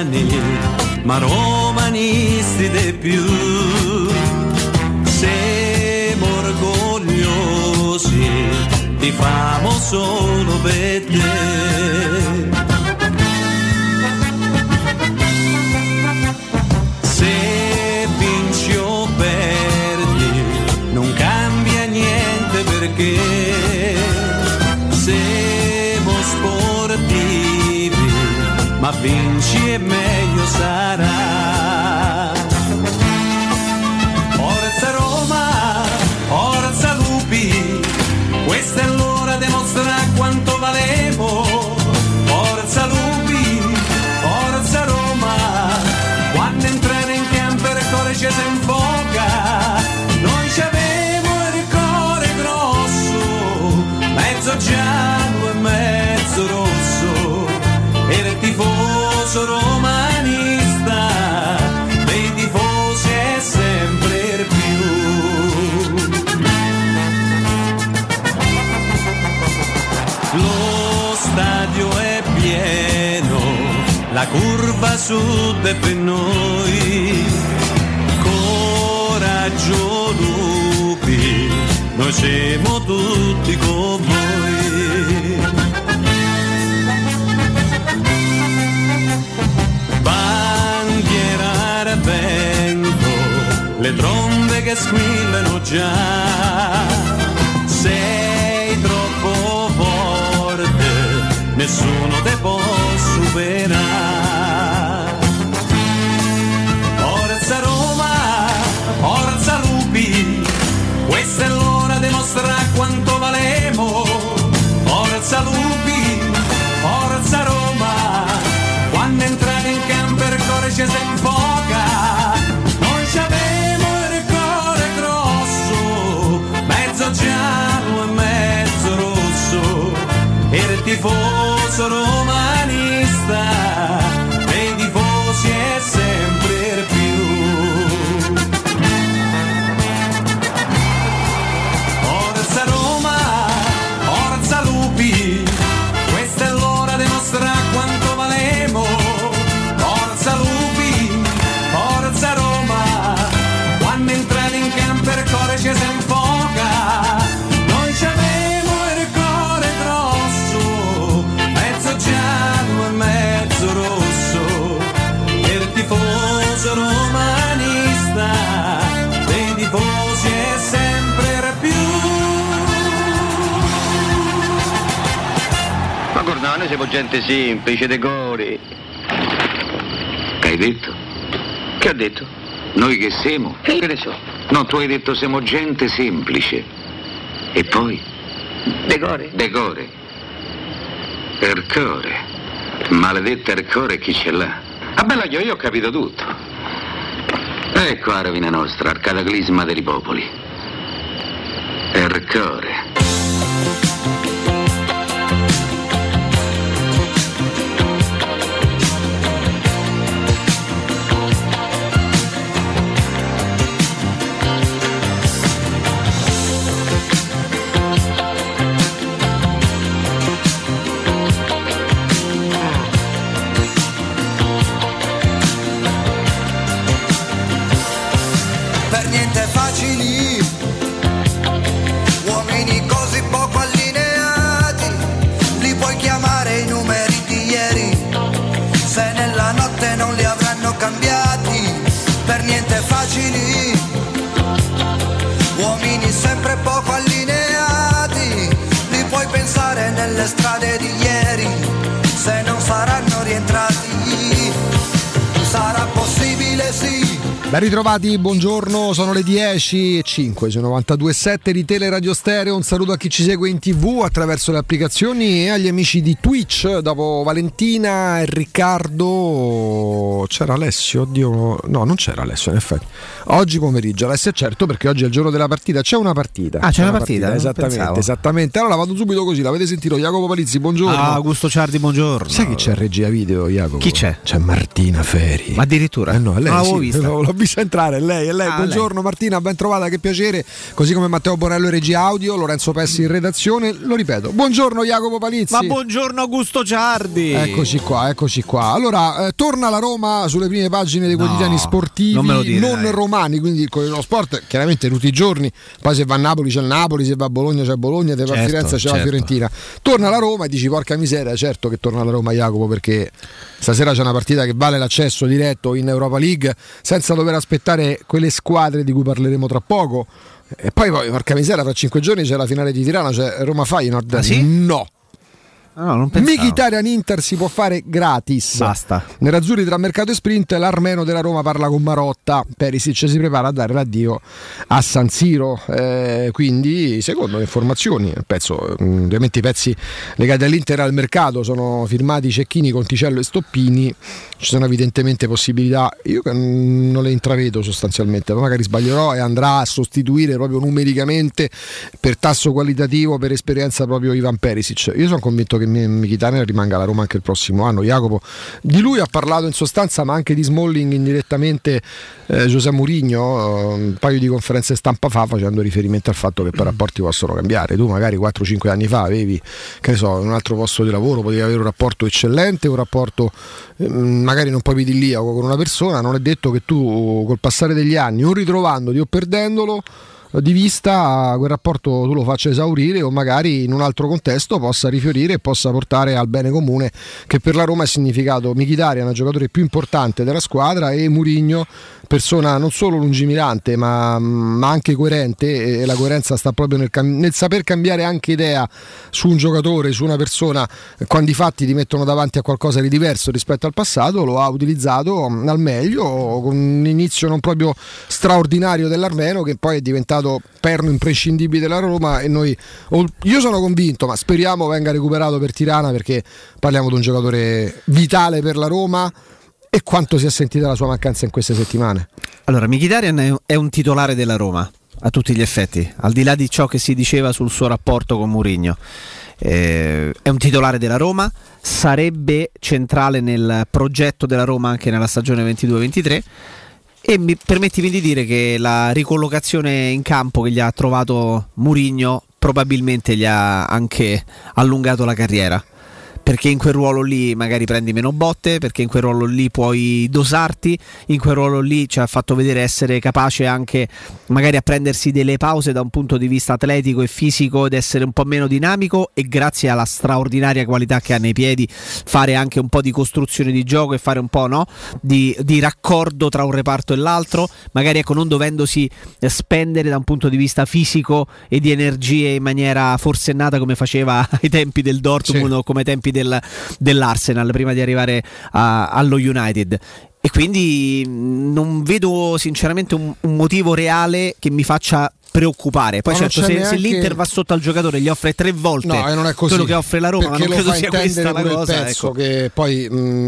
romani, ma romanisti di più. Siamo orgogliosi, ti famo solo per te. Se vinci o perdi, non cambia niente perché siamo sportivi, ma vinci e meglio sarà. Forza Roma, forza Lupi, questa è l'ora di mostrare quanto valemo. Forza Lupi, forza Roma, quando entrare in campo il cuore ci si infoca. Noi ci avevo il cuore grosso, mezzo giallo e mezzo rosso, e il tifoso romanista dei tifosi è sempre più. Lo stadio è pieno, la curva sud è per noi. Coraggio Lupi, noi siamo tutti con voi. Bandiera al vento, le trombe che squillano già. Sei troppo forte, nessuno te può superare. Forza Roma, forza Lupi, questa è l'ora di mostrare quanto valemo. Forza Lupi, forza Roma, quando entrare in campo il cuore ci si infoca. Noi ci avevo il cuore grosso, mezzo giallo e mezzo rosso, e il tifoso romanista dei tifosi è sempre più. Forza Roma, forza Lupi, questa è l'ora di mostrare quanto valemo. Forza Lupi, forza Roma, quando entrate in campo il cuore ci si infoca. Noi ci avevo il cuore grosso, mezzo giallo e mezzo rosso, e il tifoso romanista dei tifosi è sempre più. Ma guarda, noi siamo gente semplice, decori. Che hai detto? Che ho detto? Noi che siamo? Che ne so? No, tu hai detto siamo gente semplice. E poi? Decore. Decore. Ercore. Maledetta Ercore, chi ce l'ha? Ah bella, io ho capito tutto. Ecco la rovina nostra, al cataclisma dei popoli. Ercore. Per niente facili, uomini così poco allineati, li puoi chiamare i numeri di ieri, se nella notte non li avranno cambiati. Per niente facili, uomini sempre poco allineati, li puoi pensare nelle strade di ieri, se non saranno rientrati, sarà possibile sì. Ben ritrovati, buongiorno, sono le 10:05 su 92.7 di Teleradio Stereo. Un saluto a chi ci segue in TV attraverso le applicazioni e agli amici di Twitch. Dopo Valentina e Riccardo c'era Alessio, oddio, no, non c'era Alessio in effetti. Oggi pomeriggio, Alessio, certo, perché oggi è il giorno della partita, c'è una partita. Ah, c'è una partita? Esattamente. Allora vado subito così, l'avete sentito, Jacopo Palizzi, buongiorno. Augusto Ciardi, buongiorno. Sai chi c'è in regia video, Jacopo? Chi c'è? C'è Martina Feri. Ma addirittura? No, lei l'avevo sì, vista. l'ho vista entrare, è lei. Buongiorno lei. Martina, ben trovata, che piacere. Così come Matteo Bonello in regia audio, Lorenzo Pessi in redazione, lo ripeto. Buongiorno Jacopo Palizzi. Ma buongiorno Augusto Ciardi. Eccoci qua. Allora, torna la Roma sulle prime pagine dei quotidiani sportivi non romani, quindi il Corriere dello Sport, chiaramente tutti i giorni. Poi se va a Napoli c'è il Napoli, se va a Bologna c'è il Bologna, se va a Firenze c'è la Fiorentina. Torna la Roma e dici porca miseria, certo che torna la Roma, Jacopo, perché stasera c'è una partita che vale l'accesso diretto in Europa League senza dover aspettare quelle squadre di cui parleremo tra poco. E poi porca miseria, fra 5 giorni c'è la finale di Tirana, c'è Roma-Feyenoord. Ah, sì? No. Non pensavo. Mkhitaryan Inter si può fare gratis. Basta. Nerazzurri tra mercato e sprint, l'armeno della Roma parla con Marotta. Perisic si prepara a dare l'addio a San Siro. Quindi, secondo le informazioni, ovviamente i pezzi legati all'Inter e al mercato sono firmati Cecchini, Conticello e Stoppini. Ci sono evidentemente possibilità, io non le intravedo sostanzialmente, ma magari sbaglierò, e andrà a sostituire proprio numericamente per tasso qualitativo, per esperienza, proprio Ivan Perisic. Io sono convinto che Mkhitaryan rimanga alla Roma anche il prossimo anno. Jacopo, di lui ha parlato in sostanza, ma anche di Smalling indirettamente José Mourinho, un paio di conferenze stampa fa, facendo riferimento al fatto che poi i rapporti possono cambiare. Tu magari 4-5 anni fa avevi, che ne so, in un altro posto di lavoro, potevi avere un rapporto eccellente, un rapporto magari non proprio idilliaco con una persona. Non è detto che tu col passare degli anni, o ritrovandoti o perdendolo di vista, quel rapporto tu lo faccia esaurire, o magari in un altro contesto possa rifiorire e possa portare al bene comune, che per la Roma è significato Mkhitaryan, il giocatore più importante della squadra, e Mourinho, persona non solo lungimirante ma anche coerente, e la coerenza sta proprio nel saper cambiare anche idea su un giocatore, su una persona, quando i fatti ti mettono davanti a qualcosa di diverso rispetto al passato. Lo ha utilizzato al meglio, con un inizio non proprio straordinario dell'armeno, che poi è diventato perno imprescindibile della Roma, e io sono convinto, ma speriamo venga recuperato per Tirana, perché parliamo di un giocatore vitale per la Roma. E quanto si è sentita la sua mancanza in queste settimane? Allora, Mkhitaryan è un titolare della Roma a tutti gli effetti, al di là di ciò che si diceva sul suo rapporto con Mourinho. È un titolare della Roma, sarebbe centrale nel progetto della Roma anche nella stagione 22-23, e permettimi di dire che la ricollocazione in campo che gli ha trovato Mourinho probabilmente gli ha anche allungato la carriera, perché in quel ruolo lì magari prendi meno botte, perché in quel ruolo lì puoi dosarti, in quel ruolo lì ci ha fatto vedere essere capace anche magari a prendersi delle pause da un punto di vista atletico e fisico, ed essere un po' meno dinamico, e grazie alla straordinaria qualità che ha nei piedi fare anche un po' di costruzione di gioco e fare un po' di raccordo tra un reparto e l'altro, magari non dovendosi spendere da un punto di vista fisico e di energie in maniera forsennata come faceva ai tempi del Dortmund, o come ai tempi dell'Arsenal prima di arrivare allo United. E quindi non vedo sinceramente un motivo reale che mi faccia preoccupare. Poi certo, se l'Inter va sotto al giocatore e gli offre 3 volte non è così, quello che offre la Roma, ma non credo sia questa la cosa. Il pezzo, che poi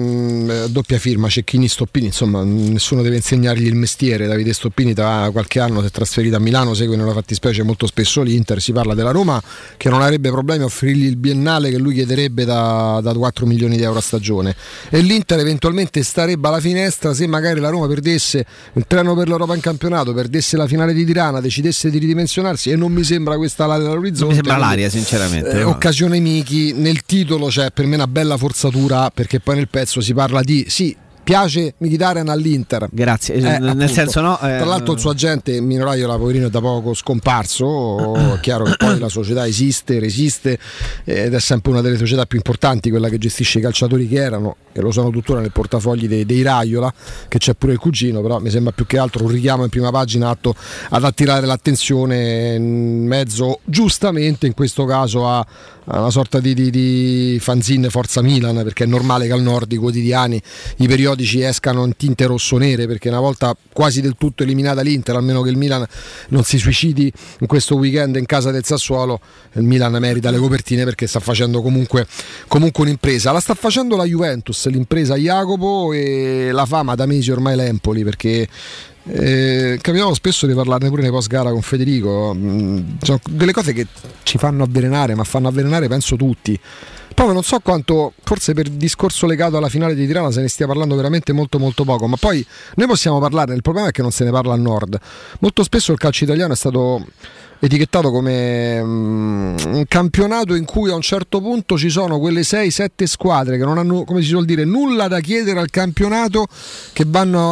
doppia firma Cecchini, Stoppini, insomma nessuno deve insegnargli il mestiere. Davide Stoppini da qualche anno si è trasferito a Milano, segue nella fattispecie molto spesso l'Inter. Si parla della Roma che non avrebbe problemi a offrirgli il biennale che lui chiederebbe da 4 milioni di euro a stagione, e l'Inter eventualmente starebbe alla finestra se magari la Roma perdesse il treno per l'Europa in campionato, perdesse la finale di Tirana, decidesse di ridimensionarsi, e non mi sembra questa l'orizzonte. Non mi sembra l'aria, sinceramente. Occasione Michi, nel titolo c'è per me una bella forzatura, perché poi nel pezzo si parla di piace Mkhitaryan all'Inter. Grazie, nel senso tra l'altro il suo agente Mino Raiola, poverino, è da poco scomparso. È chiaro che poi la società esiste, resiste, ed è sempre una delle società più importanti, quella che gestisce i calciatori che erano e lo sono tuttora nel portafogli dei Raiola, che c'è pure il cugino, però mi sembra più che altro un richiamo in prima pagina atto ad attirare l'attenzione in mezzo, giustamente in questo caso, a una sorta di fanzine Forza Milan, perché è normale che al nord i quotidiani, i periodici periodici escano in tinte rossonere, perché una volta quasi del tutto eliminata l'Inter, almeno che il Milan non si suicidi in questo weekend in casa del Sassuolo, il Milan merita le copertine perché sta facendo comunque un'impresa. La sta facendo la Juventus, l'impresa Jacopo, e la fama da mesi ormai l'Empoli, perché capitavo spesso di parlarne pure nei post gara con Federico. Sono delle cose che ci fanno avvelenare, ma fanno avvelenare penso tutti. Poi non so quanto, forse per discorso legato alla finale di Tirana se ne stia parlando veramente molto molto poco, ma poi noi possiamo parlarne. Il problema è che non se ne parla al nord. Molto spesso il calcio italiano è stato etichettato come un campionato in cui a un certo punto ci sono quelle 6-7 squadre che non hanno, come si suol dire, nulla da chiedere al campionato, che vanno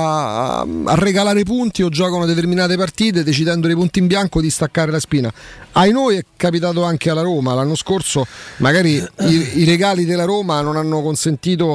a regalare punti o giocano determinate partite decidendo dei punti in bianco di staccare la spina. Ai noi è capitato anche alla Roma l'anno scorso, magari i regali della Roma non hanno consentito,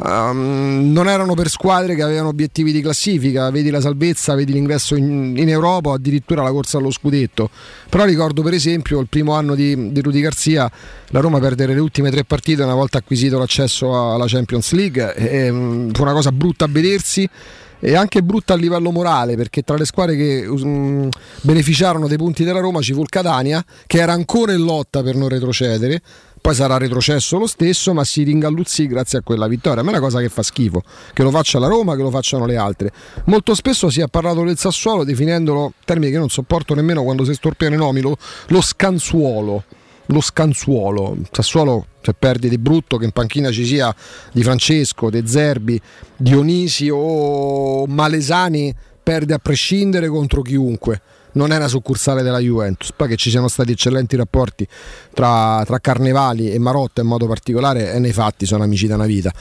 non erano per squadre che avevano obiettivi di classifica, vedi la salvezza, vedi l'ingresso in Europa o addirittura la corsa allo scudetto. Però ricordo per esempio il primo anno di Rudy Garcia, la Roma perdere le ultime 3 partite una volta acquisito l'accesso alla Champions League, fu una cosa brutta a vedersi e anche brutta a livello morale, perché tra le squadre che beneficiarono dei punti della Roma ci fu il Catania, che era ancora in lotta per non retrocedere, poi sarà retrocesso lo stesso, ma si ringalluzzì grazie a quella vittoria. A me è una cosa che fa schifo, che lo faccia la Roma, che lo facciano le altre. Molto spesso si è parlato del Sassuolo definendolo, termine che non sopporto nemmeno quando si storpiano i nomi, lo scansuolo. Lo scansuolo. Sassuolo, se perdi di brutto, che in panchina ci sia Di Francesco, De Zerbi, Dionisi o Malesani, perde a prescindere contro chiunque. Non è una succursale della Juventus. Poi che ci siano stati eccellenti rapporti tra Carnevali e Marotta in modo particolare, e nei fatti sono amici da una vita.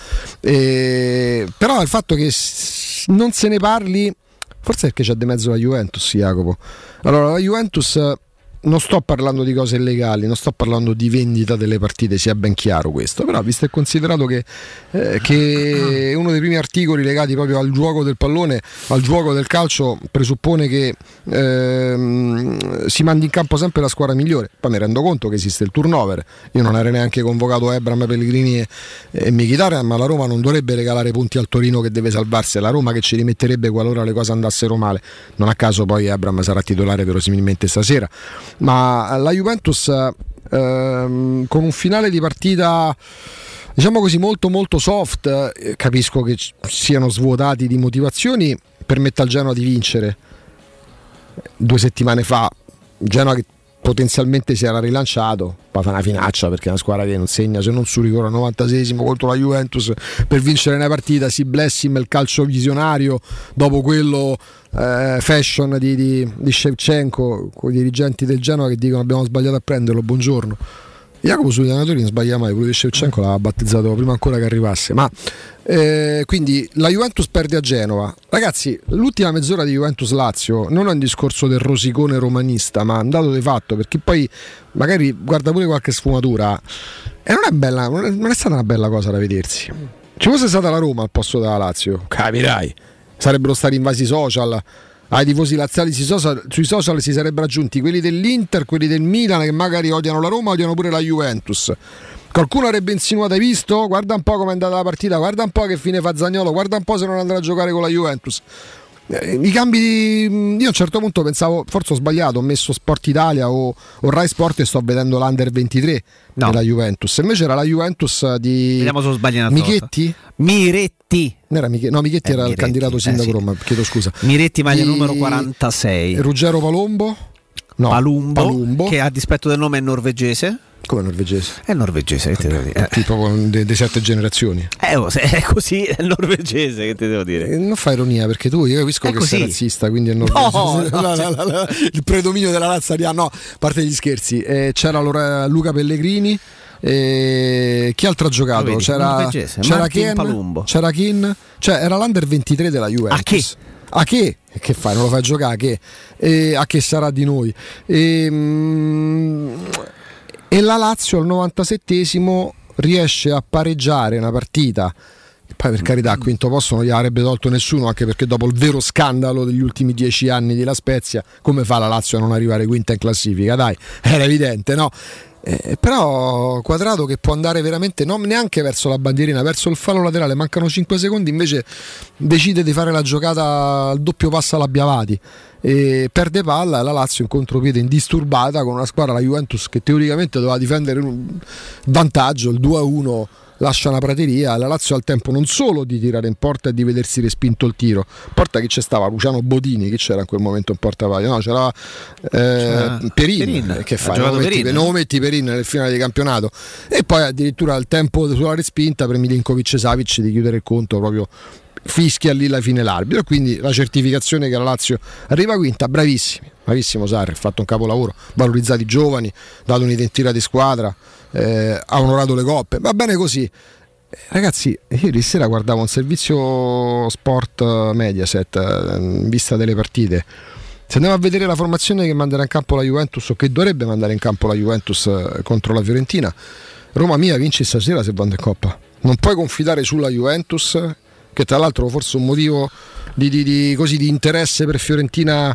Però il fatto che non se ne parli, forse perché c'è di mezzo la Juventus, Jacopo. Allora, la Juventus, non sto parlando di cose illegali, non sto parlando di vendita delle partite, sia ben chiaro questo, però visto e considerato che uno dei primi articoli legati proprio al gioco del pallone, al gioco del calcio, presuppone che si mandi in campo sempre la squadra migliore. Poi mi rendo conto che esiste il turnover, io non ero neanche convocato Ebram, Pellegrini e Mkhitaryan, ma la Roma non dovrebbe regalare punti al Torino che deve salvarsi, è la Roma che ci rimetterebbe qualora le cose andassero male. Non a caso poi Ebram sarà titolare verosimilmente stasera. Ma la Juventus con un finale di partita, diciamo così, molto molto soft, capisco che siano svuotati di motivazioni, permette al Genoa di vincere. 2 settimane fa Genoa che potenzialmente si era rilanciato, poi fa una finaccia perché è una squadra che non segna se non su rigore al 96esimo contro la Juventus per vincere una partita. Si blessim il calcio visionario dopo quello fashion di Shevchenko, con i dirigenti del Genoa che dicono abbiamo sbagliato a prenderlo, buongiorno. Jacopo sugli allenatori non sbaglia mai, quello di Shevchenko l'ha battezzato prima ancora che arrivasse. Ma quindi la Juventus perde a Genova. Ragazzi, l'ultima mezz'ora di Juventus-Lazio non è un discorso del rosicone romanista, ma è un dato di fatto, perché poi magari guarda pure qualche sfumatura e non è bella, non è stata una bella cosa da vedersi. Ci fosse stata la Roma al posto della Lazio, capirai, sarebbero stati invasi social. Ai tifosi laziali sui social si sarebbero aggiunti quelli dell'Inter, quelli del Milan che magari odiano la Roma, odiano pure la Juventus. Qualcuno avrebbe insinuato: hai visto? Guarda un po' come è andata la partita, guarda un po' che fine fa Zaniolo, guarda un po' se non andrà a giocare con la Juventus. I cambi io a un certo punto pensavo, forse ho sbagliato, ho messo Sport Italia o Rai Sport e sto vedendo l'Under 23 della Juventus. Invece era la Juventus di vediamo se ho sbagliato. Michetti? Miretti. Michetti era il Miretti, candidato sindaco sì. Roma, chiedo scusa. Miretti, maglia numero 46. Ruggero Palumbo? No, Palumbo, che a dispetto del nome è norvegese. Come norvegese? È norvegese, che te devo dire. Tipo delle 7 generazioni. Se è così, è norvegese, che te devo dire. Non fa ironia, perché tu, io capisco che sei razzista, quindi è norvegese. No, il predominio della razza di no, a parte gli scherzi. C'era Luca Pellegrini. Chi altro ha giocato? C'era Ken Palumbo. C'era Kin. Cioè era l'Under 23 della Juventus. A che fai? Non lo fai giocare? A che sarà di noi? E la Lazio al 97esimo riesce a pareggiare una partita Poi per carità, al quinto posto non gli avrebbe tolto nessuno, anche perché dopo il vero scandalo degli ultimi 10 anni di La Spezia, come fa la Lazio a non arrivare quinta in classifica? Dai, era evidente, no? Però Quadrato che può andare veramente non neanche verso la bandierina, verso il fallo laterale, mancano 5 secondi, invece decide di fare la giocata al doppio passo alla Biavati e perde palla, e la Lazio in contropiede indisturbata con una squadra, la Juventus, che teoricamente doveva difendere un vantaggio, il 2-1 lascia una prateria. La Lazio ha il tempo non solo di tirare in porta e di vedersi respinto il tiro. Porta chi c'è stava? Luciano Bodini, chi c'era in quel momento in porta vaia? No, c'era Perin. Che fa? Non metti Perin nel finale di campionato. E poi addirittura il tempo sulla respinta per Milinkovic e Savic di chiudere il conto, proprio fischia lì alla fine l'arbitro. Quindi la certificazione che la Lazio arriva quinta. Bravissimo Sarri, ha fatto un capolavoro, valorizzato i giovani, dato un'identità di squadra, ha onorato le coppe, va bene così. Ragazzi, io ieri sera guardavo un servizio sport Mediaset in vista delle partite. Se andiamo a vedere la formazione che manderà in campo la Juventus, o che dovrebbe mandare in campo la Juventus contro la Fiorentina, Roma mia vince stasera se va in Coppa. Non puoi confidare sulla Juventus, che tra l'altro forse un motivo di interesse per Fiorentina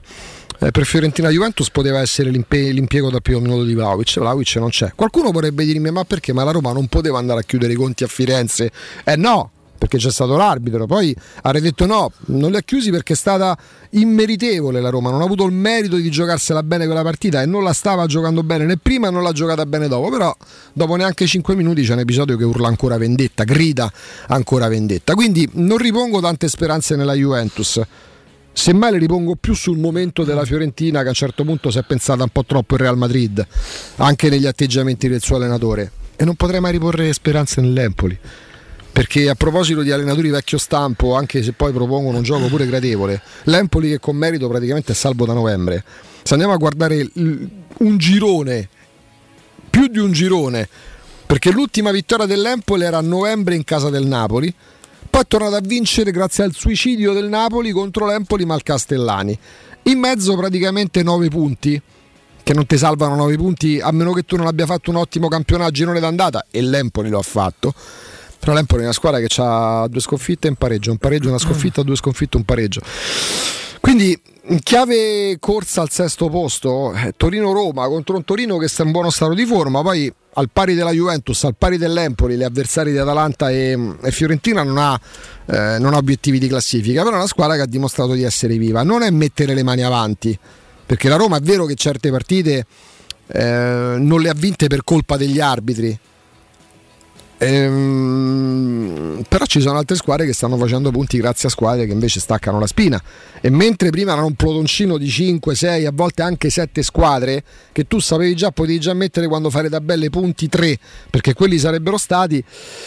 Juventus poteva essere l'impiego dal primo minuto di Vlahovic non c'è. Qualcuno vorrebbe dirmi ma perché? Ma la Roma non poteva andare a chiudere i conti a Firenze? No, perché c'è stato l'arbitro. Poi ha detto no, non li ha chiusi perché è stata immeritevole la Roma, non ha avuto il merito di giocarsela bene quella partita e non la stava giocando bene né prima, non l'ha giocata bene dopo. Però dopo neanche 5 minuti c'è un episodio che urla ancora vendetta, grida ancora vendetta. Quindi non ripongo tante speranze nella Juventus, semmai le ripongo più sul momento della Fiorentina, che a un certo punto si è pensata un po' troppo il Real Madrid anche negli atteggiamenti del suo allenatore, e non potrei mai riporre speranze nell'Empoli, perché a proposito di allenatori vecchio stampo, anche se poi propongono un gioco pure gradevole, l'Empoli che con merito praticamente è salvo da novembre. Se andiamo a guardare un girone, più di un girone, perché l'ultima vittoria dell'Empoli era a novembre in casa del Napoli, poi è tornato a vincere grazie al suicidio del Napoli contro l'Empoli Malcastellani. In mezzo praticamente 9 punti, che non ti salvano 9 punti a meno che tu non abbia fatto un ottimo campionato girone d'andata, e l'Empoli lo ha fatto. Però l'Empoli è una squadra che ha 2 sconfitte e un pareggio, una sconfitta, 2 sconfitte, un pareggio. Quindi in chiave corsa al sesto posto, Torino-Roma contro un Torino che sta in buono stato di forma. Poi al pari della Juventus, al pari dell'Empoli, le avversarie di Atalanta e Fiorentina non ha obiettivi di classifica, però è una squadra che ha dimostrato di essere viva. Non è mettere le mani avanti, perché la Roma è vero che certe partite non le ha vinte per colpa degli arbitri, però ci sono altre squadre che stanno facendo punti grazie a squadre che invece staccano la spina, e mentre prima era un plotoncino di 5, 6, a volte anche 7 squadre che tu sapevi già, potevi già mettere quando fai le tabelle punti 3, perché quelli sarebbero stati.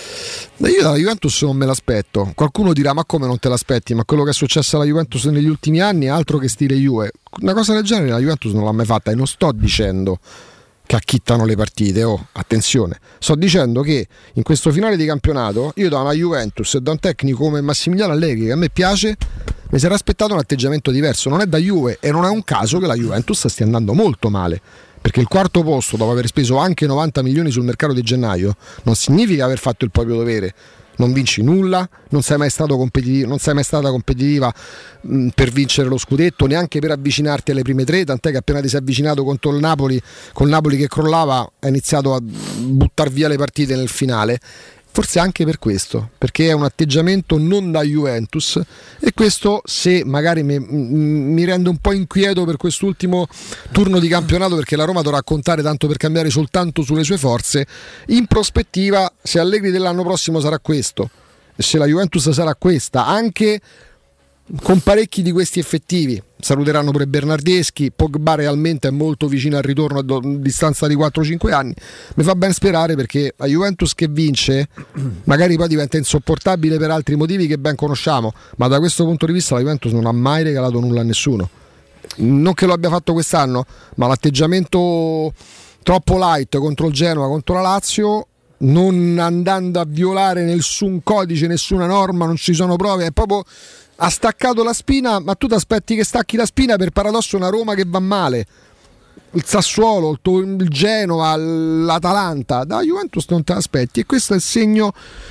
Io dalla Juventus non me l'aspetto. Qualcuno dirà ma come non te l'aspetti? Ma quello che è successo alla Juventus negli ultimi anni è altro che stile Juve. Una cosa del genere la Juventus non l'ha mai fatta, e non sto dicendo che acchittano le partite, attenzione, sto dicendo che in questo finale di campionato io da una Juventus e da un tecnico come Massimiliano Allegri, che a me piace, mi sarei aspettato un atteggiamento diverso. Non è da Juve, e non è un caso che la Juventus stia andando molto male, perché il quarto posto, dopo aver speso anche 90 milioni sul mercato di gennaio, non significa aver fatto il proprio dovere. Non vinci nulla, non sei mai stata competitiva per vincere lo scudetto, neanche per avvicinarti alle prime 3, tant'è che appena ti sei avvicinato contro il Napoli, col Napoli che crollava, hai iniziato a buttare via le partite nel finale. Forse anche per questo, perché è un atteggiamento non da Juventus, e questo, se magari mi rende un po' inquieto per quest'ultimo turno di campionato, perché la Roma dovrà contare, tanto per cambiare, soltanto sulle sue forze. In prospettiva, se Allegri dell'anno prossimo sarà questo, e se la Juventus sarà questa, anche con parecchi di questi effettivi, saluteranno pure Bernardeschi, Pogba realmente è molto vicino al ritorno a distanza di 4-5 anni, mi fa ben sperare, perché la Juventus che vince magari poi diventa insopportabile per altri motivi che ben conosciamo, ma da questo punto di vista la Juventus non ha mai regalato nulla a nessuno. Non che lo abbia fatto quest'anno, ma l'atteggiamento troppo light contro il Genoa, contro la Lazio, non andando a violare nessun codice, nessuna norma, non ci sono prove, è proprio ha staccato la spina. Ma tu ti aspetti che stacchi la spina, per paradosso, una Roma che va male, il Sassuolo, il Genoa, l'Atalanta, da Juventus non te l'aspetti, e questo è il segno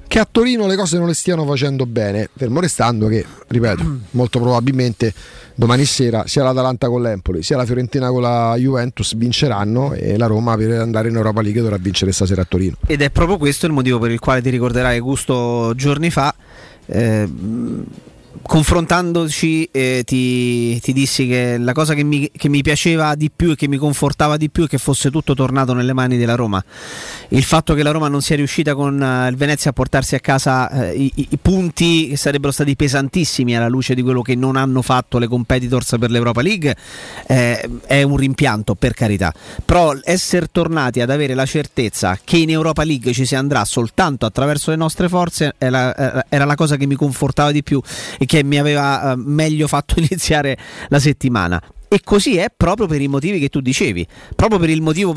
che a Torino le cose non le stiano facendo bene, fermo restando che, ripeto, molto probabilmente domani sera sia l'Atalanta con l'Empoli sia la Fiorentina con la Juventus vinceranno e la Roma per andare in Europa League dovrà vincere stasera a Torino. Ed è proprio questo il motivo per il quale ti ricorderai, Augusto, giorni fa confrontandoci ti dissi che la cosa che mi piaceva di più e che mi confortava di più è che fosse tutto tornato nelle mani della Roma. Il fatto che la Roma non sia riuscita con il Venezia a portarsi a casa i punti che sarebbero stati pesantissimi alla luce di quello che non hanno fatto le competitors per l'Europa League è un rimpianto, per carità, però essere tornati ad avere la certezza che in Europa League ci si andrà soltanto attraverso le nostre forze era la cosa che mi confortava di più e che mi aveva meglio fatto iniziare la settimana. E così è proprio per i motivi che tu dicevi, proprio per il motivo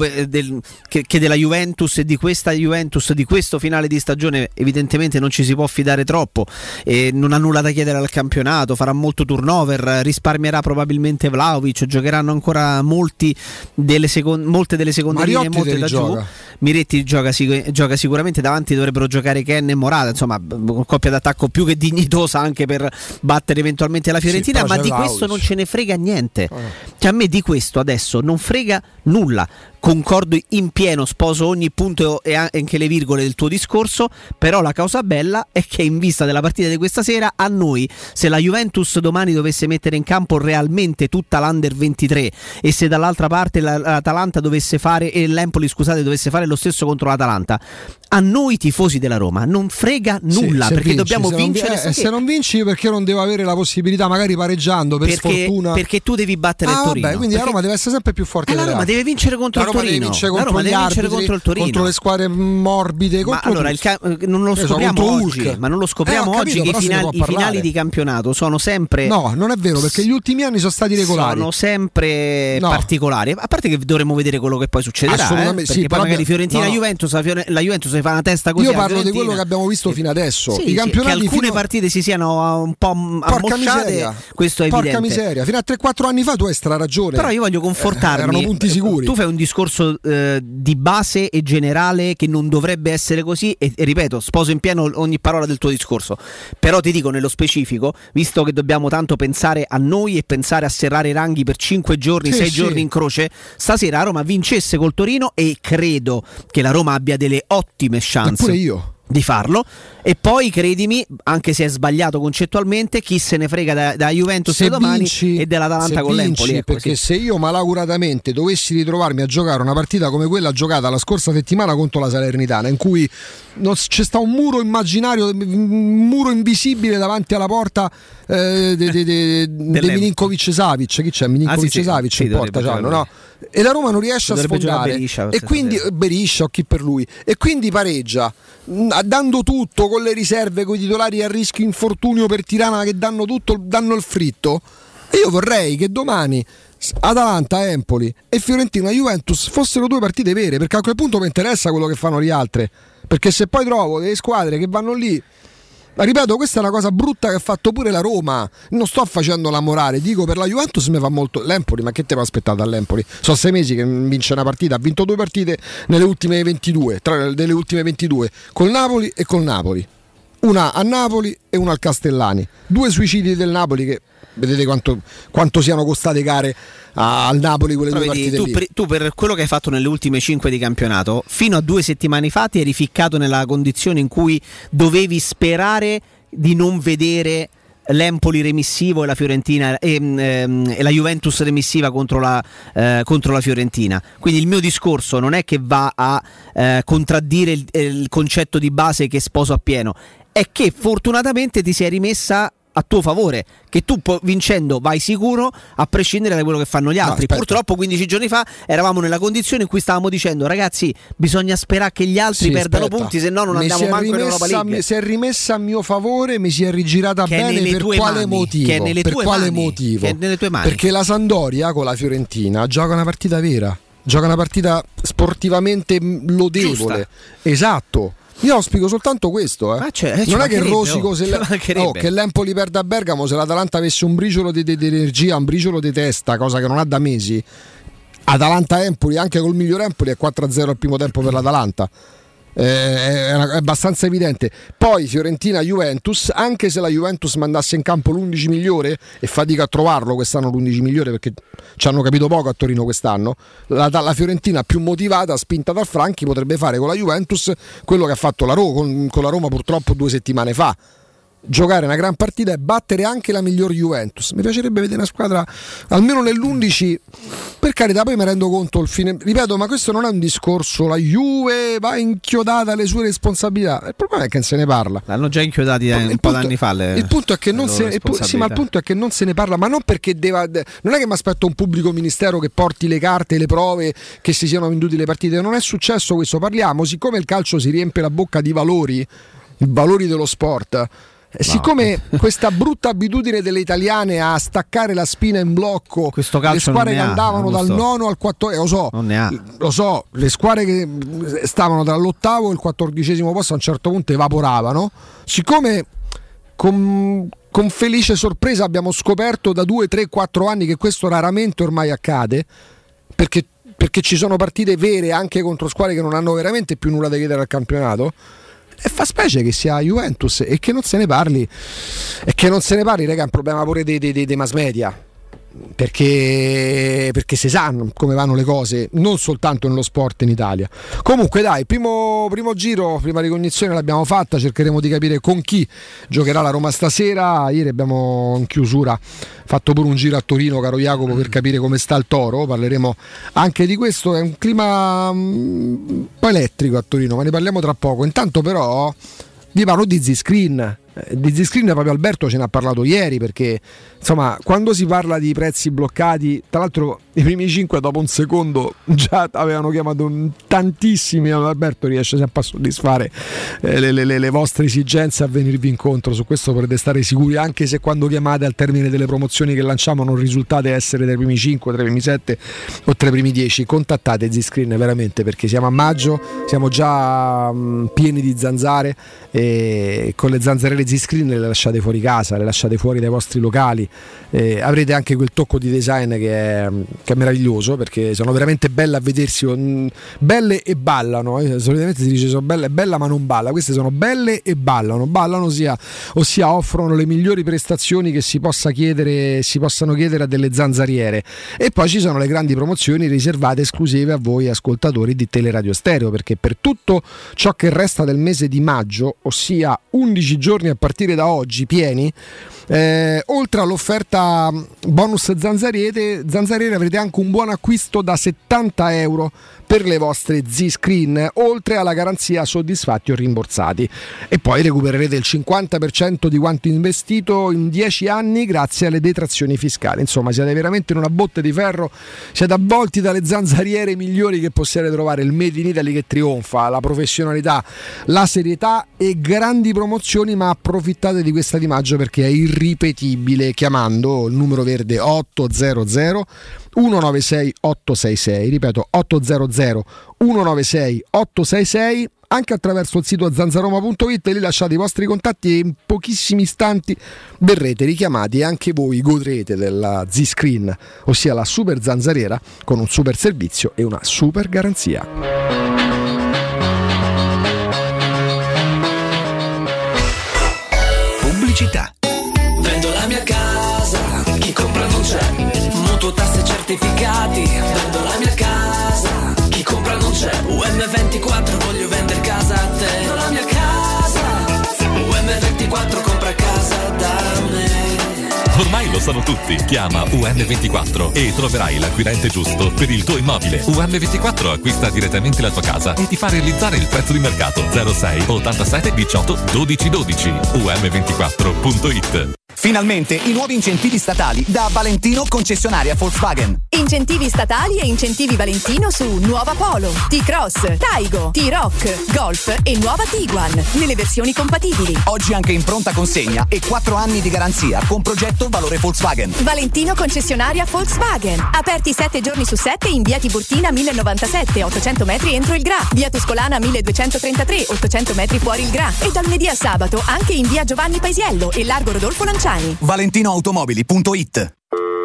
che della Juventus e di questa Juventus, di questo finale di stagione evidentemente non ci si può fidare troppo, non ha nulla da chiedere al campionato, farà molto turnover, risparmierà probabilmente Vlahovic, giocheranno ancora molte delle seconde linee, molte da giù. Miretti gioca sicuramente, davanti dovrebbero giocare Ken e Morata, insomma coppia d'attacco più che dignitosa anche per battere eventualmente la Fiorentina, sì, ma di questo non ce ne frega niente. Cioè, a me di questo adesso non frega nulla. Concordo in pieno, sposo ogni punto e anche le virgole del tuo discorso, però la cosa bella è che in vista della partita di questa sera a noi, se la Juventus domani dovesse mettere in campo realmente tutta l'Under 23 e se dall'altra parte l'Atalanta dovesse fare e l'Empoli dovesse fare lo stesso contro l'Atalanta, a noi tifosi della Roma non frega nulla, sì, perché vinci, dobbiamo vincere. Se non vinci, perché non devo avere la possibilità, magari pareggiando sfortuna, perché tu devi battere il Torino. Vabbè, quindi la Roma deve essere sempre più forte. La Roma deve vincere contro il Torino. La Roma deve vincere contro il Torino, contro le squadre morbide. Ma allora non lo scopriamo oggi. Ma non lo scopriamo oggi che i finali di campionato sono sempre. No, non è vero, perché gli ultimi anni sono stati regolari. Sono sempre particolari. A parte che dovremo vedere quello che poi succederà. Assolutamente perché poi magari Fiorentina Juventus, la Juventus fa una testa così. Io parlo di quello che abbiamo visto fino adesso. I campionati che alcune partite si siano un po' ammosciate, questo è evidente. Porca miseria, fino a 3-4 anni fa tu hai ragione. Però io voglio confortarmi. Erano punti sicuri. Tu fai un discorso di base e generale che non dovrebbe essere così e ripeto, sposo in pieno ogni parola del tuo discorso. Però ti dico nello specifico, visto che dobbiamo tanto pensare a noi e pensare a serrare i ranghi per 5 giorni, 6 giorni in croce, stasera la Roma vincesse col Torino e credo che la Roma abbia delle ottime chance. Pure io. Di farlo, e poi credimi, anche se è sbagliato concettualmente, chi se ne frega da Juventus se domani vinci, e dell'Atalanta con l'Empoli, perché se io malauguratamente dovessi ritrovarmi a giocare una partita come quella giocata la scorsa settimana contro la Salernitana, in cui c'è sta un muro immaginario, un muro invisibile davanti alla porta di Milinkovic-Savic, chi c'è? Milinkovic-Savic in porta, no? E la Roma non riesce a sfondare e quindi Beriscia o chi per lui, e quindi pareggia dando tutto con le riserve, con i titolari a rischio infortunio per Tirana che danno tutto, danno il fritto. E io vorrei che domani Atalanta, Empoli e Fiorentina Juventus fossero due partite vere, perché a quel punto mi interessa quello che fanno gli altri, perché se poi trovo delle squadre che vanno lì. Ma ripeto, questa è una cosa brutta che ha fatto pure la Roma. Non sto facendo la morale, dico per la Juventus mi fa molto. L'Empoli, ma che te mi aspettate dall'Empoli? Sono 6 mesi che vince una partita, ha vinto 2 partite nelle ultime 22, delle ultime 22, col Napoli e col Napoli. Una a Napoli e una al Castellani. 2 suicidi del Napoli che vedete quanto siano costate care al Napoli quelle 2 partite lì. Tu per quello che hai fatto nelle ultime 5 di campionato, fino a 2 settimane fa ti eri ficcato nella condizione in cui dovevi sperare di non vedere l'Empoli remissivo e la Fiorentina e la Juventus remissiva contro la Fiorentina. Quindi il mio discorso non è che va a contraddire il concetto di base che sposo appieno, è che fortunatamente ti sei rimessa a tuo favore, che tu vincendo vai sicuro a prescindere da quello che fanno gli altri. Purtroppo 15 giorni fa eravamo nella condizione in cui stavamo dicendo ragazzi bisogna sperare che gli altri perdano punti, se no non andiamo manco in Europa League. Si è rimessa a mio favore, mi si è rigirata bene per quale motivo? Che è nelle tue mani. Perché la Sampdoria con la Fiorentina gioca una partita vera, gioca una partita sportivamente lodevole. Giusta. Esatto. Io auspico soltanto questo, non è che rosico che l'Empoli perda a Bergamo, se l'Atalanta avesse un briciolo di energia, un briciolo di testa, cosa che non ha da mesi. Atalanta-Empoli, anche col miglior Empoli è 4-0 al primo tempo per l'Atalanta. è abbastanza evidente. Poi Fiorentina-Juventus, anche se la Juventus mandasse in campo l'11 migliore, e fatica a trovarlo quest'anno l'11 migliore perché ci hanno capito poco a Torino quest'anno, la Fiorentina più motivata, spinta da Franchi, potrebbe fare con la Juventus quello che ha fatto con la Roma purtroppo 2 settimane fa: giocare una gran partita e battere anche la miglior Juventus. Mi piacerebbe vedere una squadra almeno nell'11, per carità. Poi mi rendo conto il fine, ripeto, ma questo non è un discorso la Juve va inchiodata alle sue responsabilità, il problema è che non se ne parla, l'hanno già inchiodati un po' d'anni fa il punto è che non se, sì, ma il punto è che non se ne parla, ma non perché non è che mi aspetto un pubblico ministero che porti le carte e le prove che si siano venduti le partite, non è successo questo. Parliamo, siccome il calcio si riempie la bocca di valori, i valori dello sport. Siccome questa brutta abitudine delle italiane a staccare la spina in blocco, questo calcio, le squadre che andavano dal 9 al 14, lo so, le squadre che stavano dall'8° e il 14° posto a un certo punto evaporavano, siccome con felice sorpresa abbiamo scoperto da 2, 3, 4 anni che questo raramente ormai accade, perché ci sono partite vere anche contro squadre che non hanno veramente più nulla da chiedere al campionato. E fa specie che sia Juventus e che non se ne parli, raga, è un problema pure dei mass media, perché si sanno come vanno le cose, non soltanto nello sport in Italia. Comunque dai, primo giro, prima ricognizione l'abbiamo fatta, cercheremo di capire con chi giocherà la Roma stasera. Ieri abbiamo in chiusura fatto pure un giro a Torino, caro Jacopo, per capire come sta il Toro, parleremo anche di questo. È un clima un po' elettrico a Torino, ma ne parliamo tra poco. Intanto però vi parlo di Z-Screen. Di Z-Screen proprio Alberto ce ne ha parlato ieri, perché insomma quando si parla di prezzi bloccati, tra l'altro i primi 5 dopo un secondo già avevano chiamato tantissimi. Alberto riesce sempre a soddisfare le vostre esigenze, a venirvi incontro, su questo potete stare sicuri, anche se quando chiamate al termine delle promozioni che lanciamo non risultate essere tra i primi 5, tra i primi 7 o tra i primi 10, contattate Z-Screen veramente, perché siamo a maggio, siamo già pieni di zanzare, e con le zanzarelle Z-Screen le lasciate fuori casa, le lasciate fuori dai vostri locali, avrete anche quel tocco di design che è meraviglioso, perché sono veramente belle a vedersi, belle e ballano, solitamente si dice sono belle, bella ma non balla, queste sono belle e ballano ossia offrono le migliori prestazioni che si possano chiedere a delle zanzariere. E poi ci sono le grandi promozioni riservate esclusive a voi ascoltatori di Teleradio Stereo, perché per tutto ciò che resta del mese di maggio, ossia 11 giorni a partire da oggi pieni, oltre all'offerta bonus zanzariere avrete anche un buon acquisto da €70 per le vostre Z-Screen, oltre alla garanzia soddisfatti o rimborsati, e poi recupererete il 50% di quanto investito in 10 anni grazie alle detrazioni fiscali. Insomma, siete veramente in una botte di ferro, siete avvolti dalle zanzariere migliori che possiate trovare, il Made in Italy che trionfa, la professionalità, la serietà e grandi promozioni, ma approfittate di questa di maggio perché è irripetibile chiamando il numero verde 800 196 866, ripeto 800 196 866, anche attraverso il sito zanzaroma.it, lì lasciate i vostri contatti e in pochissimi istanti verrete richiamati e anche voi godrete della Z-Screen, ossia la super zanzariera con un super servizio e una super garanzia. Pubblicità. Vendo la mia casa, chi compra non c'è, mutuo, tasse, certificati. Vendo la mia casa, chi compra non c'è, UM24 voglio vendere casa a te. Vendo la mia casa, UM24 compra casa da me. Ormai lo sanno tutti, chiama UM24 e troverai l'acquirente giusto per il tuo immobile. UM24 acquista direttamente la tua casa e ti fa realizzare il prezzo di mercato. 06 87 18 12 12. UM24.it. Finalmente i nuovi incentivi statali da Valentino concessionaria Volkswagen. Incentivi statali e incentivi Valentino su nuova Polo, T-Cross, Taigo, T-Rock, Golf e nuova Tiguan nelle versioni compatibili. Oggi anche in pronta consegna e 4 anni di garanzia con progetto valore Volkswagen. Valentino concessionaria Volkswagen. Aperti 7 giorni su 7 in via Tiburtina 1097, 800 metri entro il Gra, via Tuscolana 1233, 800 metri fuori il Gra, e dal lunedì a sabato anche in via Giovanni Paisiello e largo Rodolfo Lanciani. ValentinoAutomobili.it.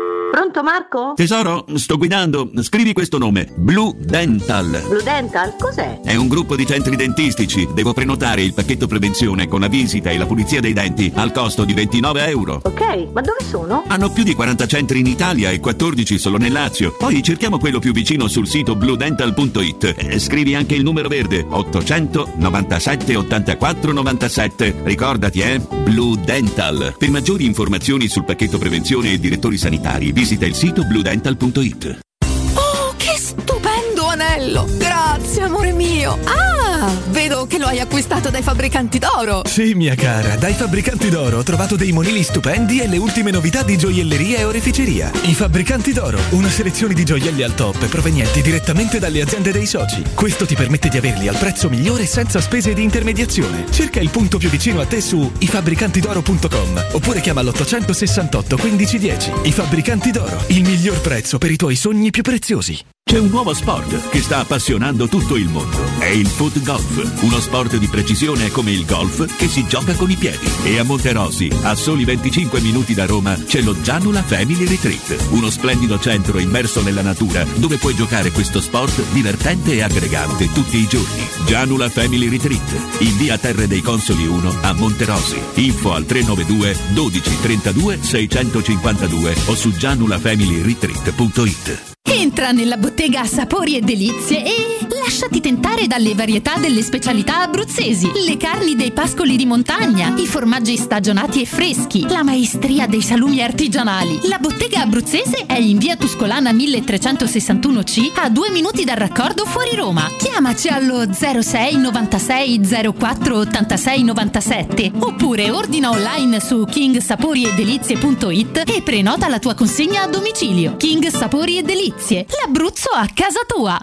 Pronto Marco? Tesoro, sto guidando. Scrivi questo nome: Blue Dental. Blue Dental? Cos'è? È un gruppo di centri dentistici. Devo prenotare il pacchetto prevenzione con la visita e la pulizia dei denti al costo di €29. Ok, ma dove sono? Hanno più di 40 centri in Italia e 14 solo nel Lazio. Poi cerchiamo quello più vicino sul sito bluedental.it. Scrivi anche il numero verde: 800 97 84 97. Ricordati, Blue Dental. Per maggiori informazioni sul pacchetto prevenzione e direttori sanitari, visita il sito bluedental.it. Oh, che stupendo anello! Grazie, amore mio! Ah, vedo che lo hai acquistato dai fabbricanti d'oro! Sì, mia cara, dai fabbricanti d'oro ho trovato dei monili stupendi e le ultime novità di gioielleria e oreficeria. I fabbricanti d'oro, una selezione di gioielli al top provenienti direttamente dalle aziende dei soci. Questo ti permette di averli al prezzo migliore senza spese di intermediazione. Cerca il punto più vicino a te su ifabbricantidoro.com oppure chiama l'868 1510. I fabbricanti d'oro, il miglior prezzo per i tuoi sogni più preziosi. C'è un nuovo sport che sta appassionando tutto il mondo. È il foot golf, uno sport di precisione come il golf che si gioca con i piedi. E a Monterosi, a soli 25 minuti da Roma, c'è lo Gianula Family Retreat, uno splendido centro immerso nella natura dove puoi giocare questo sport divertente e aggregante tutti i giorni. Gianula Family Retreat, in via Terre dei Consoli 1 a Monterosi. Info al 392 12 32 652 o su gianulafamilyretreat.it. Entra nella bottega Sapori e Delizie e lasciati tentare dalle varietà delle specialità abruzzesi, le carni dei pascoli di montagna, i formaggi stagionati e freschi, la maestria dei salumi artigianali. La bottega abruzzese è in via Tuscolana 1361C, a 2 minuti dal raccordo fuori Roma. Chiamaci allo 06 96 04 86 97 oppure ordina online su kingsaporiedelizie.it e prenota la tua consegna a domicilio. King Sapori e Delizie, l'Abruzzo a casa tua.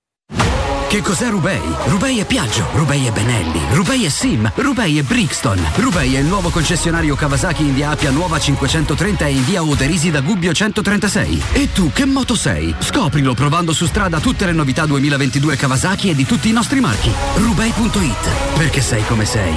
Che cos'è Rubei? Rubei è Piaggio, Rubei è Benelli, Rubei è Sim, Rubei è Brixton. Rubei è il nuovo concessionario Kawasaki in via Appia Nuova 530 e in via Oderisi da Gubbio 136. E tu che moto sei? Scoprilo provando su strada tutte le novità 2022 Kawasaki e di tutti i nostri marchi. Rubei.it, perché sei come sei.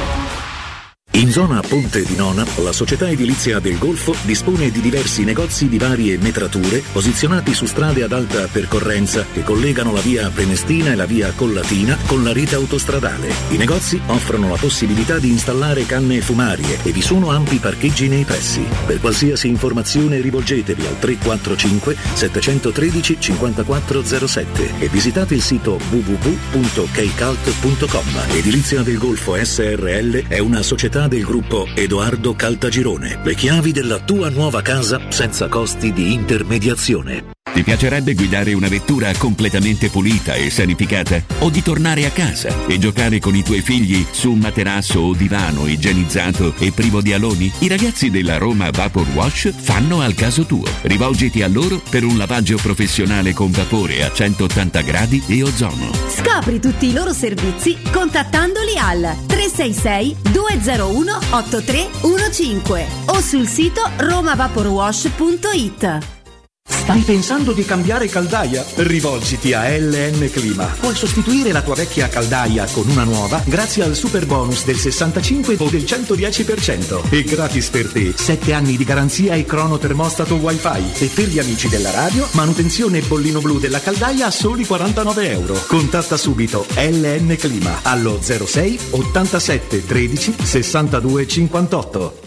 In zona Ponte di Nona, la società edilizia del Golfo dispone di diversi negozi di varie metrature posizionati su strade ad alta percorrenza che collegano la via Prenestina e la via Collatina con la rete autostradale. I negozi offrono la possibilità di installare canne fumarie e vi sono ampi parcheggi nei pressi. Per qualsiasi informazione rivolgetevi al 345 713 5407 e visitate il sito www.keicalt.com. Edilizia del Golfo SRL è una società del gruppo Edoardo Caltagirone. Le chiavi della tua nuova casa senza costi di intermediazione. Ti piacerebbe guidare una vettura completamente pulita e sanificata? O di tornare a casa e giocare con i tuoi figli su un materasso o divano igienizzato e privo di aloni? I ragazzi della Roma Vapor Wash fanno al caso tuo. Rivolgiti a loro per un lavaggio professionale con vapore a 180 gradi e ozono. Scopri tutti i loro servizi contattandoli al 366 201 8315 o sul sito romavaporwash.it. Stai pensando di cambiare caldaia? Rivolgiti a LN Clima. Puoi sostituire la tua vecchia caldaia con una nuova grazie al super bonus del 65 o del 110%. E gratis per te 7 anni di garanzia e cronotermostato wifi. E per gli amici della radio, manutenzione bollino blu della caldaia a soli €49. Contatta subito LN Clima allo 06 87 13 62 58.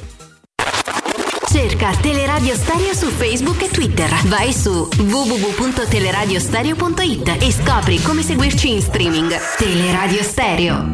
Cerca Teleradio Stereo su Facebook e Twitter. Vai su www.teleradiostereo.it e scopri come seguirci in streaming. Teleradio Stereo.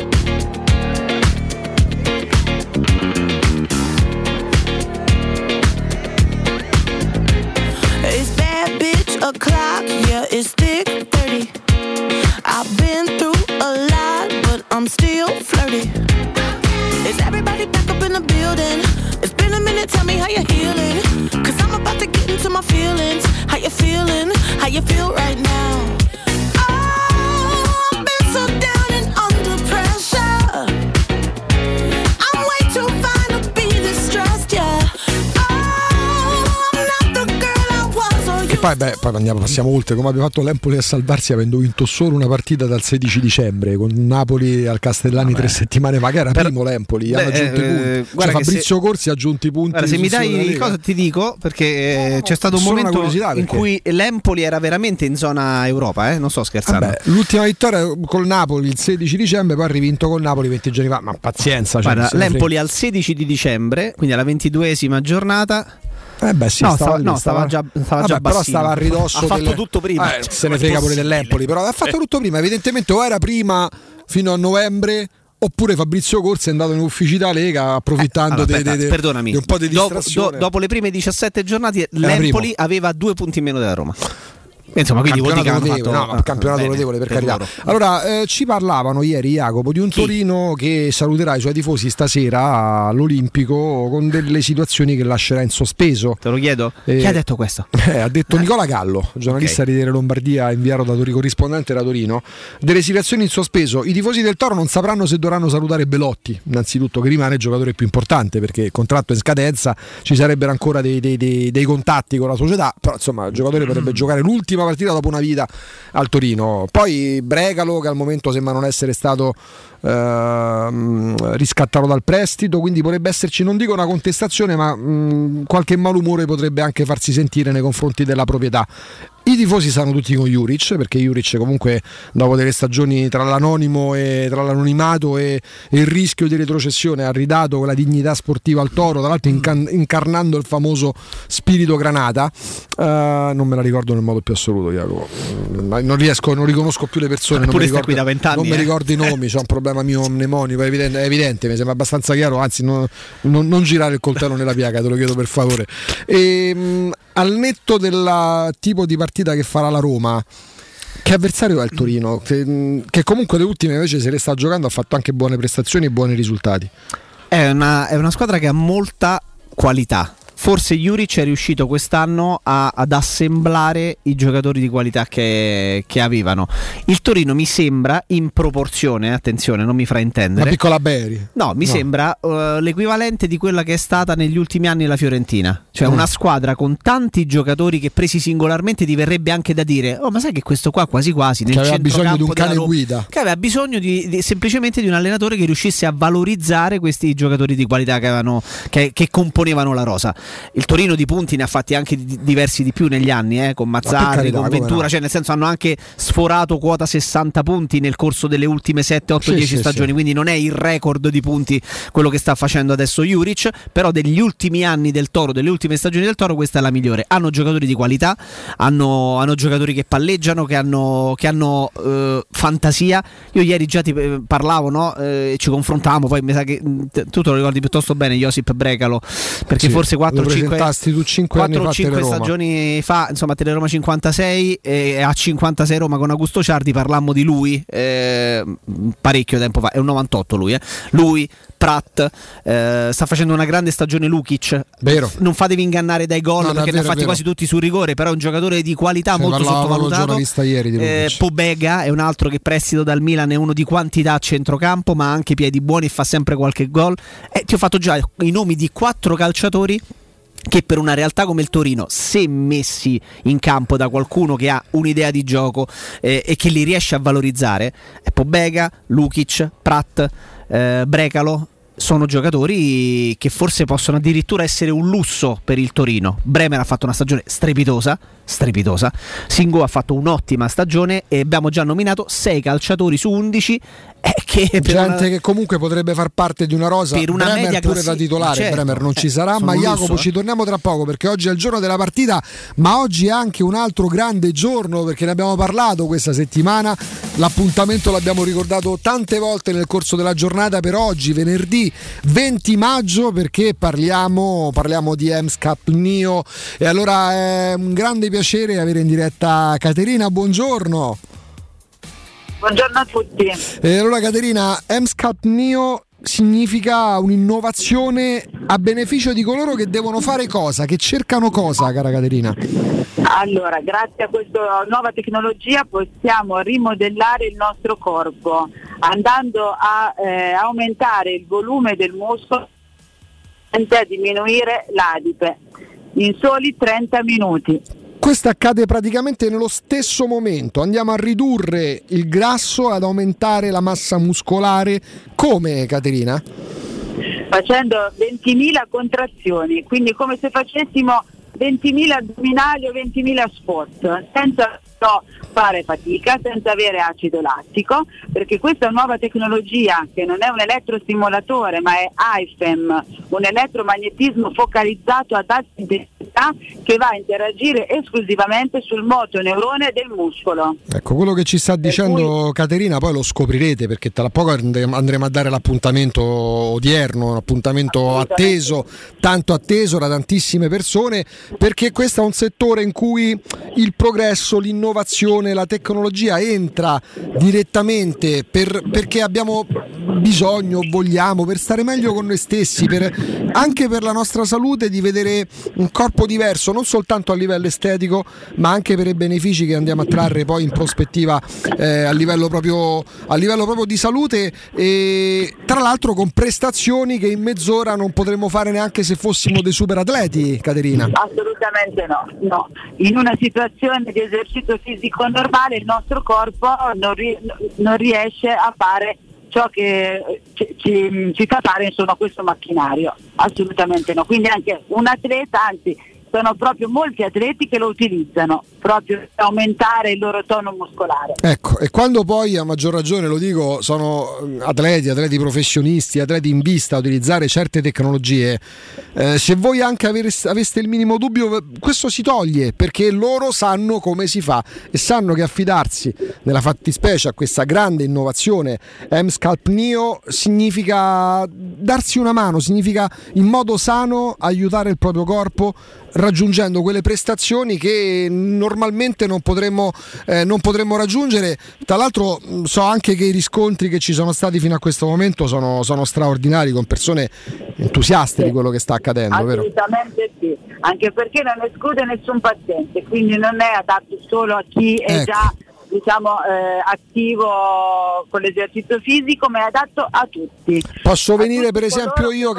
It's bad bitch o'clock, yeah, it's thick 30. I've been through a lot, but I'm still flirty. Is everybody back up in the building? It's been a minute, tell me how you're healing. Cause I'm about to get into my feelings. How you feeling? How you feel right now? Oh, I've been so down and under pressure. I'm way too fine to be this stressed, yeah. Oh, I'm not the girl I was or you poi passiamo oltre. Come abbia fatto l'Empoli a salvarsi avendo vinto solo una partita dal 16 dicembre con Napoli al Castellani 3 settimane fa, che era primo l'Empoli, hanno aggiunto i punti. Fabrizio Corsi ha aggiunto i punti. Guarda, se mi dai cosa ti dico, perché c'è stato un momento in cui l'Empoli era veramente in zona Europa, non sto scherzando. L'ultima vittoria col Napoli il 16 dicembre, poi ha rivinto col Napoli 20 giorni fa, ma pazienza. Guarda, l'Empoli al 16 di dicembre, quindi alla 22esima giornata. Stava già bassino. Però stava a ridosso. Ha fatto tutto prima. Se ne frega pure dell'Empoli, però ha fatto tutto prima. Evidentemente o era prima fino a novembre, oppure Fabrizio Corsi è andato in ufficità Lega approfittando di un po' di distrazione. Dopo le prime 17 giornate l'Empoli aveva 2 punti in meno della Roma. Insomma, quindi campionato notevole, per carità. Allora, ci parlavano ieri, Jacopo, di un Torino che saluterà i suoi tifosi stasera all'Olimpico con delle situazioni che lascerà in sospeso. Te lo chiedo? Chi ha detto questo? Ha detto Nicola Gallo, giornalista di Tele Lombardia, inviato da corrispondente da Torino. Delle situazioni in sospeso. I tifosi del Toro non sapranno se dovranno salutare Belotti, innanzitutto, che rimane il giocatore più importante, perché il contratto è in scadenza, ci sarebbero ancora dei contatti con la società, però insomma il giocatore potrebbe giocare l'ultima partita dopo una vita al Torino. Poi Brecalo, che al momento sembra non essere stato riscattato dal prestito, quindi potrebbe esserci, non dico una contestazione, ma qualche malumore potrebbe anche farsi sentire nei confronti della proprietà. I tifosi stanno tutti con Juric, perché Juric comunque dopo delle stagioni tra l'anonimo e tra l'anonimato e il rischio di retrocessione ha ridato quella dignità sportiva al Toro, tra l'altro incarnando il famoso spirito granata. Non me la ricordo nel modo più assoluto, Jacopo. Non riconosco più le persone, non mi ricordo i nomi, c'è un problema mio mnemonico, è evidente, mi sembra abbastanza chiaro, anzi non girare il coltello nella piaga, te lo chiedo per favore. Al netto del tipo di partita che farà la Roma, che avversario è il Torino? Che comunque le ultime invece se le sta giocando, ha fatto anche buone prestazioni e buoni risultati. È una squadra che ha molta qualità. Forse Juric è riuscito quest'anno ad assemblare i giocatori di qualità che avevano. Il Torino mi sembra, in proporzione, attenzione, non mi fraintendere, una piccola Beri. No, mi sembra l'equivalente di quella che è stata negli ultimi anni la Fiorentina. Cioè una squadra con tanti giocatori che presi singolarmente ti verrebbe anche da dire: oh, ma sai che questo qua quasi quasi nel che aveva bisogno di un cane guida, che aveva bisogno semplicemente di un allenatore che riuscisse a valorizzare questi giocatori di qualità che componevano la rosa. Il Torino di punti ne ha fatti anche diversi di più negli anni, con Mazzarri, con Ventura, cioè nel senso hanno anche sforato quota 60 punti nel corso delle ultime 7, 8, 10 stagioni, quindi non è il record di punti quello che sta facendo adesso Juric, però degli ultimi anni del Toro, delle ultime stagioni del Toro, questa è la migliore. Hanno giocatori di qualità, hanno giocatori che palleggiano, che hanno fantasia. Io ieri già ti parlavo, no? Ci confrontavamo, poi mi sa che tu te lo ricordi piuttosto bene, Josip Brecalo, perché forse 4 o 5 stagioni fa, insomma, Teleroma 56 e a 56 Roma con Augusto Ciardi parlammo di lui parecchio tempo fa, è un 98 lui, Pratt, sta facendo una grande stagione Lukic, vero. Non fatevi ingannare dai gol, perché ne ha fatti quasi tutti sul rigore, però è un giocatore di qualità molto sottovalutato. Pobega è un altro che prestito dal Milan, è uno di quantità a centrocampo, ma ha anche piedi buoni e fa sempre qualche gol. Ti ho fatto già i nomi di 4 calciatori che per una realtà come il Torino, se messi in campo da qualcuno che ha un'idea di gioco e che li riesce a valorizzare, Pobega, Lukic, Pratt, Brecalo, sono giocatori che forse possono addirittura essere un lusso per il Torino. Bremer ha fatto una stagione strepitosa. Singo ha fatto un'ottima stagione e abbiamo già nominato 6 calciatori su 11 che comunque potrebbe far parte di una rosa. Per una Bremer media pure da titolare, certo, Bremer non ci sarà, ma Jacopo ci torniamo tra poco, perché oggi è il giorno della partita, ma oggi è anche un altro grande giorno, perché ne abbiamo parlato questa settimana, l'appuntamento l'abbiamo ricordato tante volte nel corso della giornata, per oggi venerdì 20 maggio, perché parliamo di Ems Cup Neo, e allora è un grande piacere avere in diretta Caterina. Buongiorno. Buongiorno a tutti. E allora Caterina, Ems Cup Neo significa un'innovazione a beneficio di coloro che devono fare cosa, che cercano cosa, cara Caterina? Allora, grazie a questa nuova tecnologia possiamo rimodellare il nostro corpo andando a aumentare il volume del muscolo e a diminuire l'adipe in soli 30 minuti. Questo accade praticamente nello stesso momento, andiamo a ridurre il grasso, ad aumentare la massa muscolare. Come, Caterina? Facendo 20.000 contrazioni, quindi come se facessimo 20.000 addominali o 20.000 squat, senza fare fatica, senza avere acido lattico, perché questa nuova tecnologia, che non è un elettrostimolatore ma è AIFEM, un elettromagnetismo focalizzato ad alta intensità, che va a interagire esclusivamente sul motoneurone del muscolo. Ecco, quello che ci sta dicendo Caterina poi lo scoprirete, perché tra poco andremo a dare l'appuntamento odierno, un appuntamento atteso, tanto atteso da tantissime persone, perché questo è un settore in cui il progresso, l'innovazione, la tecnologia entra direttamente perché abbiamo bisogno, vogliamo, per stare meglio con noi stessi, anche per la nostra salute, di vedere un corpo diverso, non soltanto a livello estetico, ma anche per i benefici che andiamo a trarre poi in prospettiva a livello proprio di salute, e tra l'altro con prestazioni che in mezz'ora non potremmo fare neanche se fossimo dei super atleti, Caterina. Assolutamente no. In una situazione di esercizio fisico normale il nostro corpo non riesce a fare ciò che ci fa fare, insomma, questo macchinario, assolutamente no. Quindi anche un atleta, anzi sono proprio molti atleti che lo utilizzano proprio per aumentare il loro tono muscolare. Ecco, e quando poi, a maggior ragione lo dico, sono atleti professionisti, atleti in vista a utilizzare certe tecnologie, se voi anche aveste il minimo dubbio, questo si toglie, perché loro sanno come si fa e sanno che affidarsi nella fattispecie a questa grande innovazione M-Scalp Neo significa darsi una mano, significa in modo sano aiutare il proprio corpo, raggiungendo quelle prestazioni che normalmente non potremmo raggiungere. Tra l'altro so anche che i riscontri che ci sono stati fino a questo momento sono straordinari, con persone entusiaste di quello che sta accadendo. Assolutamente vero? Sì, anche perché non esclude nessun paziente, quindi non è adatto solo a chi è già attivo con l'esercizio fisico, ma è adatto a tutti. Posso venire per esempio io,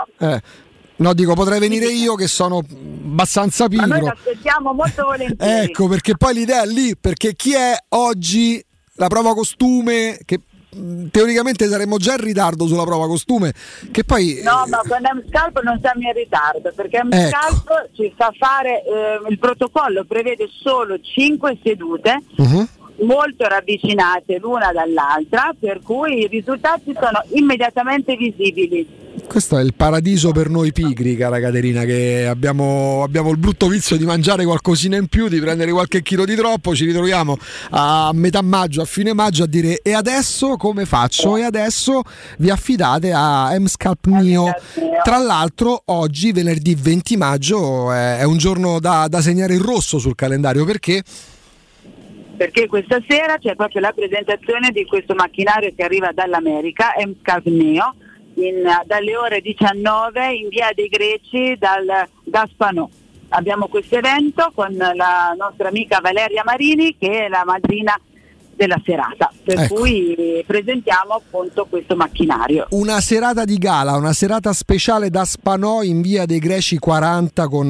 No, dico, potrei venire io che sono abbastanza pigro. Ma noi ti aspettiamo molto volentieri. Ecco, perché poi l'idea è lì, perché chi è oggi la prova costume, che teoricamente saremmo già in ritardo sulla prova costume, che poi... No, ma con M-Scalp non siamo in ritardo, perché M-Scalp ci fa fare, il protocollo prevede solo 5 sedute, molto ravvicinate l'una dall'altra, per cui i risultati sono immediatamente visibili. Questo è il paradiso per noi pigri, cara Caterina, che abbiamo il brutto vizio di mangiare qualcosina in più, di prendere qualche chilo di troppo. Ci ritroviamo a metà maggio, a fine maggio, a dire: e adesso come faccio? E adesso vi affidate a M-Scalp Neo. Tra l'altro oggi, venerdì 20 maggio, è un giorno da segnare in rosso sul calendario. Perché questa sera c'è proprio la presentazione di questo macchinario che arriva dall'America, M-Scalp Neo, dalle ore 19 in Via dei Greci da Spanò. Abbiamo questo evento con la nostra amica Valeria Marini, che è la madrina della serata, per cui presentiamo appunto questo macchinario. Una serata di gala, una serata speciale da Spanò in Via dei Greci 40 con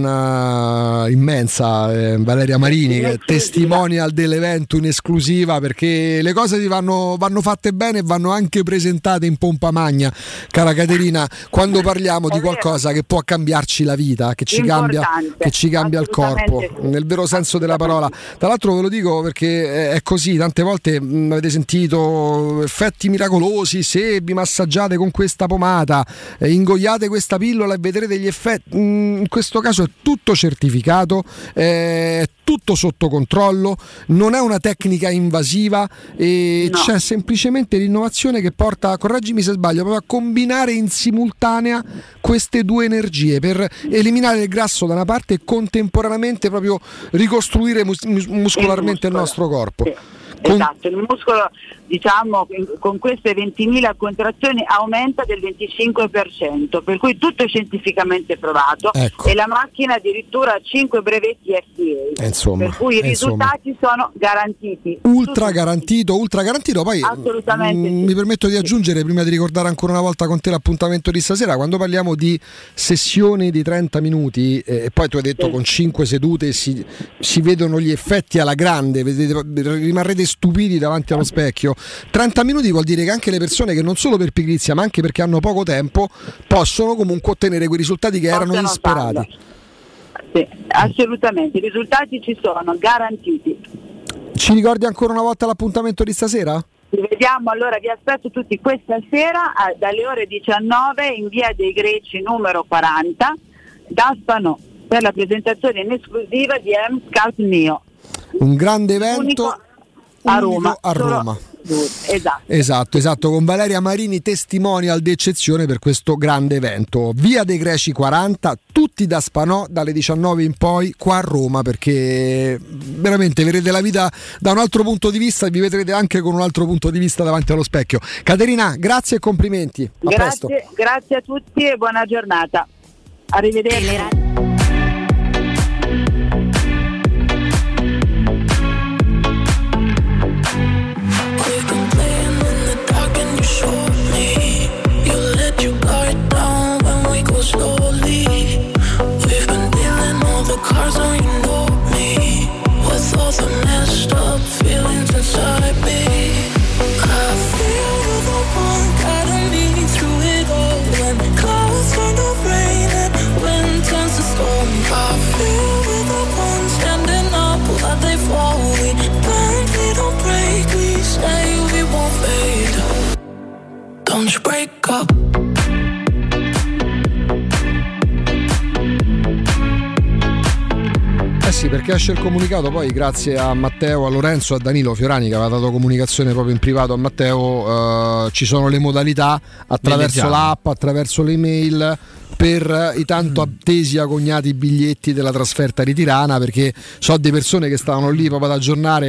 immensa Valeria Marini, che è testimonial dell'evento in esclusiva, perché le cose vanno fatte bene e vanno anche presentate in pompa magna, cara Caterina, quando parliamo di qualcosa che può cambiarci la vita, che ci cambia il corpo, nel vero senso della parola. Tra l'altro ve lo dico perché è così, tante volte avete sentito effetti miracolosi se vi massaggiate con questa pomata, ingoiate questa pillola e vedrete gli effetti. In questo caso è tutto certificato, è tutto sotto controllo, non è una tecnica invasiva e c'è semplicemente l'innovazione che porta, correggimi se sbaglio, proprio a combinare in simultanea queste due energie per eliminare il grasso da una parte e contemporaneamente proprio ricostruire muscolarmente il nostro corpo. Esatto, il muscolo, diciamo, con queste 20.000 contrazioni aumenta del 25%, per cui tutto è scientificamente provato, e la macchina addirittura ha 5 brevetti FDA, per cui i risultati sono garantiti. Ultra garantito. Poi assolutamente mi permetto di aggiungere, prima di ricordare ancora una volta con te l'appuntamento di stasera, quando parliamo di sessioni di 30 minuti e poi tu hai detto con 5 sedute si vedono gli effetti alla grande, rimarrete stupidi davanti allo specchio. 30 minuti vuol dire che anche le persone che non solo per pigrizia ma anche perché hanno poco tempo possono comunque ottenere quei risultati che erano insperati. Sì, assolutamente, i risultati ci sono, garantiti. Ci ricordi ancora una volta l'appuntamento di stasera? Ci vediamo, allora vi aspetto tutti questa sera dalle ore 19 in via dei Greci numero 40 da Spanò per la presentazione in esclusiva di M-Scout Neo. Un grande evento a Roma. Esatto, con Valeria Marini testimonial d'eccezione per questo grande evento. Via dei Greci 40, tutti da Spanò dalle 19 in poi qua a Roma, perché veramente vedrete la vita da un altro punto di vista e vi vedrete anche con un altro punto di vista davanti allo specchio. Caterina, grazie e complimenti. Grazie a tutti e buona giornata. Arrivederci. Slowly, we've been dealing all the cards on, you know me, with all the messed up feelings inside me. I feel you're the one guiding me through it all. When clouds turn to rain and wind turns to storm, I feel we're the ones standing up while they fall. We bend, we don't break, we say we won't fade. Don't you break up. Sì, perché esce il comunicato poi grazie a Matteo, a Lorenzo, a Danilo Fiorani che aveva dato comunicazione proprio in privato a Matteo. Ci sono le modalità attraverso l'app, attraverso le email per i tanto attesi agognati biglietti della trasferta di Tirana, perché so di persone che stavano lì proprio ad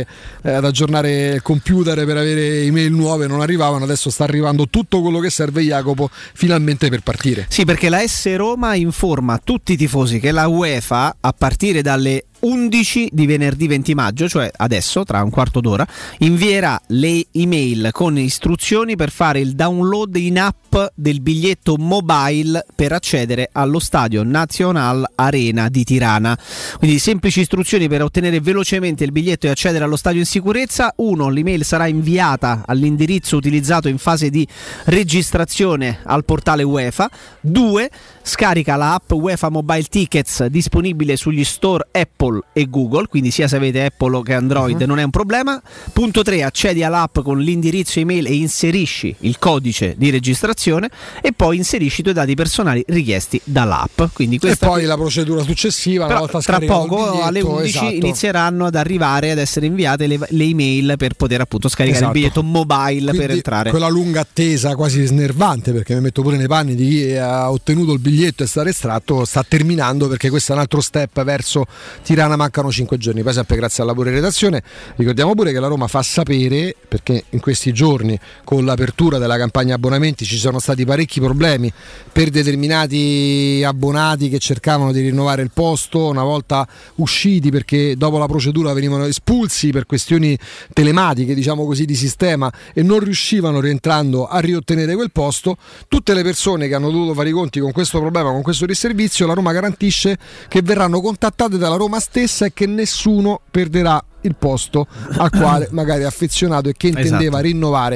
aggiornare il computer per avere email nuove, non arrivavano. Adesso sta arrivando tutto quello che serve, Jacopo, finalmente per partire. Sì, perché la S Roma informa tutti i tifosi che la UEFA a partire dalle 11 di venerdì 20 maggio, cioè adesso, tra un quarto d'ora, invierà le email con istruzioni per fare il download in app del biglietto mobile per accedere allo stadio Nacional Arena di Tirana. Quindi semplici istruzioni per ottenere velocemente il biglietto e accedere allo stadio in sicurezza. 1. L'email sarà inviata all'indirizzo utilizzato in fase di registrazione al portale UEFA. 2. Scarica la app UEFA Mobile Tickets disponibile sugli store Apple e Google, quindi sia se avete Apple che Android non è un problema. Punto 3. Accedi all'app con l'indirizzo email e inserisci il codice di registrazione e poi inserisci i tuoi dati personali richiesti dall'app. Quindi e poi la procedura successiva, una volta tra poco biglietto, alle 11 esatto, inizieranno ad arrivare, ad essere inviate le email per poter appunto scaricare il biglietto mobile. Quindi per entrare. Quella lunga attesa quasi snervante, perché mi metto pure nei panni di chi ha ottenuto il biglietto e sta estratto, sta terminando, perché questo è un altro step verso Tirana. Mancano 5 giorni, poi sempre grazie alla pure redazione. Ricordiamo pure che la Roma fa sapere, perché in questi giorni con l'apertura della campagna abbonamenti ci sono stati parecchi problemi per determinati abbonati che cercavano di rinnovare il posto una volta usciti, perché dopo la procedura venivano espulsi per questioni telematiche, diciamo così, di sistema, e non riuscivano rientrando a riottenere quel posto. Tutte le persone che hanno dovuto fare i conti con questo problema, con questo disservizio, la Roma garantisce che verranno contattate dalla Roma stessa e che nessuno perderà il posto al quale magari è affezionato e che intendeva rinnovare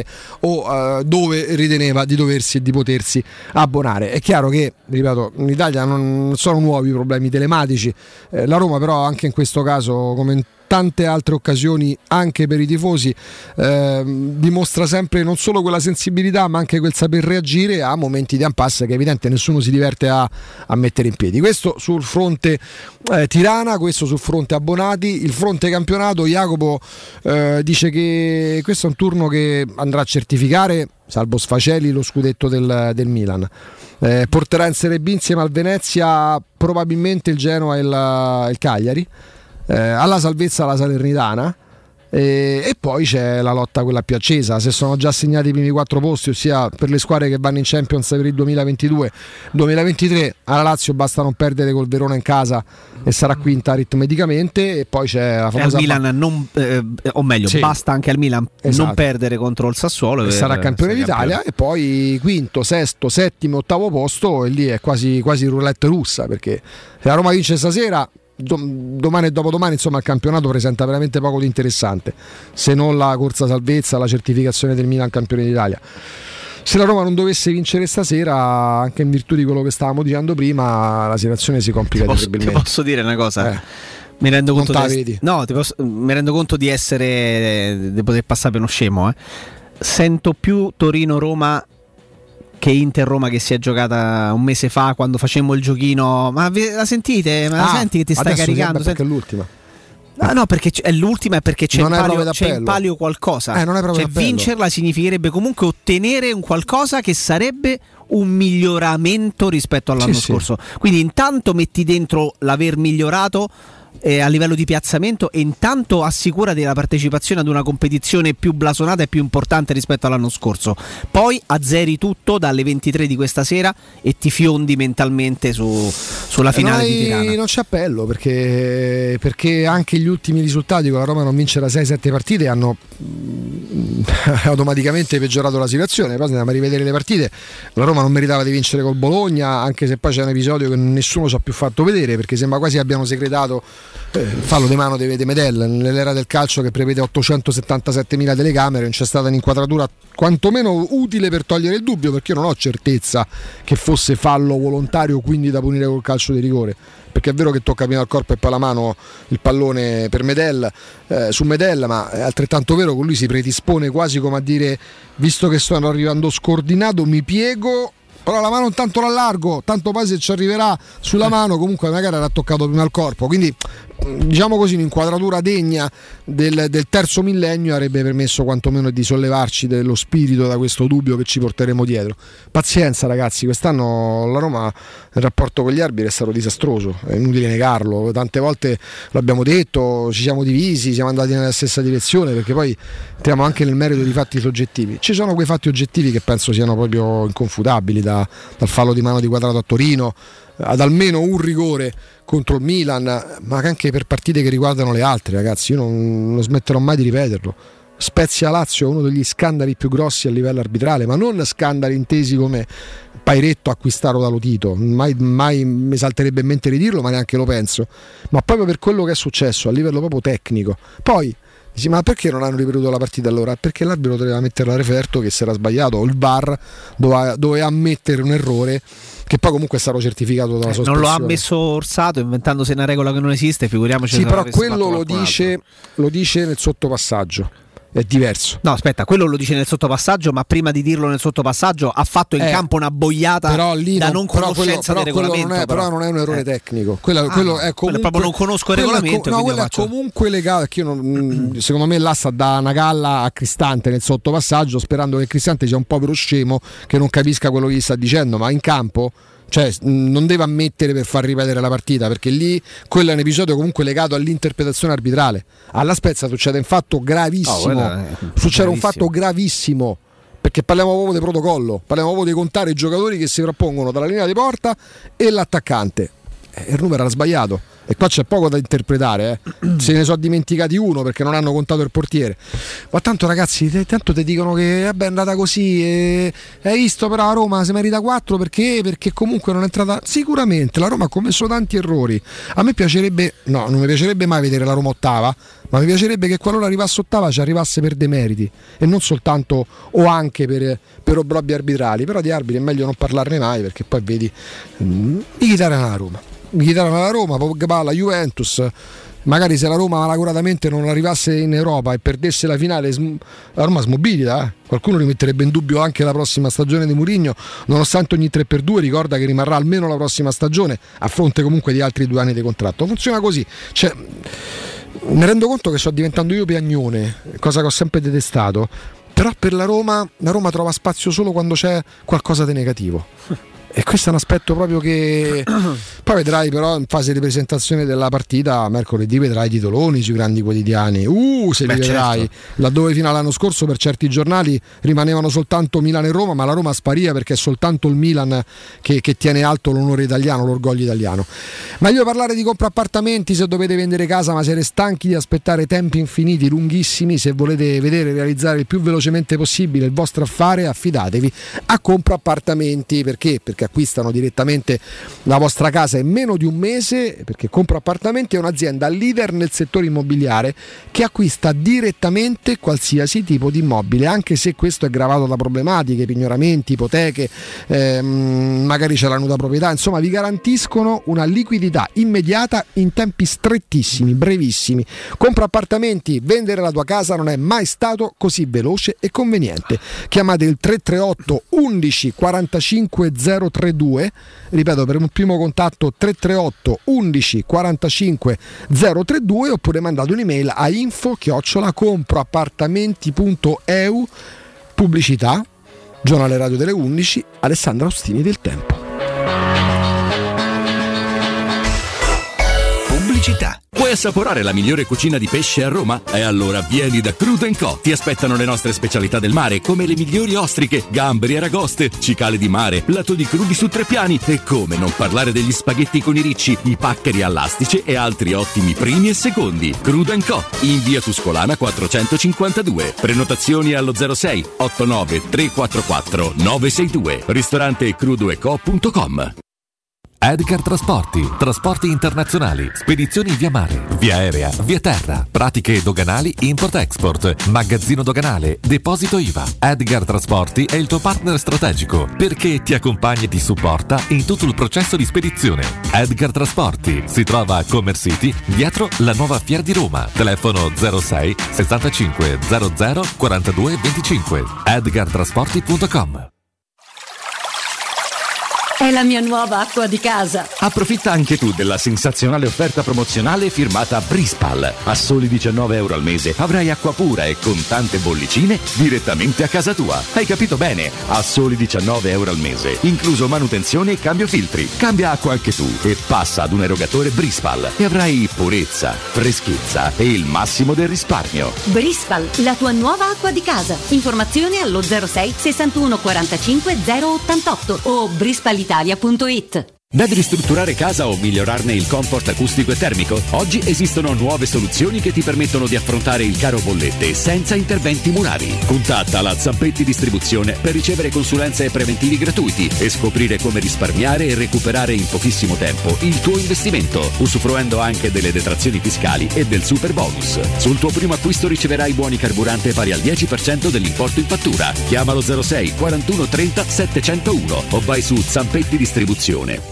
o dove riteneva di doversi e di potersi abbonare. È chiaro che, ripeto, in Italia non sono nuovi i problemi telematici, la Roma però anche in questo caso, come in tante altre occasioni anche per i tifosi, dimostra sempre non solo quella sensibilità ma anche quel saper reagire a momenti di impasse che è evidente nessuno si diverte a mettere in piedi. Questo sul fronte Tirana, questo sul fronte abbonati. Il fronte campionato, Jacopo dice che questo è un turno che andrà a certificare, salvo sfaceli, lo scudetto del Milan. Porterà in Serie B insieme al Venezia probabilmente il Genoa e il Cagliari. Alla salvezza la Salernitana, E poi c'è la lotta quella più accesa. Se sono già assegnati i primi 4 posti, ossia per le squadre che vanno in Champions per il 2022-2023, alla Lazio basta non perdere col Verona in casa e sarà quinta aritmeticamente. E poi c'è la famosa al Milan o meglio, sì, basta anche al Milan, esatto, non perdere contro il Sassuolo e sarà campione d'Italia. E poi quinto, sesto, settimo, ottavo posto, e lì è quasi roulette russa, perché se la Roma vince stasera, domani e dopodomani, insomma, il campionato presenta veramente poco di interessante, se non la corsa salvezza, la certificazione del Milan campione d'Italia. Se la Roma non dovesse vincere stasera, anche in virtù di quello che stavamo dicendo prima, la situazione si complica terribilmente. Ti posso dire una cosa? Mi rendo conto mi rendo conto di poter passare per uno scemo. Sento più Torino-Roma che Inter-Roma, che si è giocata un mese fa quando facemmo il giochino. Ma la sentite? Ma la senti che ti stai caricando? Perché è l'ultima. No, perché è l'ultima, e perché c'è in palio qualcosa. Non è proprio vincerla significherebbe comunque ottenere un qualcosa che sarebbe un miglioramento rispetto all'anno scorso. Quindi intanto metti dentro l'aver migliorato a livello di piazzamento, e intanto assicurati la partecipazione ad una competizione più blasonata e più importante rispetto all'anno scorso. Poi azzeri tutto dalle 23 di questa sera e ti fiondi mentalmente sulla finale di Tirana. Non c'è appello, perché anche gli ultimi risultati con la Roma non vincere 6-7 partite hanno automaticamente peggiorato la situazione. Poi andiamo a rivedere le partite, la Roma non meritava di vincere col Bologna, anche se poi c'è un episodio che nessuno ci ha più fatto vedere, perché sembra quasi abbiano segretato il fallo di mano di Medel. Nell'era del calcio che prevede 877.000 telecamere non c'è stata un'inquadratura quantomeno utile per togliere il dubbio, perché io non ho certezza che fosse fallo volontario, quindi da punire col calcio di rigore, perché è vero che tocca prima il corpo e poi la mano il pallone per Medel, su Medel, ma è altrettanto vero che lui si predispone quasi come a dire: visto che sto arrivando scordinato mi piego, però la mano intanto l'allargo, tanto poi se ci arriverà sulla mano comunque magari era toccato prima il corpo. Quindi diciamo così, un'inquadratura degna del terzo millennio avrebbe permesso quantomeno di sollevarci dello spirito da questo dubbio che ci porteremo dietro. Pazienza ragazzi, quest'anno la Roma nel rapporto con gli arbitri è stato disastroso, è inutile negarlo, tante volte l'abbiamo detto, ci siamo divisi, siamo andati nella stessa direzione, perché poi entriamo anche nel merito di fatti soggettivi. Ci sono quei fatti oggettivi che penso siano proprio inconfutabili, dal fallo di mano di Quadrato a Torino ad almeno un rigore contro il Milan, ma anche per partite che riguardano le altre, ragazzi. Io non smetterò mai di ripeterlo. Spezia-Lazio è uno degli scandali più grossi a livello arbitrale, ma non scandali intesi come Pairetto acquistato da Lotito, mai mi salterebbe in mente di dirlo, ma neanche lo penso, ma proprio per quello che è successo a livello proprio tecnico. Poi dici, ma perché non hanno ripetuto la partita allora? Perché l'arbitro doveva mettere la referto che si era sbagliato, o il VAR doveva ammettere un errore che poi comunque è stato certificato dalla sospensione. Non lo ha messo Orsato inventandosi una regola che non esiste, figuriamoci. Sì, però quello lo dice nel sottopassaggio. È diverso. No, aspetta, quello lo dice nel sottopassaggio, ma prima di dirlo nel sottopassaggio ha fatto in campo una boiata da non conoscenza del regolamento. Però non è un errore tecnico. Quello è comunque, proprio non conosco il regolamento. Quello è comunque legato. Secondo me là sta da una galla a Cristante nel sottopassaggio, sperando che Cristante sia un povero scemo che non capisca quello che gli sta dicendo, ma in campo, cioè, non deve ammettere per far ripetere la partita, perché lì quello è un episodio comunque legato all'interpretazione arbitrale. Alla Spezia succede un fatto gravissimo, un fatto gravissimo, perché parliamo proprio di protocollo, parliamo proprio di contare i giocatori che si frappongono dalla linea di porta e l'attaccante. Il numero era sbagliato e qua c'è poco da interpretare, se ne sono dimenticati uno perché non hanno contato il portiere, ma tanto ragazzi, tanto ti dicono che vabbè, è andata così, hai visto, però la Roma si merita 4 perché comunque non è entrata. Sicuramente la Roma ha commesso tanti errori. A me piacerebbe, non mi piacerebbe mai vedere la Roma ottava, ma mi piacerebbe che qualora arrivasse ottava ci arrivasse per demeriti e non soltanto o anche per obbrobbi arbitrali. Però di arbitri è meglio non parlarne mai, perché poi vedi i chitarra alla Roma, Pogba alla Juventus. Magari se la Roma malaguratamente non arrivasse in Europa e perdesse la finale, la Roma smobilita. Qualcuno rimetterebbe in dubbio anche la prossima stagione di Mourinho, nonostante ogni 3x2 ricorda che rimarrà almeno la prossima stagione, a fronte comunque di altri 2 anni di contratto. Funziona così, cioè, mi rendo conto che sto diventando io piagnone, cosa che ho sempre detestato, però per la Roma trova spazio solo quando c'è qualcosa di negativo. E questo è un aspetto proprio che poi vedrai, però in fase di presentazione della partita mercoledì vedrai titoloni sui grandi quotidiani, se li vedrai, certo. Laddove fino all'anno scorso per certi giornali rimanevano soltanto Milan e Roma, ma la Roma sparia perché è soltanto il Milan che tiene alto l'onore italiano, l'orgoglio italiano. Meglio parlare di compra appartamenti se dovete vendere casa ma siete stanchi di aspettare tempi infiniti, lunghissimi. Se volete vedere realizzare il più velocemente possibile il vostro affare, affidatevi a Compra Appartamenti. Perché acquistano direttamente la vostra casa in meno di un mese, perché Compra Appartamenti è un'azienda leader nel settore immobiliare che acquista direttamente qualsiasi tipo di immobile, anche se questo è gravato da problematiche, pignoramenti, ipoteche, magari c'è la nuda proprietà. Insomma, vi garantiscono una liquidità immediata in tempi strettissimi, brevissimi. Compra Appartamenti, vendere la tua casa non è mai stato così veloce e conveniente. Chiamate il 338 11 45 032, ripeto, per un primo contatto 338 11 45 032, oppure mandate un'email a info@comproappartamenti.eu. Pubblicità, giornale radio delle 11, Alessandro Austini del Tempo. Pubblicità. Vuoi assaporare la migliore cucina di pesce a Roma? E allora vieni da Crudo & Co. Ti aspettano le nostre specialità del mare, come le migliori ostriche, gamberi, aragoste, cicale di mare, plato di crudi su 3 piani e come non parlare degli spaghetti con i ricci, i paccheri all'astice e altri ottimi primi e secondi. Crudo & Co. in via Tuscolana 452. Prenotazioni allo 06 89 344 962. Ristorante crudoeco.com. Edgar Trasporti internazionali, spedizioni via mare, via aerea, via terra, pratiche doganali import-export, magazzino doganale, deposito IVA. Edgar Trasporti è il tuo partner strategico perché ti accompagna e ti supporta in tutto il processo di spedizione. Edgar Trasporti si trova a Commerce City, dietro la nuova Fiera di Roma. Telefono 06 65 00 42 25. edgartrasporti.com. È la mia nuova acqua di casa. Approfitta anche tu della sensazionale offerta promozionale firmata Brispal. A soli €19 al mese avrai acqua pura e con tante bollicine direttamente a casa tua. Hai capito bene? A soli €19 al mese, incluso manutenzione e cambio filtri. Cambia acqua anche tu e passa ad un erogatore Brispal e avrai purezza, freschezza e il massimo del risparmio. Brispal, la tua nuova acqua di casa. Informazioni allo 06 61 45 088 o brispalitalia.it. Devi ristrutturare casa o migliorarne il comfort acustico e termico? Oggi esistono nuove soluzioni che ti permettono di affrontare il caro bollette senza interventi murari. Contatta la Zampetti Distribuzione per ricevere consulenze e preventivi gratuiti e scoprire come risparmiare e recuperare in pochissimo tempo il tuo investimento, usufruendo anche delle detrazioni fiscali e del super bonus. Sul tuo primo acquisto riceverai buoni carburante pari al 10% dell'importo in fattura. Chiamalo 06 41 30 701 o vai su zampettidistribuzione.it.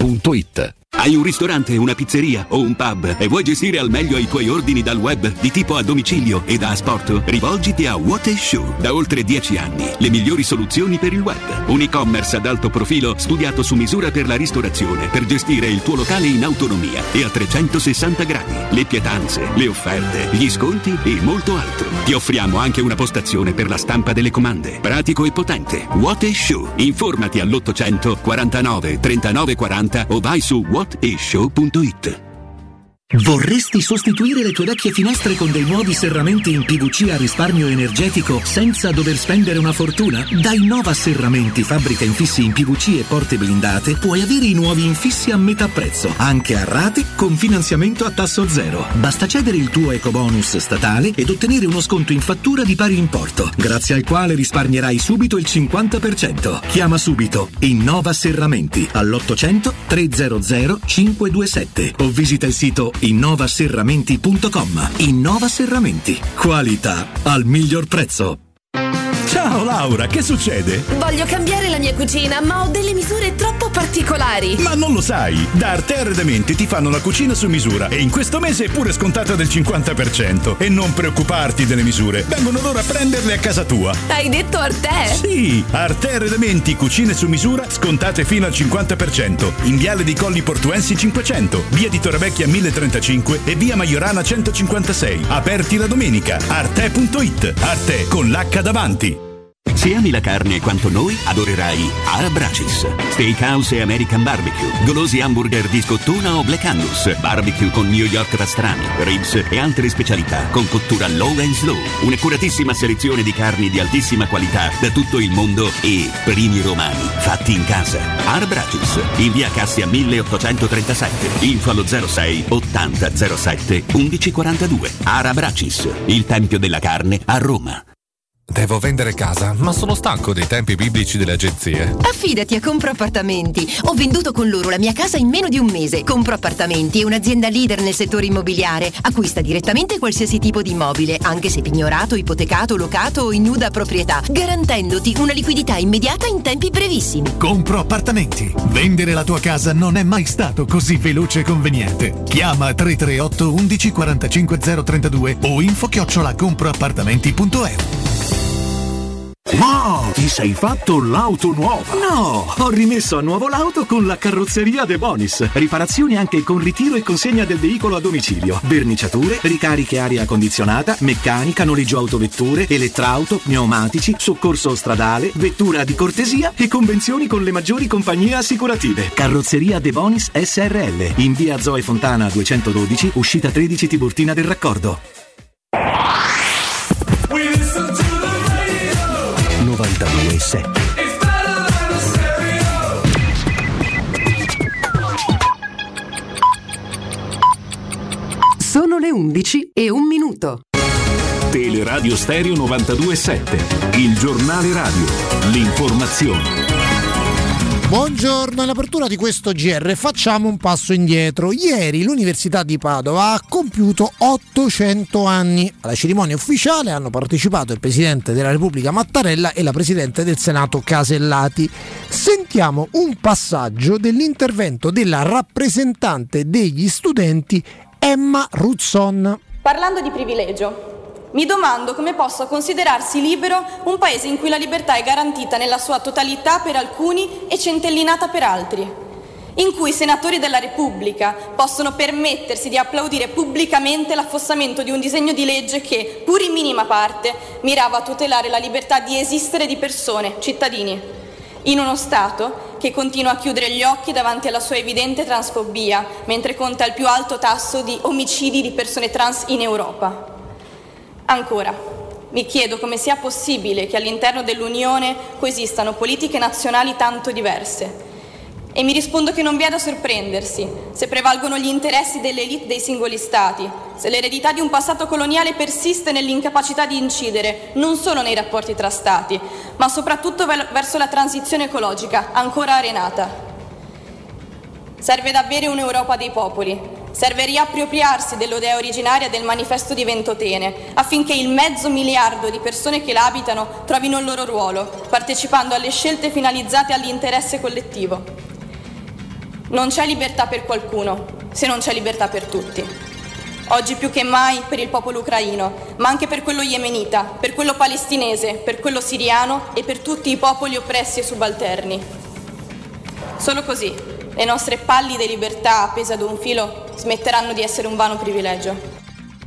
Hai un ristorante, una pizzeria o un pub e vuoi gestire al meglio i tuoi ordini dal web di tipo a domicilio e da asporto? Rivolgiti a What is Show. Da oltre 10 anni, le migliori soluzioni per il web. Un e-commerce ad alto profilo studiato su misura per la ristorazione, per gestire il tuo locale in autonomia e a 360 gradi. Le pietanze, le offerte, gli sconti e molto altro. Ti offriamo anche una postazione per la stampa delle comande. Pratico e potente. What is Show. Informati all'800 49 39 40 o vai su whatishow.it. Vorresti sostituire le tue vecchie finestre con dei nuovi serramenti in PVC a risparmio energetico senza dover spendere una fortuna? Da Innova Serramenti, fabbrica infissi in PVC e porte blindate, puoi avere i nuovi infissi a metà prezzo, anche a rate con finanziamento a tasso zero. Basta cedere il tuo ecobonus statale ed ottenere uno sconto in fattura di pari importo, grazie al quale risparmierai subito il 50%. Chiama subito Innova Serramenti all'800 300 527 o visita il sito innovaserramenti.com. Innova Serramenti. Qualità al miglior prezzo. Ciao Laura, che succede? Voglio cambiare la mia cucina, ma ho delle misure troppo particolari. Ma non lo sai, da Arte Arredamenti ti fanno la cucina su misura e in questo mese è pure scontata del 50%. E non preoccuparti delle misure, vengono loro a prenderle a casa tua. Hai detto Arte? Sì, Arte Arredamenti, cucine su misura, scontate fino al 50%. In Viale dei Colli Portuensi 500, via di Torrevecchia 1035 e via Maiorana 156. Aperti la domenica. Arte.it. Arte con l'H davanti. Se ami la carne quanto noi, adorerai Arab Bracis. Steakhouse e American Barbecue, golosi hamburger di scottuna o Black Angus, barbecue con New York pastrami, ribs e altre specialità con cottura low and slow. Un'accuratissima selezione di carni di altissima qualità da tutto il mondo e primi romani fatti in casa. Arab Bracis, in via Cassia 1837, info allo 06 80 07 1142. Arab Bracis, il tempio della carne a Roma. Devo vendere casa, ma sono stanco dei tempi biblici delle agenzie. Affidati a Compro Appartamenti. Ho venduto con loro la mia casa in meno di un mese. Compro Appartamenti è un'azienda leader nel settore immobiliare. Acquista direttamente qualsiasi tipo di immobile, anche se pignorato, ipotecato, locato o in nuda proprietà, garantendoti una liquidità immediata in tempi brevissimi. Compro Appartamenti. Vendere la tua casa non è mai stato così veloce e conveniente. Chiama 338 11 45 032 o info@comproappartamenti.eu. Wow, ti sei fatto l'auto nuova? No, ho rimesso a nuovo l'auto con la carrozzeria De Bonis. Riparazioni anche con ritiro e consegna del veicolo a domicilio, verniciature, ricariche aria condizionata, meccanica, noleggio autovetture, elettrauto, pneumatici, soccorso stradale, vettura di cortesia e convenzioni con le maggiori compagnie assicurative. Carrozzeria De Bonis SRL, in via Zoe Fontana 212, uscita 13 Tiburtina del Raccordo. 92.7. Sono le 11:01. Teleradio Stereo 92.7, il giornale radio, l'informazione. Buongiorno, in apertura di questo GR facciamo un passo indietro. Ieri l'Università di Padova ha compiuto 800 anni. Alla cerimonia ufficiale hanno partecipato il Presidente della Repubblica Mattarella e la Presidente del Senato Casellati. Sentiamo un passaggio dell'intervento della rappresentante degli studenti Emma Ruzzon. Parlando di privilegio, mi domando come possa considerarsi libero un paese in cui la libertà è garantita nella sua totalità per alcuni e centellinata per altri, in cui i senatori della Repubblica possono permettersi di applaudire pubblicamente l'affossamento di un disegno di legge che, pur in minima parte, mirava a tutelare la libertà di esistere di persone, cittadini, in uno Stato che continua a chiudere gli occhi davanti alla sua evidente transfobia, mentre conta il più alto tasso di omicidi di persone trans in Europa. Ancora, mi chiedo come sia possibile che all'interno dell'Unione coesistano politiche nazionali tanto diverse. E mi rispondo che non vi è da sorprendersi se prevalgono gli interessi delle elite dei singoli Stati, se l'eredità di un passato coloniale persiste nell'incapacità di incidere non solo nei rapporti tra Stati, ma soprattutto verso la transizione ecologica, ancora arenata. Serve davvero un'Europa dei popoli. Serve riappropriarsi dell'idea originaria del manifesto di Ventotene, affinché il 500 miliardi di persone che la abitano trovino il loro ruolo, partecipando alle scelte finalizzate all'interesse collettivo. Non c'è libertà per qualcuno, se non c'è libertà per tutti. Oggi più che mai per il popolo ucraino, ma anche per quello yemenita, per quello palestinese, per quello siriano e per tutti i popoli oppressi e subalterni. Solo così le nostre pallide libertà appese ad un filo smetteranno di essere un vano privilegio.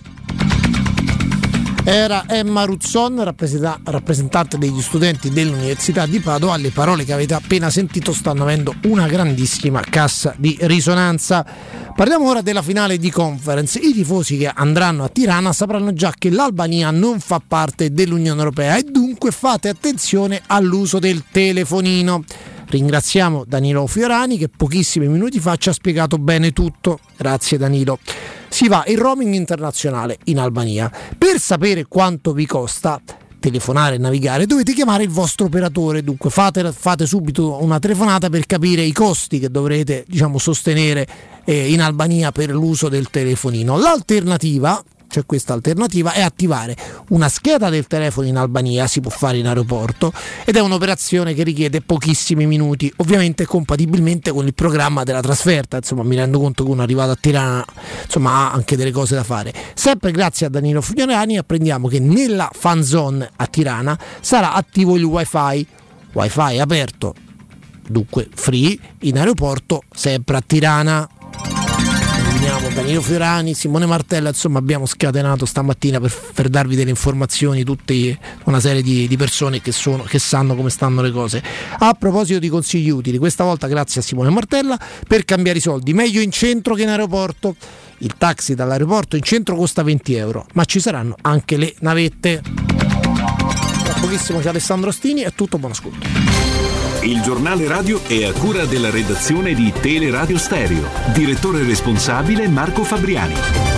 Era Emma Ruzzon, rappresentante degli studenti dell'Università di Padova. Le parole che avete appena sentito stanno avendo una grandissima cassa di risonanza. Parliamo ora della finale di Conference. I tifosi che andranno a Tirana sapranno già che l'Albania non fa parte dell'Unione Europea e dunque fate attenzione all'uso del telefonino. Ringraziamo Danilo Fiorani che pochissimi minuti fa ci ha spiegato bene tutto. Grazie Danilo. Si va in roaming internazionale in Albania. Per sapere quanto vi costa telefonare e navigare dovete chiamare il vostro operatore, dunque fate subito una telefonata per capire i costi che dovrete sostenere in Albania per l'uso del telefonino. L'alternativa, c'è questa alternativa, è attivare una scheda del telefono in Albania, si può fare in aeroporto ed è un'operazione che richiede pochissimi minuti, ovviamente compatibilmente con il programma della trasferta. Mi rendo conto che uno arrivato a Tirana ha anche delle cose da fare. Sempre grazie a Danilo Fiorani apprendiamo che nella fan zone a Tirana sarà attivo il wifi aperto, dunque free in aeroporto sempre a Tirana. Danilo Fiorani, Simone Martella, insomma abbiamo scatenato stamattina per darvi delle informazioni, tutte una serie di persone che sanno come stanno le cose. A proposito di consigli utili, questa volta grazie a Simone Martella, per cambiare i soldi, meglio in centro che in aeroporto. Il taxi dall'aeroporto in centro costa 20 euro, ma ci saranno anche le navette. Tra pochissimo c'è Alessandro Ostini, è tutto, buon ascolto. Il giornale radio è a cura della redazione di Teleradio Stereo. Direttore responsabile Marco Fabriani.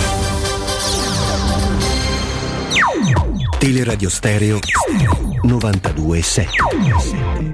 Teleradio Stereo 92.7.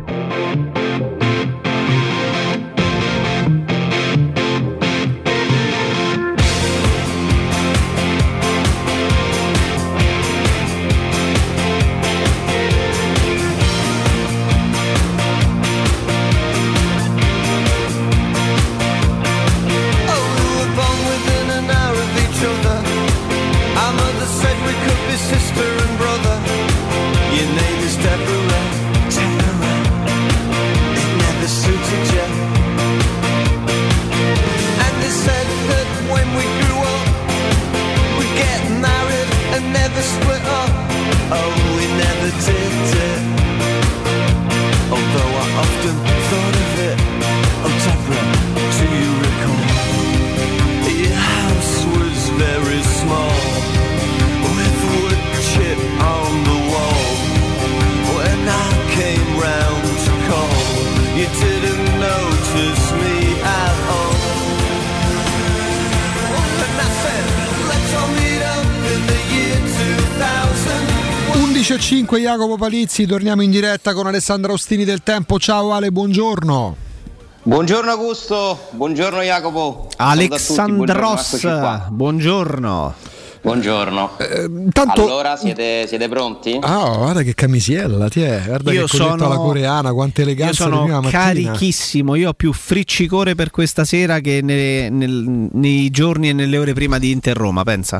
Jacopo Palizzi, torniamo in diretta con Alessandro Ostini del Tempo. Ciao Ale, buongiorno. Buongiorno Augusto, buongiorno Jacopo. Alexandros, buongiorno. Buongiorno. Allora siete pronti? Guarda che camisiella, guarda io che colletta alla coreana, quante eleganza. Io sono carichissimo, io ho più friccicore per questa sera che nei giorni e nelle ore prima di Inter Roma, pensa.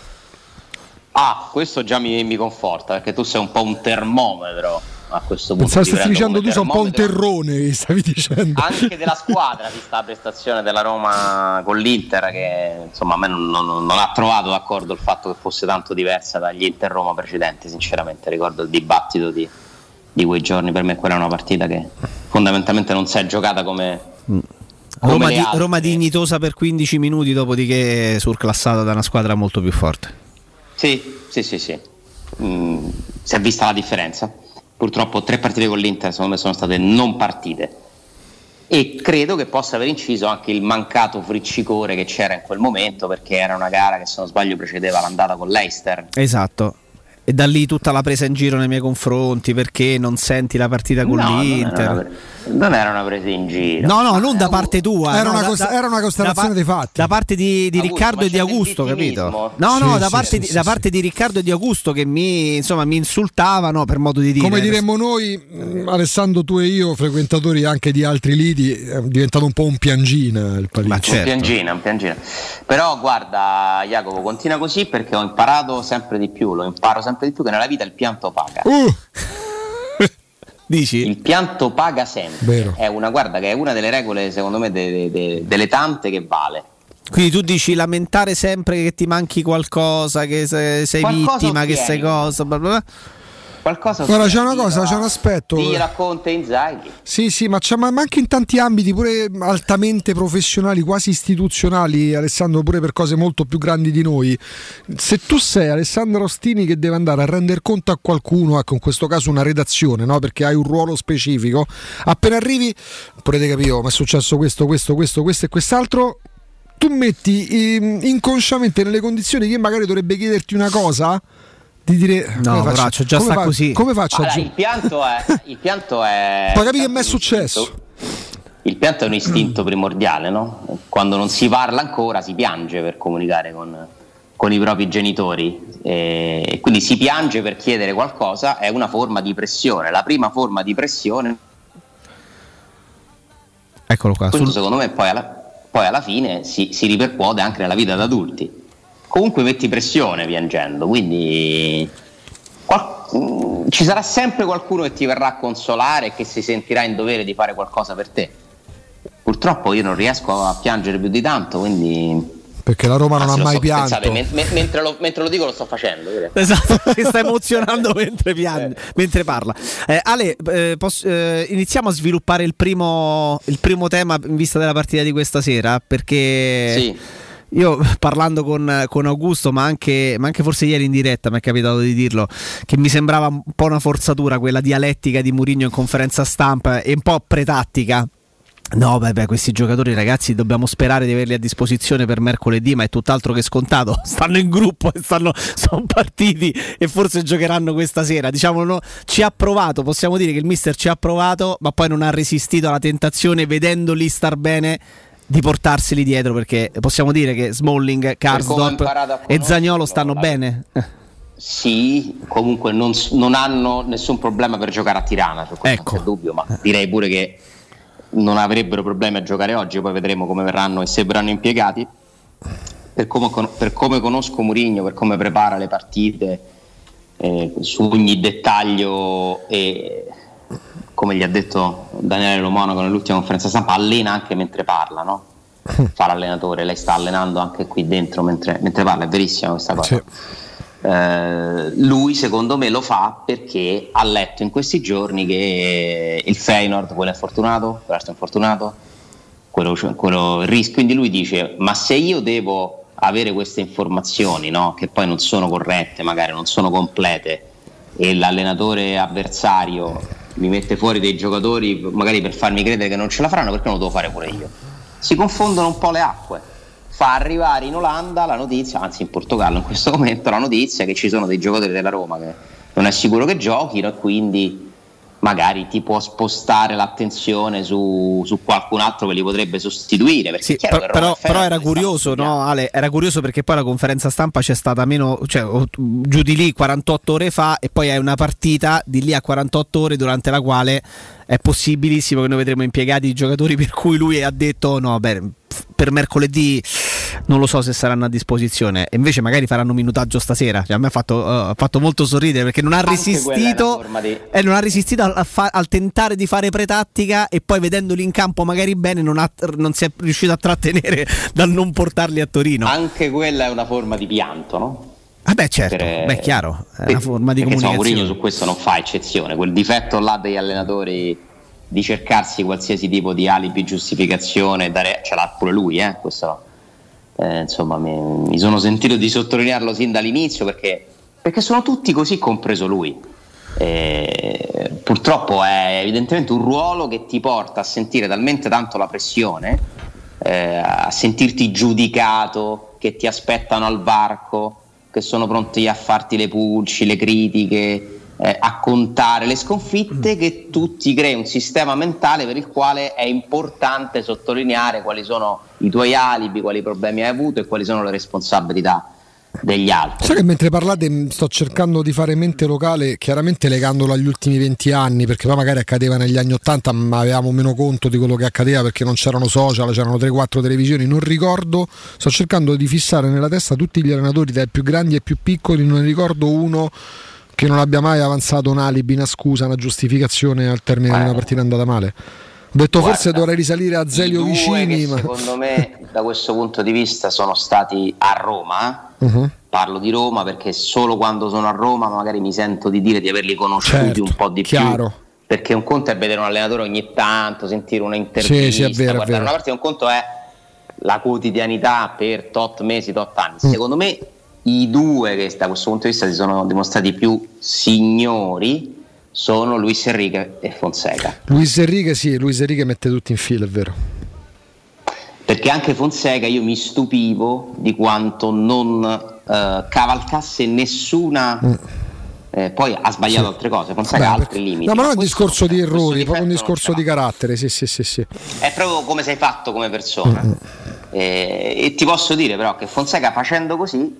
Questo già mi conforta, perché tu sei un po' un termometro a questo punto. Stai dicendo tu sei un po' un terrone, stavi dicendo. Anche della squadra, vista la prestazione della Roma con l'Inter, che insomma a me non ha trovato d'accordo il fatto che fosse tanto diversa dagli Inter Roma precedenti, sinceramente. Ricordo il dibattito di quei giorni, per me quella è una partita che fondamentalmente non si è giocata come Roma dignitosa per 15 minuti, dopodiché surclassata da una squadra molto più forte. Sì. Si è vista la differenza. Purtroppo 3 partite con l'Inter secondo me sono state non partite, e credo che possa aver inciso anche il mancato friccicore che c'era in quel momento, perché era una gara che, se non sbaglio, precedeva l'andata con l'Eister. Esatto. E da lì tutta la presa in giro nei miei confronti, perché non senti la partita con l'Inter. Non era una presa in giro. No, non da parte tua. Era una constatazione dei fatti. Da parte di Riccardo e di Augusto, capito? Da parte di Riccardo e di Augusto, che mi insultavano, per modo di dire. Come diremmo noi, Alessandro, tu e io, frequentatori anche di altri lidi, è diventato un po' un piangina il Palizzi. Ma certo. Un piangina. Però guarda Jacopo, continua così, perché ho imparato sempre di più, che nella vita il pianto paga. Dici? Il pianto paga sempre. Vero. È una delle regole, secondo me, delle tante che vale. Quindi tu dici lamentare sempre che ti manchi qualcosa, che sei vittima, che sei cosa, bla bla bla. Guarda, c'è una cosa, c'è un aspetto. Ti racconta Inzaghi. Sì, ma anche in tanti ambiti, pure altamente professionali, quasi istituzionali, Alessandro, pure per cose molto più grandi di noi. Se tu sei Alessandro Ostini che deve andare a render conto a qualcuno, ecco, in questo caso una redazione, no? Perché hai un ruolo specifico, appena arrivi, potete capire, ma è successo questo e quest'altro, tu metti inconsciamente nelle condizioni che magari dovrebbe chiederti una cosa, di dire no, braccio, già sta così. Come faccio? Allora, il pianto è poi capi che mi è successo. Il pianto è un istinto primordiale, no? Quando non si parla ancora si piange per comunicare con i propri genitori, e quindi si piange per chiedere qualcosa. È una forma di pressione, la prima forma di pressione. Eccolo qua. Questo secondo me poi alla fine si ripercuote anche nella vita da adulti. Comunque metti pressione piangendo, quindi ci sarà sempre qualcuno che ti verrà a consolare e che si sentirà in dovere di fare qualcosa per te. Purtroppo io non riesco a piangere più di tanto, quindi perché la Roma non ha mai pianto. Mentre lo dico lo sto facendo. Esatto, si sta emozionando mentre parla. Ale, iniziamo a sviluppare il primo tema in vista della partita di questa sera, perché sì. Io parlando con Augusto, ma anche forse ieri in diretta mi è capitato di dirlo, che mi sembrava un po' una forzatura quella dialettica di Mourinho in conferenza stampa e un po' pretattica. No, questi giocatori, ragazzi, dobbiamo sperare di averli a disposizione per mercoledì, ma è tutt'altro che scontato. Stanno in gruppo e sono partiti e forse giocheranno questa sera. Diciamo, no, ci ha provato, possiamo dire che il mister ci ha provato, ma poi non ha resistito alla tentazione, vedendoli star bene, di portarseli dietro, perché possiamo dire che Smalling, Karsdorp e Zaniolo stanno bene. Sì, comunque non hanno nessun problema per giocare a Tirana, cioè, non c'è dubbio, ma direi pure che non avrebbero problemi a giocare oggi. Poi vedremo come verranno e se verranno impiegati. Per come conosco Mourinho, per come prepara le partite, su ogni dettaglio, e come gli ha detto Daniele Lo Monaco nell'ultima conferenza stampa, allena anche mentre parla, no? Fa l'allenatore, lei sta allenando anche qui dentro mentre parla, è verissima questa cosa. Sì. Lui secondo me lo fa perché ha letto in questi giorni che il Feyenoord, quello è fortunato, l'altro è infortunato, quello il rischio, quindi lui dice: ma se io devo avere queste informazioni, no, che poi non sono corrette, magari non sono complete, e l'allenatore avversario mi mette fuori dei giocatori magari per farmi credere che non ce la faranno, perché non lo devo fare pure io? Si confondono un po' le acque. Fa arrivare in Olanda la notizia, anzi in Portogallo in questo momento, la notizia che ci sono dei giocatori della Roma che non è sicuro che giochino, e quindi magari ti può spostare l'attenzione su qualcun altro che li potrebbe sostituire, perché sì, però era curioso, no, Ale? Era curioso perché poi la conferenza stampa c'è stata giù di lì 48 ore fa, e poi è una partita di lì a 48 ore durante la quale è possibilissimo che noi vedremo impiegati i giocatori per cui lui ha detto no, per mercoledì non lo so se saranno a disposizione, e invece magari faranno minutaggio stasera. Cioè, a me ha fatto molto sorridere, perché non ha resistito al tentare di fare pretattica, e poi vedendoli in campo magari bene non si è riuscito a trattenere dal non portarli a Torino. Anche quella è una forma di pianto, no? Certo, è chiaro, è una forma di comunicazione. Mourinho su questo non fa eccezione, quel difetto là degli allenatori di cercarsi qualsiasi tipo di alibi, giustificazione, ce l'ha pure lui, questo insomma mi sono sentito di sottolinearlo sin dall'inizio, perché sono tutti così, compreso lui. Purtroppo è evidentemente un ruolo che ti porta a sentire talmente tanto la pressione, a sentirti giudicato, che ti aspettano al varco, che sono pronti a farti le pulci, le critiche, a contare le sconfitte, che tu ti crei un sistema mentale per il quale è importante sottolineare quali sono i tuoi alibi, quali problemi hai avuto e quali sono le responsabilità degli altri. Sai che mentre parlate sto cercando di fare mente locale, chiaramente legandolo agli ultimi 20 anni, perché poi magari accadeva negli anni 80 ma avevamo meno conto di quello che accadeva perché non c'erano social, c'erano 3-4 televisioni, non ricordo. Sto cercando di fissare nella testa tutti gli allenatori dai più grandi ai più piccoli, non ne ricordo uno che non abbia mai avanzato un alibi, una scusa, una giustificazione al termine di una partita andata male. Ho detto forse dovrei risalire a Zelio Vicini, ma secondo me da questo punto di vista sono stati a Roma. Parlo di Roma perché solo quando sono a Roma magari mi sento di dire di averli conosciuti un po' di più, perché un conto è vedere un allenatore ogni tanto, sentire una intervista, è vero, guardare una partita, un conto è la quotidianità per tot mesi, tot anni. Secondo me i due che da questo punto di vista si sono dimostrati più signori sono Luis Enrique e Fonseca. Luis Enrique mette tutti in fila, è vero. Perché anche Fonseca io mi stupivo di quanto non cavalcasse nessuna. Poi ha sbagliato altre cose, Fonseca ha altri limiti. No, ma non è un discorso di errori, è proprio un discorso di carattere. Sì. È proprio come sei fatto come persona. E ti posso dire però che Fonseca, facendo così,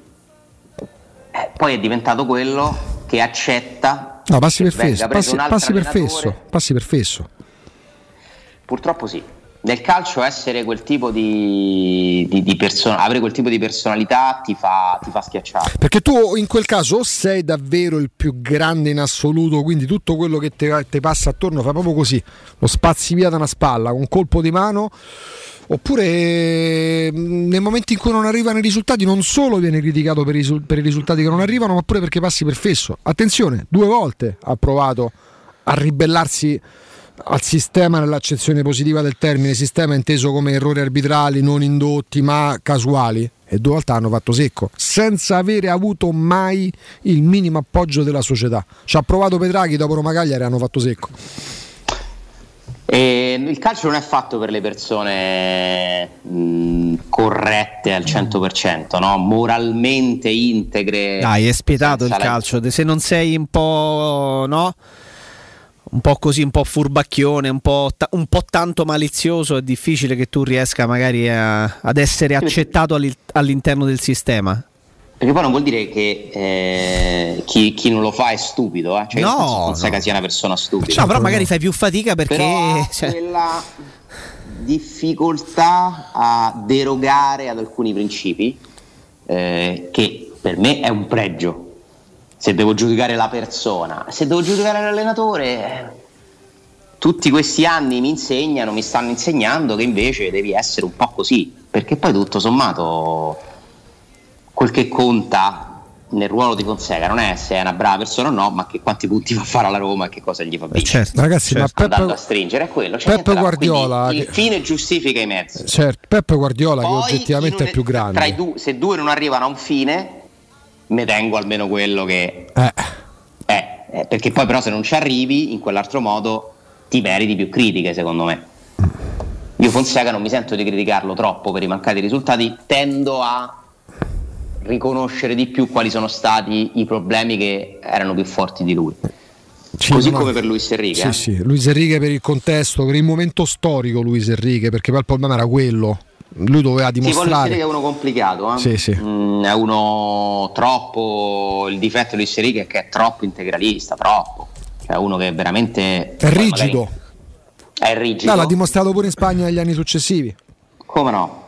poi è diventato quello che accetta. No, passi per fesso. Purtroppo sì. nel calcio essere quel tipo di avere quel tipo di personalità ti fa schiacciare. Perché tu in quel caso o sei davvero il più grande in assoluto, quindi tutto quello che ti passa attorno fa proprio così, lo spazi via da una spalla con un colpo di mano, oppure nel momento in cui non arrivano i risultati non solo viene criticato per i risultati che non arrivano, ma pure perché passi per fesso. Attenzione, 2 volte ha provato a ribellarsi al sistema nell'accezione positiva del termine, sistema inteso come errori arbitrali non indotti ma casuali, e 2 volte hanno fatto secco senza avere avuto mai il minimo appoggio della società. Ci ha provato Petraghi dopo Roma Cagliari e hanno fatto secco. E il calcio non è fatto per le persone corrette al 100%, no? Moralmente integre. Dai, è spietato il calcio, se non sei un po', no? Un po' così, un po' furbacchione, un po' tanto malizioso, è difficile che tu riesca magari ad essere accettato all'interno del sistema. Perché poi non vuol dire che chi non lo fa è stupido, cioè no, Fonseca sia una persona stupida. No, però magari fai più fatica perché però quella difficoltà a derogare ad alcuni principi che per me è un pregio. Se devo giudicare la persona, se devo giudicare l'allenatore, tutti questi anni mi stanno insegnando che invece devi essere un po' così, perché poi tutto sommato quel che conta nel ruolo di Fonseca non è se è una brava persona o no, ma che quanti punti fa fare alla Roma e che cosa gli fa vincere. Certo, ragazzi, ma andando a stringere è quello. Peppe Guardiola, il fine giustifica i mezzi. Certo, Peppe Guardiola poi, che oggettivamente è più grande. Se 2 non arrivano a un fine, ne tengo almeno quello che perché poi però se non ci arrivi in quell'altro modo ti meriti più critiche, secondo me. Io Fonseca non mi sento di criticarlo troppo per i mancati risultati, tendo a riconoscere di più quali sono stati i problemi che erano più forti di lui. Così come per Luis Enrique. Sì, Luis Enrique per il contesto, per il momento storico Luis Enrique, perché poi il problema era quello. Lui doveva dimostrare. Sì, Luis Enrique è uno complicato, Sì. È uno troppo. Il difetto di Luis Enrique è che è troppo integralista, troppo. Cioè uno che veramente è rigido. È rigido. L'ha dimostrato pure in Spagna negli anni successivi. Come no?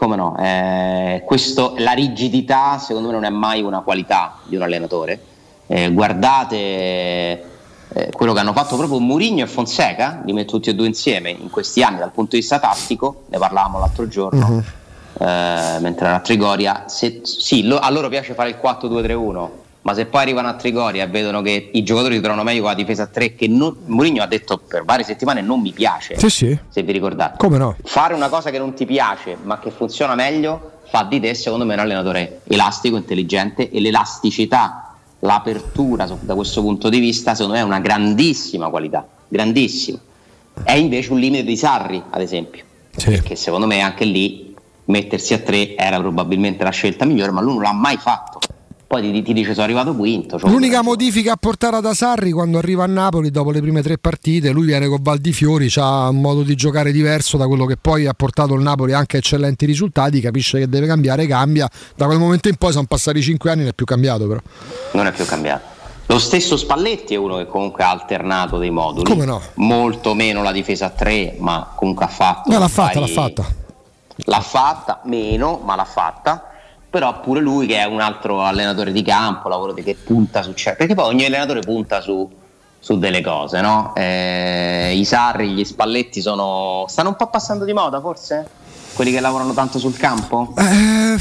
La rigidità secondo me non è mai una qualità di un allenatore. Guardate quello che hanno fatto proprio Mourinho e Fonseca, li metto tutti e 2 insieme in questi anni dal punto di vista tattico, ne parlavamo l'altro giorno mentre era a Trigoria. A loro piace fare il 4-2-3-1, ma se poi arrivano a Trigoria e vedono che i giocatori si trovano meglio con la difesa a 3, che Mourinho ha detto per varie settimane non mi piace, sì. Se vi ricordate. Come no? Fare una cosa che non ti piace ma che funziona meglio fa di te secondo me un allenatore elastico, intelligente, e l'elasticità, l'apertura da questo punto di vista secondo me è una grandissima qualità, grandissima. È invece un limite di Sarri, ad esempio, perché secondo me anche lì mettersi a 3 era probabilmente la scelta migliore, ma lui non l'ha mai fatto. Poi ti dice sono arrivato quinto. L'unica modifica apportata da Sarri quando arriva a Napoli dopo le prime 3 partite, lui viene con Valdifiori, c'ha un modo di giocare diverso da quello che poi ha portato il Napoli anche a eccellenti risultati, capisce che deve cambiare, cambia. Da quel momento in poi sono passati 5 anni, non è più cambiato però. Non è più cambiato. Lo stesso Spalletti è uno che comunque ha alternato dei moduli. Come no? Molto meno la difesa a 3, ma comunque ha fatto. No, l'ha fatta. L'ha fatta, meno, ma l'ha fatta. Però pure lui, che è un altro allenatore di campo, lavoro che punta su perché poi ogni allenatore punta su delle cose, no? I Sarri, gli Spalletti stanno un po' passando di moda, forse? Quelli che lavorano tanto sul campo? È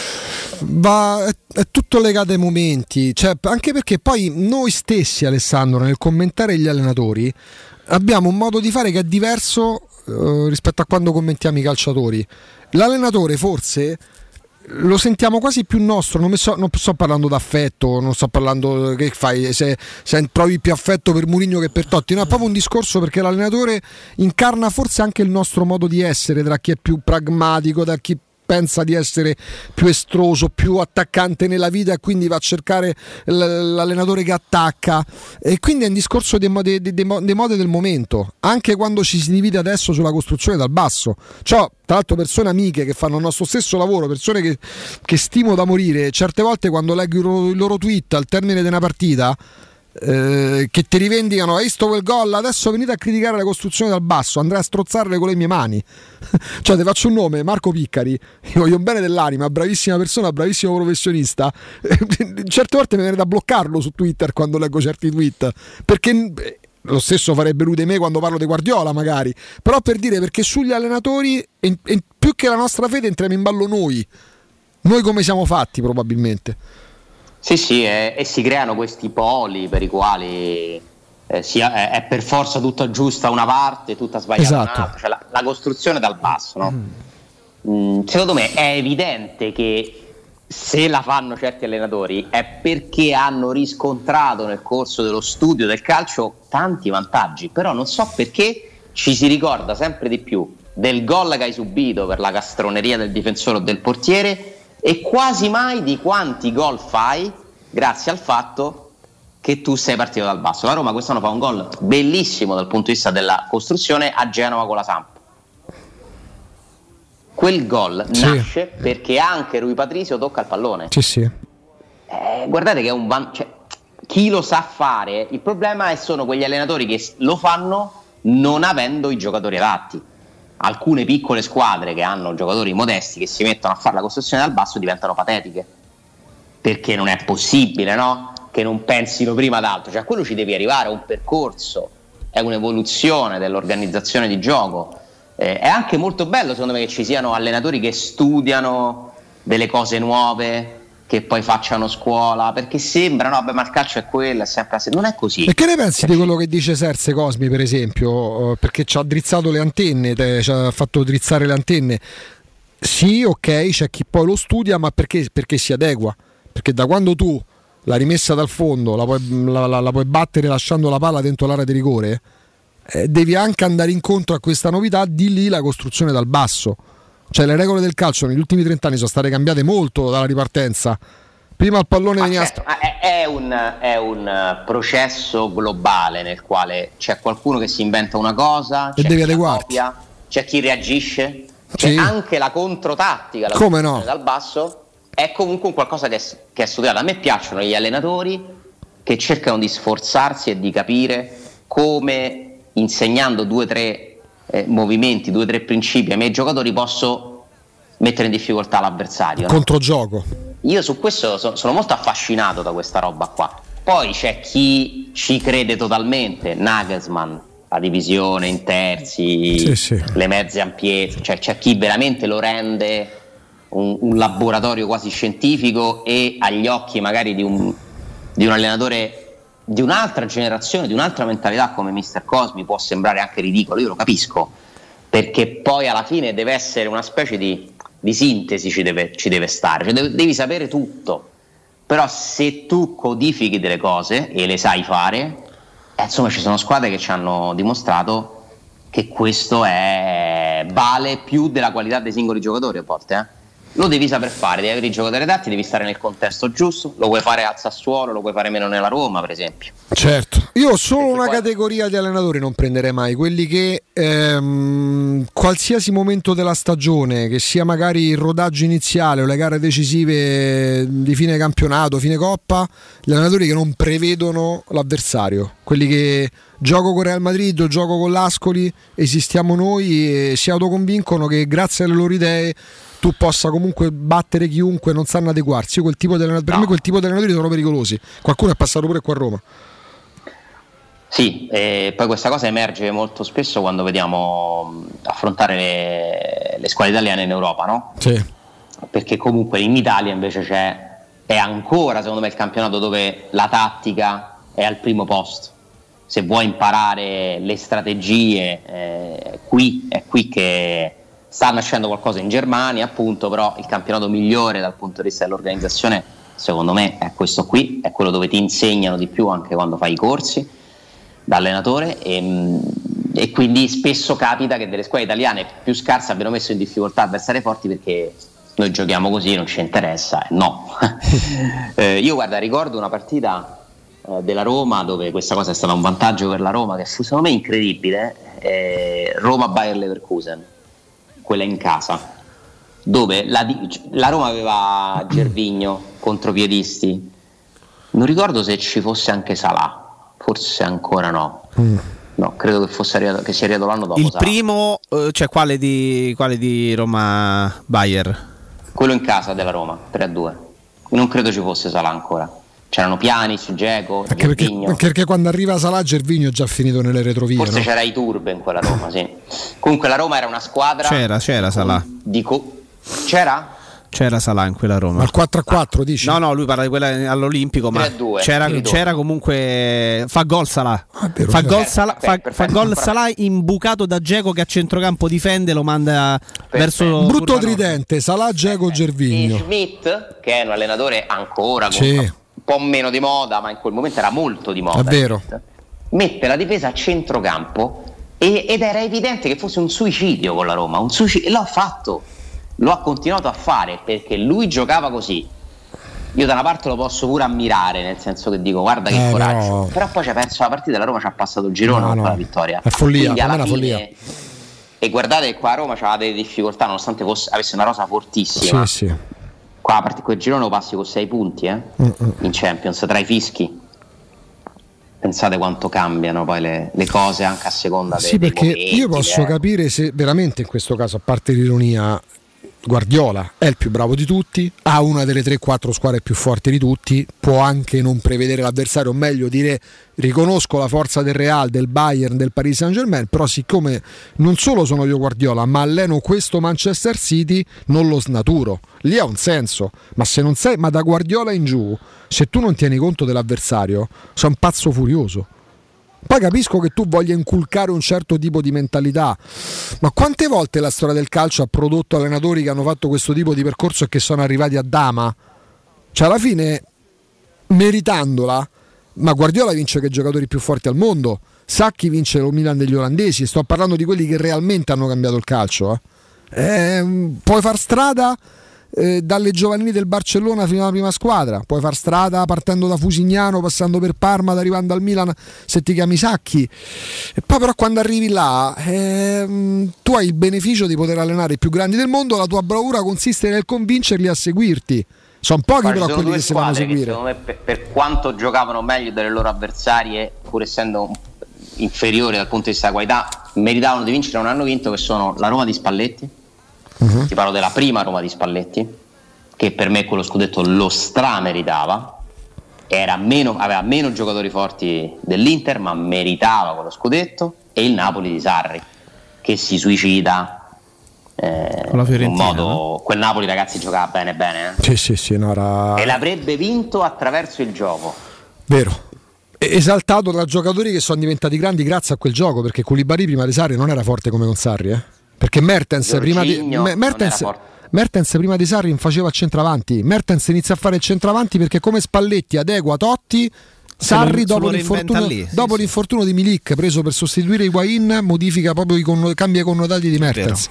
tutto legato ai momenti, anche perché poi noi stessi, Alessandro, nel commentare gli allenatori abbiamo un modo di fare che è diverso rispetto a quando commentiamo i calciatori. L'allenatore forse lo sentiamo quasi più nostro, non sto parlando d'affetto, non sto parlando che fai se provi più affetto per Mourinho che per Totti, no, è proprio un discorso perché l'allenatore incarna forse anche il nostro modo di essere, tra chi è più pragmatico, da chi pensa di essere più estroso, più attaccante nella vita e quindi va a cercare l'allenatore che attacca, e quindi è un discorso dei modi del momento, anche quando ci si divide adesso sulla costruzione dal basso. Tra l'altro persone amiche che fanno il nostro stesso lavoro, persone che stimo da morire, certe volte quando leggo i loro tweet al termine di una partita che ti rivendicano: hai visto quel gol? Adesso venite a criticare la costruzione dal basso, andrei a strozzarle con le mie mani. Cioè, ti faccio un nome, Marco Piccari, io voglio un bene dell'anima, bravissima persona, bravissimo professionista. Certe volte mi viene da bloccarlo su Twitter quando leggo certi tweet, perché lo stesso farebbe lui di me quando parlo di Guardiola magari, però per dire, perché sugli allenatori più che la nostra fede entriamo in ballo noi come siamo fatti probabilmente. Sì, e si creano questi poli per i quali è per forza tutta giusta una parte, tutta sbagliata un'altra, cioè la costruzione dal basso, no? Secondo me è evidente che se la fanno certi allenatori è perché hanno riscontrato nel corso dello studio del calcio tanti vantaggi, però non so perché ci si ricorda sempre di più del gol che hai subito per la castroneria del difensore o del portiere e quasi mai di quanti gol fai grazie al fatto che tu sei partito dal basso. La Roma quest'anno fa un gol bellissimo dal punto di vista della costruzione a Genova con la Samp. Quel gol nasce perché anche Rui Patricio tocca il pallone. Guardate che è cioè, chi lo sa fare, il problema sono quegli allenatori che lo fanno non avendo i giocatori adatti. Alcune piccole squadre che hanno giocatori modesti che si mettono a fare la costruzione dal basso diventano patetiche, perché non è possibile, no? Che non pensino prima ad altro, cioè a quello ci devi arrivare, è un percorso, è un'evoluzione dell'organizzazione di gioco. È anche molto bello secondo me che ci siano allenatori che studiano delle cose nuove, che poi facciano scuola, perché sembra, no, beh, ma il calcio è quello, è sempre non è così. E che ne pensi di quello che dice Serse Cosmi, per esempio, perché ci ha drizzato le antenne, ci ha fatto drizzare le antenne? Sì, ok, c'è chi poi lo studia, ma perché si adegua, perché da quando tu la rimessa dal fondo la puoi battere lasciando la palla dentro l'area di rigore, devi anche andare incontro a questa novità, di lì la costruzione dal basso. Cioè le regole del calcio negli ultimi 30 anni sono state cambiate molto dalla ripartenza. Prima il pallone veniva è un processo globale nel quale c'è qualcuno che si inventa una cosa e devi adeguarti, c'è chi reagisce, c'è anche la controtattica, la come no, dal basso è comunque un qualcosa che è studiato. A me piacciono gli allenatori che cercano di sforzarsi e di capire come, insegnando 2 o 3 movimenti, 2 o 3 principi ai miei giocatori, posso mettere in difficoltà l'avversario, no? Controgioco. Io su questo sono molto affascinato da questa roba qua. Poi c'è chi ci crede totalmente, Nagelsmann, la divisione in terzi, le mezze ampiezze, cioè c'è chi veramente lo rende un laboratorio quasi scientifico, e agli occhi magari di un allenatore di un'altra generazione, di un'altra mentalità come Mr. Cosmi può sembrare anche ridicolo. Io lo capisco, perché poi alla fine deve essere una specie di sintesi, ci deve stare, cioè devi sapere tutto, però se tu codifichi delle cose e le sai fare, insomma ci sono squadre che ci hanno dimostrato che questo vale più della qualità dei singoli giocatori a volte, Lo devi saper fare, devi avere i giocatori adatti, devi stare nel contesto giusto, lo vuoi fare al Sassuolo, lo puoi fare meno nella Roma, per esempio. Certo, io ho solo una categoria di allenatori non prenderei mai, quelli che qualsiasi momento della stagione, che sia magari il rodaggio iniziale o le gare decisive di fine campionato, fine coppa, gli allenatori che non prevedono l'avversario, quelli che gioco con Real Madrid o gioco con l'Ascoli, esistiamo noi, e si autoconvincono che grazie alle loro idee tu possa comunque battere chiunque, non sanno adeguarsi. Per me quel tipo di allenatori sono pericolosi. Qualcuno è passato pure qua a Roma. Sì, e poi questa cosa emerge molto spesso quando vediamo affrontare le squadre italiane in Europa, no? Sì. Perché comunque in Italia invece è ancora, secondo me, il campionato dove la tattica è al primo posto. Se vuoi imparare le strategie, è qui che sta nascendo qualcosa. In Germania, appunto, però il campionato migliore dal punto di vista dell'organizzazione, secondo me, è questo qui, è quello dove ti insegnano di più anche quando fai i corsi da allenatore, e quindi spesso capita che delle squadre italiane più scarse abbiano messo in difficoltà avversari forti perché noi giochiamo così, non ci interessa, no. Io guarda, ricordo una partita della Roma dove questa cosa è stata un vantaggio per la Roma, che fu secondo me incredibile, Roma-Bayer Leverkusen, quella in casa, dove la Roma aveva Gervinho, contropiedisti, non ricordo se ci fosse anche Salah, forse ancora no. No, credo che fosse arrivato, che sia arrivato l'anno dopo. Il primo, cioè quale di Roma-Bayer? Quello in casa della Roma, 3-2. Non credo ci fosse Salah ancora. C'erano piani su Dzeko, perché quando arriva Salah, Gervinho è già finito nelle retrovie. Forse no? c'era Iturbe in quella Roma, sì. Comunque la Roma era una squadra. C'era Salah. C'era Salah in quella Roma. Ma il 4-4 dici? No, lui parla di quella all'Olimpico, ma 3-2, c'era comunque. Fa gol Salah. Vero, fa certo. gol Salah imbucato da Dzeko che a centrocampo difende, lo manda verso brutto tridente, Salah, Dzeko, Gervinho. E Schmidt, che è un allenatore ancora un po' meno di moda, ma in quel momento era molto di moda. È vero. Mette la difesa a centrocampo ed era evidente che fosse un suicidio con la Roma, e l'ha fatto. Lo ha continuato a fare perché lui giocava così. Io da una parte lo posso pure ammirare, nel senso che dico guarda che coraggio, però poi ci ha perso la partita, la Roma ci ha passato il girone con la vittoria. È follia, quindi alla è una fine, follia. E guardate che qua a Roma c'aveva delle difficoltà nonostante avesse una rosa fortissima. Sì. Qua quel girone lo passi con 6 punti in Champions tra i fischi. Pensate quanto cambiano poi le cose anche a seconda dei perché momenti, io posso capire se veramente in questo caso, a parte l'ironia, Guardiola è il più bravo di tutti, ha una delle 3-4 squadre più forti di tutti, può anche non prevedere l'avversario, o meglio dire riconosco la forza del Real, del Bayern, del Paris Saint-Germain, però siccome non solo sono io Guardiola ma alleno questo Manchester City non lo snaturo, lì ha un senso, ma se non sei, ma da Guardiola in giù, se tu non tieni conto dell'avversario sei un pazzo furioso. Poi capisco che tu voglia inculcare un certo tipo di mentalità, ma quante volte la storia del calcio ha prodotto allenatori che hanno fatto questo tipo di percorso e che sono arrivati a dama? Cioè alla fine, meritandola, ma Guardiola vince che i giocatori più forti al mondo, Sacchi vince lo Milan degli olandesi, sto parlando di quelli che realmente hanno cambiato il calcio. Puoi far strada dalle giovanili del Barcellona fino alla prima squadra, puoi far strada partendo da Fusignano, passando per Parma, arrivando al Milan se ti chiami Sacchi, e poi però quando arrivi là tu hai il beneficio di poter allenare i più grandi del mondo, la tua bravura consiste nel convincerli a seguirti. Sono pochi però quelli che si fanno seguire. Secondo me per quanto giocavano meglio delle loro avversarie, pur essendo inferiori dal punto di vista della qualità, meritavano di vincere, non hanno vinto, che sono la Roma di Spalletti. Ti parlo della prima Roma di Spalletti, che per me quello scudetto lo strameritava, aveva meno giocatori forti dell'Inter ma meritava quello scudetto, e il Napoli di Sarri che si suicida con la Fiorentina, in un modo, no? Quel Napoli, ragazzi, giocava bene Sì, no, e l'avrebbe vinto attraverso il gioco, vero, esaltato da giocatori che sono diventati grandi grazie a quel gioco, perché Koulibaly prima di Sarri non era forte come con Sarri, perché Mertens prima di Sarri faceva il centravanti. Mertens inizia a fare il centravanti perché come Spalletti adegua Totti, Sarri dopo l'infortunio di Milik preso per sostituire Higuain modifica proprio cambia i connotati di Mertens.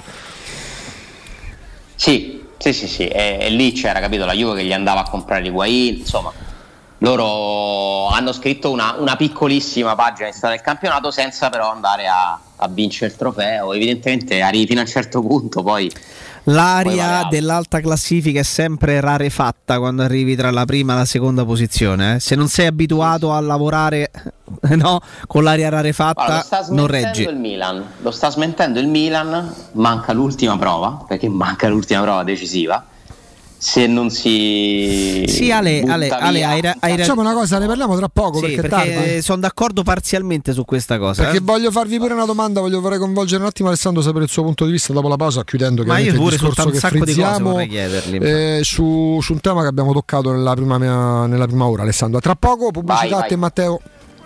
Sì, e lì c'era, capito, la Juve che gli andava a comprare Higuain, insomma loro hanno scritto una piccolissima pagina in storia del campionato senza però andare a vincere il trofeo. Evidentemente arrivi fino a un certo punto, poi l'aria dell'alta classifica è sempre rarefatta quando arrivi tra la prima e la seconda posizione, se non sei abituato a lavorare con l'aria rarefatta, non reggi. Lo sta smentendo il Milan, manca l'ultima prova, perché manca l'ultima prova decisiva. Se non si Ale, facciamo una cosa, ne parliamo tra poco, perché sono d'accordo parzialmente su questa cosa, perché voglio farvi pure una domanda, vorrei coinvolgere un attimo Alessandro, sapere il suo punto di vista dopo la pausa, chiudendo ma io pure il discorso che frizziamo su un tema che abbiamo toccato nella prima ora. Alessandro, tra poco pubblicità. Vai. A te Matteo.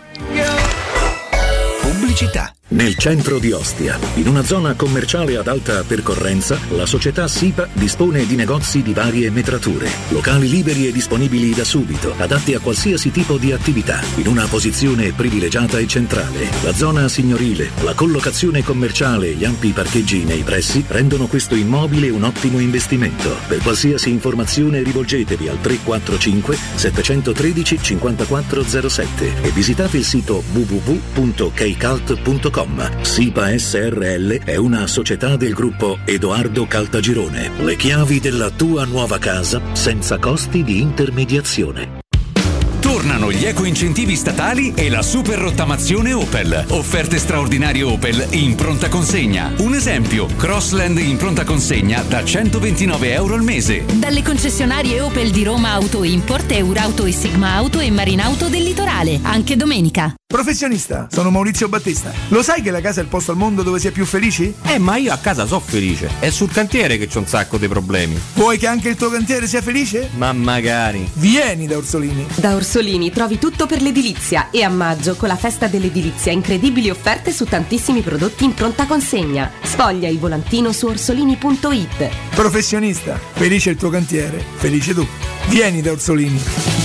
Pubblicità. Nel centro di Ostia, in una zona commerciale ad alta percorrenza, la società SIPA dispone di negozi di varie metrature, locali liberi e disponibili da subito, adatti a qualsiasi tipo di attività, in una posizione privilegiata e centrale. La zona signorile, la collocazione commerciale e gli ampi parcheggi nei pressi rendono questo immobile un ottimo investimento. Per qualsiasi informazione rivolgetevi al 345 713 5407 e visitate il sito www.kcalt.com. SIPA SRL è una società del gruppo Edoardo Caltagirone. Le chiavi della tua nuova casa senza costi di intermediazione. Tornano gli eco-incentivi statali e la super rottamazione Opel. Offerte straordinarie Opel in pronta consegna. Un esempio, Crossland in pronta consegna da €129 al mese. Dalle concessionarie Opel di Roma Auto Import, Eurauto e Sigma Auto e Marinauto del Litorale. Anche domenica. Professionista, sono Maurizio Battista. Lo sai che la casa è il posto al mondo dove si è più felici? Ma io a casa so felice. È sul cantiere che c'ho un sacco di problemi. Vuoi che anche il tuo cantiere sia felice? Ma magari. Vieni da Orsolini. Da Orsolini trovi tutto per l'edilizia e a maggio, con la festa dell'edilizia, incredibili offerte su tantissimi prodotti in pronta consegna. Sfoglia il volantino su orsolini.it. Professionista, felice il tuo cantiere, felice tu. Vieni da Orsolini.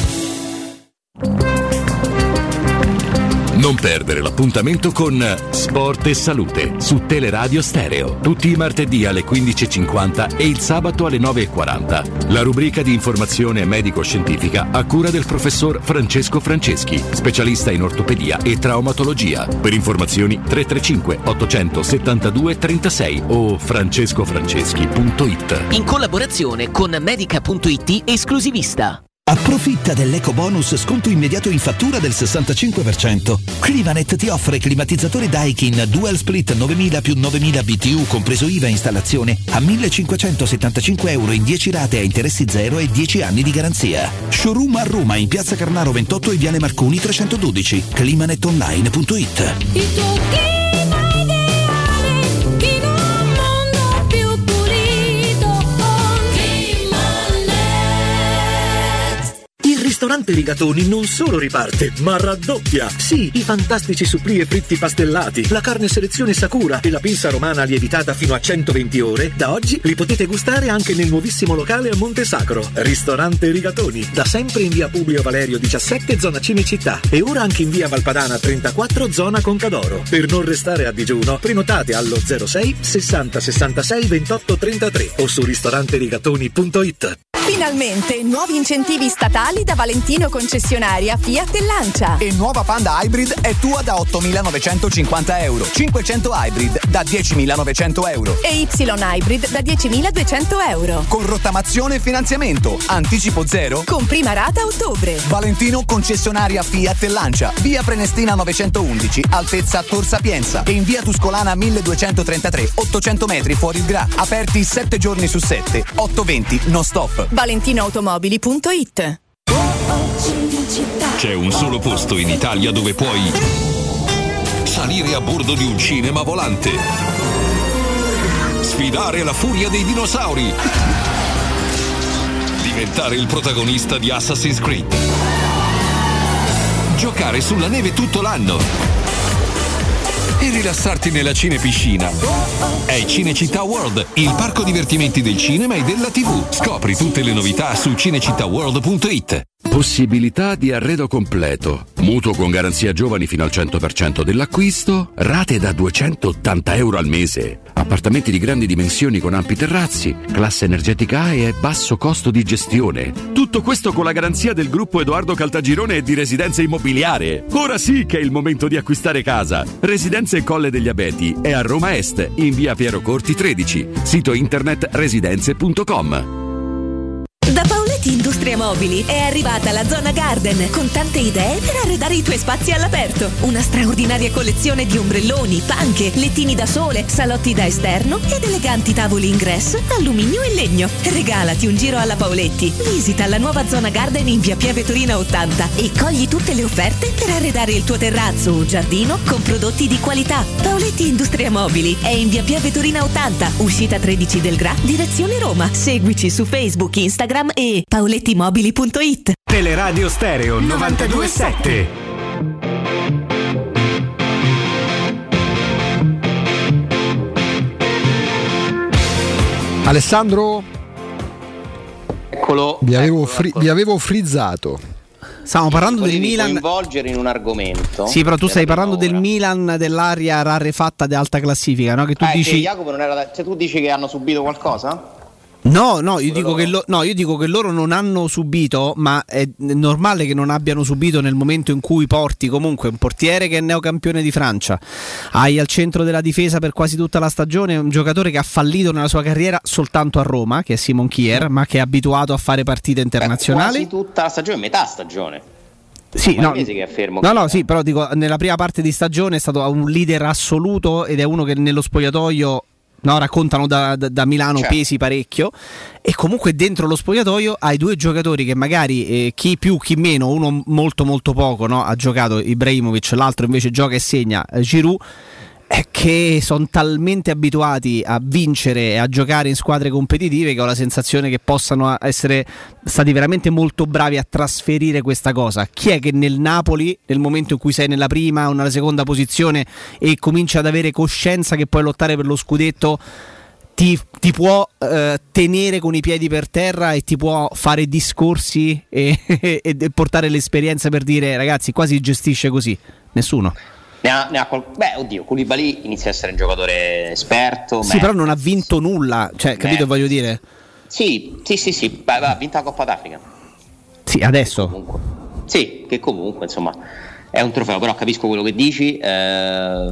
Non perdere l'appuntamento con Sport e Salute su Teleradio Stereo, tutti i martedì alle 15.50 e il sabato alle 9.40. La rubrica di informazione medico-scientifica a cura del professor Francesco Franceschi, specialista in ortopedia e traumatologia. Per informazioni 335 872 36 o francescofranceschi.it. In collaborazione con Medica.it esclusivista. Approfitta dell'eco bonus sconto immediato in fattura del 65%. Climanet ti offre climatizzatore Daikin Dual Split 9000 più 9000 BTU compreso IVA e installazione a €1.575 in 10 rate a interessi zero e 10 anni di garanzia. Showroom a Roma in Piazza Carnaro 28 e Viale Marconi 312. Climanetonline.it. Il tuo clima ideale in un mondo più pulito con Il ristorante Rigatoni non solo riparte, ma raddoppia. Sì, i fantastici supplì e fritti pastellati, la carne selezione Sakura e la pinza romana lievitata fino a 120 ore, da oggi li potete gustare anche nel nuovissimo locale a Monte Sacro. Ristorante Rigatoni, da sempre in via Publio Valerio 17, zona Cinecittà, e ora anche in via Valpadana 34, zona Concadoro. Per non restare a digiuno, prenotate allo 06 60 66 28 33 o su ristoranterigatoni.it. Finalmente nuovi incentivi statali da Valentino concessionaria Fiat e Lancia. E nuova Panda Hybrid è tua da €8.950, 500 Hybrid da €10.900 e Y Hybrid da €10.200. con rottamazione e finanziamento, anticipo zero con prima rata a ottobre. Valentino concessionaria Fiat e Lancia, via Prenestina 911, altezza Tor Sapienza, e in via Tuscolana 1233, 800 metri fuori il Gra. Aperti 7 giorni su 7, 8/20 non stop. ValentinoAutomobili.it. C'è un solo posto in Italia dove puoi salire a bordo di un cinema volante, sfidare la furia dei dinosauri, diventare il protagonista di Assassin's Creed, giocare sulla neve tutto l'anno e rilassarti nella cinepiscina. È Cinecittà World, il parco divertimenti del cinema e della TV. Scopri tutte le novità su cinecittàworld.it. Possibilità di arredo completo, mutuo con garanzia giovani fino al 100% dell'acquisto, rate da €280 al mese, appartamenti di grandi dimensioni con ampi terrazzi, classe energetica A e basso costo di gestione. Tutto questo con la garanzia del gruppo Edoardo Caltagirone e di Residenze Immobiliare. Ora sì che è il momento di acquistare casa. Residenze Colle degli Abeti è a Roma Est, in via Piero Corti 13, sito internet residenze.com. Da Paoletti Industria Mobili è arrivata la zona Garden con tante idee per arredare i tuoi spazi all'aperto. Una straordinaria collezione di ombrelloni, panche, lettini da sole, salotti da esterno ed eleganti tavoli ingresso, alluminio e legno. Regalati un giro alla Paoletti. Visita la nuova zona Garden in via Pieve Torina 80 e cogli tutte le offerte per arredare il tuo terrazzo o giardino con prodotti di qualità. Paoletti Industria Mobili è in via Pieve Torina 80, uscita 13 del Gra, direzione Roma. Seguici su Facebook, Instagram e paolettimobili.it. Teleradio Stereo 92.7. Alessandro? Eccolo. Vi avevo frizzato. Stiamo parlando del Milan. Coinvolgere in un argomento. Sì, però tu stai parlando del Milan, dell'area rarefatta di alta classifica, no? Che tu dici. Jacopo non era cioè, tu dici che hanno subito qualcosa? No, io dico che loro non hanno subito, ma è normale che non abbiano subito nel momento in cui porti comunque un portiere che è neocampione di Francia, hai al centro della difesa per quasi tutta la stagione un giocatore che ha fallito nella sua carriera soltanto a Roma, che è Simon Kjær, ma che è abituato a fare partite internazionali. Quasi tutta la stagione, metà stagione. Sì, no, mesi che affermo sì, però dico, nella prima parte di stagione è stato un leader assoluto ed è uno che nello spogliatoio, no, raccontano da Milano, certo, pesi parecchio, e comunque dentro lo spogliatoio hai due giocatori che magari chi più chi meno, uno molto molto poco, no, ha giocato, Ibrahimovic, l'altro invece gioca e segna, Giroud, che sono talmente abituati a vincere e a giocare in squadre competitive che ho la sensazione che possano essere stati veramente molto bravi a trasferire questa cosa. Chi è che nel Napoli, nel momento in cui sei nella prima o nella seconda posizione e cominci ad avere coscienza che puoi lottare per lo scudetto, ti può tenere con i piedi per terra e ti può fare discorsi e portare l'esperienza per dire ragazzi qua si gestisce così? Nessuno. Koulibaly inizia a essere un giocatore esperto. Sì, però non ha vinto nulla, cioè, capito, voglio dire? Sì, ha vinto la Coppa d'Africa. Sì, adesso. Che comunque, insomma, è un trofeo, però capisco quello che dici. È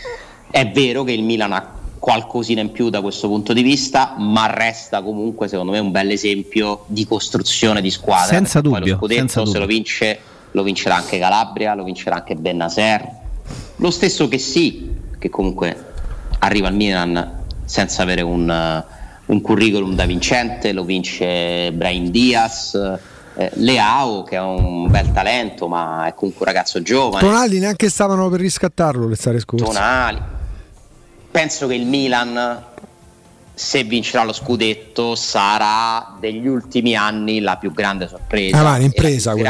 vero che il Milan ha qualcosina in più da questo punto di vista, ma resta comunque, secondo me, un bel esempio di costruzione di squadra. Senza dubbio. Poi lo scudetto, se lo vincerà anche Calabria, lo vincerà anche Bennacer. Lo stesso che comunque arriva al Milan senza avere un curriculum da vincente, lo vince Brahim Diaz, Leao che è un bel talento ma è comunque un ragazzo giovane. Tonali neanche stavano per riscattarlo l'estate scorsa. Tonali. Penso che il Milan, se vincerà lo scudetto, sarà degli ultimi anni la più grande sorpresa. È un'impresa quella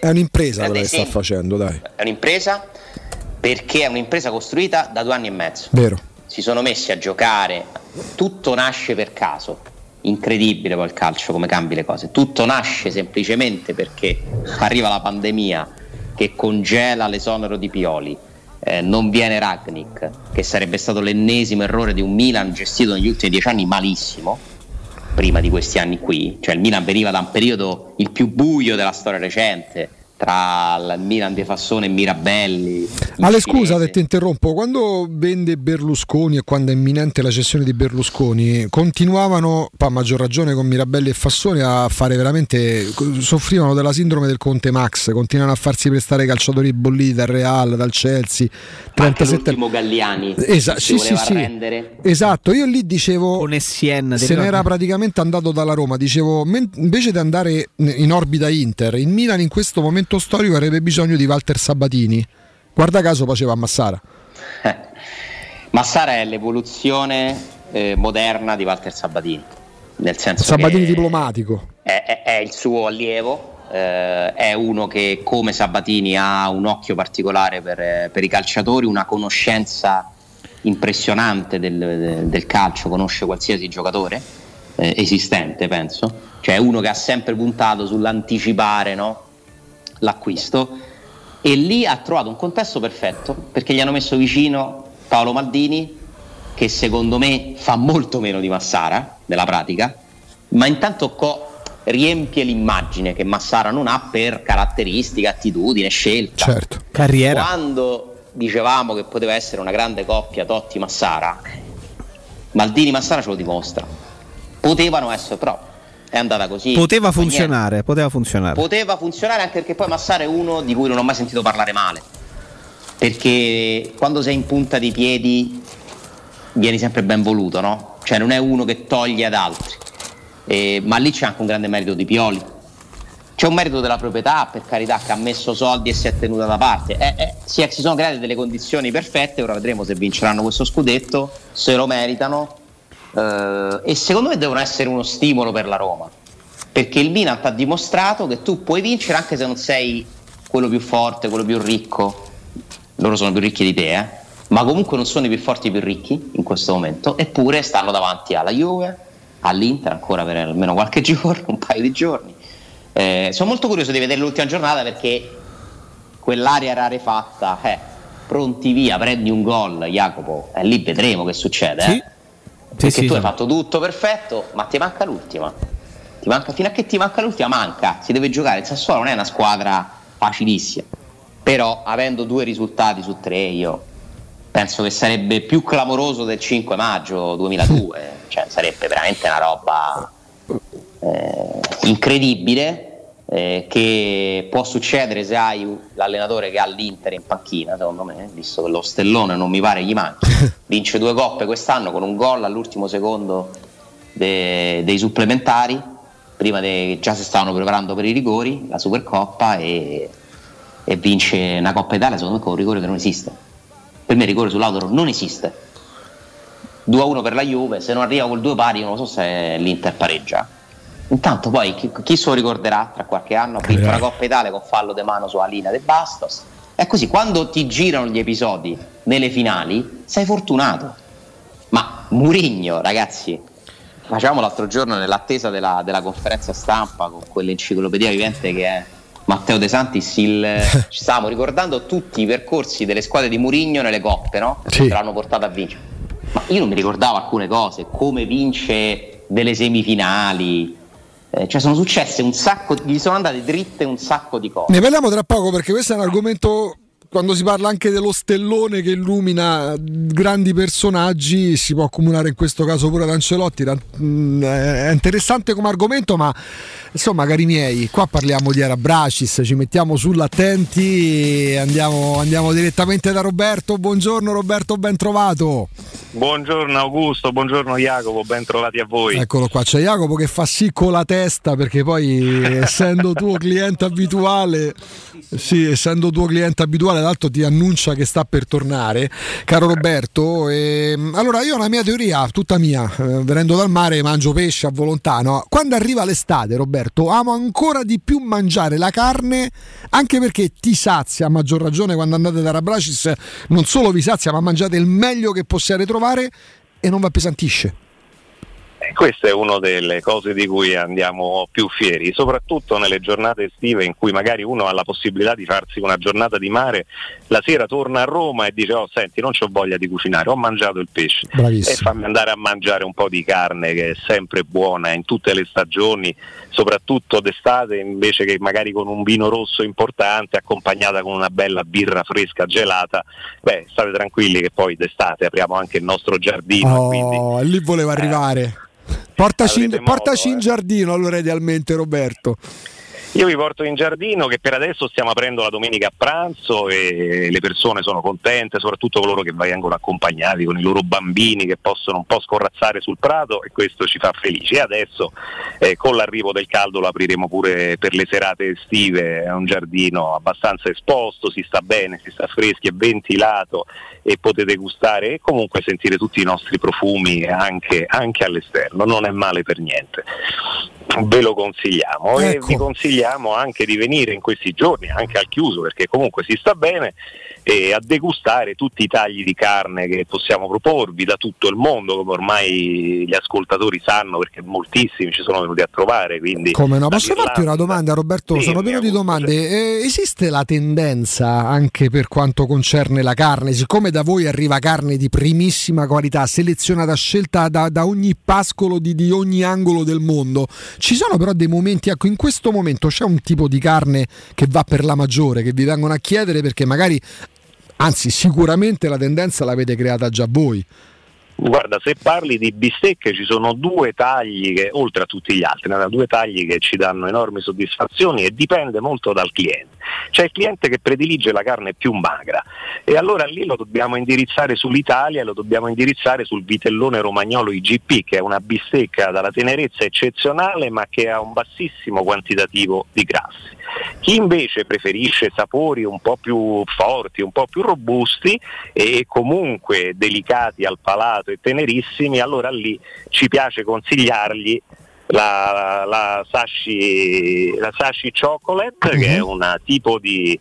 che sta facendo, dai. È un'impresa perché è un'impresa costruita da 2 anni e mezzo. Vero. Si sono messi a giocare, tutto nasce per caso. Incredibile poi il calcio come cambi le cose. Tutto nasce semplicemente perché arriva la pandemia che congela l'esonero di Pioli. Non viene Rangnick, che sarebbe stato l'ennesimo errore di un Milan gestito negli ultimi 10 anni malissimo, prima di questi anni qui. Cioè il Milan veniva da un periodo il più buio della storia recente, tra il Milan di Fassone e Mirabelli. Ale, scusa se ti interrompo, quando vende Berlusconi e quando è imminente la cessione di Berlusconi continuavano, a maggior ragione con Mirabelli e Fassone, a fare veramente, soffrivano della sindrome del Conte Max, continuano a farsi prestare calciatori bolliti dal Real, dal Chelsea, 37... anche l'ultimo Galliani rendere. Esatto, io lì dicevo con Essien, se n'era praticamente andato dalla Roma, dicevo invece di andare in orbita Inter, il Milan in questo momento storico avrebbe bisogno di Walter Sabatini. Guarda caso faceva a Massara. Massara è l'evoluzione moderna di Walter Sabatini, nel senso Sabatini che diplomatico. È il suo allievo, è uno che come Sabatini ha un occhio particolare per i calciatori, una conoscenza impressionante del calcio, conosce qualsiasi giocatore esistente, penso. Cioè è uno che ha sempre puntato sull'anticipare, no? L'acquisto, e lì ha trovato un contesto perfetto perché gli hanno messo vicino Paolo Maldini, che secondo me fa molto meno di Massara nella pratica, ma intanto riempie l'immagine che Massara non ha per caratteristiche, attitudine, scelta. Certo. Carriera. Quando dicevamo che poteva essere una grande coppia Totti-Massara, Maldini-Massara ce lo dimostra. Potevano essere, però è andata così. Poteva funzionare anche perché poi Massara è uno di cui non ho mai sentito parlare male, perché quando sei in punta di piedi vieni sempre ben voluto, no? Cioè non è uno che toglie ad altri, ma lì c'è anche un grande merito di Pioli, c'è un merito della proprietà, per carità, che ha messo soldi e si è tenuta da parte, si sono create delle condizioni perfette. Ora vedremo se vinceranno questo scudetto, se lo meritano. E secondo me devono essere uno stimolo per la Roma, perché il Milan ti ha dimostrato che tu puoi vincere anche se non sei quello più forte, quello più ricco. Loro sono più ricchi di te, ma comunque non sono i più forti, i più ricchi in questo momento, eppure stanno davanti alla Juve, all'Inter ancora per almeno qualche giorno, un paio di giorni. Sono molto curioso di vedere l'ultima giornata, perché quell'area rarefatta, pronti via, prendi un gol, Jacopo, e lì vedremo che succede. Sì. Perché tu hai fatto tutto perfetto, ma ti manca l'ultima. Fino a che ti manca l'ultima, manca. Si deve giocare. Il Sassuolo non è una squadra facilissima, però avendo 2 risultati su 3 io penso che sarebbe più clamoroso del 5 maggio 2002. Cioè sarebbe veramente una roba incredibile. che può succedere se hai l'allenatore che ha l'Inter in panchina, secondo me, visto che lo stellone non mi pare gli manchi. Vince 2 coppe quest'anno con un gol all'ultimo secondo dei supplementari, prima già si stavano preparando per i rigori, la Supercoppa, e vince una Coppa Italia secondo me con un rigore che non esiste. Per me il rigore sull'Autoro non esiste. 2-1 per la Juve, se non arriva col 2 pari io non so se l'Inter pareggia. Intanto poi chi se lo ricorderà tra qualche anno, ha vinto una Coppa Italia con fallo de mano su Alina De Bastos. È così, quando ti girano gli episodi nelle finali sei fortunato. Ma Mourinho, ragazzi, facciamo l'altro giorno nell'attesa della conferenza stampa con quell'enciclopedia vivente che è Matteo De Santis, ci stavamo ricordando tutti i percorsi delle squadre di Mourinho nelle coppe, no? Che l'hanno portato a vincere. Ma io non mi ricordavo alcune cose, come vince delle semifinali. Cioè sono successe un sacco, gli sono andate dritte un sacco di cose. Ne parliamo tra poco, perché questo è un argomento, quando si parla anche dello stellone che illumina grandi personaggi, si può accomunare in questo caso pure ad Ancelotti. È interessante come argomento, ma insomma, cari miei, qua parliamo di Arabracis, ci mettiamo sull'attenti e andiamo direttamente da Roberto. Buongiorno Roberto, ben trovato. Buongiorno Augusto, buongiorno Jacopo, ben trovati a voi. Eccolo qua, c'è Jacopo che fa sì con la testa, perché poi essendo tuo cliente abituale, l'altro ti annuncia che sta per tornare, caro Roberto. Allora io ho una mia teoria, tutta mia, venendo dal mare mangio pesce a volontà, no? Quando arriva l'estate, Roberto, amo ancora di più mangiare la carne, anche perché ti sazia, a maggior ragione quando andate da Arabracis, non solo vi sazia, ma mangiate il meglio che possiate trovare e non vi appesantisce. Questa è una delle cose di cui andiamo più fieri, soprattutto nelle giornate estive in cui magari uno ha la possibilità di farsi una giornata di mare, la sera torna a Roma e dice: oh senti, non c'ho voglia di cucinare, ho mangiato il pesce. Bravissimo. E fammi andare a mangiare un po' di carne, che è sempre buona in tutte le stagioni, soprattutto d'estate, invece che magari con un vino rosso importante accompagnata con una bella birra fresca gelata. Beh, state tranquilli che poi d'estate apriamo anche il nostro giardino, quindi lì voleva arrivare. Portaci in giardino allora, idealmente, Roberto. Io vi porto in giardino, che per adesso stiamo aprendo la domenica a pranzo e le persone sono contente, soprattutto coloro che vengono accompagnati con i loro bambini che possono un po' scorrazzare sul prato, e questo ci fa felici. E adesso con l'arrivo del caldo lo apriremo pure per le serate estive. È un giardino abbastanza esposto, si sta bene, si sta freschi, è ventilato e potete gustare e comunque sentire tutti i nostri profumi anche all'esterno, non è male per niente. Ve lo consigliamo, ecco. E vi consigliamo anche di venire in questi giorni anche al chiuso, perché comunque si sta bene, e a degustare tutti i tagli di carne che possiamo proporvi da tutto il mondo, come ormai gli ascoltatori sanno, perché moltissimi ci sono venuti a trovare. Quindi come no? Posso farti una domanda, Roberto? Sono pieno di domande. Esiste la tendenza anche per quanto concerne la carne, siccome da voi arriva carne di primissima qualità, selezionata, scelta da ogni pascolo di ogni angolo del mondo, ci sono però dei momenti, ecco, in questo momento c'è un tipo di carne che va per la maggiore, che vi vengono a chiedere perché magari, anzi sicuramente la tendenza l'avete creata già voi? Guarda, se parli di bistecche ci sono 2 tagli che, oltre a tutti gli altri, 2 tagli che ci danno enormi soddisfazioni, e dipende molto dal cliente. C'è il cliente che predilige la carne più magra e allora lì lo dobbiamo indirizzare sull'Italia e lo dobbiamo indirizzare sul vitellone romagnolo IGP, che è una bistecca dalla tenerezza eccezionale ma che ha un bassissimo quantitativo di grassi. Chi invece preferisce sapori un po' più forti, un po' più robusti e comunque delicati al palato e tenerissimi, allora lì ci piace consigliargli la Sashi Chocolate, che è un tipo di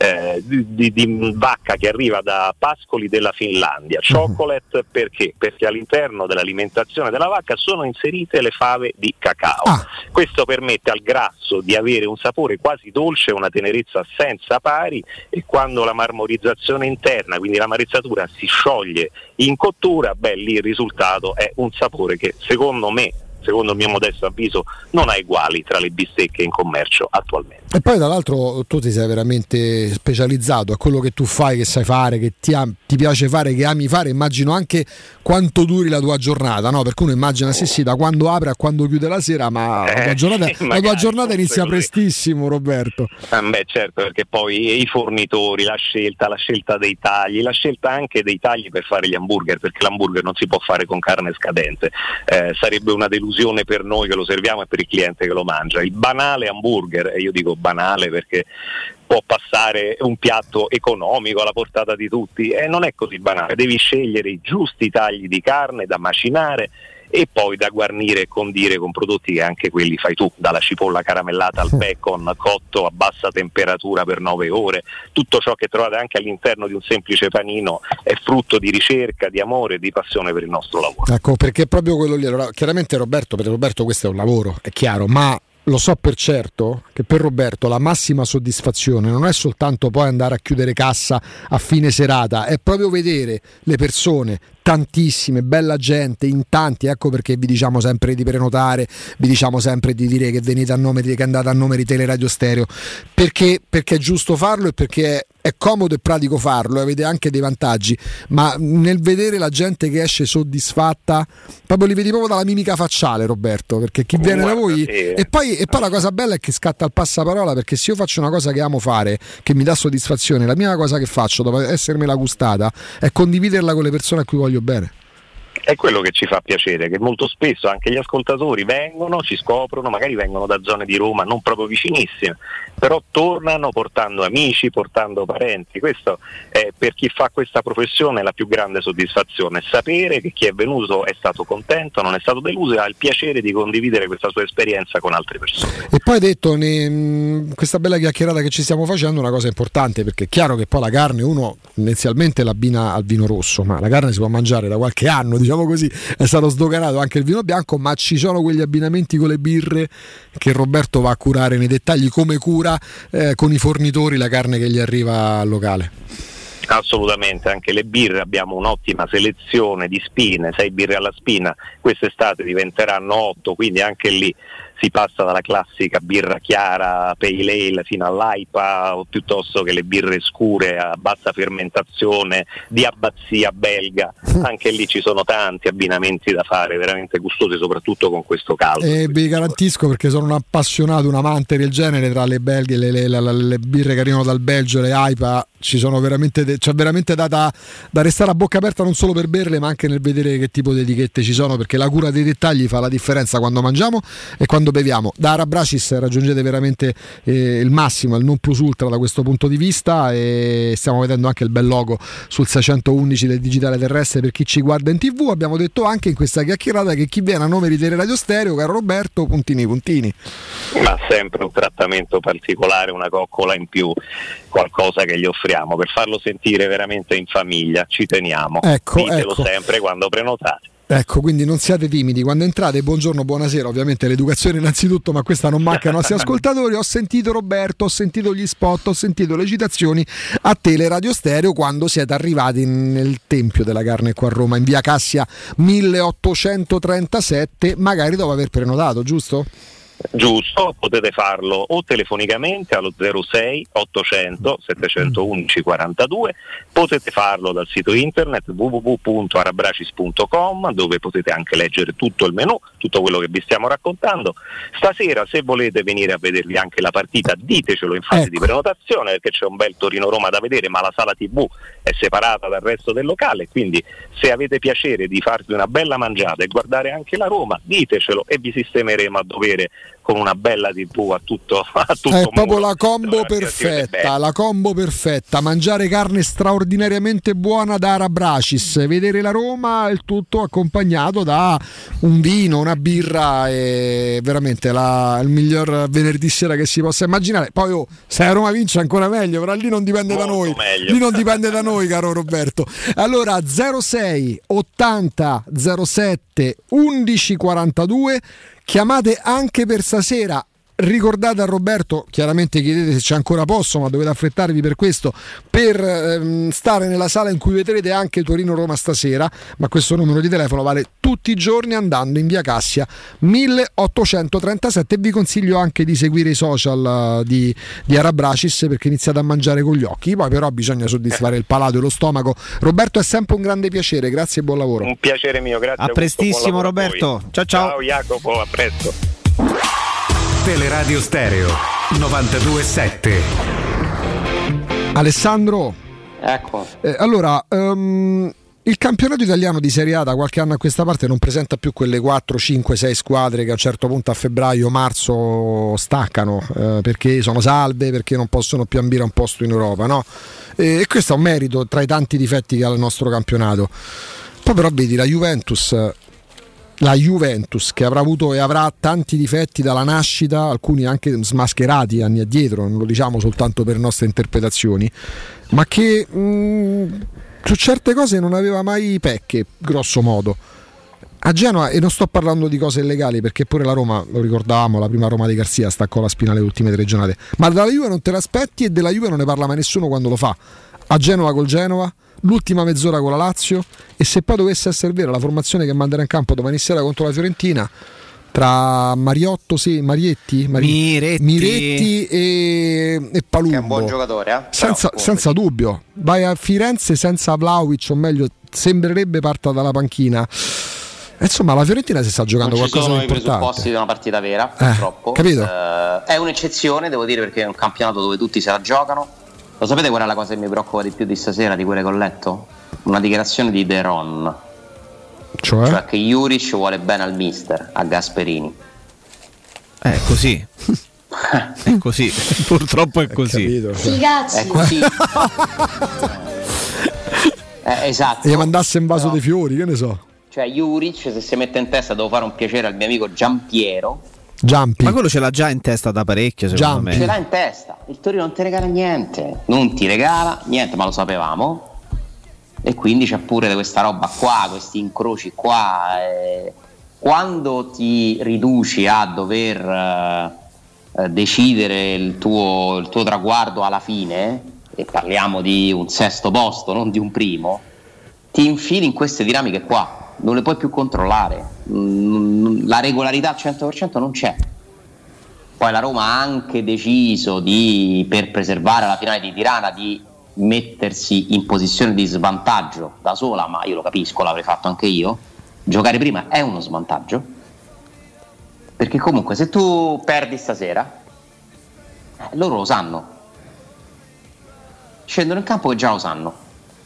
vacca che arriva da pascoli della Finlandia. Chocolate perché? Perché all'interno dell'alimentazione della vacca sono inserite le fave di cacao. Questo permette al grasso di avere un sapore quasi dolce, una tenerezza senza pari, e quando la marmorizzazione interna, quindi la marezzatura, si scioglie in cottura, lì il risultato è un sapore che secondo me secondo il mio modesto avviso, non ha uguali tra le bistecche in commercio attualmente. E poi tra l'altro tu ti sei veramente specializzato a quello che tu fai, che sai fare, che ti piace fare, che ami fare. Immagino anche quanto duri la tua giornata, no? Perché uno immagina sì da quando apre a quando chiude la sera, ma la tua giornata inizia prestissimo, Roberto. Beh, certo, perché poi i fornitori, la scelta dei tagli, la scelta anche dei tagli per fare gli hamburger, perché l'hamburger non si può fare con carne scadente, sarebbe una delusione per noi che lo serviamo e per il cliente che lo mangia. Il banale hamburger, e io dico banale perché può passare un piatto economico alla portata di tutti, e non è così banale, devi scegliere i giusti tagli di carne da macinare e poi da guarnire e condire con prodotti che anche quelli fai tu, dalla cipolla caramellata al bacon cotto a bassa temperatura per 9 ore. Tutto ciò che trovate anche all'interno di un semplice panino è frutto di ricerca, di amore e di passione per il nostro lavoro. Ecco, perché proprio quello lì, allora, chiaramente Roberto, per Roberto questo è un lavoro, è chiaro, ma lo so per certo che per Roberto la massima soddisfazione non è soltanto poi andare a chiudere cassa a fine serata, è proprio vedere le persone, tantissime, bella gente, in tanti, ecco perché vi diciamo sempre di prenotare, vi diciamo sempre di dire che venite a nome che andate a nome di Teleradio Stereo, perché è giusto farlo e perché è comodo e pratico farlo, avete anche dei vantaggi, ma nel vedere la gente che esce soddisfatta, proprio li vedi proprio dalla mimica facciale, Roberto, perché chi viene da voi e poi la cosa bella è che scatta il passaparola, perché se io faccio una cosa che amo fare, che mi dà soddisfazione, la prima cosa che faccio dopo essermela gustata è condividerla con le persone a cui voglio bene. È quello che ci fa piacere, che molto spesso anche gli ascoltatori vengono, ci scoprono, magari vengono da zone di Roma non proprio vicinissime, però tornano portando amici, portando parenti. Questo è, per chi fa questa professione, la più grande soddisfazione, sapere che chi è venuto è stato contento, non è stato deluso e ha il piacere di condividere questa sua esperienza con altre persone. E poi detto, questa bella chiacchierata che ci stiamo facendo, una cosa importante, perché è chiaro che poi la carne uno tendenzialmente l'abbina al vino rosso, ma la carne si può mangiare da qualche anno, diciamo così, è stato sdoganato anche il vino bianco, ma ci sono quegli abbinamenti con le birre che Roberto va a curare nei dettagli, come cura con i fornitori la carne che gli arriva al locale. Assolutamente, anche le birre abbiamo un'ottima selezione di spine, 6 birre alla spina, quest'estate diventeranno 8, quindi anche lì si passa dalla classica birra chiara pale ale fino all'IPA, o piuttosto che le birre scure a bassa fermentazione di abbazia belga. Anche lì ci sono tanti abbinamenti da fare, veramente gustosi, soprattutto con questo caldo. E vi garantisco, perché sono un appassionato, un amante del genere, tra le belghe, le birre che arrivano dal Belgio, le IPA, ci sono veramente c'è veramente da restare a bocca aperta, non solo per berle ma anche nel vedere che tipo di etichette ci sono, perché la cura dei dettagli fa la differenza quando mangiamo e quando beviamo. Da Arabracis raggiungete veramente il massimo, il non plus ultra da questo punto di vista, e stiamo vedendo anche il bel logo sul 611 del digitale terrestre per chi ci guarda in TV. Abbiamo detto anche in questa chiacchierata che chi viene a nome di Teleradio Stereo, caro Roberto, puntini. Ma sempre un trattamento particolare, una coccola in più, qualcosa che gli offriamo per farlo sentire veramente in famiglia, ci teniamo. Ditelo sempre quando prenotate. Ecco, quindi non siate timidi quando entrate. Buongiorno, buonasera, ovviamente l'educazione innanzitutto, ma questa non manca ai nostri ascoltatori. Ho sentito Roberto, ho sentito gli spot, ho sentito le citazioni a Teleradio Stereo quando siete arrivati nel Tempio della Carne qua a Roma, in via Cassia 1837, magari dopo aver prenotato, giusto? Giusto, potete farlo o telefonicamente allo 06 800 711 42, potete farlo dal sito internet www.arabracis.com, dove potete anche leggere tutto il menù, tutto quello che vi stiamo raccontando. Stasera, se volete venire a vedervi anche la partita, ditecelo in fase di prenotazione, perché c'è un bel Torino-Roma da vedere, ma la sala TV è separata dal resto del locale, quindi se avete piacere di farvi una bella mangiata e guardare anche la Roma, ditecelo e vi sistemeremo a dovere con una bella TV a tutto è proprio la combo perfetta, mangiare carne straordinariamente buona da Arabracis, vedere la Roma, il tutto accompagnato da un vino, una birra, e veramente il miglior venerdì sera che si possa immaginare. Poi se la Roma vince ancora meglio, però lì non dipende da noi, lì non dipende da noi, caro Roberto. Allora 06 80 07 11 42, chiamate anche per stasera ricordate a Roberto, chiaramente chiedete se c'è ancora posto, ma dovete affrettarvi per questo, per stare nella sala in cui vedrete anche Torino-Roma stasera, ma questo numero di telefono vale tutti i giorni andando in via Cassia 1837, e vi consiglio anche di seguire i social di Arabracis, perché iniziate a mangiare con gli occhi, poi però bisogna soddisfare il palato e lo stomaco. Roberto, è sempre un grande piacere, grazie e buon lavoro. Un piacere mio, grazie. A prestissimo Roberto, ciao. Ciao Jacopo, a presto. Teleradio Stereo 92.7. Alessandro, ecco. Allora, il campionato italiano di Serie A da qualche anno a questa parte non presenta più quelle 4, 5, 6 squadre che a un certo punto a febbraio, marzo staccano perché sono salve, perché non possono più ambire a un posto in Europa, no? E questo è un merito tra i tanti difetti che ha il nostro campionato. Poi però vedi la Juventus che avrà avuto e avrà tanti difetti dalla nascita, alcuni anche smascherati anni addietro, non lo diciamo soltanto per nostre interpretazioni, ma che su certe cose non aveva mai pecche, grosso modo. A Genova, e non sto parlando di cose illegali, perché pure la Roma, lo ricordavamo, la prima Roma di Garzia staccò la spina le ultime 3 giornate, ma dalla Juve non te l'aspetti, e della Juve non ne parla mai nessuno quando lo fa. A Genova col Genova, l'ultima mezz'ora con la Lazio, e se poi dovesse essere vera la formazione che manderà in campo domani sera contro la Fiorentina, tra Miretti e Palumbo, che è un buon giocatore, senza dubbio. Vai a Firenze senza Vlahovic, o meglio sembrerebbe parta dalla panchina. Insomma, la Fiorentina si sta giocando qualcosa di importante. Non ci sono i presupposti di una partita vera, purtroppo. Capito? È un'eccezione, devo dire, perché è un campionato dove tutti se la giocano. Lo sapete qual è la cosa che mi preoccupa di più di stasera, di quelle che ho letto? Una dichiarazione di De Ron. Cioè che Juric vuole bene al mister, a Gasperini. È così. È così. Purtroppo è così. Capito, è così. Esatto. E gli mandasse un vaso di fiori, che ne so. Cioè Juric, se si mette in testa devo fare un piacere al mio amico Giampiero. Giampi. Ma quello ce l'ha già in testa da parecchio, secondo me. Ce l'ha in testa. Il Torino non ti regala niente. Non ti regala niente, ma lo sapevamo. E quindi c'è pure questa roba qua, questi incroci qua. Quando ti riduci a dover decidere il tuo traguardo alla fine, e parliamo di un sesto posto, non di un primo, ti infili in queste dinamiche qua. Non le puoi più controllare, la regolarità al 100% non c'è. Poi la Roma ha anche deciso per preservare la finale di Tirana, di mettersi in posizione di svantaggio da sola, ma io lo capisco, l'avrei fatto anche io. Giocare prima è uno svantaggio, perché comunque se tu perdi stasera, loro lo sanno, scendono in campo che già lo sanno.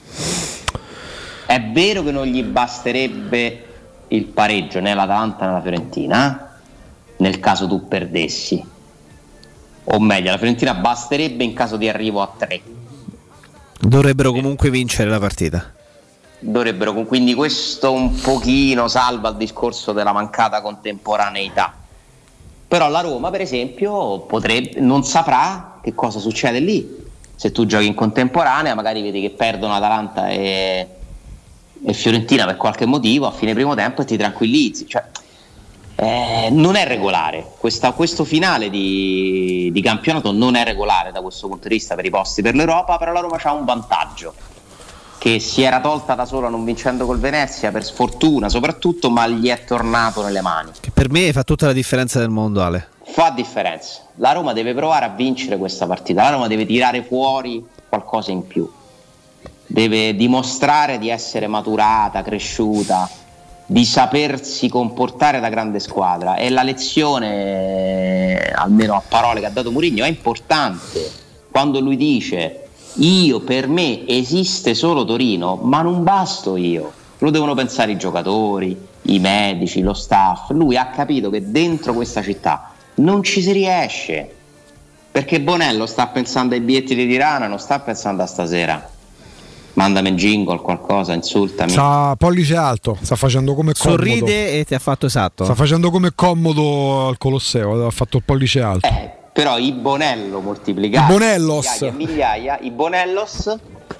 È vero che non gli basterebbe il pareggio né l'Atalanta né la Fiorentina, nel caso tu perdessi, o meglio, la Fiorentina basterebbe in caso di arrivo a 3. Dovrebbero comunque vincere la partita. Quindi questo un pochino salva il discorso della mancata contemporaneità. Però la Roma, per esempio, non saprà che cosa succede lì. Se tu giochi in contemporanea, magari vedi che perdono Atalanta e Fiorentina per qualche motivo a fine primo tempo e ti tranquillizzi. Cioè, non è regolare questo finale di campionato, non è regolare da questo punto di vista per i posti per l'Europa. Però la Roma c'ha un vantaggio che si era tolta da sola non vincendo col Venezia, per sfortuna soprattutto, ma gli è tornato nelle mani, che per me fa tutta la differenza del mondo, Ale. Fa differenza. La Roma deve provare a vincere questa partita, la Roma deve tirare fuori qualcosa in più, deve dimostrare di essere maturata, cresciuta, di sapersi comportare da grande squadra. E la lezione, almeno a parole, che ha dato Mourinho è importante, quando lui dice: per me esiste solo Torino, ma non basto io, lo devono pensare i giocatori, i medici, lo staff. Lui ha capito che dentro questa città non ci si riesce, perché Bonello sta pensando ai biglietti di Tirana, non sta pensando a stasera. Mandami il jingle, qualcosa, insultami. Pollice alto, sta facendo come comodo. Sorride e ti ha fatto esatto. Sta facendo come comodo al Colosseo, ha fatto il pollice alto. Però i Bonello moltiplicati, i Bonellos, migliaia, i Bonellos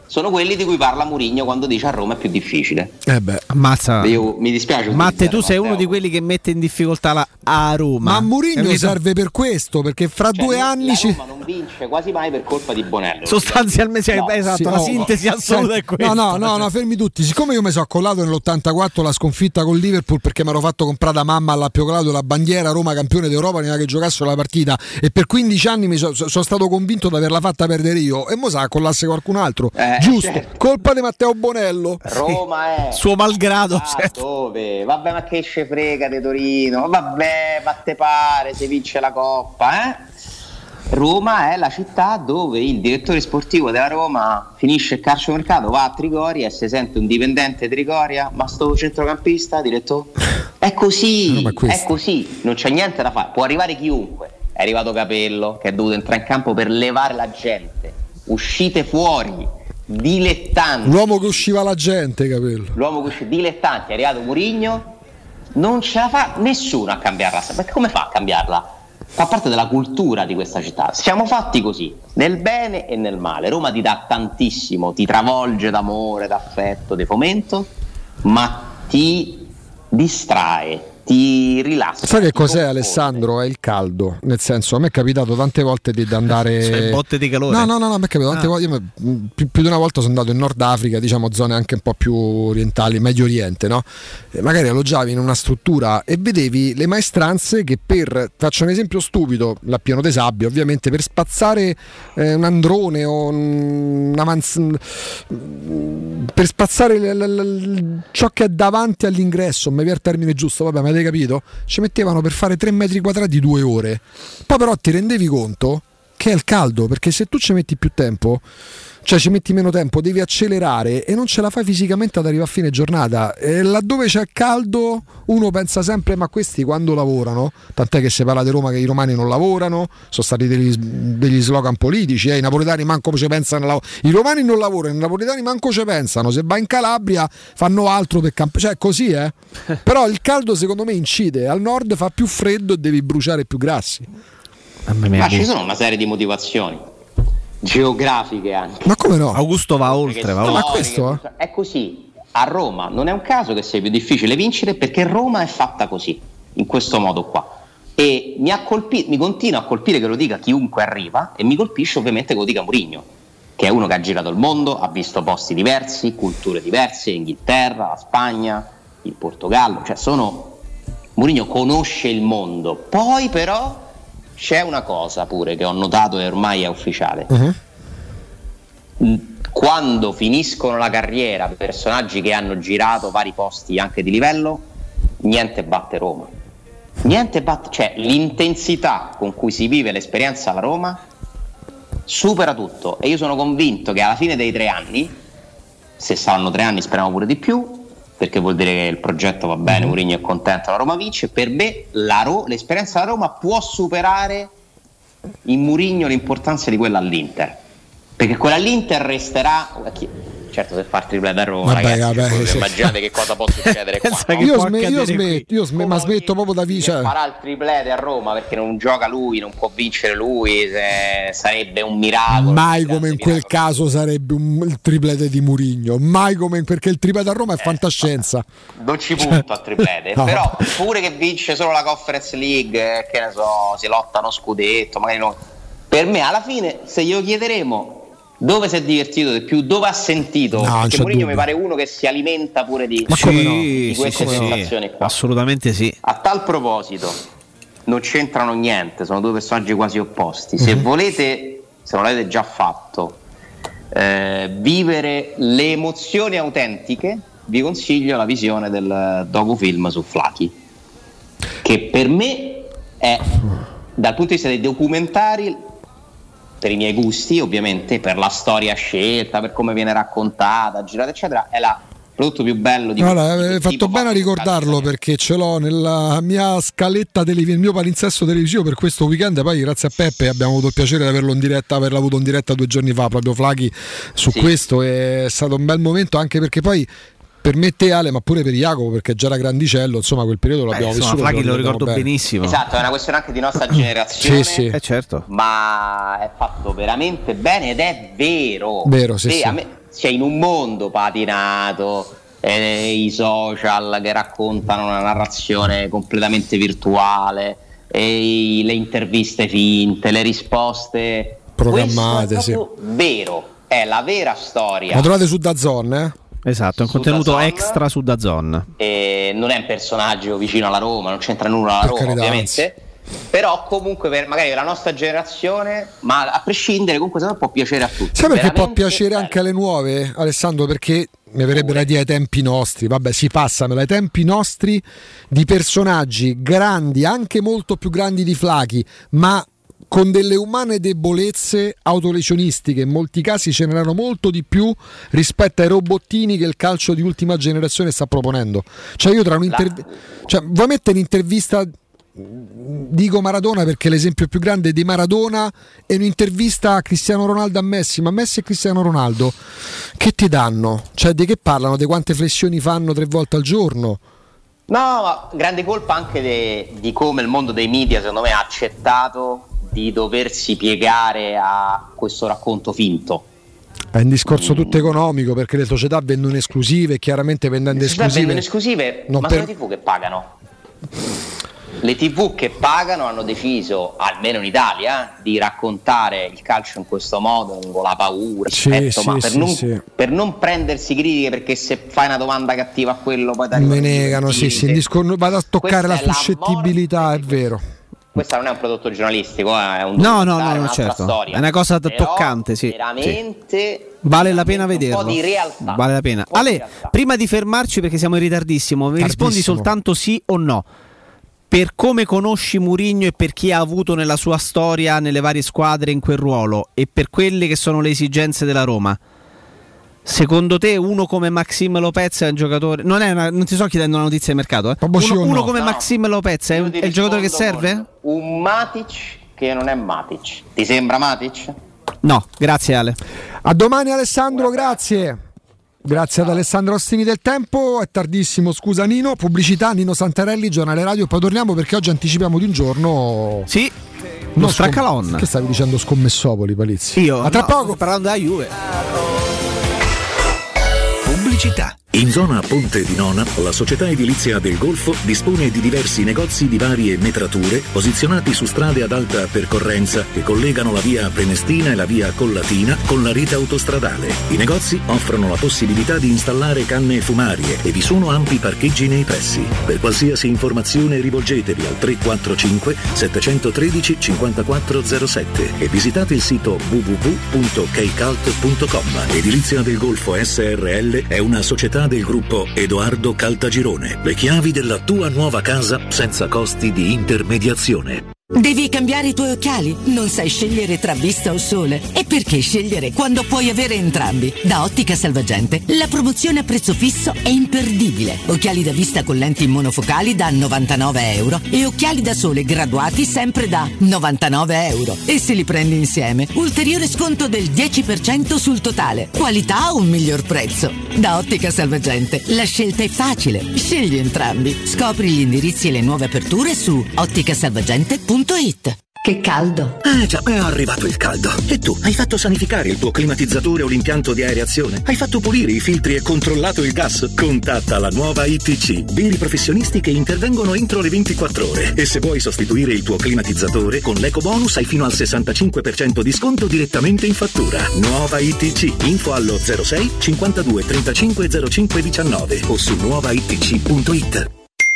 sono quelli di cui parla Mourinho quando dice a Roma è più difficile. Ammazza. Mi dispiace. Matte, tu sei uno di quelli che mette in difficoltà a Roma. Ma Mourinho serve per questo, perché fra 2 anni Roma non vince quasi mai per colpa di Bonello. Sostanzialmente, esatto, la sintesi assoluta è questa. No, fermi tutti. Siccome io mi sono accollato nell'84 la sconfitta con Liverpool perché mi ero fatto comprare da mamma all'appiocolato la bandiera Roma campione d'Europa prima che giocassero la partita, e per 15 anni mi sono stato convinto di averla fatta perdere io, e mo sa accollasse qualcun altro. Giusto, certo. Colpa di Matteo Bonello. Roma è suo malgrado. Dove? Vabbè, ma che ce frega di Torino? Vabbè, ma te pare se vince la Coppa, Roma è la città dove il direttore sportivo della Roma finisce il calciomercato, va a Trigoria e si sente un dipendente di Trigoria, ma sto centrocampista, direttore? È così, è così, non c'è niente da fare, può arrivare chiunque. È arrivato Capello che è dovuto entrare in campo per levare la gente, uscite fuori, dilettanti. L'uomo che usciva la gente, Capello. L'uomo che usciva, dilettanti, è arrivato Mourinho, non ce la fa nessuno a cambiarla, perché come fa a cambiarla? Fa parte della cultura di questa città, siamo fatti così, nel bene e nel male. Roma ti dà tantissimo, ti travolge d'amore, d'affetto, di fomento, ma ti distrae, ti rilassa. Sai che cos'è, Alessandro? È il caldo, nel senso, a me è capitato tante volte di andare cioè, botte di calore. No, mi è capitato tante volte. Io più di una volta sono andato in Nord Africa, diciamo zone anche un po' più orientali, Medio Oriente, no? E magari alloggiavi in una struttura e vedevi le maestranze che faccio un esempio stupido, la pieno di sabbia ovviamente, per spazzare un androne o per spazzare ciò che è davanti all'ingresso, mi viene il termine giusto, vabbè, ma avete capito? Ci mettevano per fare 3 metri quadrati 2 ore. Poi però ti rendevi conto che è il caldo, perché se tu ci metti più tempo, cioè ci metti meno tempo, devi accelerare e non ce la fai fisicamente ad arrivare a fine giornata. E laddove c'è caldo uno pensa sempre, ma questi quando lavorano? Tant'è che si parla di Roma che i romani non lavorano, sono stati degli slogan politici, i napoletani manco ci pensano, i romani non lavorano, i napoletani manco ci pensano, se vai in Calabria fanno altro per cioè così però il caldo secondo me incide, al nord fa più freddo e devi bruciare più grassi. Ma ci sono una serie di motivazioni geografiche anche. Ma come no? Augusto va oltre, ma questo è così. A Roma non è un caso che sia più difficile vincere, perché Roma è fatta così, in questo modo qua. E mi continua a colpire che lo dica chiunque arriva, e mi colpisce ovviamente che lo dica Mourinho, che è uno che ha girato il mondo, ha visto posti diversi, culture diverse, Inghilterra, la Spagna, il Portogallo, cioè Mourinho conosce il mondo. Poi però c'è una cosa pure che ho notato e ormai è ufficiale. Quando finiscono la carriera personaggi che hanno girato vari posti anche di livello, niente batte Roma. Niente batte, cioè l'intensità con cui si vive l'esperienza alla Roma supera tutto, e io sono convinto che alla fine dei 3 anni, se saranno 3 anni speriamo pure di più, perché vuol dire che il progetto va bene, Mourinho è contento, la Roma vince. Per me l'esperienza alla Roma può superare in Mourinho l'importanza di quella all'Inter, perché quella all'Inter resterà, certo, se fa il triplete a Roma, ragazzi, immaginate che cosa può succedere qua. Io smetto proprio da vincere. Farà il triplete a Roma perché non gioca lui, non può vincere lui, sarebbe un miracolo. Mai come in quel caso sarebbe il triplete di Mourinho, mai come, perché il triplete a Roma è fantascienza. Non ci punto a triplete, no. Però pure che vince solo la Conference League, che ne so, si lottano scudetto, magari no. Per me alla fine, se glielo chiederemo dove si è divertito di più, dove ha sentito, perché Mourinho mi pare uno che si alimenta pure di queste sensazioni qua. Assolutamente sì. A tal proposito non c'entrano niente, sono 2 personaggi quasi opposti. Se volete, se non l'avete già fatto, vivere le emozioni autentiche, vi consiglio la visione del docufilm su Flaki, che per me è, dal punto di vista dei documentari, per i miei gusti ovviamente, per la storia scelta, per come viene raccontata, girata eccetera, è il prodotto più bello di hai fatto bene a ricordarlo, perché ce l'ho nella mia scaletta il mio palinsesto televisivo per questo weekend. Poi grazie a Peppe abbiamo avuto il piacere di averlo in diretta, averlo avuto in diretta 2 giorni fa, proprio Flaki su questo. È stato un bel momento, anche perché poi per me, te Ale, ma pure per Jacopo, perché già era grandicello, insomma quel periodo l'abbiamo vissuto. Flaki lo ricordo benissimo. Esatto, è una questione anche di nostra generazione. Sì. Certo. Ma è fatto veramente bene ed è vero. Sì. A me, sia in un mondo patinato, i social che raccontano una narrazione completamente virtuale, le interviste finte, le risposte programmate. Questo è proprio vero, è la vera storia. La trovate su DAZN, Esatto, è un contenuto extra su DAZN. Non è un personaggio vicino alla Roma, non c'entra nulla la Roma, ovviamente. Però comunque magari per la nostra generazione, ma a prescindere, comunque secondo me può piacere a tutti. Sai perché può piacere anche alle nuove, Alessandro? Perché mi verrebbe da dire ai tempi nostri, vabbè, si passamelo, ai tempi nostri, di personaggi grandi, anche molto più grandi di Flaky, ma con delle umane debolezze autolesionistiche. In molti casi ce n'erano molto di più rispetto ai robottini che il calcio di ultima generazione sta proponendo. Cioè io tra vuoi mettere un'intervista, dico Maradona perché è l'esempio più grande di Maradona, e un'intervista a Cristiano Ronaldo a Messi, ma Messi e Cristiano Ronaldo che ti danno? Cioè di che parlano? Di quante flessioni fanno 3 volte al giorno? No, ma grande colpa anche di come il mondo dei media secondo me ha accettato di doversi piegare a questo racconto finto. È un discorso tutto economico, perché le società vendono esclusive e chiaramente vendendo esclusive ma sono le TV che pagano. Le TV che pagano hanno deciso, almeno in Italia, di raccontare il calcio in questo modo, con la paura, per non prendersi critiche, perché se fai una domanda cattiva a quello poi me negano, vado a toccare la suscettibilità, è vero. Questo non è un prodotto giornalistico, è un no, certo. Storia. È una cosa toccante, sì. Veramente vale la pena vederlo. Un po' di realtà. Vale la pena. Ale, prima di fermarci perché siamo in ritardissimo, mi rispondi soltanto sì o no. Per come conosci Mourinho e per chi ha avuto nella sua storia, nelle varie squadre in quel ruolo, e per quelle che sono le esigenze della Roma, secondo te uno come Maxime Lopez è un giocatore? Non ti sto chiedendo una notizia di mercato, uno come Maxime Lopez è il giocatore che serve? Un Matic che non è Matic. Ti sembra Matic? No, grazie Ale. A domani Alessandro, grazie. Grazie ad Alessandro Ostini del Tempo. È tardissimo, scusa Nino. Pubblicità, Nino Santarelli, giornale radio. Poi torniamo perché oggi anticipiamo di un giorno. Sì, lo Straccalon. Che stavi dicendo Scommessopoli, Palizzi? Io, ma tra poco parlando della Juve. Pubblicità. In zona Ponte di Nona, la società edilizia del Golfo dispone di diversi negozi di varie metrature posizionati su strade ad alta percorrenza che collegano la via Prenestina e la via Collatina con la rete autostradale. I negozi offrono la possibilità di installare canne fumarie e vi sono ampi parcheggi nei pressi. Per qualsiasi informazione rivolgetevi al 345 713 5407 e visitate il sito www.keicalt.com. Edilizia del Golfo SRL è una società del gruppo Edoardo Caltagirone. Le chiavi della tua nuova casa senza costi di intermediazione. Devi cambiare i tuoi occhiali? Non sai scegliere tra vista o sole? E perché scegliere quando puoi avere entrambi? Da Ottica Salvagente la promozione a prezzo fisso è imperdibile. Occhiali da vista con lenti monofocali da €99 e occhiali da sole graduati sempre da €99. E se li prendi insieme, ulteriore sconto del 10% sul totale. Qualità o un miglior prezzo? Da Ottica Salvagente la scelta è facile. Scegli entrambi. Scopri gli indirizzi e le nuove aperture su otticasalvagente.it. Che caldo! Già, è arrivato il caldo. E tu, hai fatto sanificare il tuo climatizzatore o l'impianto di areazione? Hai fatto pulire i filtri e controllato il gas? Contatta la nuova ITC, veri professionisti che intervengono entro le 24 ore. E se vuoi sostituire il tuo climatizzatore, con l'ecobonus hai fino al 65% di sconto direttamente in fattura. Nuova ITC, info allo 06 52 35 05 19 o su nuovaitc.it.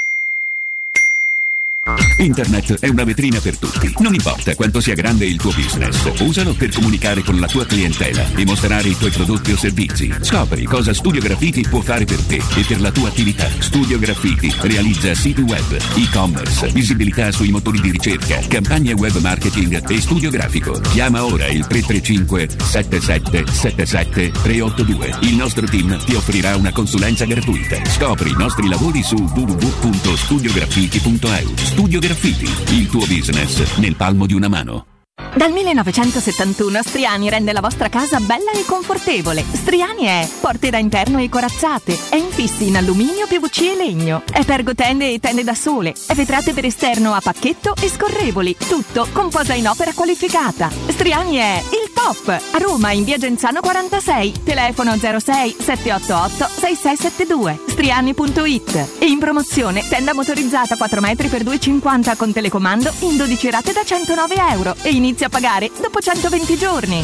Internet è una vetrina per tutti. Non importa quanto sia grande il tuo business, usalo per comunicare con la tua clientela e mostrare i tuoi prodotti o servizi. Scopri cosa Studio Graffiti può fare per te e per la tua attività. Studio Graffiti realizza siti web, e-commerce, visibilità sui motori di ricerca, campagne web marketing e studio grafico. Chiama ora il 335 77 77 382. Il nostro team ti offrirà una consulenza gratuita. Scopri i nostri lavori su www.studiograffiti.eu. Studio Graffiti, il tuo business nel palmo di una mano. Dal 1971 Striani rende la vostra casa bella e confortevole. Striani è porte da interno e corazzate, è infissi in alluminio, PVC e legno, è pergotende e tende da sole, è vetrate per esterno a pacchetto e scorrevoli, tutto con posa in opera qualificata. Striani è il top Stop, a Roma in via Genzano 46, telefono 06 788 6672, striani.it. E in promozione tenda motorizzata 4 metri per 2,50 con telecomando in 12 rate da €109 e inizia a pagare dopo 120 giorni.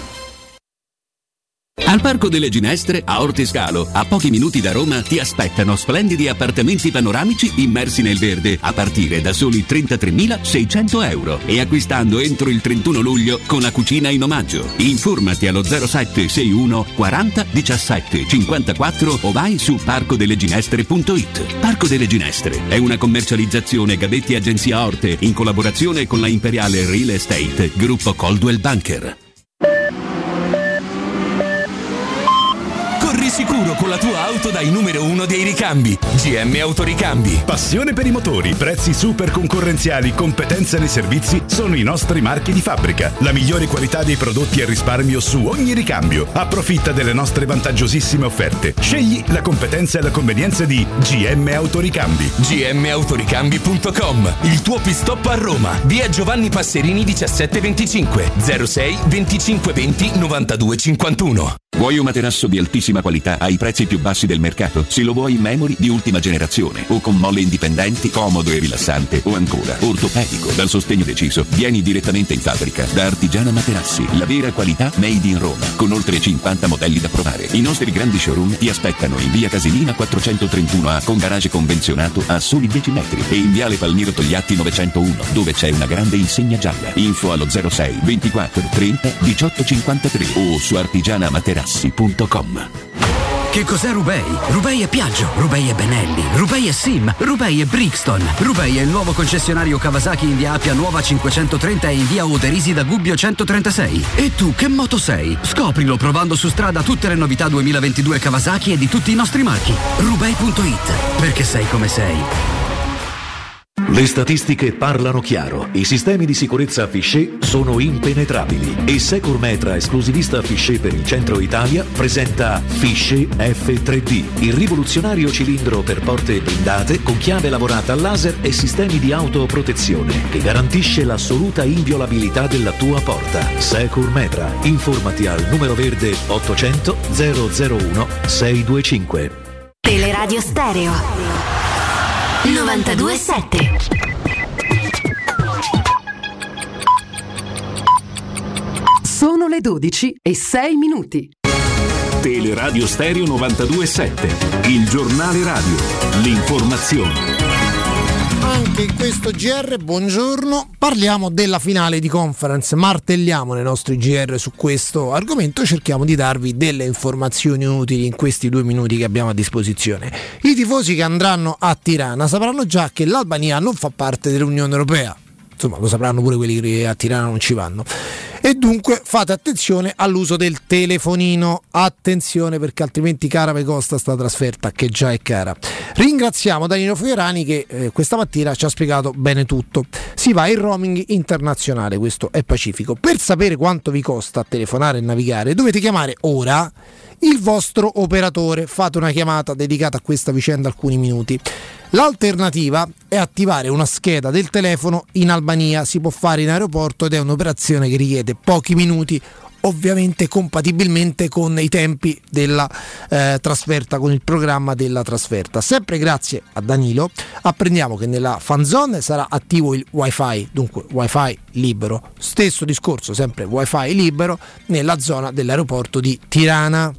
Al Parco delle Ginestre, a Ortiscalo, a pochi minuti da Roma, ti aspettano splendidi appartamenti panoramici immersi nel verde a partire da soli €33.600 e acquistando entro il 31 luglio con la cucina in omaggio. Informati allo 0761 40 17 54 o vai su parcodelleginestre.it. Parco delle Ginestre è una commercializzazione Gabetti Agenzia Orte in collaborazione con la Imperiale Real Estate, gruppo Coldwell Banker. Corri sicuro con la tua auto dai numero 1 dei ricambi. GM Autoricambi. Passione per i motori, prezzi super concorrenziali, competenza nei servizi sono i nostri marchi di fabbrica. La migliore qualità dei prodotti e risparmio su ogni ricambio. Approfitta delle nostre vantaggiosissime offerte. Scegli la competenza e la convenienza di GM Autoricambi. gmautoricambi.com. Il tuo pit-stop a Roma. Via Giovanni Passerini 1725 06 25 20 92 51. Vuoi un materasso di altissima qualità ai prezzi più bassi del mercato? Se lo vuoi in memory di ultima generazione o con molle indipendenti, comodo e rilassante o ancora ortopedico dal sostegno deciso, vieni direttamente in fabbrica da Artigiana Materassi, la vera qualità made in Roma, con oltre 50 modelli da provare. I nostri grandi showroom ti aspettano in via Casilina 431A con garage convenzionato a soli 10 metri e in viale Palmiro Togliatti 901 dove c'è una grande insegna gialla. Info allo 06 24 30 18 53 o su artigianamaterassi.com. Che cos'è Rubei? Rubei è Piaggio, Rubei è Benelli, Rubei è Sim, Rubei è Brixton. Rubei è il nuovo concessionario Kawasaki in via Appia Nuova 530 e in via Oderisi da Gubbio 136. E tu che moto sei? Scoprilo provando su strada tutte le novità 2022 Kawasaki e di tutti i nostri marchi. Rubei.it, perché sei come sei. Le statistiche parlano chiaro. I sistemi di sicurezza Fichet sono impenetrabili e Securmetra, esclusivista Fichet per il centro Italia, presenta Fichet F3D, il rivoluzionario cilindro per porte blindate con chiave lavorata a laser e sistemi di autoprotezione che garantisce l'assoluta inviolabilità della tua porta. Securmetra. Informati al numero verde 800 001 625. Teleradio Stereo 92.7. Sono le 12:06. Teleradio Stereo 92.7, il giornale radio, l'informazione. Anche in questo GR, buongiorno, parliamo della finale di conference, martelliamo nei nostri GR su questo argomento, cerchiamo di darvi delle informazioni utili in questi 2 minuti che abbiamo a disposizione. I tifosi che andranno a Tirana sapranno già che l'Albania non fa parte dell'Unione Europea, insomma lo sapranno pure quelli che a Tirana non ci vanno. E dunque fate attenzione all'uso del telefonino, attenzione perché altrimenti cara vi costa sta trasferta che già è cara. Ringraziamo Danilo Fioerani che questa mattina ci ha spiegato bene tutto. Si va in roaming internazionale, questo è pacifico. Per sapere quanto vi costa telefonare e navigare dovete chiamare ora il vostro operatore, fate una chiamata dedicata a questa vicenda alcuni minuti. L'alternativa è attivare una scheda del telefono in Albania, si può fare in aeroporto ed è un'operazione che richiede pochi minuti, ovviamente compatibilmente con i tempi della trasferta, con il programma della trasferta. Sempre grazie a Danilo apprendiamo che nella fan zone sarà attivo il wifi, dunque wifi libero, stesso discorso, sempre wifi libero nella zona dell'aeroporto di Tirana.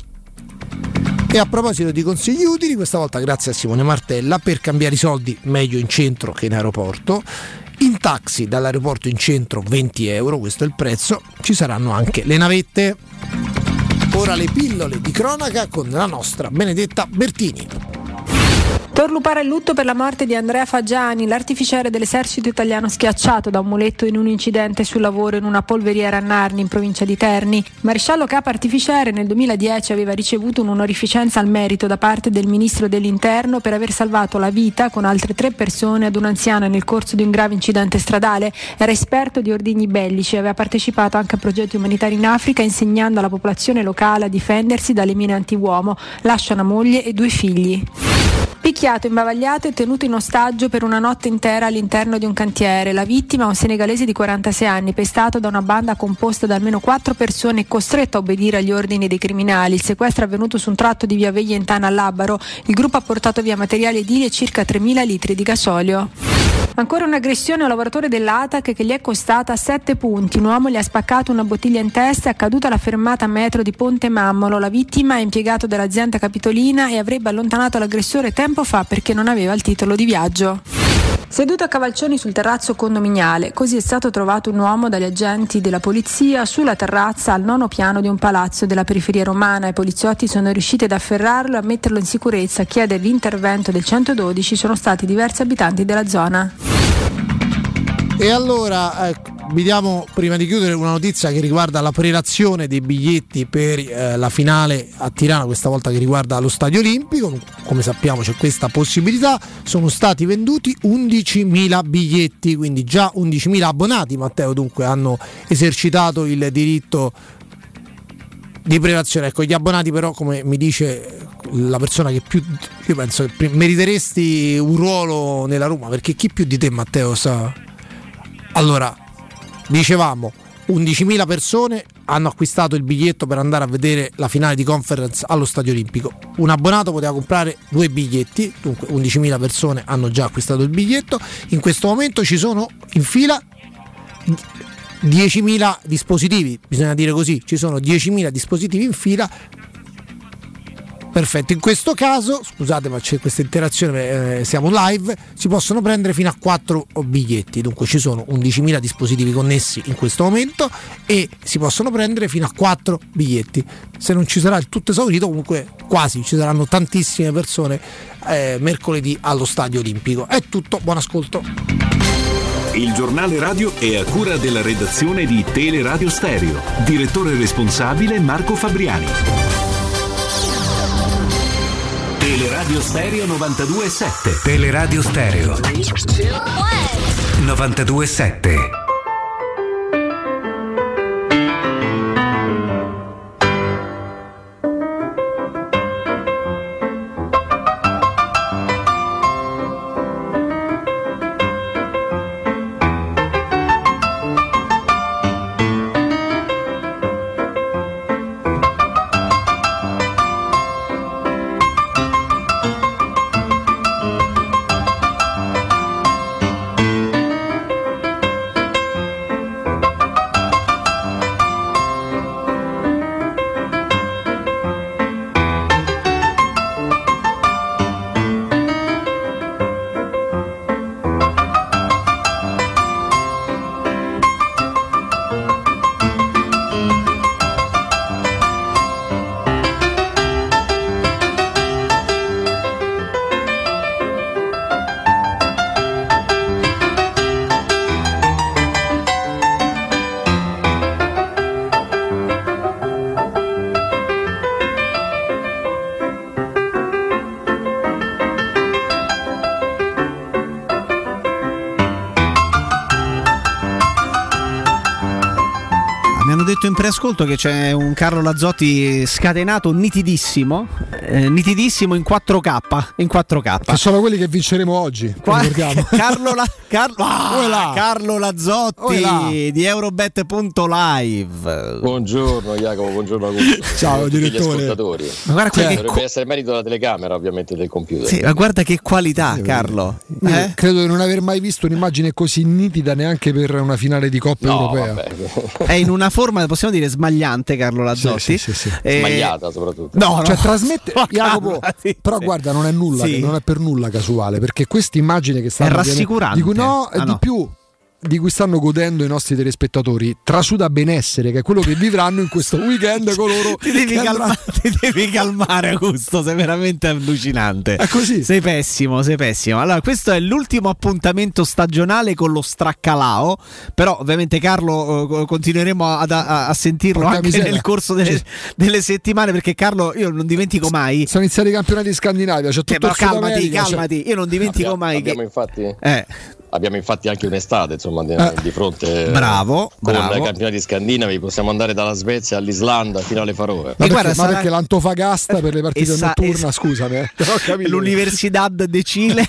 E a proposito di consigli utili, questa volta grazie a Simone Martella, per cambiare i soldi meglio in centro che in aeroporto. In taxi dall'aeroporto in centro €20, questo è il prezzo, ci saranno anche le navette. Ora le pillole di cronaca con la nostra Benedetta Bertini. Torlupare il lutto per la morte di Andrea Fagiani, l'artificiere dell'esercito italiano schiacciato da un muletto in un incidente sul lavoro in una polveriera a Narni in provincia di Terni. Maresciallo capo artificiere nel 2010 aveva ricevuto un'onorificenza al merito da parte del ministro dell'Interno per aver salvato la vita con altre 3 persone ad un'anziana nel corso di un grave incidente stradale. Era esperto di ordigni bellici e aveva partecipato anche a progetti umanitari in Africa insegnando alla popolazione locale a difendersi dalle mine antiuomo. Lascia una moglie e 2 figli. Picchiato, imbavagliato e tenuto in ostaggio per una notte intera all'interno di un cantiere. La vittima, un senegalese di 46 anni, pestato da una banda composta da almeno 4 persone, costretto a obbedire agli ordini dei criminali. Il sequestro è avvenuto su un tratto di via Veientana a Labaro. Il gruppo ha portato via materiali edili e circa 3.000 litri di gasolio. Ancora un'aggressione a un lavoratore dell'ATAC che gli è costata 7 punti. Un uomo gli ha spaccato una bottiglia in testa, è accaduta alla fermata metro di Ponte Mammolo. La vittima è impiegato dell'azienda capitolina e avrebbe allontanato l'aggressore tempo fa perché non aveva il titolo di viaggio. Seduto a cavalcioni sul terrazzo condominiale, così è stato trovato un uomo dagli agenti della polizia sulla terrazza al 9° piano di un palazzo della periferia romana. I poliziotti sono riusciti ad afferrarlo e a metterlo in sicurezza. A chiedere l'intervento del 112 sono stati diversi abitanti della zona. E allora vi diamo, prima di chiudere, una notizia che riguarda la prelazione dei biglietti per la finale a Tirana, questa volta che riguarda lo Stadio Olimpico. Come sappiamo c'è questa possibilità, sono stati venduti 11.000 biglietti, quindi già 11.000 abbonati, Matteo, dunque hanno esercitato il diritto di prelazione. Ecco, gli abbonati però, come mi dice la persona che più, io penso che meriteresti un ruolo nella Roma, perché chi più di te, Matteo, sa? Allora, dicevamo, 11.000 persone hanno acquistato il biglietto per andare a vedere la finale di Conference allo Stadio Olimpico. Un abbonato poteva comprare 2 biglietti, dunque 11.000 persone hanno già acquistato il biglietto. In questo momento ci sono in fila 10.000 dispositivi, bisogna dire così, ci sono 10.000 dispositivi in fila. Perfetto, in questo caso, scusate ma c'è questa interazione, siamo live, si possono prendere fino a 4 biglietti, dunque ci sono 11.000 dispositivi connessi in questo momento e si possono prendere fino a 4 biglietti. Se non ci sarà il tutto esaurito, comunque quasi, ci saranno tantissime persone mercoledì allo Stadio Olimpico. È tutto, buon ascolto. Il giornale radio è a cura della redazione di Teleradio Stereo. Direttore responsabile Marco Fabriani. Teleradio Stereo 92.7. Teleradio Stereo 92.7. In preascolto che c'è un Carlo Lazzotti scatenato nitidissimo in 4K che sono quelli che vinceremo oggi. Carlo Lazzotti di Eurobet.live. Buongiorno Jacopo, buongiorno a tutti. Ciao direttore. Ma guarda dovrebbe essere merito della telecamera, ovviamente, del computer. Sì, ma guarda che qualità, Carlo. Credo di non aver mai visto un'immagine così nitida neanche per una finale di Coppa Europea. Vabbè. È in una forma, possiamo dire, smagliante Carlo Lazzotti. Sì. Smagliata soprattutto. Cioè trasmette Jacopo, però guarda, non è nulla, non è per nulla casuale, perché questa immagine che stanno è rassicurante. Di più di cui stanno godendo i nostri telespettatori trasuda benessere, che è quello che vivranno in questo weekend coloro ti devi calmare, Augusto, sei veramente allucinante. È così. Sei pessimo. Allora, questo è l'ultimo appuntamento stagionale con lo Straccalao, però ovviamente Carlo continueremo a sentirlo anche nel corso delle settimane, perché Carlo, io non dimentico mai, sono iniziati i campionati di Scandinavia, c'è tutto però calmati, io non dimentico mai abbiamo infatti Abbiamo infatti anche un'estate, insomma, di fronte. Bravo. Con i campionati scandinavi possiamo andare dalla Svezia all'Islanda fino alle Faroe. Perché l'Antofagasta per le partite notturne, scusami, l'Universidad de Chile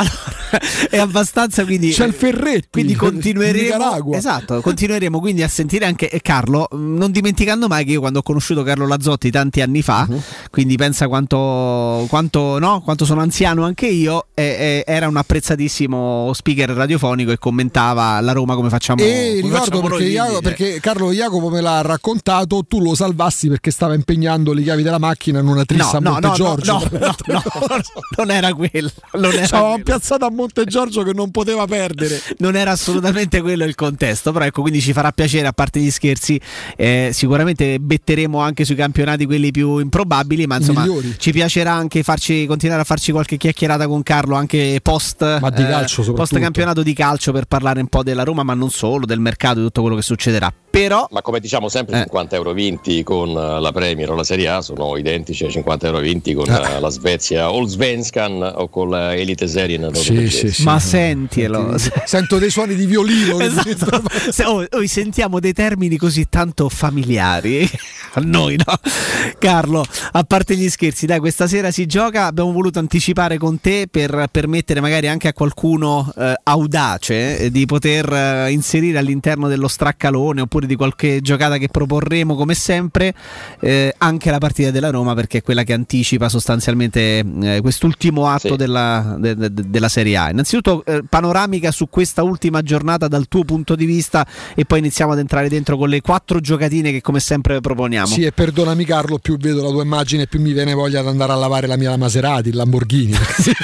è abbastanza, quindi c'è il Ferretti, quindi continueremo quindi a sentire anche Carlo, non dimenticando mai che io quando ho conosciuto Carlo Lazzotti tanti anni fa, quindi pensa quanto sono anziano anche io, era un apprezzatissimo speaker radiofonico e commentava la Roma come facciamo. E ricordo perché Carlo Jacopo me l'ha raccontato, tu lo salvasti perché stava impegnando le chiavi della macchina in una trissa a Montegiorgio. No, non era quello. C'avevamo piazzato a Montegiorgio che non poteva perdere. Non era assolutamente quello il contesto, però ecco, quindi ci farà piacere, a parte gli scherzi, sicuramente betteremo anche sui campionati quelli più improbabili, ma insomma ci piacerà anche continuare a farci qualche chiacchierata con Carlo anche post campionato di calcio, per parlare un po' della Roma, ma non solo, del mercato, di tutto quello che succederà. Però, ma come diciamo sempre, 50 euro vinti con la Premier o la Serie A sono identici ai 50 euro vinti con la Svezia o il Svenskan o con la Elite Serien. Ma sentilo, sento dei suoni di violino. Esatto. Sentiamo dei termini così tanto familiari a noi, no? Carlo, a parte gli scherzi, dai, questa sera si gioca, abbiamo voluto anticipare con te per permettere magari anche a qualcuno audace di poter inserire all'interno dello straccalone oppure di qualche giocata che proporremo come sempre anche la partita della Roma, perché è quella che anticipa sostanzialmente quest'ultimo atto della Serie A. Innanzitutto panoramica su questa ultima giornata dal tuo punto di vista e poi iniziamo ad entrare dentro con le 4 giocatine che come sempre proponiamo. Sì, e perdonami Carlo, più vedo la tua immagine più mi viene voglia di andare a lavare la mia Maserati, il Lamborghini.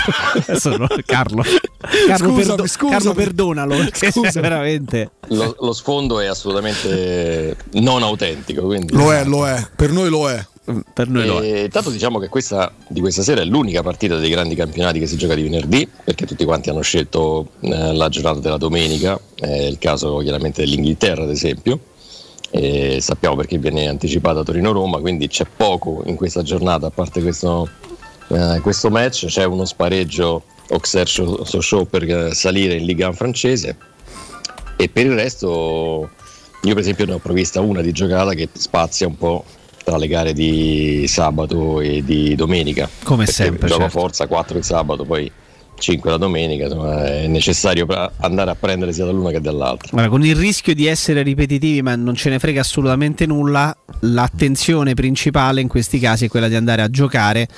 Carlo, perdonalo, scusa. Veramente lo sfondo è assolutamente non autentico, quindi lo è, per noi lo è. Tanto diciamo che di questa sera è l'unica partita dei grandi campionati che si gioca di venerdì, perché tutti quanti hanno scelto la giornata della domenica, è il caso chiaramente dell'Inghilterra ad esempio, e sappiamo perché viene anticipata Torino-Roma, quindi c'è poco in questa giornata a parte questo match. C'è uno spareggio Auxerre-Sochaux per salire in Ligue 1 francese, e per il resto io per esempio ne ho provvista una di giocata che spazia un po' tra le gare di sabato e di domenica, come perché sempre, gioco forza 4 il sabato, poi 5 la domenica, insomma, è necessario andare a prendere sia dall'una che dall'altra. Allora, con il rischio di essere ripetitivi, ma non ce ne frega assolutamente nulla, l'attenzione principale in questi casi è quella di andare a giocare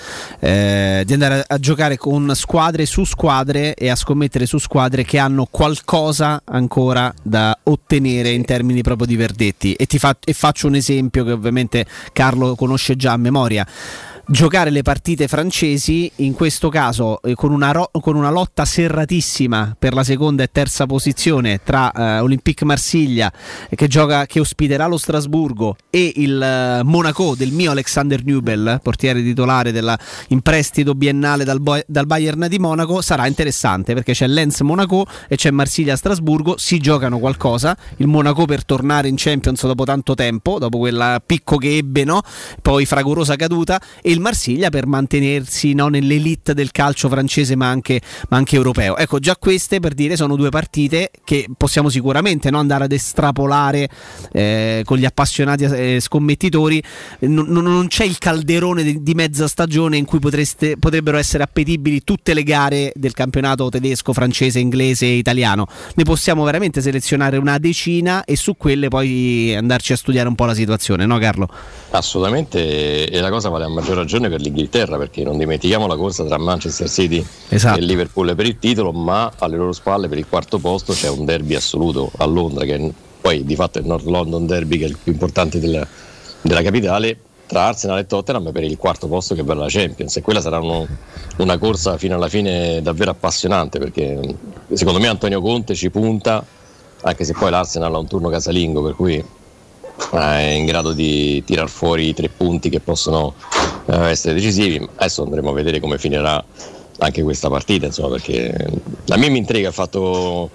con squadre su squadre e a scommettere su squadre che hanno qualcosa ancora da ottenere in termini proprio di verdetti. E faccio un esempio che ovviamente Carlo conosce già a memoria. Giocare le partite francesi, in questo caso con una lotta serratissima per la seconda e terza posizione tra Olympique Marsiglia che ospiterà lo Strasburgo e il Monaco del mio Alexander Nubel, portiere titolare in prestito biennale dal Bayern di Monaco, sarà interessante perché c'è Lens Monaco e c'è Marsiglia Strasburgo, si giocano qualcosa, il Monaco per tornare in Champions dopo tanto tempo, dopo quel picco che ebbe, no? Poi fragorosa caduta, e il Marsiglia per mantenersi, no, nell'elite del calcio francese ma anche europeo. Ecco, già queste, per dire, sono 2 partite che possiamo sicuramente, no, andare ad estrapolare con gli appassionati scommettitori. Non c'è il calderone di mezza stagione in cui potrebbero essere appetibili tutte le gare del campionato tedesco, francese, inglese e italiano. Ne possiamo veramente selezionare una decina e su quelle poi andarci a studiare un po' la situazione, no Carlo? Assolutamente, e la cosa vale a maggior ragione per l'Inghilterra, perché non dimentichiamo la corsa tra Manchester City e Liverpool per il titolo, ma alle loro spalle per il quarto posto c'è un derby assoluto a Londra, che poi di fatto è il North London Derby, che è il più importante della capitale, tra Arsenal e Tottenham per il quarto posto che va alla Champions, e quella sarà una corsa fino alla fine davvero appassionante, perché secondo me Antonio Conte ci punta, anche se poi l'Arsenal ha un turno casalingo, per cui è in grado di tirar fuori i 3 punti che possono essere decisivi. Adesso andremo a vedere come finirà anche questa partita, insomma, perché a me mi intriga il fatto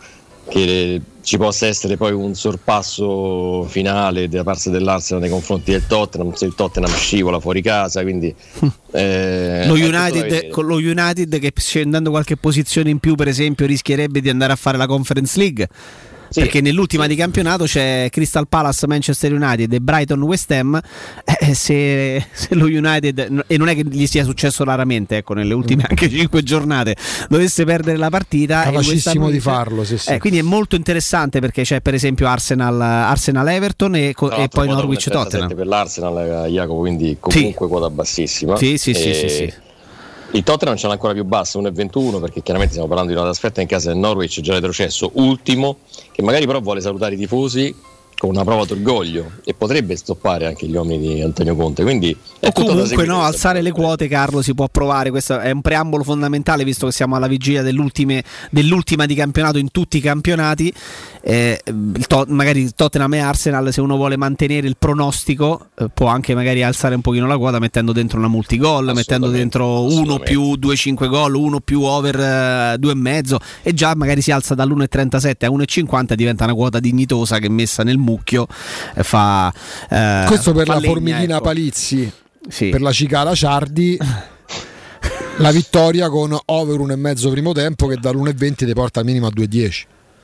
che ci possa essere poi un sorpasso finale da parte dell'Arsenal nei confronti del Tottenham, se il Tottenham scivola fuori casa, quindi lo United che scendendo qualche posizione in più per esempio rischierebbe di andare a fare la Conference League. Sì, perché nell'ultima di campionato c'è Crystal Palace, Manchester United e Brighton West Ham. Se lo United, e non è che gli sia successo raramente, ecco, nelle ultime anche 5 giornate dovesse perdere la partita, capacissimo di farlo, sì. Quindi è molto interessante perché c'è per esempio Arsenal Everton e poi Norwich Tottenham per l'Arsenal, Jacopo, quindi comunque quota bassissima. Sì. Il Tottenham ce l'ha ancora più basso, 1,21, perché chiaramente stiamo parlando di una trasferta in casa del Norwich, già retrocesso, ultimo, che magari però vuole salutare i tifosi con una prova d'orgoglio e potrebbe stoppare anche gli uomini di Antonio Conte, quindi o comunque alzare le quote, Carlo, si può provare. Questo è un preambolo fondamentale, visto che siamo alla vigilia dell'ultima di campionato in tutti i campionati. Magari Tottenham e Arsenal, se uno vuole mantenere il pronostico, può anche magari alzare un pochino la quota mettendo dentro una multigol, mettendo dentro 1 più 2,5 gol, 1 più over 2,5, e già magari si alza dall'1,37 a 1,50, diventa una quota dignitosa che messa nel mucchio fa questo per la legna, formichina, ecco. Palizzi, sì. Per la cicala Ciardi la vittoria con over 1,5 primo tempo che dall'1,20 ti porta al minimo a 2,10.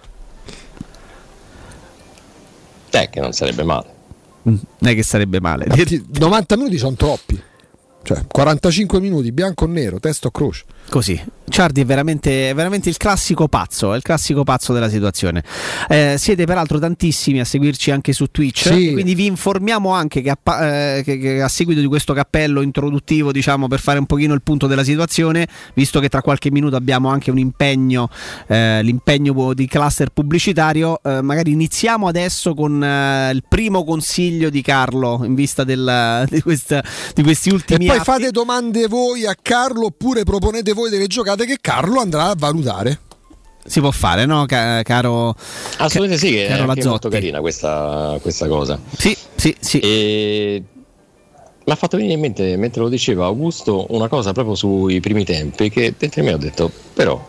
Che non sarebbe male. Non è che sarebbe male. 90 minuti sono troppi. Cioè 45 minuti bianco o nero, testo o croce. Così. Ciardi è veramente il classico pazzo, è il classico pazzo della situazione. Siete peraltro tantissimi a seguirci anche su Twitch, sì. Quindi vi informiamo anche che a seguito di questo cappello introduttivo, diciamo, per fare un pochino il punto della situazione, visto che tra qualche minuto abbiamo anche un impegno, l'impegno di cluster pubblicitario, magari iniziamo adesso con il primo consiglio di Carlo in vista di questi ultimi e poi fate domande voi a Carlo oppure proponete voi delle giocate che Carlo andrà a valutare. Si può fare, no, caro? Assolutamente sì, che caro è molto carina questa cosa. Sì. E mi ha fatto venire in mente, mentre lo diceva Augusto, una cosa proprio sui primi tempi che dentro me ho detto, però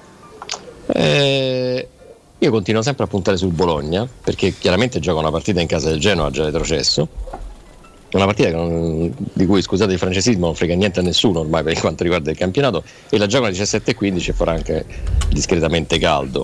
io continuo sempre a puntare sul Bologna, perché chiaramente gioca una partita in casa del Genoa, già retrocesso. Una partita di cui, scusate il francesismo, non frega niente a nessuno ormai per quanto riguarda il campionato, e la giocano alle 17:15 e farà anche discretamente caldo.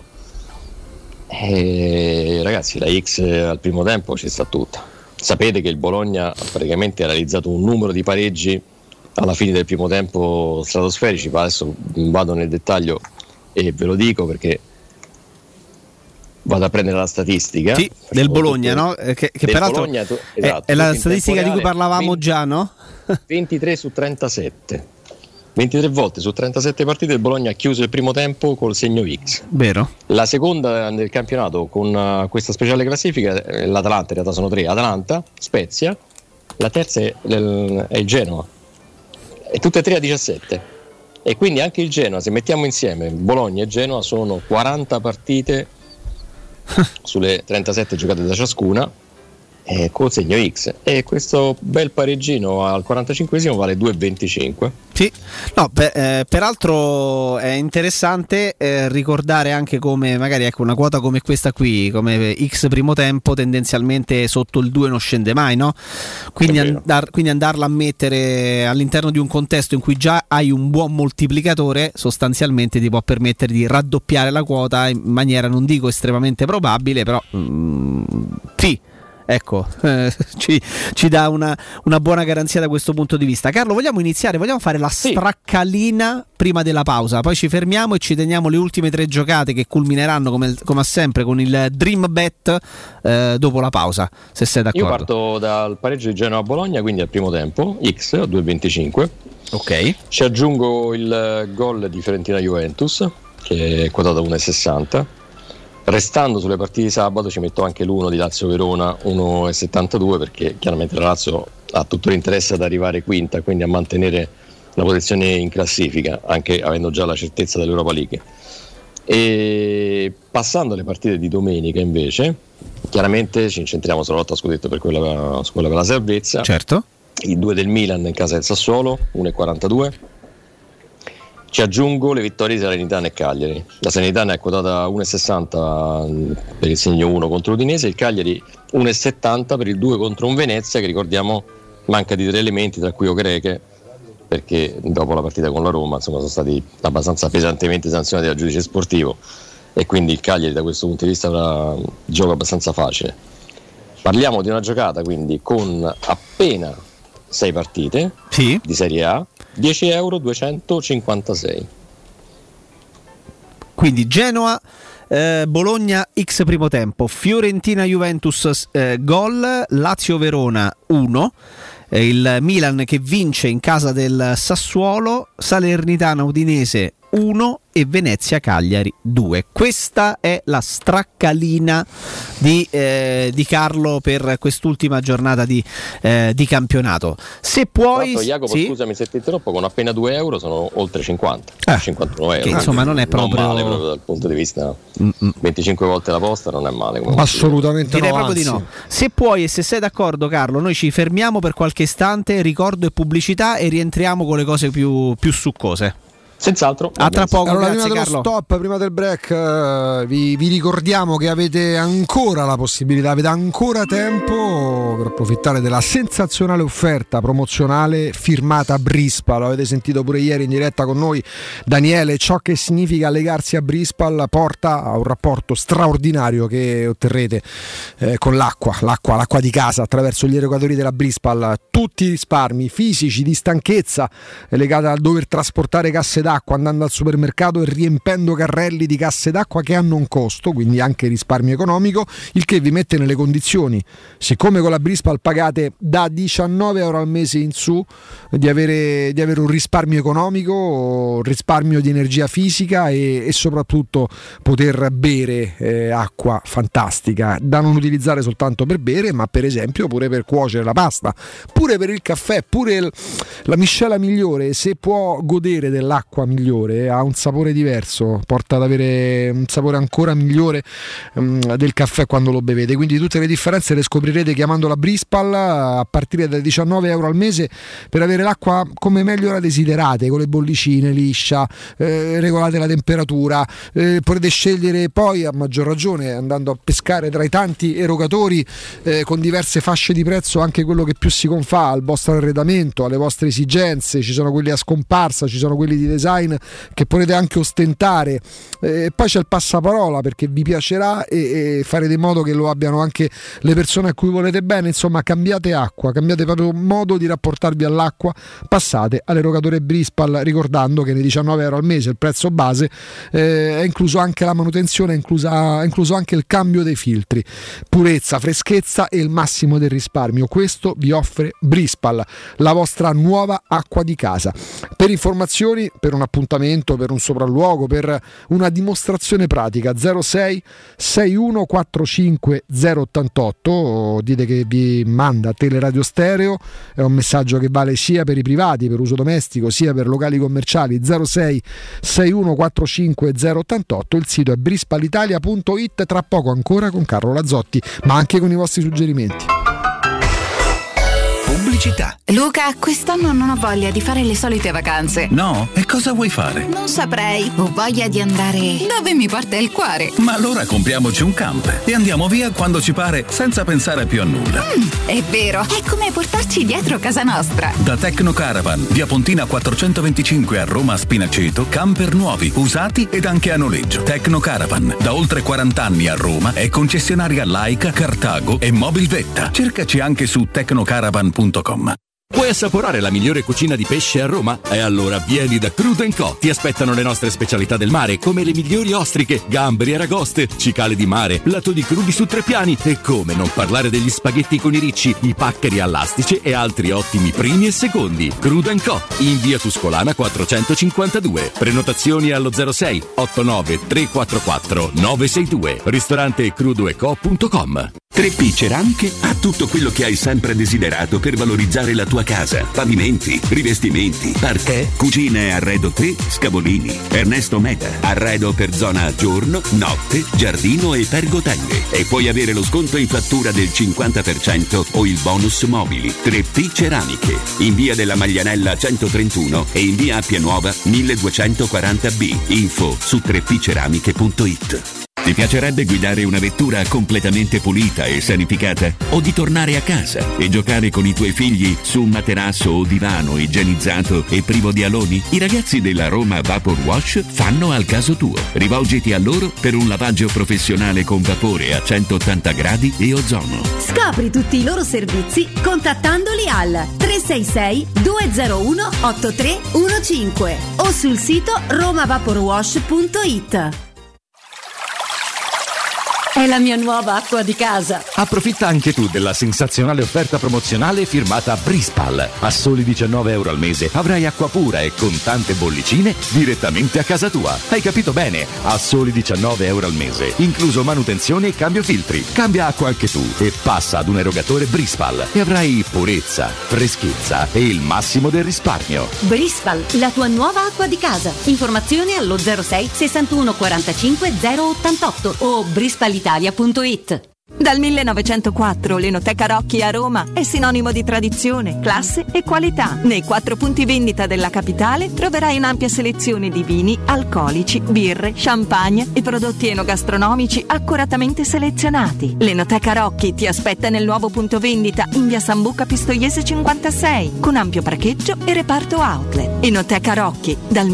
E ragazzi, la X al primo tempo ci sta tutta. Sapete che il Bologna praticamente ha realizzato un numero di pareggi alla fine del primo tempo stratosferici, ma adesso vado nel dettaglio e ve lo dico perché vado a prendere la statistica del Bologna, no? Che peraltro Bologna, esatto, è la statistica di cui parlavamo già, no? 23 su 37, 23 volte su 37 partite il Bologna ha chiuso il primo tempo col segno X. Vero. La seconda nel campionato con questa speciale classifica è l'Atalanta, in realtà sono 3, Atalanta, Spezia, la terza è il Genoa, e tutte e 3 a 17. E quindi anche il Genoa, se mettiamo insieme Bologna e Genoa, sono 40 partite sulle 37 giocate da ciascuna col segno X, e questo bel pareggino al 45esimo vale 2,25. Sì, no, peraltro è interessante ricordare anche come magari, ecco, una quota come questa qui, come X primo tempo, tendenzialmente sotto il 2 non scende mai, no? Quindi andarla a mettere all'interno di un contesto in cui già hai un buon moltiplicatore, sostanzialmente ti può permettere di raddoppiare la quota in maniera, non dico estremamente probabile, però sì. Ecco, ci dà una buona garanzia da questo punto di vista. Carlo, vogliamo fare la straccalina prima della pausa, poi ci fermiamo e ci teniamo le ultime 3 giocate che culmineranno come sempre con il Dream Bet dopo la pausa, se sei d'accordo. Io parto dal pareggio di Genoa-Bologna, quindi al primo tempo, X a 2,25. Ok. Ci aggiungo il gol di Fiorentina-Juventus, che è quotato a 1,60. Restando sulle partite di sabato ci metto anche l'1 di Lazio-Verona, 1,72, perché chiaramente la Lazio ha tutto l'interesse ad arrivare quinta, quindi a mantenere la posizione in classifica, anche avendo già la certezza dell'Europa League. E passando alle partite di domenica invece, chiaramente ci incentriamo sulla lotta a scudetto per quella per la salvezza. Certo. I 2 del Milan in casa del Sassuolo, 1,42. Ci aggiungo le vittorie di Salernitana e Cagliari. La Salernitana è quotata 1,60 per il segno 1 contro l'Udinese, il Cagliari 1,70 per il 2 contro un Venezia che, ricordiamo, manca di 3 elementi, tra cui Okereke, perché dopo la partita con la Roma, insomma, sono stati abbastanza pesantemente sanzionati dal giudice sportivo, e quindi il Cagliari da questo punto di vista avrà un gioco abbastanza facile. Parliamo di una giocata quindi con appena 6 partite di Serie A, €10,256. Quindi Genoa, Bologna X primo tempo, Fiorentina Juventus gol, Lazio Verona 1, il Milan che vince in casa del Sassuolo, Salernitana Udinese 1 e Venezia Cagliari 2. Questa è la straccalina di Carlo per quest'ultima giornata di campionato. Se puoi, Jacopo, scusami se ti interrompo, con appena €2 sono oltre 50, 51 euro. Che insomma non è proprio male, proprio dal punto di vista 25 volte la posta, non è male. Assolutamente direi no, proprio anzi. di no. Se puoi e se sei d'accordo, Carlo, noi ci fermiamo per qualche istante, ricordo e pubblicità, e rientriamo con le cose più succose. Senz'altro. A tra poco. Allora, grazie, prima dello Carlo. stop, prima del break, vi ricordiamo che avete ancora la possibilità, avete ancora tempo per approfittare della sensazionale offerta promozionale firmata Brispal. Avete sentito pure ieri in diretta con noi Daniele, ciò che significa legarsi a Brispal porta a un rapporto straordinario che otterrete con l'acqua di casa attraverso gli erogatori della Brispal. Tutti i risparmi fisici di stanchezza legati al dover trasportare casse d'acqua andando al supermercato e riempendo carrelli di casse d'acqua che hanno un costo, quindi anche risparmio economico, il che vi mette nelle condizioni, siccome con la Brispal pagate da €19 al mese in su, di avere un risparmio economico, un risparmio di energia fisica e soprattutto poter bere acqua fantastica da non utilizzare soltanto per bere, ma per esempio pure per cuocere la pasta, pure per il caffè, pure la miscela migliore. Se può godere dell'acqua migliore, ha un sapore diverso, porta ad avere un sapore ancora migliore del caffè quando lo bevete. Quindi tutte le differenze le scoprirete chiamando la Brispal a partire da €19 al mese per avere l'acqua come meglio la desiderate, con le bollicine, liscia, regolate la temperatura, potete scegliere poi a maggior ragione andando a pescare tra i tanti erogatori con diverse fasce di prezzo anche quello che più si confà al vostro arredamento, alle vostre esigenze. Ci sono quelli a scomparsa, ci sono quelli di design che potete anche ostentare, poi c'è il passaparola perché vi piacerà e farete in modo che lo abbiano anche le persone a cui volete bene. Insomma, cambiate acqua, cambiate proprio modo di rapportarvi all'acqua, passate all'erogatore Brispal, ricordando che nei €19 al mese il prezzo base è incluso anche la manutenzione, è incluso anche il cambio dei filtri. Purezza, freschezza e il massimo del risparmio, questo vi offre Brispal, la vostra nuova acqua di casa. Per informazioni, per un appuntamento, per un sopralluogo, per una dimostrazione pratica, 06 61 45 088, dite che vi manda Teleradio Stereo, è un messaggio che vale sia per i privati per uso domestico sia per locali commerciali. 06 61 45 088, il sito è brispalitalia.it. Tra poco ancora con Carlo Lazzotti, ma anche con i vostri suggerimenti. Pubblicità. Luca, quest'anno non ho voglia di fare le solite vacanze. No? E cosa vuoi fare? Non saprei. Ho voglia di andare dove mi porta il cuore. Ma allora compriamoci un camper e andiamo via quando ci pare, senza pensare più a nulla. È vero, è come portarci dietro casa nostra. Da Tecno Caravan, via Pontina 425 a Roma Spinaceto, camper nuovi, usati ed anche a noleggio. Tecno Caravan, da oltre 40 anni a Roma, è concessionaria Laika, Cartago e Mobilvetta. Cercaci anche su tecnocaravan.com. Vuoi assaporare la migliore cucina di pesce a Roma? E allora vieni da Crudo & Co. Ti aspettano le nostre specialità del mare, come le migliori ostriche, gamberi e aragoste, cicale di mare, latoni crudi su 3 piani e come non parlare degli spaghetti con i ricci, i paccheri all'astice e altri ottimi primi e secondi. Crudo & Co. in via Tuscolana 452. Prenotazioni allo 06 89 344 962. Ristorante crudoeco.com. 3P Ceramiche ha tutto quello che hai sempre desiderato per valorizzare la tua casa. Pavimenti, rivestimenti, parquet, cucine e arredo 3, Scavolini. Ernesto Meda, arredo per zona giorno, notte, giardino e pergotende. E puoi avere lo sconto in fattura del 50% o il bonus mobili. 3P Ceramiche, in via della Maglianella 131 e in via Appia Nuova 1240B. Info su 3pceramiche.it. Ti piacerebbe guidare una vettura completamente pulita e sanificata? O di tornare a casa e giocare con i tuoi figli su un materasso o divano igienizzato e privo di aloni? I ragazzi della Roma Vapor Wash fanno al caso tuo. Rivolgiti a loro per un lavaggio professionale con vapore a 180 gradi e ozono. Scopri tutti i loro servizi contattandoli al 366 201 8315 o sul sito romavaporwash.it. È la mia nuova acqua di casa. Approfitta anche tu della sensazionale offerta promozionale firmata Brispal. A soli €19 al mese avrai acqua pura e con tante bollicine direttamente a casa tua. Hai capito bene? A soli €19 al mese, incluso manutenzione e cambio filtri. Cambia acqua anche tu e passa ad un erogatore Brispal e avrai purezza, freschezza e il massimo del risparmio. Brispal, la tua nuova acqua di casa. Informazioni allo 06 61 45 088 o brispalitalia.it. Dal 1904 l'Enoteca Rocchi a Roma è sinonimo di tradizione, classe e qualità. Nei 4 punti vendita della capitale troverai un'ampia selezione di vini, alcolici, birre, champagne e prodotti enogastronomici accuratamente selezionati. L'Enoteca Rocchi ti aspetta nel nuovo punto vendita in via Sambuca Pistoiese 56 con ampio parcheggio e reparto outlet. Enoteca Rocchi, dal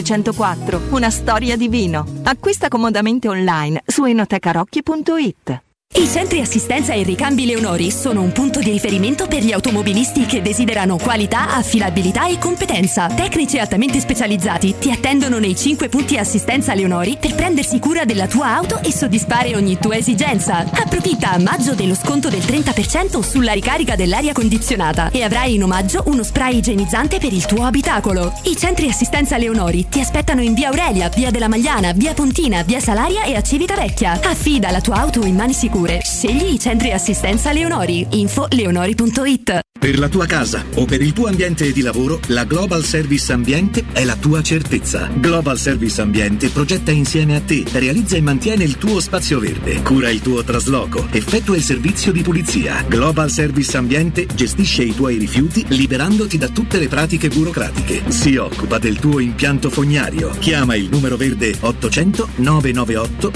1904, una storia di vino. Acquista comodamente online su enotecarocchi.it. I centri assistenza e ricambi Leonori sono un punto di riferimento per gli automobilisti che desiderano qualità, affidabilità e competenza. Tecnici altamente specializzati ti attendono nei 5 punti assistenza Leonori per prendersi cura della tua auto e soddisfare ogni tua esigenza. Approfitta a maggio dello sconto del 30% sulla ricarica dell'aria condizionata e avrai in omaggio uno spray igienizzante per il tuo abitacolo. I centri assistenza Leonori ti aspettano in via Aurelia, via della Magliana, via Pontina, via Salaria e a Civitavecchia. Affida la tua auto in mani sicure. Scegli i centri assistenza Leonori. Info leonori.it. Per la tua casa o per il tuo ambiente di lavoro, la Global Service Ambiente è la tua certezza. Global Service Ambiente progetta insieme a te, realizza e mantiene il tuo spazio verde, cura il tuo trasloco, effettua il servizio di pulizia. Global Service Ambiente gestisce i tuoi rifiuti liberandoti da tutte le pratiche burocratiche. Si occupa del tuo impianto fognario. Chiama il numero verde 800 998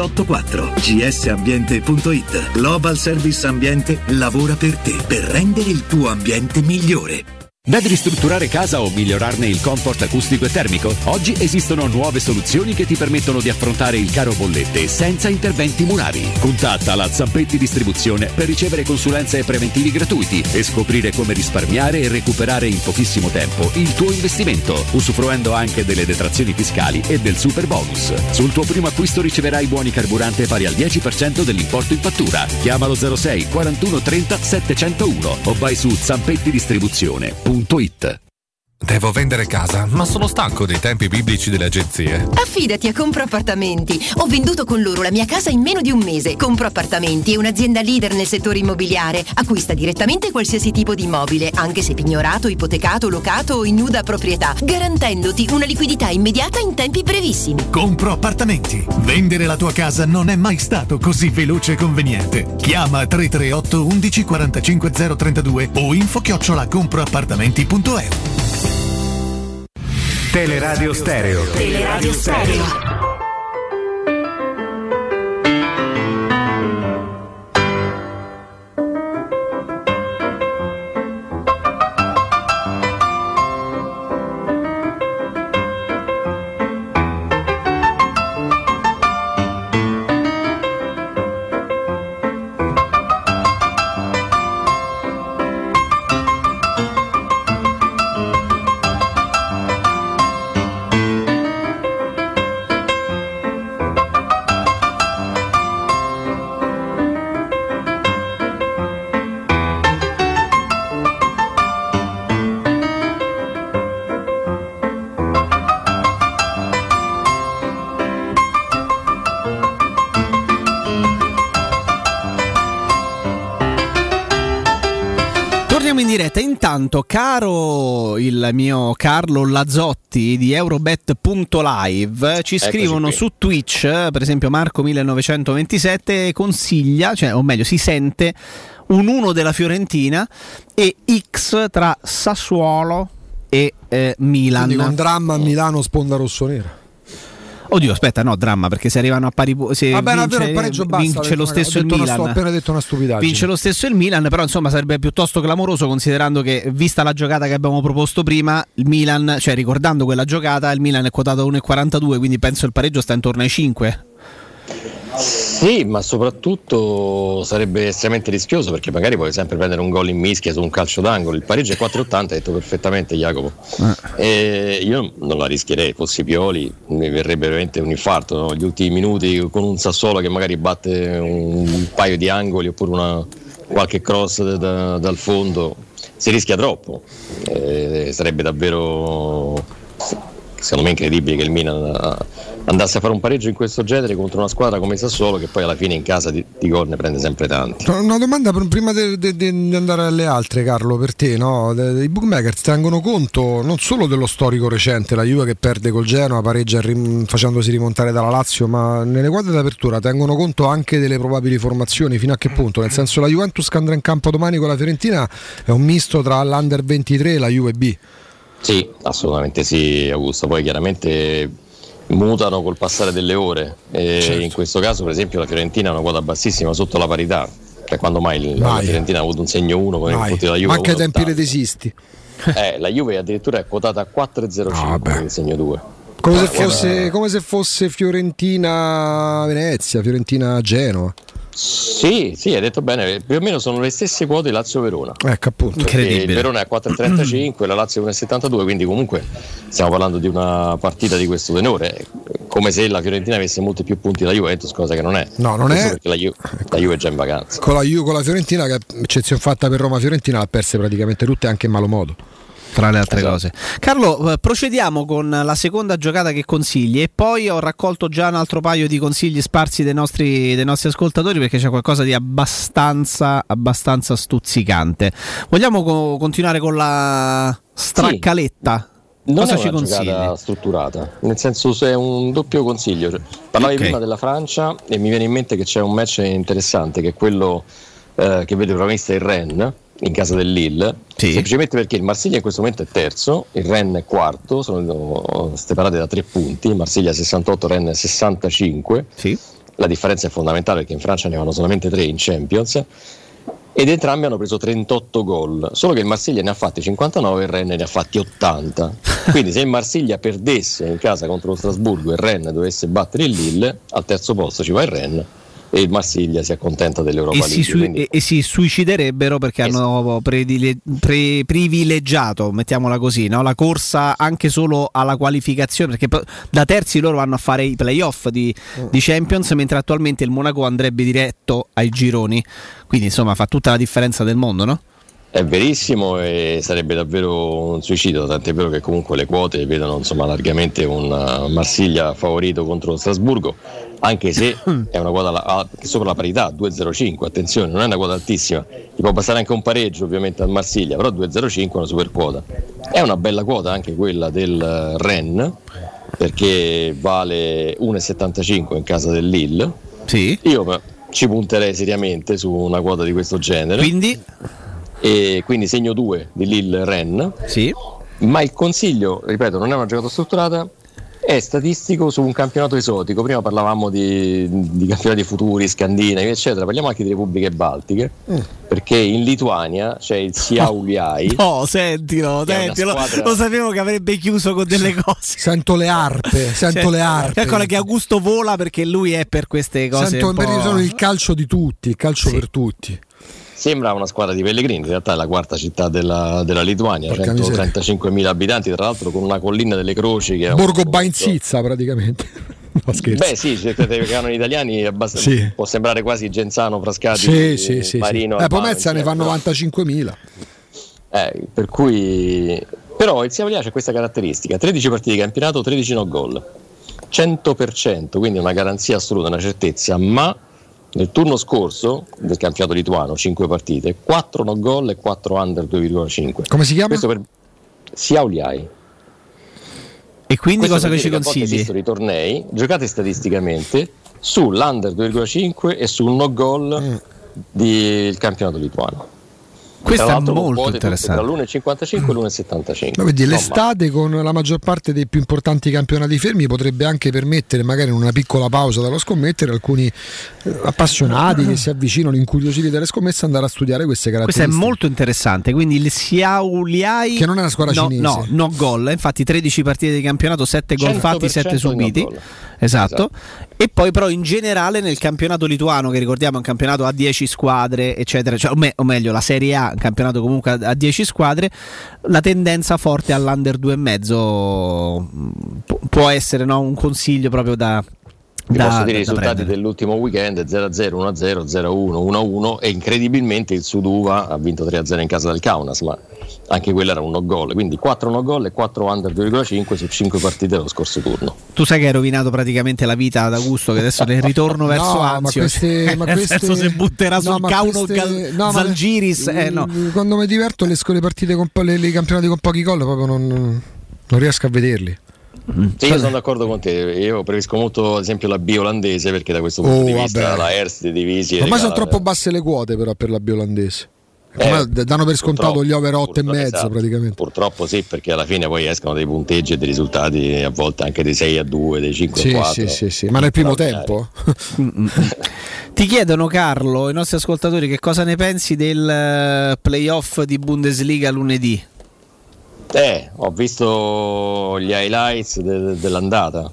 784. gsambiente.it. Global Service Ambiente lavora per te, per rendere il tuo ambiente migliore. Devi ristrutturare casa o migliorarne il comfort acustico e termico? Oggi esistono nuove soluzioni che ti permettono di affrontare il caro bollette senza interventi murari. Contatta la Zampetti Distribuzione per ricevere consulenze e preventivi gratuiti e scoprire come risparmiare e recuperare in pochissimo tempo il tuo investimento, usufruendo anche delle detrazioni fiscali e del super bonus. Sul tuo primo acquisto riceverai buoni carburante pari al 10% dell'importo in fattura. Chiamalo 06 41 30 701 o vai su zampettidistribuzione.it. Devo vendere casa, ma sono stanco dei tempi biblici delle agenzie. Affidati a Compro Appartamenti. Ho venduto con loro la mia casa in meno di un mese. Compro Appartamenti è un'azienda leader nel settore immobiliare. Acquista direttamente qualsiasi tipo di immobile, anche se pignorato, ipotecato, locato o in nuda proprietà, garantendoti una liquidità immediata in tempi brevissimi. Compro Appartamenti. Vendere la tua casa non è mai stato così veloce e conveniente. Chiama 338 11 45 032 o info@comproappartamenti.eu. Teleradio Stereo. Teleradio Stereo. Aspetta, intanto, caro il mio Carlo Lazzotti di Eurobet.live, ci scrivono su Twitch, per esempio Marco 1927 consiglia, cioè, o meglio, si sente un 1 della Fiorentina e X tra Sassuolo e Milan. Quindi con dramma a Milano sponda rossonera. Oddio, aspetta, no, dramma, perché se arrivano a pari, se vince lo stesso il Milan. Ho appena detto una stupidaggine. Vince lo stesso il Milan, però insomma sarebbe piuttosto clamoroso, considerando che, vista la giocata che abbiamo proposto prima, il Milan, cioè ricordando quella giocata, il Milan è quotato a 1,42, quindi penso il pareggio sta intorno ai 5. Sì, ma soprattutto sarebbe estremamente rischioso, perché magari puoi sempre prendere un gol in mischia su un calcio d'angolo. Il pareggio è 4,80, hai detto perfettamente, Jacopo. E io non la rischierei, fossi Pioli mi verrebbe veramente un infarto, no? Gli ultimi minuti con un Sassuolo che magari batte un paio di angoli oppure qualche cross dal fondo, si rischia troppo. Sarebbe davvero, secondo me, incredibile che il Milan andasse a fare un pareggio in questo genere contro una squadra come Sassuolo, che poi alla fine in casa di gol ne prende sempre tanti. Una domanda prima di andare alle altre, Carlo, per te, no? I bookmakers tengono conto non solo dello storico recente, la Juve che perde col Genoa, pareggia facendosi rimontare dalla Lazio, ma nelle quadre d'apertura tengono conto anche delle probabili formazioni. Fino a che punto? Nel senso, la Juventus che andrà in campo domani con la Fiorentina è un misto tra l'Under 23 e la Juve B. Sì, assolutamente sì, Augusto. Poi chiaramente mutano col passare delle ore e certo. In questo caso, per esempio, la Fiorentina ha una quota bassissima sotto la parità. Cioè, quando mai la Fiorentina ha avuto un segno 1 con il punti della Juve? Anche ai tempi redesisti. La Juve addirittura è quotata a 4,05 con il segno 2. Come se fosse Fiorentina-Venezia, Fiorentina-Genoa. Sì, hai detto bene, più o meno sono le stesse quote Lazio-Verona. Ecco, appunto. Incredibile. Il Verona è a 4,35, la Lazio è 1,72, quindi comunque stiamo parlando di una partita di questo tenore, come se la Fiorentina avesse molti più punti della Juventus, cosa che non è. No, non è. Perché la Juve è già in vacanza. Con la Fiorentina, che eccezione fatta per Roma-Fiorentina, l'ha perse praticamente tutte, anche in malo modo. Tra le altre cose. Carlo, procediamo con la seconda giocata che consigli, e poi ho raccolto già un altro paio di consigli sparsi dai nostri ascoltatori, perché c'è qualcosa di abbastanza stuzzicante. Vogliamo continuare con la straccaletta? Sì. Cosa non è ci una consigli? Giocata strutturata, nel senso, è un doppio consiglio. Parlavi prima della Francia e mi viene in mente che c'è un match interessante, che è quello che vede protagonista il Rennes in casa del Lille, semplicemente perché il Marsiglia in questo momento è terzo, il Rennes è quarto, sono separate da 3 punti, Marsiglia 68, Rennes 65, la differenza è fondamentale perché in Francia ne vanno solamente 3 in Champions, ed entrambi hanno preso 38 gol, solo che il Marsiglia ne ha fatti 59 e il Rennes ne ha fatti 80, quindi se il Marsiglia perdesse in casa contro lo Strasburgo e il Rennes dovesse battere il Lille, al terzo posto ci va il Rennes e il Marsiglia si accontenta dell'Europa League, e si suiciderebbero perché hanno privilegiato, mettiamola così, no? La corsa anche solo alla qualificazione, perché da terzi loro vanno a fare i playoff di Champions, mentre attualmente il Monaco andrebbe diretto ai gironi, quindi insomma fa tutta la differenza del mondo, no? È verissimo, e sarebbe davvero un suicidio, tant'è vero che comunque le quote vedono largamente un Marsiglia favorito contro lo Strasburgo, anche se è una quota sopra la parità, 2,05, attenzione, non è una quota altissima, gli può passare anche un pareggio ovviamente al Marsiglia, però 2,05 è una super quota. È una bella quota anche quella del Rennes, perché vale 1,75 in casa del Lille. Io ci punterei seriamente su una quota di questo genere, quindi segno 2 di Lille Rennes, ma il consiglio, ripeto, non è una giocata strutturata, è statistico su un campionato esotico. Prima parlavamo di campionati futuri, scandinavi eccetera, parliamo anche di repubbliche baltiche, perché in Lituania c'è il Šiauliai. Sentilo, lo sapevo che avrebbe chiuso con delle cose. Sento le arpe. Eccola che Augusto vola, perché lui è per queste cose. Sono il calcio di tutti, il calcio per tutti. Sembra una squadra di Pellegrini, in realtà è la quarta città della Lituania, 135.000 abitanti, tra l'altro con una collina delle croci che è Borgo Bainzizza praticamente. No, beh sì, se i canoni italiani può sembrare quasi Genzano, Frascati, Marino. Pomezia ne fa 95.000. Per cui però il Šiauliai c'è questa caratteristica: 13 partite di campionato, 13 no gol, 100%, quindi una garanzia assoluta, una certezza, ma Nel turno scorso del campionato lituano, 5 partite, 4 no gol e 4 under 2,5. Come si chiama? Questo per Šiauliai. E quindi questo cosa che ci consigli? Esistono i tornei, giocate statisticamente sull'under 2,5 e sul no gol del campionato lituano. Questo è molto interessante. Tra l'1,55 e l'1,75. No, vedi, l'estate con la maggior parte dei più importanti campionati fermi potrebbe anche permettere, magari in una piccola pausa dallo scommettere, alcuni appassionati che si avvicinano, incuriositi dalle scommesse, andare a studiare queste caratteristiche. Questo è molto interessante. Quindi il Šiauliai, che non è una squadra cinese, no gol, infatti 13 partite di campionato, 7 gol fatti, 7 subiti. Esatto. E poi però in generale nel campionato lituano, che ricordiamo è un campionato a 10 squadre eccetera, cioè, o meglio la Serie A, un campionato comunque a 10 squadre, la tendenza forte all'under 2,5 può essere, no, un consiglio proprio da posso dire i risultati dell'ultimo weekend: 0-0, 1-0, 0-1, 1-1 e incredibilmente il Suduva ha vinto 3-0 in casa del Kaunas, ma anche quello era un no gol, quindi 4 no gol e 4 under 2,5 su 5 partite dello scorso turno. Tu sai che hai rovinato praticamente la vita ad Augusto, che adesso nel ritorno verso Anzio, ma queste se butterà sul Kauno Zalgiris, quando mi diverto le partite con i campionati con pochi gol proprio non riesco a vederli. Sì, io sono d'accordo con te, io preferisco molto ad esempio la B olandese, perché da questo punto di vista la Erste divisi ormai sono troppo basse le quote però per la B olandese. Danno per scontato gli over 8,5 esatto, praticamente. Purtroppo sì, perché alla fine poi escono dei punteggi e dei risultati a volte anche dei 6-2, dei 5-4. Sì, ma nel primo tempo. Ti chiedono, Carlo, i nostri ascoltatori, che cosa ne pensi del playoff di Bundesliga lunedì? Ho visto gli highlights dell'andata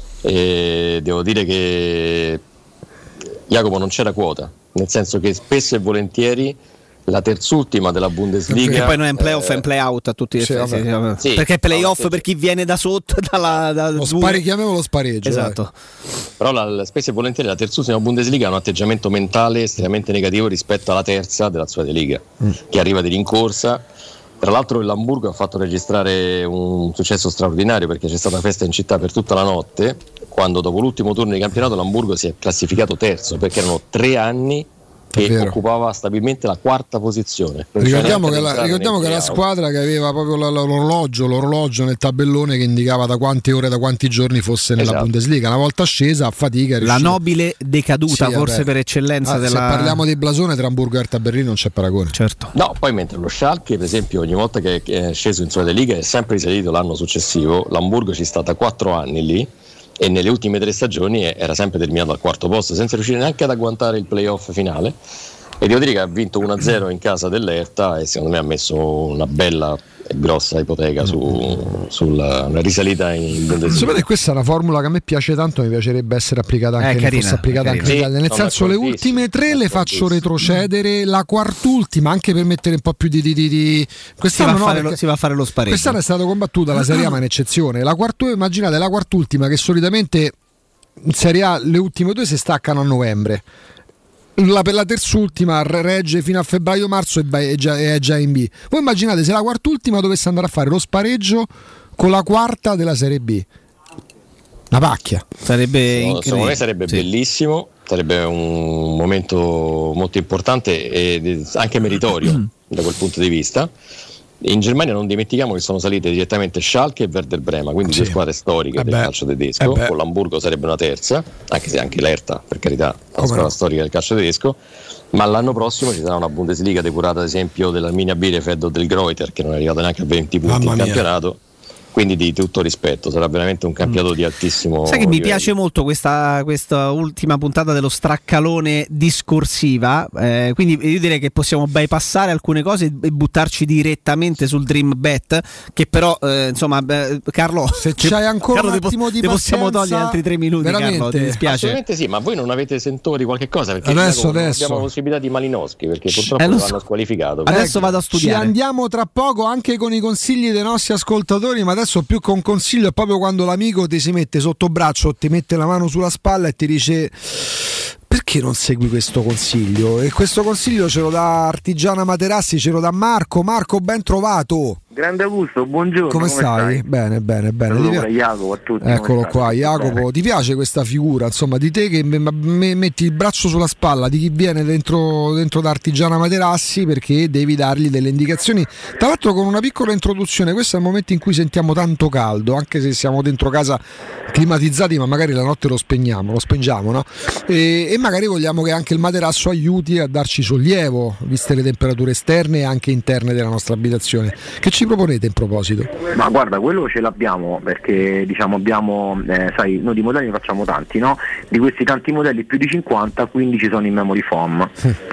e devo dire che Jacopo non c'era quota, nel senso che spesso e volentieri la terzultima della Bundesliga, che poi non è un playoff, è un playout a tutti gli effetti, sì, perché è playoff per chi viene da sotto chiamiamolo lo spareggio, esatto. Però spesso e volentieri la terzultima Bundesliga ha un atteggiamento mentale estremamente negativo rispetto alla terza della sua Liga, che arriva di rincorsa. Tra l'altro l'Hamburgo ha fatto registrare un successo straordinario, perché c'è stata festa in città per tutta la notte, quando dopo l'ultimo turno di campionato l'Hamburgo si è classificato terzo, perché erano 3 anni che occupava stabilmente la quarta posizione. Ricordiamo che la squadra che aveva proprio l'orologio nel tabellone che indicava da quante ore, da quanti giorni fosse nella Bundesliga. Una volta scesa a fatica la nobile decaduta, forse per eccellenza se parliamo di blasone tra Hamburgo e Hertha Berlino non c'è paragone. Certo. No, poi mentre lo Schalke per esempio ogni volta che è sceso in Zweite Liga è sempre risalito l'anno successivo, l'Hamburgo ci è stata 4 anni lì e nelle ultime 3 stagioni era sempre terminato al 4º posto senza riuscire neanche ad agguantare il playoff finale, e devo dire che ha vinto 1-0 in casa dell'Erta e secondo me ha messo una bella e grossa ipoteca sulla risalita in Bundesliga. Sapete, questa è una formula che a me piace tanto, mi piacerebbe essere applicata anche in Italia, nel senso le ultime 3 le faccio retrocedere, la quart'ultima anche per mettere un po' più di quest'anno si va a fare lo spareggio. Quest'anno è stata combattuta la Serie A, ma è un'eccezione. Immaginate la quart'ultima, che solitamente in Serie A le ultime 2 si staccano a novembre, per la terzultima regge fino a febbraio-marzo e è già in B. Voi immaginate se la quart'ultima dovesse andare a fare lo spareggio con la quarta della Serie B, una pacchia. Secondo me sarebbe bellissimo, sarebbe un momento molto importante e anche meritorio da quel punto di vista. In Germania non dimentichiamo che sono salite direttamente Schalke e Werder Brema, quindi 2 squadre storiche del calcio tedesco, con l'Hamburgo sarebbe una terza, anche se anche l'Hertha, per carità, è una squadra storica del calcio tedesco, ma l'anno prossimo ci sarà una Bundesliga depurata ad esempio dell'Arminia Bielefeld o del Greuther, che non è arrivato neanche a 20 punti in campionato. Quindi di tutto rispetto, sarà veramente un campionato di altissimo Sai che livello. Mi piace molto questa ultima puntata dello straccalone discorsiva, quindi io direi che possiamo bypassare alcune cose e buttarci direttamente sul Dream Bet, che però Carlo, se c'hai ancora un attimo di pazienza, possiamo togliere altri 3 minuti, veramente. Carlo, ti dispiace? Assolutamente sì, ma voi non avete sentore di qualche cosa? Perché adesso abbiamo la possibilità di Malinowski, perché purtroppo lo hanno squalificato. Adesso vado a studiare. Ci andiamo tra poco anche con i consigli dei nostri ascoltatori, ma adesso più che un consiglio è proprio quando l'amico ti si mette sotto braccio, ti mette la mano sulla spalla e ti dice: perché non segui questo consiglio? E questo consiglio ce lo dà Artigiana Materassi, ce lo dà Marco, ben trovato. Grande Augusto, buongiorno. Come stai? Bene. Jacopo, a tutti. Eccolo qua, Jacopo. Bene. Ti piace questa figura, insomma, di te che metti il braccio sulla spalla di chi viene dentro da Artigiana Materassi, perché devi dargli delle indicazioni. Tra l'altro con una piccola introduzione, questo è il momento in cui sentiamo tanto caldo, anche se siamo dentro casa climatizzati, ma magari la notte lo spengiamo, no? E magari vogliamo che anche il materasso aiuti a darci sollievo, viste le temperature esterne e anche interne della nostra abitazione. Che ci proponete in proposito? Ma guarda, quello ce l'abbiamo perché abbiamo, sai, noi di modelli ne facciamo tanti, no? Di questi tanti modelli, più di 50, 15 sono in memory foam.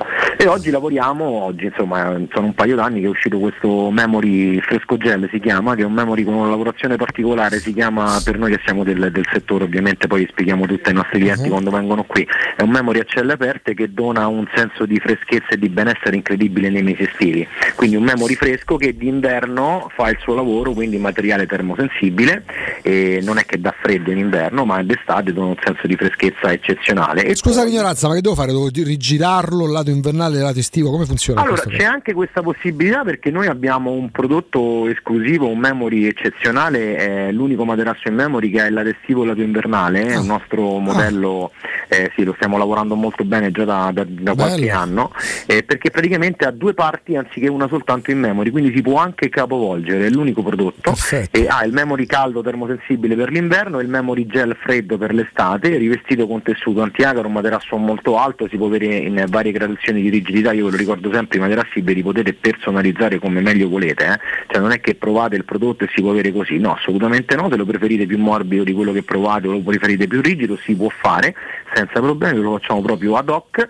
E oggi lavoriamo, insomma sono un paio d'anni che è uscito questo memory fresco gel, si chiama, che è un memory con una lavorazione particolare, si chiama, per noi che siamo del settore, ovviamente poi spieghiamo tutto ai nostri clienti quando vengono qui, è un memory a celle aperte che dona un senso di freschezza e di benessere incredibile nei mesi estivi, quindi un memory fresco che d'inverno fa il suo lavoro, quindi materiale termosensibile, e non è che dà freddo in inverno, ma d'estate dona un senso di freschezza eccezionale. E scusa l'ignoranza, ma che devo fare? Devo rigirarlo il lato invernale e il lato estivo? Come funziona? Allora c'è anche questa possibilità, perché noi abbiamo un prodotto esclusivo, un memory eccezionale, è l'unico materasso in memory che ha il lato estivo e il lato invernale, è un nostro modello, sì, lo stiamo lavorando molto bene già da qualche anno, perché praticamente ha due parti anziché una soltanto in memory, quindi si può anche capovolgere, è l'unico prodotto. E ha il memory caldo termosensibile per l'inverno e il memory gel freddo per l'estate, rivestito con tessuto antiacaro, un materasso molto alto, si può avere in varie gradazioni di rigidità. Io ve lo ricordo sempre, i materassi ve li potete personalizzare come meglio volete, cioè non è che provate il prodotto e si può avere così, no, assolutamente no. Se lo preferite più morbido di quello che provate o lo preferite più rigido, si può fare senza problemi, lo facciamo proprio ad hoc.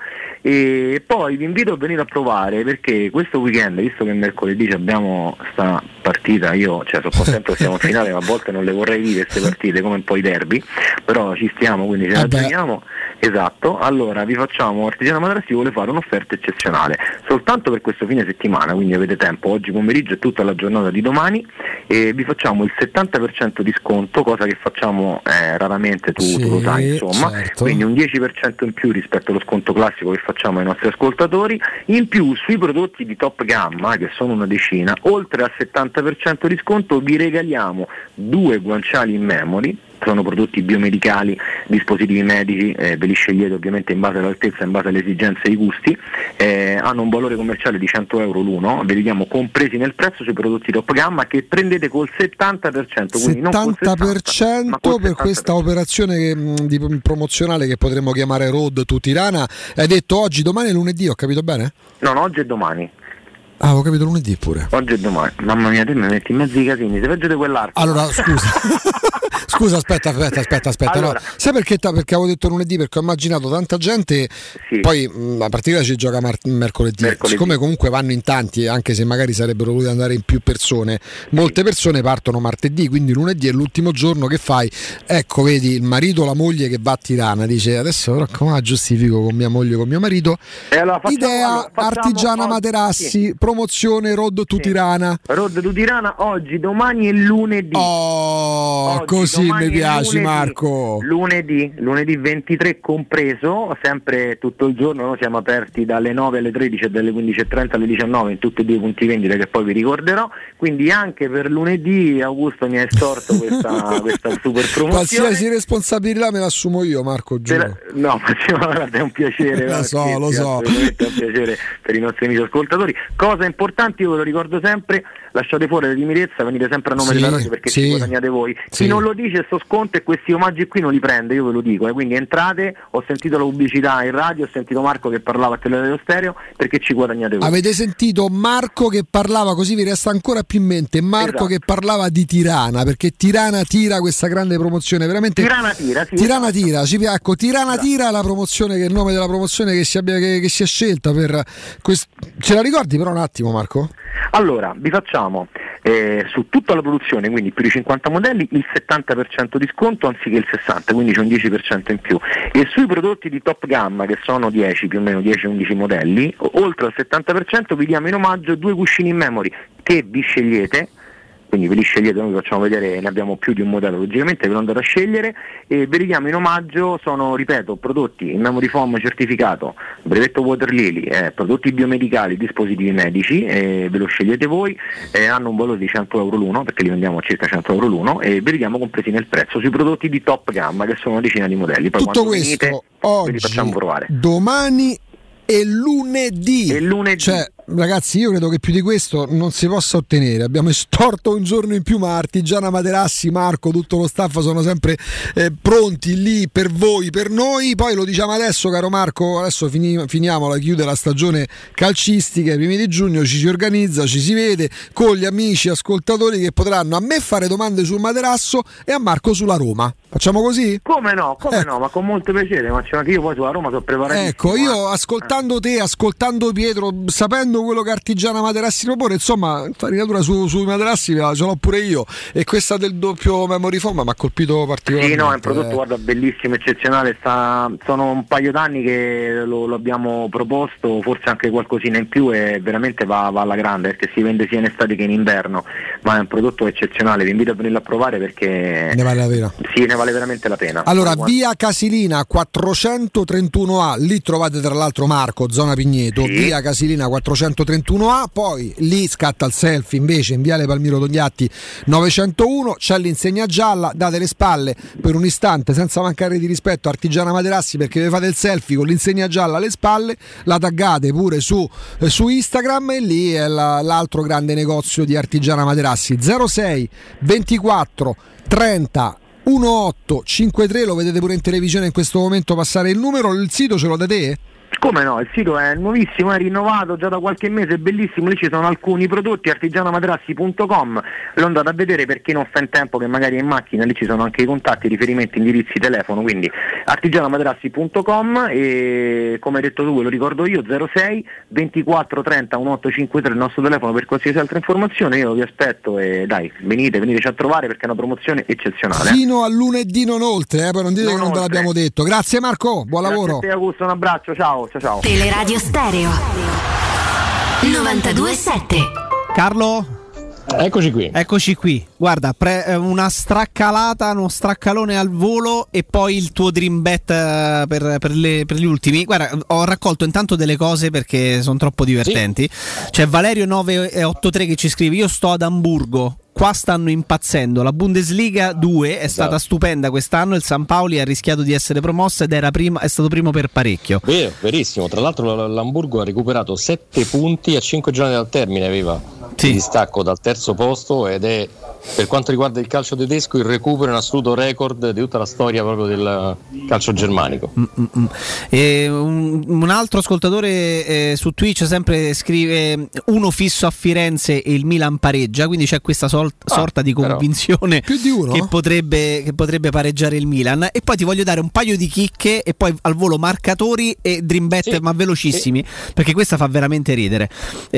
E poi vi invito a venire a provare, perché questo weekend, visto che mercoledì abbiamo sta partita, io sono contento che siamo in finale, ma a volte non le vorrei vivere queste partite come un po' i derby, però ci stiamo, quindi ce la giochiamo. Esatto, allora vi facciamo, Artigiana Materassi vuole fare un'offerta eccezionale soltanto per questo fine settimana, quindi avete tempo, oggi pomeriggio e tutta la giornata di domani, e vi facciamo il 70% di sconto, cosa che facciamo raramente, tu lo sai, insomma, certo. Quindi un 10% in più rispetto allo sconto classico che facciamo ai nostri ascoltatori, in più sui prodotti di top gamma, che sono una decina, oltre al 70% di sconto vi regaliamo 2 guanciali in memory. Sono prodotti biomedicali, dispositivi medici, ve li scegliete ovviamente in base all'altezza, in base alle esigenze e ai gusti, hanno un valore commerciale di 100 euro l'uno, ve li diamo compresi nel prezzo sui prodotti top gamma, che prendete col 70%, quindi 70% non col 60%, ma col 70%. Per questa operazione promozionale che potremmo chiamare Road to Tirana. Hai detto oggi, domani e lunedì, ho capito bene? No, oggi e domani. Ah, ho capito lunedì pure. Oggi e domani. Mamma mia, te mi metti in mezzo ai casini, se peggio di quell'arco. Allora, scusa. Scusa, aspetta. Allora. No. Sai perché avevo detto lunedì? Perché ho immaginato tanta gente, poi la partita ci gioca mercoledì. Siccome comunque vanno in tanti, anche se magari sarebbero voluti andare in più persone, molte persone partono martedì, quindi lunedì è l'ultimo giorno che fai. Ecco, vedi il marito o la moglie che va a Tirana, dice adesso però come giustifico con mia moglie o con mio marito? Allora, facciamo Artigiana Materassi, promozione Road to Tirana. Road to Tirana oggi, domani e lunedì. Oggi, così mi piace, Marco. Lunedì 23 compreso, sempre tutto il giorno, noi siamo aperti dalle 9 alle 13 e dalle 15:30 alle 19 in tutti e due i punti vendita che poi vi ricorderò, quindi anche per lunedì Augusto mi ha estorto questa super promozione. Qualsiasi responsabilità me l'assumo io, Marco, giuro. No, guarda, è un piacere. Lo so. È un piacere per i nostri amici ascoltatori. Cosa importante, io ve lo ricordo sempre, lasciate fuori la timidezza, venite sempre a nome della radio, perché ci guadagnate voi. Chi non lo dice sto sconto e questi omaggi qui non li prende, io ve lo dico, quindi entrate, ho sentito la pubblicità in radio, ho sentito Marco che parlava a Teleradio Stereo, perché ci guadagnate voi. Avete sentito Marco che parlava, così vi resta ancora più in mente, Marco che parlava di Tirana, perché Tirana tira questa grande promozione, veramente Tirana tira, tira la promozione, che è il nome della promozione che si è scelta per ce la ricordi però un attimo, Marco? Allora, vi facciamo su tutta la produzione, quindi più di 50 modelli, il 70% di sconto anziché il 60%, quindi c'è un 10% in più, e sui prodotti di top gamma, che sono 10 più o meno 10-11 modelli, oltre al 70% vi diamo in omaggio 2 cuscini in memory che vi scegliete, quindi ve li scegliete, noi vi facciamo vedere, ne abbiamo più di un modello logicamente, ve lo andate a scegliere e vi richiamo in omaggio, sono, ripeto, prodotti in memory foam certificato, brevetto Water Lily, prodotti biomedicali, dispositivi medici, ve lo scegliete voi, hanno un valore di 100 euro l'uno, perché li vendiamo a circa 100 euro l'uno, e vi richiamo compresi nel prezzo sui prodotti di top gamma, che sono una decina di modelli. Poi tutto quando questo venite, oggi, ve li facciamo provare. Domani e lunedì. Cioè, ragazzi, io credo che più di questo non si possa ottenere. Abbiamo estorto un giorno in più, ma Artigiana Materassi, Marco, tutto lo staff sono sempre pronti lì per voi, per noi. Poi lo diciamo adesso, caro Marco, adesso finiamo, chiude la stagione calcistica, i primi di giugno ci si organizza, ci si vede con gli amici ascoltatori che potranno a me fare domande sul materasso e a Marco sulla Roma. Facciamo così? Come no, ma con molto piacere, ma c'è anche io poi sulla Roma sono preparatissimo. Ecco, io ascoltando te, ascoltando Pietro, sapendo quello che Artigiana Materassi propone, insomma, farinatura sui materassi ce l'ho pure io, e questa del doppio memory foam mi ha colpito particolarmente. Sì, no, è un prodotto guarda bellissimo, eccezionale, sono un paio d'anni che lo abbiamo proposto, forse anche qualcosina in più, e veramente va alla grande, perché si vende sia in estate che in inverno, ma è un prodotto eccezionale, vi invito a venirlo a provare perché ne vale la pena. Sì, ne vale veramente la pena. Allora, via Casilina 431A, lì trovate tra l'altro Marco, zona Pigneto, sì. Via Casilina 431A, poi lì scatta il selfie, invece in viale Palmiro Togliatti 901 c'è l'insegna gialla, date le spalle per un istante senza mancare di rispetto a Artigiana Materassi, perché vi fate il selfie con l'insegna gialla alle spalle, la taggate pure su Instagram, e lì è l'altro grande negozio di Artigiana Materassi. 06 24 30 1853, lo vedete pure in televisione in questo momento passare il numero. Il sito ce lo da te? Come no, il sito è nuovissimo, è rinnovato già da qualche mese, è bellissimo, lì ci sono alcuni prodotti, artigianamaterassi.com, lo andate a vedere per chi non fa in tempo, che magari è in macchina, lì ci sono anche i contatti, riferimenti, indirizzi, telefono, quindi artigianamaterassi.com, e come hai detto tu, ve lo ricordo io, 06 24 30 1853 il nostro telefono per qualsiasi altra informazione. Io vi aspetto e dai, veniteci a trovare perché è una promozione eccezionale. Fino a lunedì non oltre, poi non dite che non ve l'abbiamo detto. Grazie Marco, buon lavoro. Grazie a te Augusto, un abbraccio, ciao. Teleradio Stereo 92.7. Carlo? Eccoci qui. Guarda, una straccalata, uno straccalone al volo e poi il tuo dream bet per gli ultimi. Guarda, ho raccolto intanto delle cose perché sono troppo divertenti. Sì. C'è Valerio 983 che ci scrive: io sto ad Amburgo. Qua stanno impazzendo. La Bundesliga 2 è stata stupenda quest'anno. Il San Paoli ha rischiato di essere promossa ed è stato primo per parecchio. Verissimo. Tra l'altro l'Amburgo ha recuperato 7 punti a 5 giorni dal termine, aveva di distacco dal terzo posto, ed è, per quanto riguarda il calcio tedesco, il recupero in assoluto record di tutta la storia proprio del calcio germanico. E un altro ascoltatore su Twitch sempre scrive: uno fisso a Firenze e il Milan pareggia, quindi c'è questa sorta di convinzione più di uno? che potrebbe pareggiare il Milan. E poi ti voglio dare un paio di chicche e poi al volo marcatori e dream bet, ma velocissimi, perché questa fa veramente ridere.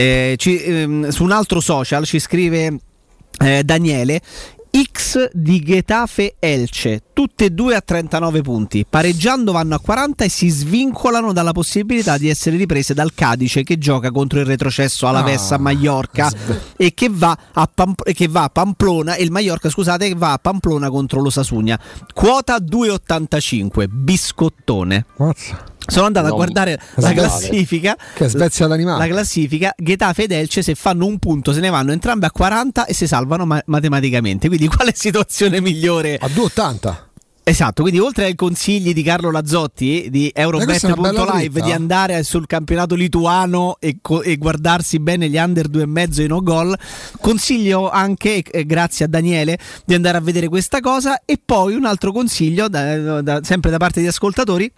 Su un altro social ci scrive Daniele: X di Getafe Elche, tutte e due a 39 punti, pareggiando vanno a 40 e si svincolano dalla possibilità di essere riprese dal Cadice, che gioca contro il retrocesso Alavés a Mallorca e che va a Pamplona, e il Mallorca, scusate, che va a Pamplona contro l'Osasuna. Quota 2,85, biscottone. Sono andato a guardare la classifica, che è Svezia d'animale. La classifica, Getafe ed Elche, se fanno un punto se ne vanno entrambe a 40 e si salvano matematicamente. Quindi quale situazione migliore? A 2,80. Esatto, quindi oltre ai consigli di Carlo Lazzotti di Eurobet.live di andare sul campionato lituano e guardarsi bene gli under 2,5 e no gol, consiglio anche, grazie a Daniele, di andare a vedere questa cosa. E poi un altro consiglio sempre da parte di ascoltatori: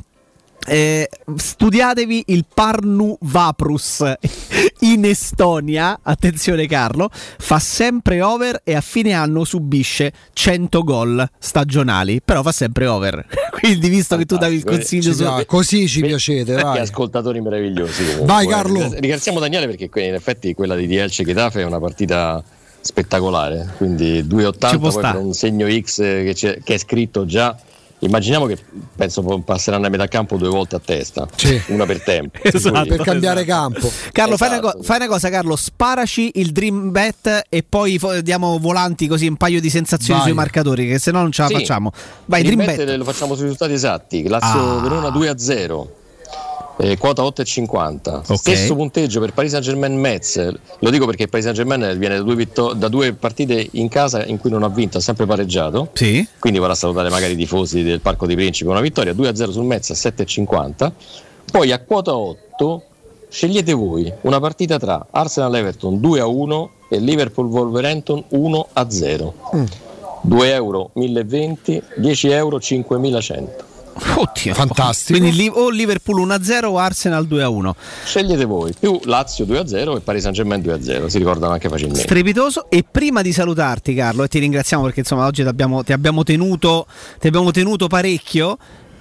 studiatevi il Parnu Vaprus in Estonia. Attenzione Carlo, fa sempre over e a fine anno subisce 100 gol stagionali, però fa sempre over. Quindi, visto che tu davi il consiglio così ci piacete, vai. Ascoltatori meravigliosi. Vai Carlo. Ringraziamo Daniele, perché in effetti quella di Elche Getafe è una partita spettacolare, quindi 2,80 poi per un segno X che è scritto già Immaginiamo che penso passeranno a metà campo 2 volte a testa, una per tempo, esatto, per cambiare campo. Carlo, fai una cosa, Carlo, sparaci il Dream Bet e poi diamo volanti così un paio di sensazioni sui marcatori, che se no non ce la facciamo. Vai, Dream Bet lo facciamo sui risultati esatti. Lazio Verona 2-0. Quota 8,50. Okay. Stesso punteggio per Paris Saint-Germain Metz. Lo dico perché il Paris Saint-Germain viene da 2 partite in casa in cui non ha vinto, ha sempre pareggiato. Sì. Quindi vorrà salutare magari i tifosi del Parco dei Principi. Una vittoria 2-0 sul Metz a 7,50. Poi a quota 8 scegliete voi una partita tra Arsenal-Everton 2-1 e Liverpool-Wolverhampton 1-0. 2 euro 1020, 10 euro 5100. Oddio, fantastico. Quindi o Liverpool 1-0 o Arsenal 2-1. Scegliete voi, più Lazio 2-0 e Paris Saint-Germain 2-0, si ricordano anche facilmente. Strepitoso. E prima di salutarti, Carlo, e ti ringraziamo perché insomma oggi ti abbiamo tenuto parecchio,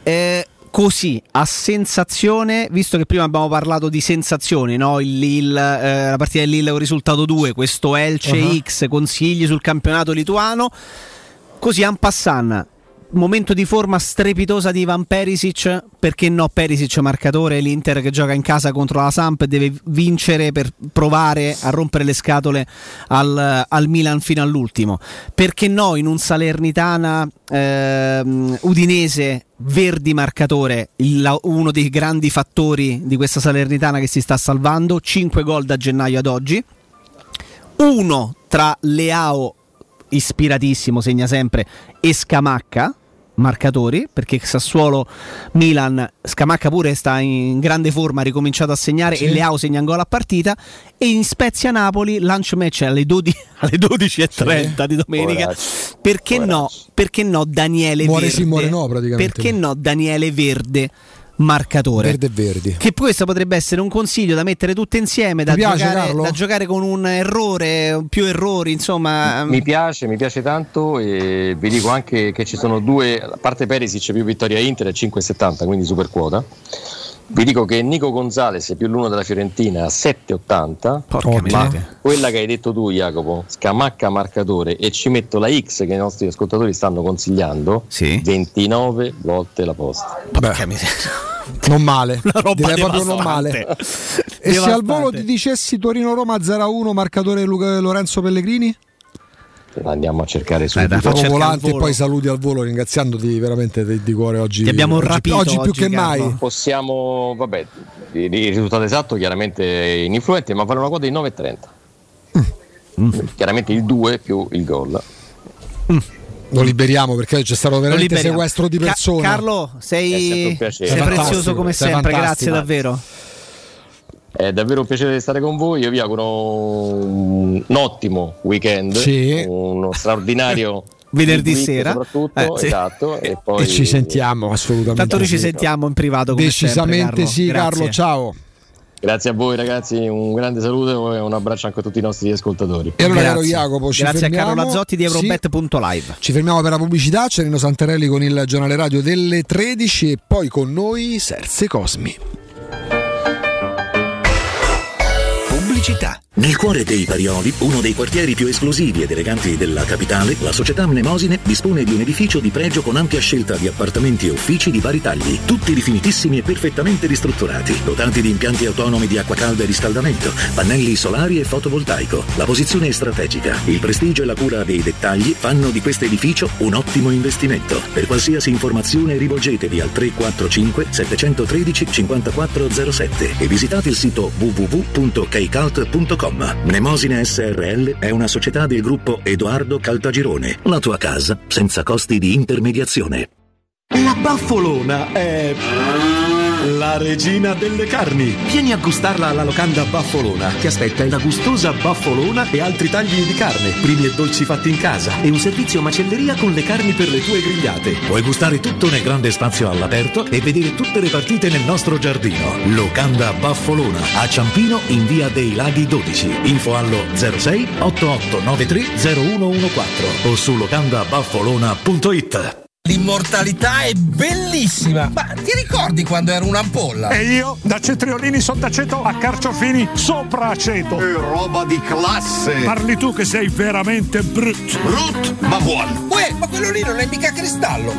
così a sensazione, visto che prima abbiamo parlato di sensazioni, no? Il Lille, la partita del Lille con risultato 2, questo Elche X, consigli sul campionato lituano, così en passant. Momento di forma strepitosa di Ivan Perisic, perché no Perisic marcatore, l'Inter che gioca in casa contro la Samp deve vincere per provare a rompere le scatole al Milan fino all'ultimo, perché no in un Salernitana Udinese Verdi marcatore, uno dei grandi fattori di questa Salernitana che si sta salvando, 5 gol da gennaio ad oggi, uno tra Leao ispiratissimo, segna sempre, e Scamacca marcatori, perché Sassuolo Milan, Scamacca pure sta in grande forma, ha ricominciato a segnare e Leao segna un gol a partita, e in Spezia Napoli lunch match alle 12:30 di domenica. Perché no Daniele Verde, muore no, praticamente. Perché no Daniele Verde marcatore, Verde e Verdi, che questo potrebbe essere un consiglio da mettere tutte insieme, da giocare con un errore, più errori, insomma. Mi piace tanto, e vi dico anche che ci sono 2, a parte Perisic più vittoria Inter è 5,70, quindi super quota. Vi dico che Nico Gonzalez più l'1 della Fiorentina a 7,80, ma quella che hai detto tu, Jacopo, Scamacca marcatore, e ci metto la X che i nostri ascoltatori stanno consigliando, 29 volte la posta. Non male, una roba direi proprio non male. E se al volo ti dicessi Torino-Roma 0-1 marcatore Lorenzo Pellegrini? Andiamo a cercare subito. Facciamo volanti e poi saluti al volo, ringraziandoti veramente di cuore oggi. Ti abbiamo rapito oggi più che Carlo. mai. Possiamo, il risultato esatto chiaramente ininfluente, ma fare una quota di 9,30. Chiaramente il 2 più il gol. Lo liberiamo perché c'è stato veramente sequestro di persone. Carlo, sei prezioso come sempre, grazie davvero. È davvero un piacere stare con voi, io vi auguro un ottimo weekend, uno straordinario venerdì sera soprattutto, esatto, e poi ci sentiamo assolutamente. Tanto noi ci sentiamo in privato come decisamente sempre, Carlo. Carlo, ciao. Grazie a voi ragazzi, un grande saluto e un abbraccio anche a tutti i nostri ascoltatori. E allora caro Jacopo, grazie a Carlo Lazzotti di Eurobet.live. Ci fermiamo per la pubblicità, c'è Rino Santarelli con il giornale radio delle 13 e poi con noi Serse Cosmi. Pubblicità. Nel cuore dei Parioli, uno dei quartieri più esclusivi ed eleganti della capitale, la società Mnemosine dispone di un edificio di pregio con ampia scelta di appartamenti e uffici di vari tagli, tutti rifinitissimi e perfettamente ristrutturati, dotati di impianti autonomi di acqua calda e riscaldamento, pannelli solari e fotovoltaico. La posizione è strategica, il prestigio e la cura dei dettagli fanno di questo edificio un ottimo investimento. Per qualsiasi informazione rivolgetevi al 345 713 5407 e visitate il sito www.kcalt.com. Mnemosine SRL è una società del gruppo Edoardo Caltagirone. La tua casa senza costi di intermediazione. La Baffolona è la regina delle carni. Vieni a gustarla alla locanda Baffolona. Ti aspetta una gustosa Baffolona e altri tagli di carne, primi e dolci fatti in casa e un servizio macelleria con le carni per le tue grigliate. Puoi gustare tutto nel grande spazio all'aperto e vedere tutte le partite nel nostro giardino. Locanda Baffolona a Ciampino in via dei Laghi 12. Info allo 06 8893 0114 o su locandabaffolona.it. L'immortalità è bellissima. Ma ti ricordi quando ero un'ampolla? E io da Cetriolini sotto aceto a Carciofini sopra aceto. Che roba di classe. Parli tu che sei veramente brut. Brut ma buono. Uè, ma quello lì non è mica cristallo.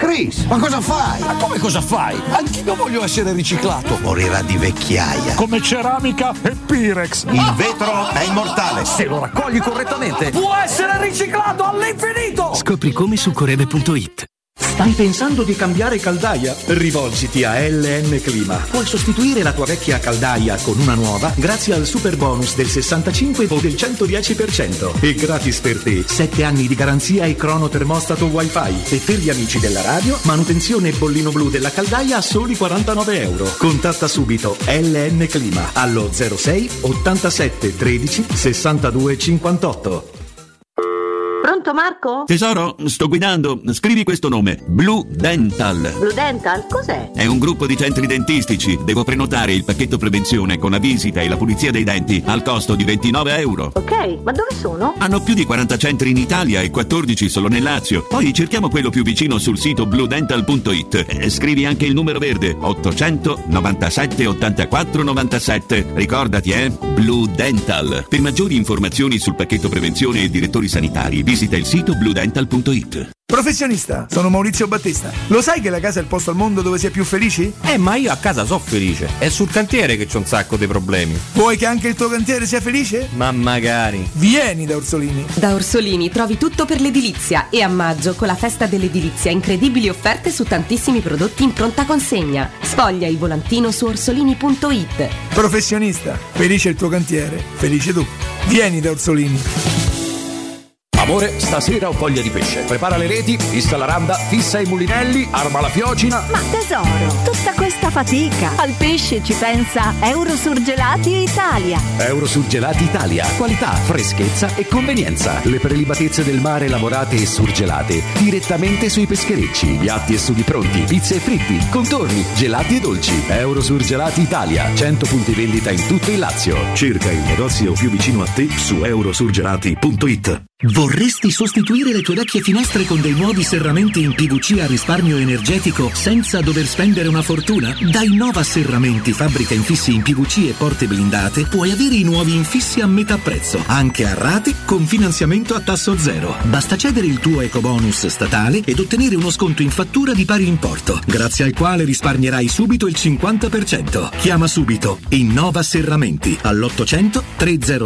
Chris, ma cosa fai? Ma come cosa fai? Anch'io voglio essere riciclato. Morirà di vecchiaia. Come ceramica e Pirex. Il vetro è immortale. Se lo raccogli correttamente, può essere riciclato all'infinito. Scopri come su coreme.it. Stai pensando di cambiare caldaia? Rivolgiti a LN Clima. Puoi sostituire la tua vecchia caldaia con una nuova grazie al super bonus del 65 o del 110%. E gratis per te 7 anni di garanzia e cronotermostato wifi. E per gli amici della radio, manutenzione e bollino blu della caldaia a soli €49. Contatta subito LN Clima allo 06 87 13 62 58. Pronto Marco? Tesoro, sto guidando. Scrivi questo nome: Blue Dental. Blue Dental? Cos'è? È un gruppo di centri dentistici. Devo prenotare il pacchetto prevenzione con la visita e la pulizia dei denti al costo di €29. Ok, ma dove sono? Hanno più di 40 centri in Italia e 14 solo nel Lazio. Poi cerchiamo quello più vicino sul sito bluedental.it. Scrivi anche il numero verde: 800 97 84 97. Ricordati, Blue Dental. Per maggiori informazioni sul pacchetto prevenzione e direttori sanitari, visita il sito bluedental.it. Professionista, sono Maurizio Battista. Lo sai che la casa è il posto al mondo dove si è più felici? Ma io a casa so felice. È sul cantiere che c'ho un sacco di problemi. Vuoi che anche il tuo cantiere sia felice? Ma magari. Vieni da Orsolini. Da Orsolini trovi tutto per l'edilizia e a maggio, con la festa dell'edilizia, incredibili offerte su tantissimi prodotti in pronta consegna. Sfoglia il volantino su orsolini.it. Professionista, felice il tuo cantiere, felice tu. Vieni da Orsolini. Amore, stasera ho voglia di pesce. Prepara le reti, fissa la randa, fissa i mulinelli, arma la fiocina. Ma tesoro, tutta questa fatica. Al pesce ci pensa Eurosurgelati Italia. Eurosurgelati Italia. Qualità, freschezza e convenienza. Le prelibatezze del mare lavorate e surgelate direttamente sui pescherecci. Piatti e sughi pronti, pizze e fritti, contorni, gelati e dolci. Eurosurgelati Italia. 100 punti vendita in tutto il Lazio. Cerca il negozio più vicino a te su eurosurgelati.it. Vorresti sostituire le tue vecchie finestre con dei nuovi serramenti in PVC a risparmio energetico senza dover spendere una fortuna? Da Innova Serramenti, fabbrica infissi in PVC e porte blindate, puoi avere i nuovi infissi a metà prezzo, anche a rate con finanziamento a tasso zero. Basta cedere il tuo ecobonus statale ed ottenere uno sconto in fattura di pari importo, grazie al quale risparmierai subito il 50%. Chiama subito Innova Serramenti all'800 300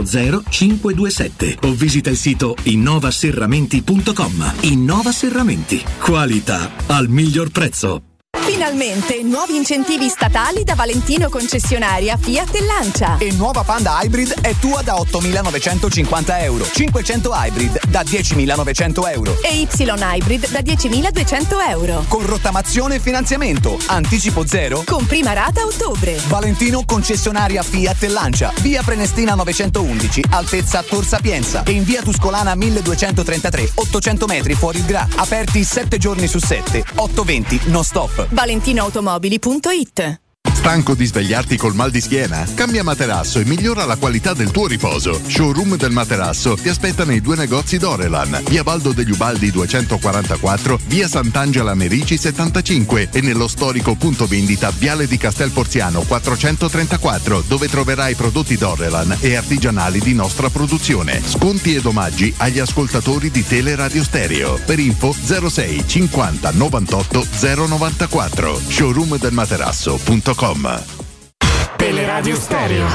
527 o visita il sito innovaserramenti.com. Innova Serramenti. Qualità al miglior prezzo. Finalmente nuovi incentivi statali da Valentino concessionaria Fiat e Lancia. E nuova Panda Hybrid è tua da €8.950. 500 Hybrid da €10.900. E Y Hybrid da €10.200. Con rottamazione e finanziamento. Anticipo zero. Con prima rata a ottobre. Valentino concessionaria Fiat e Lancia. Via Prenestina 911, altezza Tor Sapienza. E in via Tuscolana 1233, 800 metri fuori il Gra. Aperti 7 giorni su 7, 8/20 non stop. ValentinoAutomobili.it. Stanco di svegliarti col mal di schiena? Cambia materasso e migliora la qualità del tuo riposo. Showroom del materasso ti aspetta nei 2 negozi Dorelan, via Baldo degli Ubaldi 244, via Sant'Angela Merici 75 e nello storico punto vendita Viale di Castel Porziano 434, dove troverai prodotti Dorelan e artigianali di nostra produzione. Sconti ed omaggi agli ascoltatori di Teleradio Stereo. Per info 06 50 98 094. showroomdelmaterasso.com. Teleradio Stereo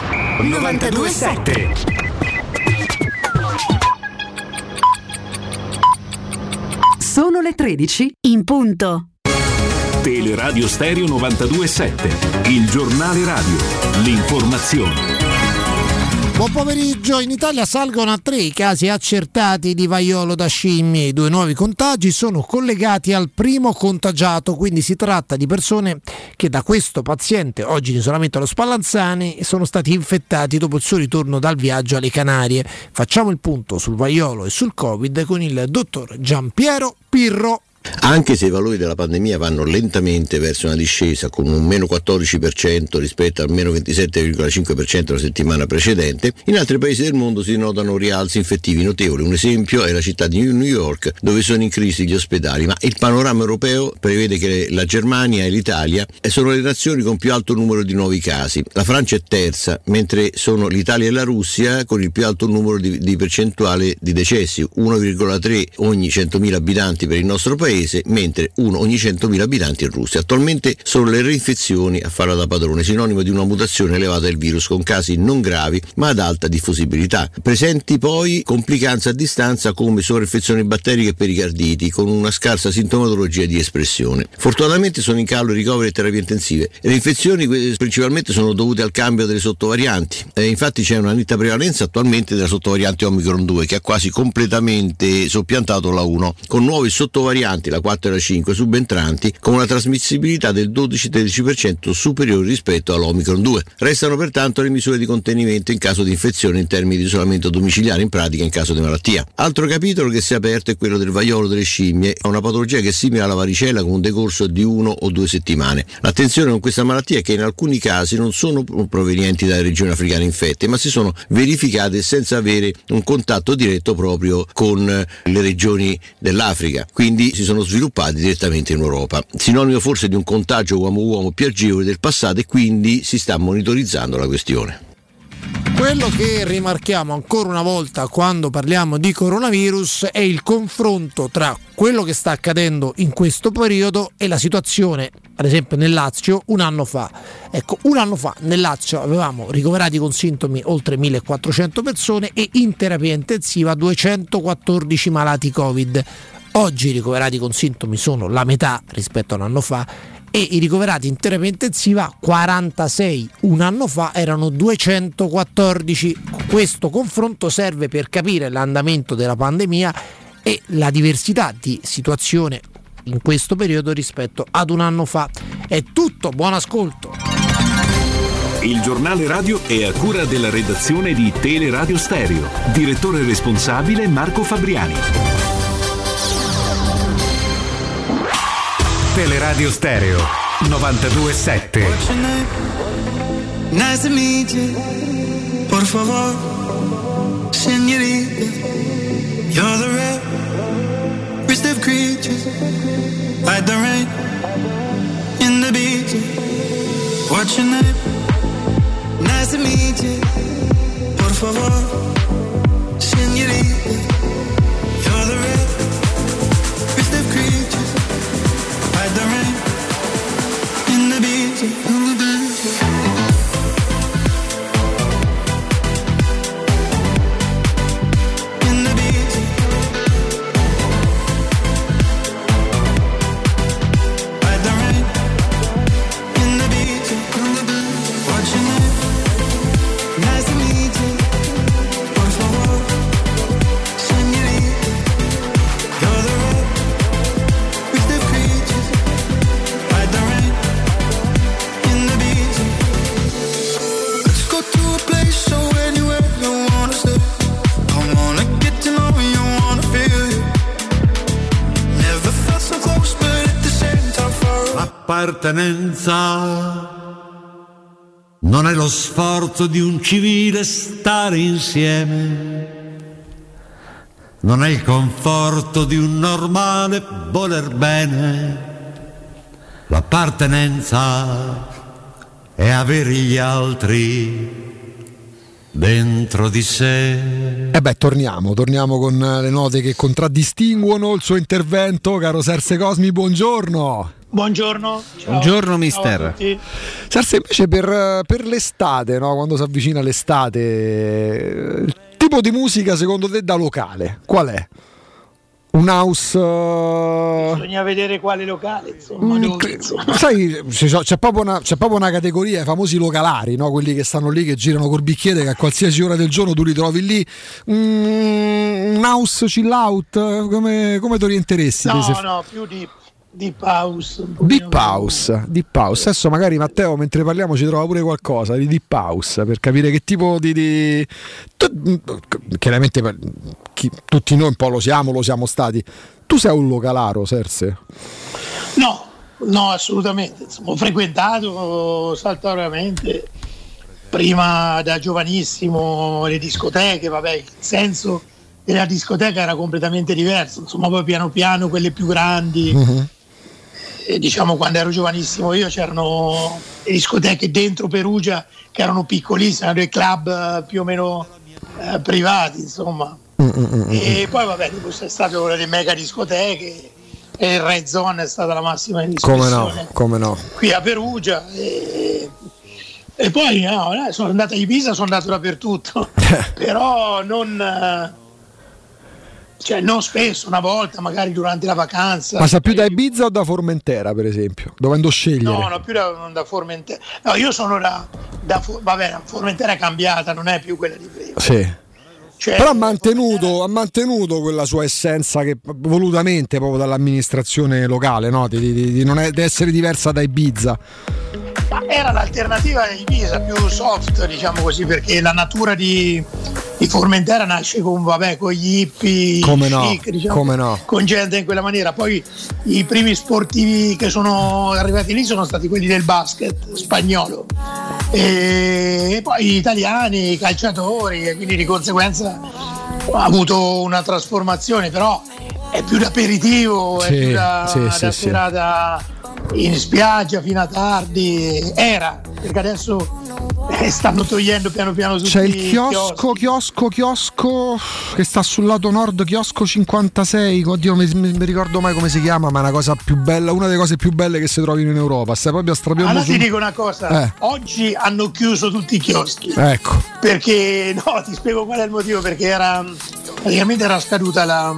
92.7. Sono le 13 in punto. Teleradio Stereo 92.7, il giornale radio, l'informazione. Buon pomeriggio. In Italia salgono a 3 i casi accertati di vaiolo da scimmie. I 2 nuovi contagi sono collegati al primo contagiato, quindi si tratta di persone che da questo paziente, oggi in isolamento allo Spallanzani, sono stati infettati dopo il suo ritorno dal viaggio alle Canarie. Facciamo il punto sul vaiolo e sul Covid con il dottor Giampiero Pirro. Anche se i valori della pandemia vanno lentamente verso una discesa con un meno 14% rispetto al meno 27,5% la settimana precedente, in altri paesi del mondo si notano rialzi infettivi notevoli. Un esempio è la città di New York, dove sono in crisi gli ospedali, ma il panorama europeo prevede che la Germania e l'Italia sono le nazioni con più alto numero di nuovi casi. La Francia è terza, mentre sono l'Italia e la Russia con il più alto numero di percentuale di decessi, 1,3 ogni 100.000 abitanti per il nostro paese paese, mentre uno ogni 100.000 abitanti in Russia. Attualmente sono le reinfezioni a farla da padrone, sinonimo di una mutazione elevata del virus con casi non gravi ma ad alta diffusibilità. Presenti poi complicanze a distanza come sovrainfezioni batteriche e pericarditi con una scarsa sintomatologia di espressione. Fortunatamente sono in calo i ricoveri e terapie intensive. Le infezioni principalmente sono dovute al cambio delle sottovarianti. Infatti c'è una netta prevalenza attualmente della sottovariante Omicron 2 che ha quasi completamente soppiantato la 1, con nuove sottovarianti, la 4 e la 5, subentranti con una trasmissibilità del 12-13% superiore rispetto all'Omicron 2. Restano pertanto le misure di contenimento in caso di infezione in termini di isolamento domiciliare, in pratica in caso di malattia. Altro capitolo che si è aperto è quello del vaiolo delle scimmie, una patologia che è simile alla varicella con un decorso di 1 o 2 settimane. L'attenzione con questa malattia è che in alcuni casi non sono provenienti dalle regioni africane infette, ma si sono verificate senza avere un contatto diretto proprio con le regioni dell'Africa, quindi si sono sviluppati direttamente in Europa. Sinonimo forse di un contagio uomo-uomo più agevole del passato, e quindi si sta monitorizzando la questione. Quello che rimarchiamo ancora una volta quando parliamo di coronavirus è il confronto tra quello che sta accadendo in questo periodo e la situazione, ad esempio nel Lazio, un anno fa. Ecco, un anno fa nel Lazio avevamo ricoverati con sintomi oltre 1400 persone e in terapia intensiva 214 malati Covid. Oggi i ricoverati con sintomi sono la metà rispetto a un anno fa e i ricoverati in terapia intensiva 46, un anno fa erano 214. Questo confronto serve per capire l'andamento della pandemia e la diversità di situazione in questo periodo rispetto ad un anno fa. È tutto, buon ascolto. Il giornale radio è a cura della redazione di Teleradio Stereo. Direttore responsabile Marco Fabriani. Teleradio Stereo 92.7. Nice to meet you. Por favor, señorita. You're the rarest of creatures, like the rain in the beach. What's your name? Nice to meet you. Por favor, señorita. You're the rarest of creatures, like the rain in the beach. L'appartenenza non è lo sforzo di un civile stare insieme, non è il conforto di un normale voler bene. L'appartenenza è avere gli altri dentro di sé. E torniamo con le note che contraddistinguono il suo intervento. Caro Serse Cosmi, buongiorno. Buongiorno. Ciao. Buongiorno mister. Serse, invece per l'estate, no? Quando si avvicina l'estate, il tipo di musica secondo te da locale qual è? Un house? Bisogna vedere quale locale, insomma. Sai, c'è proprio una categoria, i famosi localari, no? Quelli che stanno lì, che girano col bicchiere, che a qualsiasi ora del giorno tu li trovi lì. Un house chill out, come ti orienteresti? No, più Deep House. Deep House. Adesso magari Matteo, mentre parliamo, ci trova pure qualcosa di Deep House per capire che tipo di... Chiaramente tutti noi un po' lo siamo stati. Tu sei un localaro, Serse? No, assolutamente. Ho frequentato saltuariamente prima, da giovanissimo, le discoteche. Vabbè, il senso della discoteca era completamente diverso. Insomma, poi piano piano quelle più grandi. Uh-huh. Diciamo, quando ero giovanissimo io, c'erano le discoteche dentro Perugia che erano piccolissime, dei club più o meno privati, insomma. E poi vabbè, dopo c'è stato le mega discoteche, e il Red Zone è stata la massima discussione. Come no. Qui a Perugia e poi sono andato a Ibiza, sono andato dappertutto, però non spesso, una volta magari durante la vacanza. Ma sa più da Ibiza o da Formentera, per esempio, dovendo scegliere? No, più da Formentera. No, io sono vabbè, Formentera è cambiata, non è più quella di prima. Sì. Però ha mantenuto quella sua essenza che volutamente proprio dall'amministrazione locale, no? di essere diversa da Ibiza. Ma era l'alternativa a Ibiza, più soft, diciamo così, perché la natura di Formentera nasce con gli hippie, chic, diciamo, con gente in quella maniera. Poi i primi sportivi che sono arrivati lì sono stati quelli del basket spagnolo, e poi gli italiani, i calciatori, e quindi di conseguenza ha avuto una trasformazione, però è più d'aperitivo, è più da serata in spiaggia fino a tardi, perché adesso stanno togliendo piano piano tutti. C'è il chiosco che sta sul lato nord, chiosco 56, oddio mi ricordo mai come si chiama, ma è una cosa più bella, una delle cose più belle che si trovino in Europa. Stai proprio a strapiombo. Allora ti dico una cosa, oggi hanno chiuso tutti i chioschi, ecco, perché ti spiego qual è il motivo, perché praticamente era scaduta la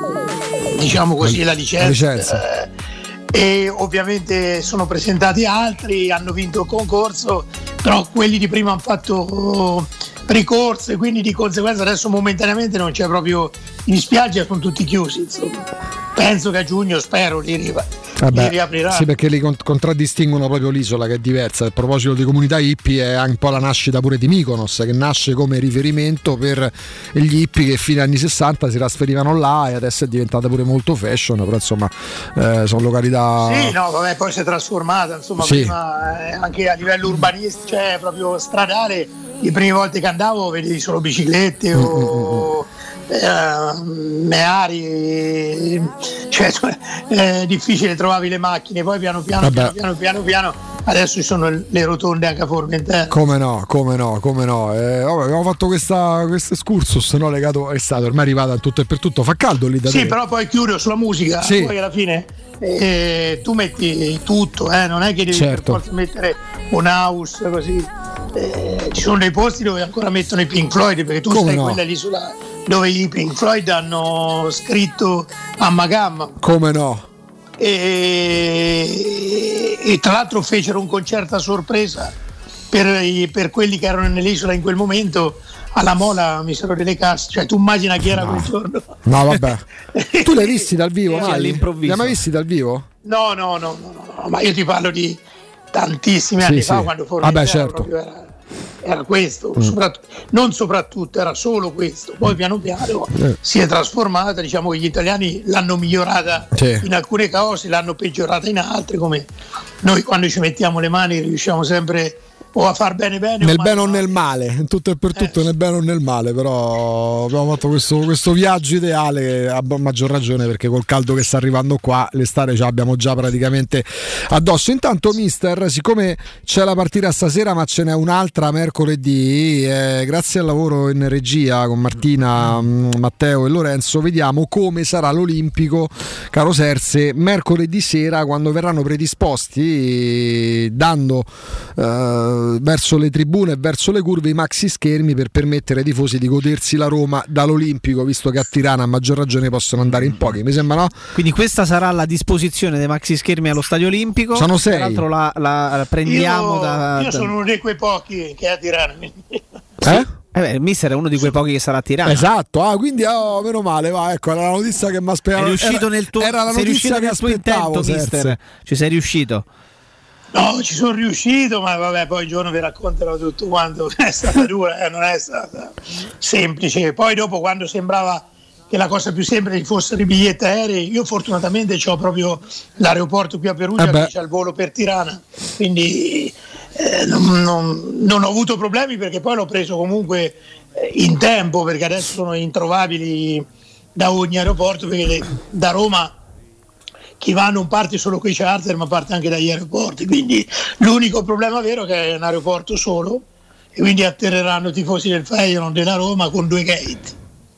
licenza. E ovviamente sono presentati altri, hanno vinto il concorso, però quelli di prima hanno fatto ricorso e quindi di conseguenza adesso momentaneamente non c'è proprio, in spiaggia sono tutti chiusi, insomma. Penso che a giugno, spero, li riapriranno. Sì, perché li contraddistinguono proprio l'isola, che è diversa. A proposito di comunità hippie, è un po' la nascita pure di Mykonos, che nasce come riferimento per gli hippie che fino agli anni 60 si trasferivano là, e adesso è diventata pure molto fashion, però insomma sono località. Sì, poi si è trasformata, insomma, prima anche a livello urbanistico, cioè proprio stradale, le prime volte che andavo vedevi solo biciclette o meari, cioè è difficile, trovavi le macchine, poi piano piano adesso ci sono le rotonde anche a Formentera. Come no. Abbiamo fatto questo excursus, no, legato, è stato ormai arrivata tutto e per tutto. Fa caldo lì da te? Sì, però poi chiudo sulla musica, poi alla fine tu metti tutto, non è che devi per forza mettere un house così. Ci sono dei posti dove ancora mettono i Pink Floyd, perché tu stai quella l'isola dove i Pink Floyd hanno scritto Mamma Gamma. Come no? E tra l'altro fecero un concerto a sorpresa per quelli che erano nell'isola in quel momento, alla Mola misero delle casse, cioè tu immagina chi era quel giorno. No, vabbè. Tu li hai visti dal vivo? All'improvviso. Li hai mai visti dal vivo? No, ma io ti parlo di tantissimi anni fa, quando Formentera era questo, soprattutto era solo questo, poi piano piano si è trasformata, diciamo che gli italiani l'hanno migliorata in alcune cose, l'hanno peggiorata in altre, come noi quando ci mettiamo le mani riusciamo sempre o a far bene nel bene o nel male, tutto e per tutto, nel bene o nel male, però abbiamo fatto questo viaggio ideale, a maggior ragione perché col caldo che sta arrivando qua l'estate ce l'abbiamo già praticamente addosso. Intanto mister, siccome c'è la partita stasera ma ce n'è un'altra mercoledì, grazie al lavoro in regia con Martina, Matteo e Lorenzo, vediamo come sarà l'Olimpico, caro Serse, mercoledì sera, quando verranno predisposti, dando verso le tribune e verso le curve i maxi schermi per permettere ai tifosi di godersi la Roma dall'Olimpico, visto che a Tirana a maggior ragione possono andare in pochi, mi sembra, no? Quindi questa sarà la disposizione dei maxi schermi allo Stadio Olimpico. Sono 6. Tra l'altro la prendiamo io sono uno di quei pochi che è a Tirana. Il mister è uno di quei pochi che sarà a Tirana. Esatto, quindi meno male, va, ecco, era la notizia che mi aspettavo. È riuscito nel tuo, era la notizia che aspettavo, mister. Ci sei riuscito? No, ci sono riuscito, ma vabbè, poi il giorno vi racconterò tutto quanto. È stata dura, non è stata semplice. Poi dopo, quando sembrava che la cosa più semplice fossero i biglietti aerei, io fortunatamente ho proprio l'aeroporto qui a Perugia che c'è il volo per Tirana, quindi non ho avuto problemi, perché poi l'ho preso comunque in tempo, perché adesso sono introvabili da ogni aeroporto, perché da Roma chi va non parte solo con i charter ma parte anche dagli aeroporti, quindi l'unico problema vero è che è un aeroporto solo, e quindi atterreranno tifosi del Feyenoord della Roma con 2 gate,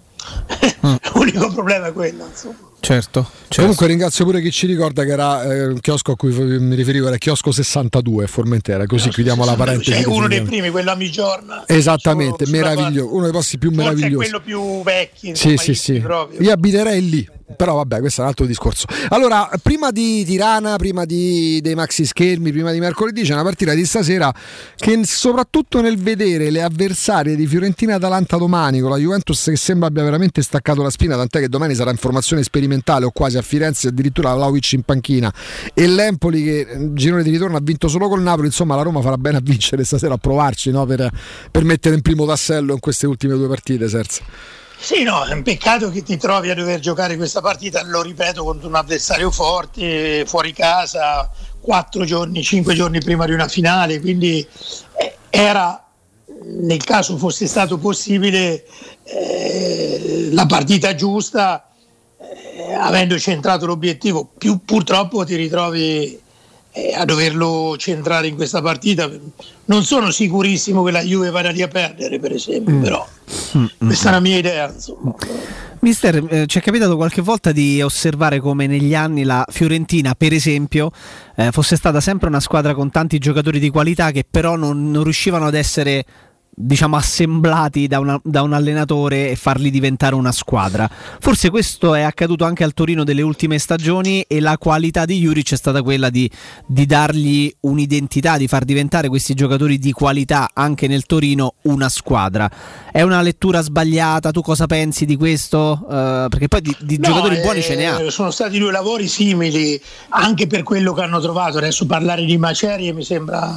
L'unico problema è quello, insomma. Certo. Comunque ringrazio pure chi ci ricorda che era un chiosco a cui mi riferivo, era chiosco 62 a Formentera, così chiudiamo la parentesi. C'è uno dei primi, quello a Migiorna. Esattamente, meraviglioso, uno dei posti più meravigliosi. Forse è quello più vecchio, insomma, sì. Io abiterei lì. Però vabbè, questo è un altro discorso. Allora, prima di Tirana, prima dei maxi schermi, prima di mercoledì, c'è una partita di stasera che soprattutto nel vedere le avversarie di Fiorentina-Atalanta domani, con la Juventus che sembra abbia veramente staccato la spina, tant'è che domani sarà in formazione sperimentale o quasi a Firenze, addirittura Vlahovic in panchina, e l'Empoli che girone di ritorno ha vinto solo col Napoli, insomma la Roma farà bene a vincere stasera, a provarci, no? per mettere in primo tassello in queste ultime due partite, Serse. Sì, no, è un peccato che ti trovi a dover giocare questa partita, lo ripeto, contro un avversario forte, fuori casa, 5 giorni prima di una finale, quindi era, nel caso fosse stato possibile, la partita giusta, avendo centrato l'obiettivo. Purtroppo ti ritrovi a doverlo centrare in questa partita. Non sono sicurissimo che la Juve vada lì a perdere, per esempio, però questa è la mia idea, insomma. Mister, ci è capitato qualche volta di osservare come negli anni la Fiorentina, per esempio, fosse stata sempre una squadra con tanti giocatori di qualità che però non riuscivano ad essere, diciamo, assemblati da un allenatore e farli diventare una squadra. Forse questo è accaduto anche al Torino delle ultime stagioni, e la qualità di Juric è stata quella di dargli un'identità, di far diventare questi giocatori di qualità anche nel Torino una squadra. È una lettura sbagliata? Tu cosa pensi di questo? Perché poi di giocatori buoni ce ne ha. Sono stati due lavori simili anche per quello che hanno trovato. Adesso parlare di macerie mi sembra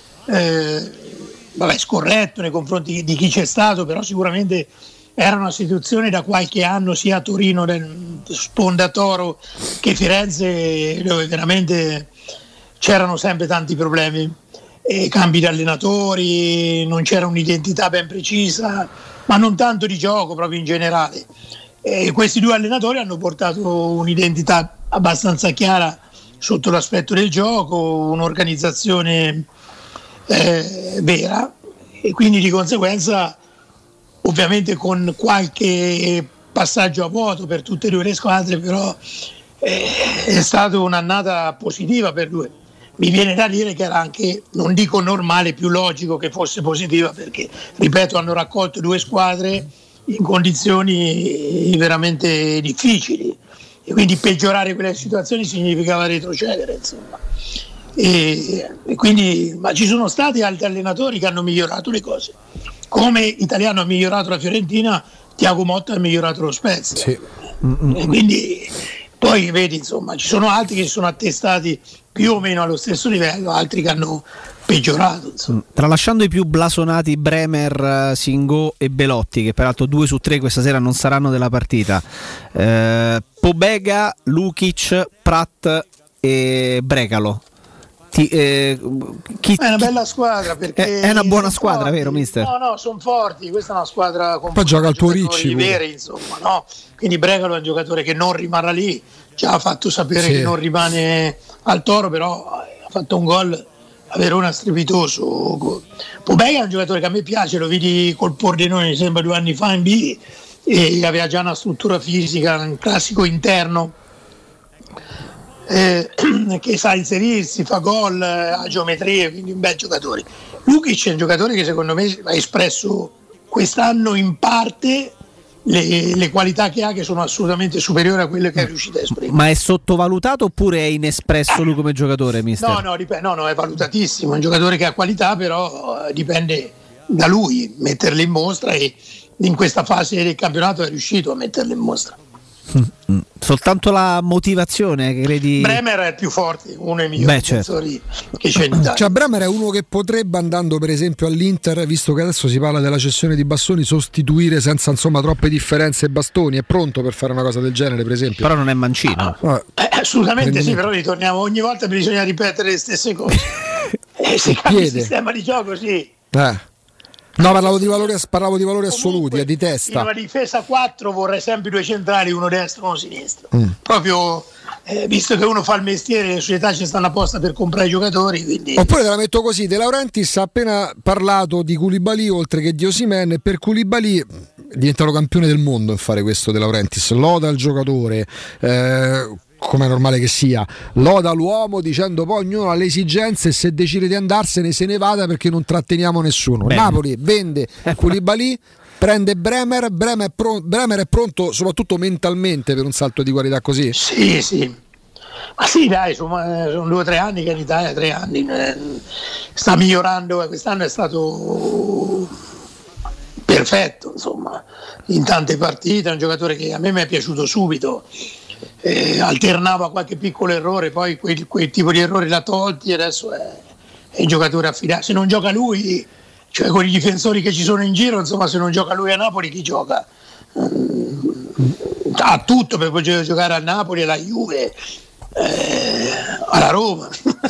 scorretto nei confronti di chi c'è stato, però sicuramente era una situazione da qualche anno sia a Torino, sponda Toro, che Firenze, dove veramente c'erano sempre tanti problemi, cambi di allenatori, non c'era un'identità ben precisa, ma non tanto di gioco, proprio in generale. Questi due allenatori hanno portato un'identità abbastanza chiara sotto l'aspetto del gioco, un'organizzazione vera, e quindi di conseguenza, ovviamente con qualche passaggio a vuoto per tutte e due le squadre, però è stata un'annata positiva per due. Mi viene da dire che era anche, non dico normale, più logico che fosse positiva, perché ripeto, hanno raccolto due squadre in condizioni veramente difficili, e quindi peggiorare quelle situazioni significava retrocedere, insomma. E quindi, ma ci sono stati altri allenatori che hanno migliorato le cose, come Italiano ha migliorato la Fiorentina, Thiago Motta ha migliorato lo Spezia, sì. E quindi poi vedi, insomma, ci sono altri che si sono attestati più o meno allo stesso livello, altri che hanno peggiorato, insomma. Tralasciando i più blasonati Bremer, Singo e Belotti, che peraltro 2 su 3 questa sera non saranno della partita, Pobega, Lukic, Prat e Brecalo. È una bella squadra, perché è una buona squadra, vero mister? No, sono forti, questa è una squadra con poi gioca al tuo Ricci veri, insomma, no? Quindi Brecalo è un giocatore che non rimarrà lì, già ha fatto sapere che non rimane al Toro, però ha fatto un gol a Verona strepitoso. Pobega è un giocatore che a me piace, lo vidi col Pordenone, mi sembra 2 anni fa in B, e aveva già una struttura fisica, un classico interno, che sa inserirsi, fa gol, ha geometrie, quindi un bel giocatore. Lukic è un giocatore che secondo me ha espresso quest'anno in parte le qualità che ha, che sono assolutamente superiori a quelle che è riuscito a esprimere. Ma è sottovalutato oppure è inespresso lui come giocatore, mister? No, è valutatissimo, è un giocatore che ha qualità, però dipende da lui metterle in mostra, e in questa fase del campionato è riuscito a metterle in mostra. Soltanto la motivazione, credi? Bremer è il più forte, uno dei migliori difensori che c'è in Italia. Cioè, Bremer è uno che potrebbe, andando per esempio all'Inter, visto che adesso si parla della cessione di Bastoni, sostituire senza insomma troppe differenze Bastoni. È pronto per fare una cosa del genere, per esempio? Però non è mancino. Assolutamente sì, però ritorniamo ogni volta, bisogna ripetere le stesse cose. Se cambia il sistema di gioco, sì. No, parlavo di valori assoluti, di testa. In una difesa 4 vorrei sempre 2 centrali, uno destro e uno sinistro. Proprio visto che uno fa il mestiere, le società ci stanno apposta per comprare i giocatori, quindi... Oppure te la metto così: De Laurentiis ha appena parlato di Koulibaly oltre che di Osimhen, e per Koulibaly è diventato campione del mondo in fare questo. De Laurentiis loda il giocatore, come è normale che sia, loda l'uomo dicendo poi ognuno ha le esigenze e se decide di andarsene se ne vada perché non tratteniamo nessuno. Bene. Napoli vende Koulibaly, prende Bremer è pronto soprattutto mentalmente per un salto di qualità così? Sì. Ma sì, dai, sono 2 o 3 anni che in Italia, 3 anni, sta migliorando, quest'anno è stato perfetto, insomma, in tante partite, è un giocatore che a me mi è piaciuto subito, alternava qualche piccolo errore, poi quel tipo di errori l'ha tolti e adesso è un giocatore affidato. Se non gioca lui, cioè con i difensori che ci sono in giro, insomma, se non gioca lui a Napoli, chi gioca? Ha tutto per poter giocare a Napoli, alla Juve, alla Roma.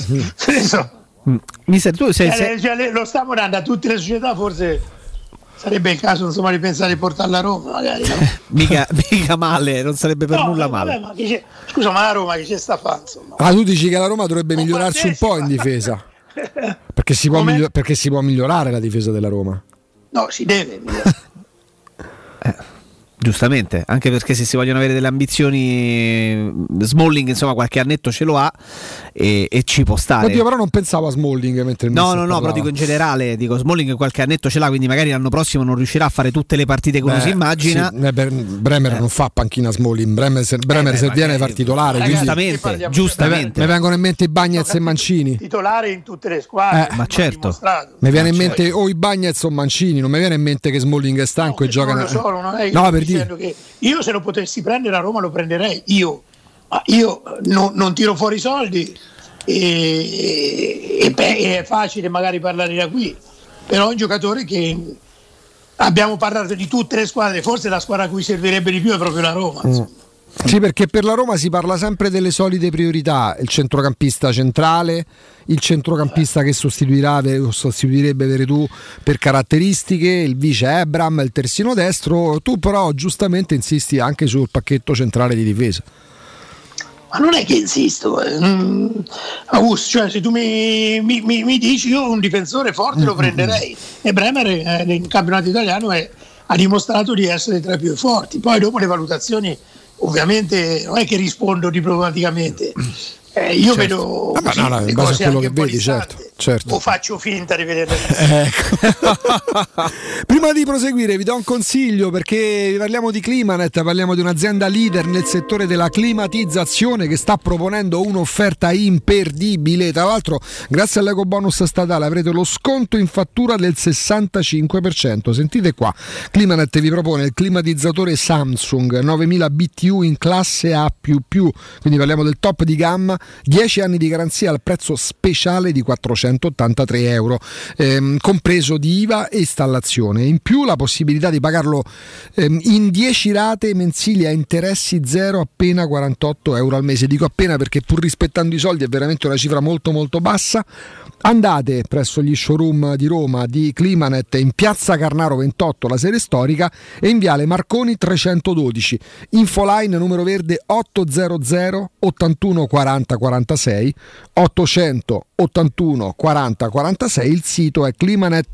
Mister, tu sei... Lo stiamo dando a tutte le società, forse sarebbe il caso, insomma, di pensare di portarla a Roma, magari, no? mica male, non sarebbe per nulla male. Ma scusa, ma la Roma che ci sta a fare, insomma? Tu dici che la Roma dovrebbe migliorarsi un po' in difesa? Perché si può migliorare la difesa della Roma? No, si deve migliorare. Giustamente, anche perché se si vogliono avere delle ambizioni, Smalling insomma qualche annetto ce lo ha e ci può stare. Oddio, però non pensavo a Smalling mentre no, però dico in generale, Smalling qualche annetto ce l'ha, quindi magari l'anno prossimo non riuscirà a fare tutte le partite che uno si immagina. Sì, Bremer non fa panchina Smalling, Bremer se viene far titolare. Giustamente. Mi vengono in mente i Bagnez e Mancini. Titolare in tutte le squadre. Ma certo. Mi viene in mente o i Bagnez o Mancini, non mi viene in mente che Smalling è stanco e gioca. Non lo so, non è per che io se lo potessi prendere a Roma lo prenderei io non tiro fuori i soldi e è facile magari parlare da qui, però è un giocatore che abbiamo parlato di tutte le squadre, forse la squadra a cui servirebbe di più è proprio la Roma. Sì, perché per la Roma si parla sempre delle solite priorità: il centrocampista centrale, il centrocampista che sostituirebbe Veretù per caratteristiche, il vice Ebram, il terzino destro. Tu però giustamente insisti anche sul pacchetto centrale di difesa. Ma non è che insisto, Augusto, cioè se tu mi dici io un difensore forte lo prenderei, e Bremer nel campionato italiano ha dimostrato di essere tra i più forti. Poi dopo le valutazioni ovviamente non è che rispondo diplomaticamente, io vedo in base a quello che vedi, certo. O faccio finta di vedere. Prima di proseguire vi do un consiglio, perché vi parliamo di Climanet, parliamo di un'azienda leader nel settore della climatizzazione che sta proponendo un'offerta imperdibile. Tra l'altro, grazie all'ecobonus statale avrete lo sconto in fattura del 65%. Sentite qua, Climanet vi propone il climatizzatore Samsung 9000 BTU in classe A++, quindi parliamo del top di gamma, 10 anni di garanzia al prezzo speciale di €483, compreso di IVA e installazione. In più la possibilità di pagarlo in 10 rate mensili a interessi zero, appena €48 al mese. Dico appena perché, pur rispettando i soldi, è veramente una cifra molto molto bassa. Andate presso gli showroom di Roma di Climanet in piazza Carnaro 28, la sede storica, e in viale Marconi 312, infoline numero verde 800 81 40 46 800 81 40 46. Il sito è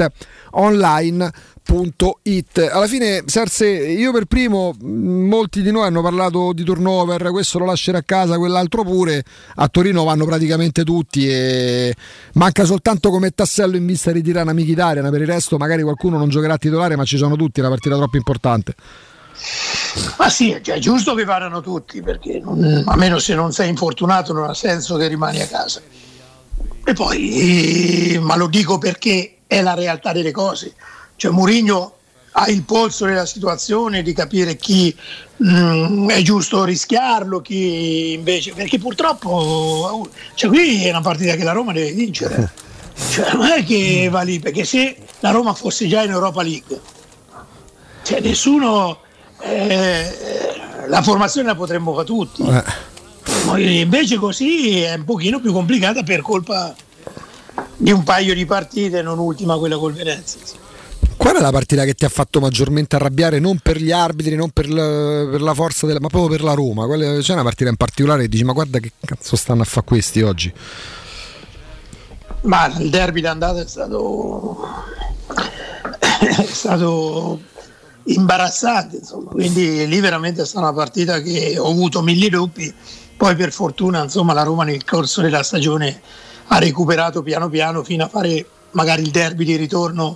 climanetonline.it. Alla fine, Serse, io per primo, molti di noi hanno parlato di turnover, questo lo lascerà a casa, quell'altro pure. A Torino vanno praticamente tutti e manca soltanto come tassello in vista di Tirana Mkhitaryan. Per il resto magari qualcuno non giocherà a titolare, ma ci sono tutti, è una partita troppo importante. Ma sì, è giusto che vadano tutti, perché a meno se non sei infortunato non ha senso che rimani a casa. E poi, ma lo dico perché è la realtà delle cose, cioè Mourinho ha il polso della situazione, di capire chi è giusto rischiarlo, chi invece, perché purtroppo qui è una partita che la Roma deve vincere, cioè non è che va lì, perché se la Roma fosse già in Europa League, cioè nessuno, la formazione la potremmo fare tutti. Invece così è un pochino più complicata per colpa di un paio di partite, non ultima quella col Venezia. Qual è la partita che ti ha fatto maggiormente arrabbiare, non per gli arbitri, non per la forza ma proprio per la Roma? C'è una partita in particolare che dici ma guarda che cazzo stanno a fare questi oggi? Ma il derby d'andata è stato imbarazzante, insomma. Quindi lì veramente è stata una partita che ho avuto mille dubbi. Poi per fortuna, insomma, la Roma nel corso della stagione ha recuperato piano piano fino a fare magari il derby di ritorno.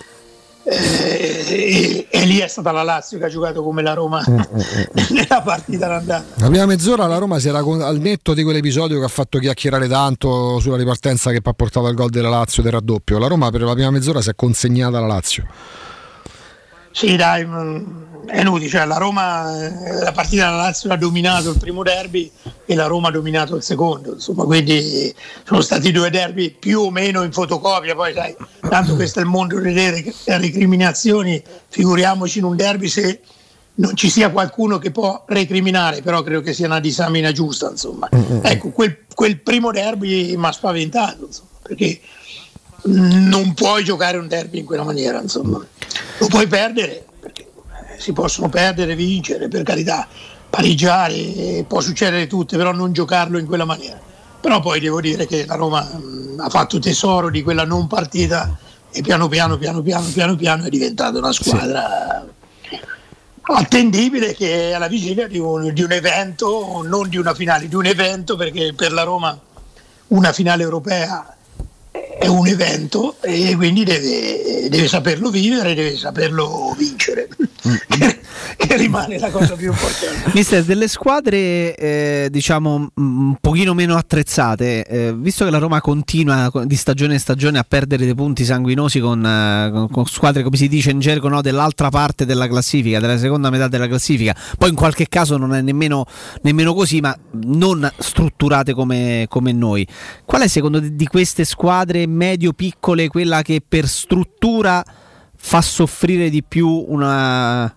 E lì è stata la Lazio che ha giocato come la Roma nella partita d'andata. La prima mezz'ora la Roma si era al netto di quell'episodio che ha fatto chiacchierare tanto sulla ripartenza che poi ha portato al gol della Lazio del raddoppio. La Roma per la prima mezz'ora si è consegnata alla Lazio. Sì, dai, è inutile, cioè la Roma, la partita della Lazio ha dominato il primo derby e la Roma ha dominato il secondo, insomma, quindi sono stati due derby più o meno in fotocopia. Poi sai, tanto questo è il mondo delle recriminazioni, figuriamoci in un derby se non ci sia qualcuno che può recriminare, però credo che sia una disamina giusta, insomma. Ecco, quel primo derby mi ha spaventato, insomma, perché non puoi giocare un derby in quella maniera, insomma. Lo puoi perdere, perché si possono perdere, vincere, per carità, pareggiare, può succedere tutto, però non giocarlo in quella maniera. Però poi devo dire che la Roma ha fatto tesoro di quella non partita e piano piano è diventata una squadra attendibile, che è alla vigilia di un evento, non di una finale, di un evento, perché per la Roma una finale europea è un evento e quindi deve saperlo vivere, deve saperlo vincere, che rimane la cosa più importante. Mister, delle squadre diciamo un pochino meno attrezzate, visto che la Roma continua di stagione in stagione a perdere dei punti sanguinosi con squadre, come si dice in gergo, no, dell'altra parte della classifica, della seconda metà della classifica, poi in qualche caso non è nemmeno così, ma non strutturate come noi, qual è secondo te di queste squadre medio piccole quella che per struttura fa soffrire di più una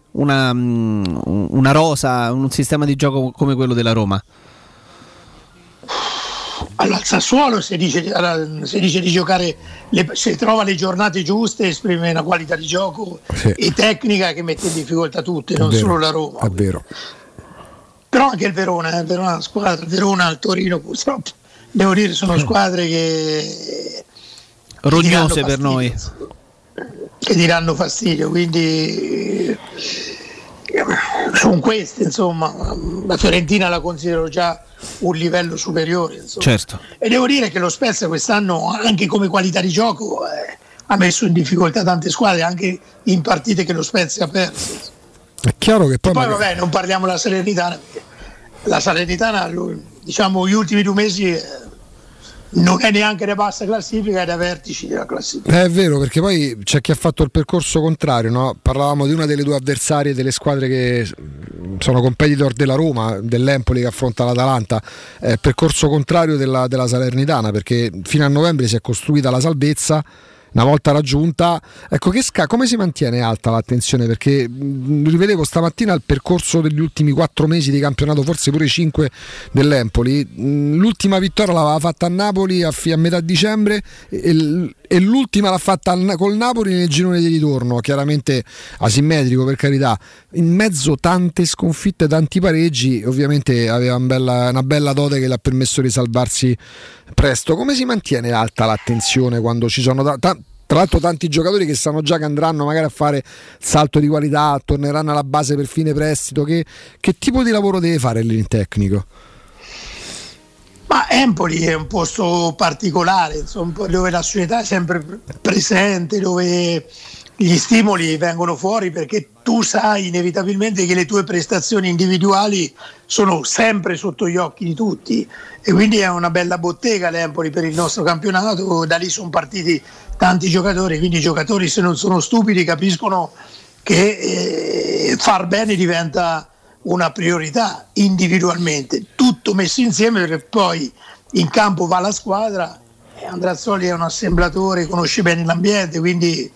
rosa, un sistema di gioco come quello della Roma? Allora, il Sassuolo se dice di giocare, se trova le giornate giuste, esprime una qualità di gioco e tecnica che mette in difficoltà tutte, non solo la Roma. È vero. Però anche il Verona, è una squadra, il Verona, il Torino, purtroppo devo dire sono squadre che rognose per noi, che diranno fastidio, quindi sono queste, insomma. La Fiorentina la considero già un livello superiore, insomma. Certo. E devo dire che lo Spezia quest'anno, anche come qualità di gioco, ha messo in difficoltà tante squadre, anche in partite che lo Spezia ha perso. È chiaro che poi vabbè, non parliamo della Salernitana. La Salernitana, diciamo, gli ultimi 2 mesi non è neanche da bassa classifica, è da vertici della classifica. È vero, perché poi c'è chi ha fatto il percorso contrario, no? Parlavamo di una delle due avversarie delle squadre che sono competitor della Roma, dell'Empoli che affronta l'Atalanta, percorso contrario della Salernitana, perché fino a novembre si è costruita la salvezza. Una volta raggiunta, ecco come si mantiene alta l'attenzione? Perché rivedevo stamattina il percorso degli ultimi 4 mesi di campionato, forse pure 5 dell'Empoli. L'ultima vittoria l'aveva fatta a Napoli a metà dicembre e l'ultima l'ha fatta col Napoli nel girone di ritorno, chiaramente asimmetrico, per carità, in mezzo tante sconfitte, tanti pareggi, ovviamente aveva una bella dote che le ha permesso di salvarsi presto. Come si mantiene alta l'attenzione quando ci sono tra l'altro tanti giocatori che sanno già che andranno magari a fare salto di qualità, torneranno alla base per fine prestito? Che tipo di lavoro deve fare lì il tecnico? Ma Empoli è un posto particolare, insomma, dove la società è sempre presente, dove gli stimoli vengono fuori, perché tu sai inevitabilmente che le tue prestazioni individuali sono sempre sotto gli occhi di tutti, e quindi è una bella bottega l'Empoli per il nostro campionato. Da lì sono partiti tanti giocatori, quindi i giocatori, se non sono stupidi, capiscono che far bene diventa una priorità individualmente, tutto messo insieme, perché poi in campo va la squadra. Andreazzoli è un assemblatore, conosce bene l'ambiente, quindi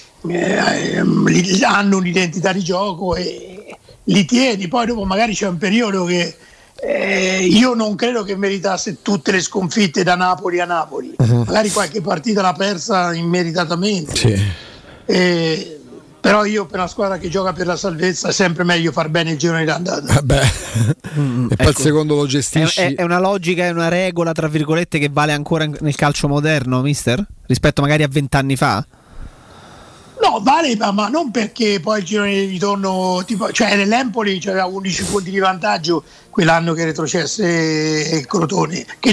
hanno un'identità di gioco e li tieni. Poi dopo magari c'è un periodo che io non credo che meritasse tutte le sconfitte da Napoli a Napoli, magari qualche partita l'ha persa immeritatamente, Però io per una squadra che gioca per la salvezza è sempre meglio far bene il girone d'andata. E poi ecco, il secondo lo gestisci. È una logica, è una regola tra virgolette che vale ancora nel calcio moderno, mister? Rispetto magari a 20 anni fa? No, vale, ma non perché poi il girone di ritorno, tipo, cioè nell'Empoli c'aveva 11 punti di vantaggio quell'anno che retrocesse il Crotone, che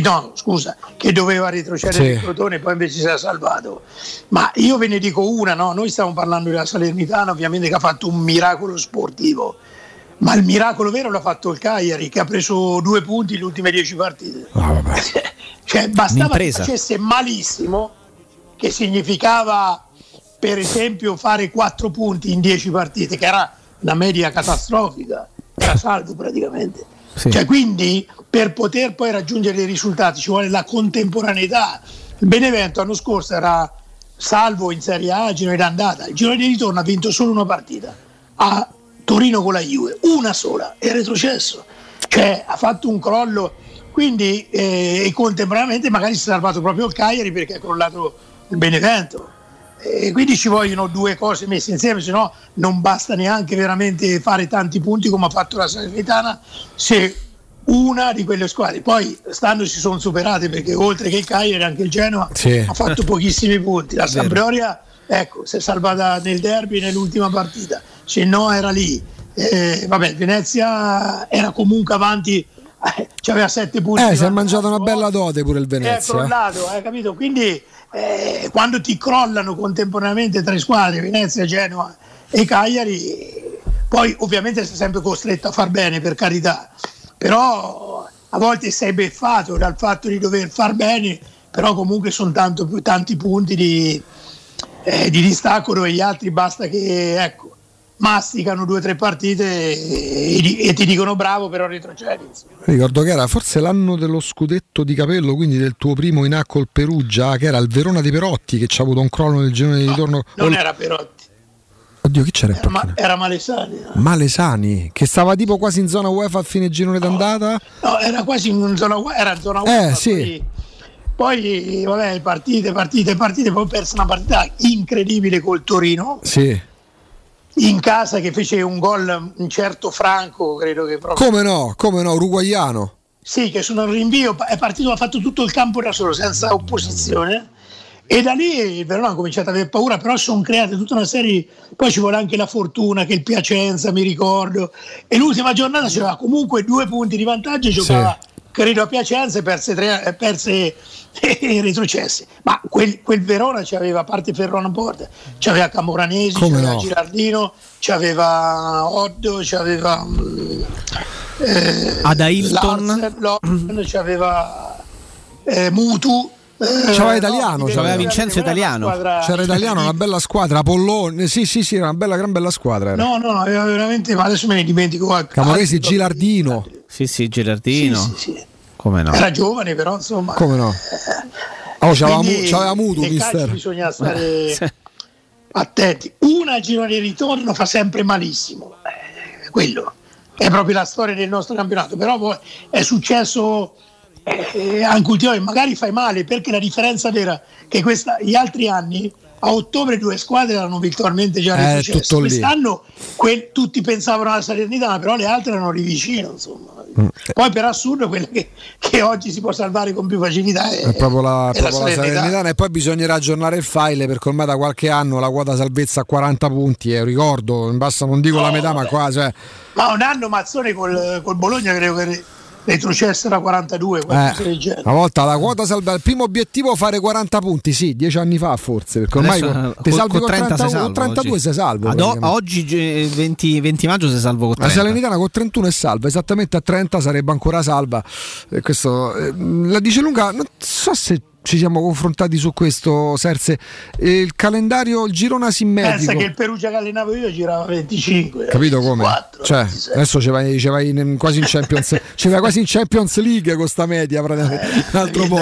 doveva retrocedere il Crotone, poi invece si era salvato. Ma io ve ne dico una, no? Noi stiamo parlando della Salernitana, ovviamente, che ha fatto un miracolo sportivo, ma il miracolo vero l'ha fatto il Cagliari, che ha preso 2 punti nelle ultime 10 partite. Cioè bastava che facesse malissimo, che significava per esempio fare 4 punti in 10 partite, che era una media catastrofica, era salvo praticamente. Sì. Cioè, quindi per poter poi raggiungere dei risultati ci vuole la contemporaneità. Il Benevento l'anno scorso era salvo in Serie A, girone d'andata, il girone di ritorno ha vinto solo una partita a Torino con la Juve, una sola, è retrocesso, cioè ha fatto un crollo, quindi e contemporaneamente magari si è salvato proprio il Cagliari perché è crollato il Benevento. E quindi ci vogliono 2 cose messe insieme, se no non basta neanche veramente fare tanti punti come ha fatto la Salernitana, se una di quelle squadre poi stanno si sono superate, perché oltre che il Cagliari anche il Genoa ha fatto pochissimi punti, la Sampdoria si è salvata nel derby nell'ultima partita, se no era lì, vabbè, Venezia era comunque avanti, c'aveva 7 punti, si è mangiato una bella dote pure il Venezia, è crollato, capito? Quindi quando ti crollano contemporaneamente 3 squadre, Venezia, Genoa e Cagliari, poi ovviamente sei sempre costretto a far bene, per carità, però a volte sei beffato dal fatto di dover far bene, però comunque sono tanti punti di distacco, dove gli altri basta che masticano 2 o 3 partite e ti dicono bravo, però retrocedi. Ricordo che era forse l'anno dello scudetto di Capello, quindi del tuo primo in A col Perugia, che era il Verona di Perotti, che ci ha avuto un crollo nel girone di ritorno. Non era Perotti. Oddio, chi c'era? Era Malesani. Malesani, che stava tipo quasi in zona UEFA a fine girone d'andata. No, era quasi in zona UEFA, era in zona UEFA. Sì. Poi vabbè, partite, poi ho perso una partita incredibile col Torino. Sì. In casa, che fece un gol un certo Franco, credo che proprio. Come no, uruguaiano. Sì, che sono al rinvio, è partito, ha fatto tutto il campo da solo, senza opposizione, e da lì il Verona ha cominciato ad avere paura, però sono create tutta una serie, poi ci vuole anche la fortuna, che il Piacenza, mi ricordo, e l'ultima giornata c'era comunque 2 punti di vantaggio, giocava credo a Piacenza e perse e retrocessi, ma quel Verona c'aveva, a parte Ferrano Porta, c'aveva Camoranesi, c'aveva Girardino, c'aveva Oddo, c'aveva Adailton, c'aveva Mutu, c'aveva Italiano, c'aveva Vincenzo Italiano, c'era Italiano, una bella squadra, Pollone, sì, era una gran bella squadra era. No, aveva veramente, ma adesso me ne dimentico. Camoresi, Gilardino. Sì, Gilardino. Sì. Come no? Era giovane, però insomma. Come no? C'aveva Mutu, mister. Bisogna stare attenti. Una al girone di ritorno fa sempre malissimo. Quello è proprio la storia del nostro campionato. Però poi è successo anche ultimamente. Magari fai male, perché la differenza vera che gli altri anni a ottobre 2 squadre erano virtualmente già retrocesse. Quest'anno tutti pensavano alla Salernitana, però le altre erano lì vicino, insomma. Poi per assurdo quella che oggi si può salvare con più facilità è proprio la Salernitana. E poi bisognerà aggiornare il file, perché ormai da qualche anno la quota salvezza a 40 punti, ricordo, basta, non dico la metà, ma quasi. Ma un anno Mazzone col Bologna credo che retrocesse da 42, una volta la quota salva, il primo obiettivo fare 40 punti, 10 anni fa forse, perché ormai ti salvi con 32 sei salvo. Oggi 20 maggio sei salvo con 30. La Salernitana con 31 è salva, esattamente a 30 sarebbe ancora salva. Questo la dice lunga, non so se ci siamo confrontati su questo, Serse. Il calendario, il girone asimmetrico. Pensa che il Perugia che allenavo io girava 25. Capito come? 24, cioè, 26. adesso c'era quasi in Champions c'era quasi in Champions League con sta media praticamente. Un altro po'.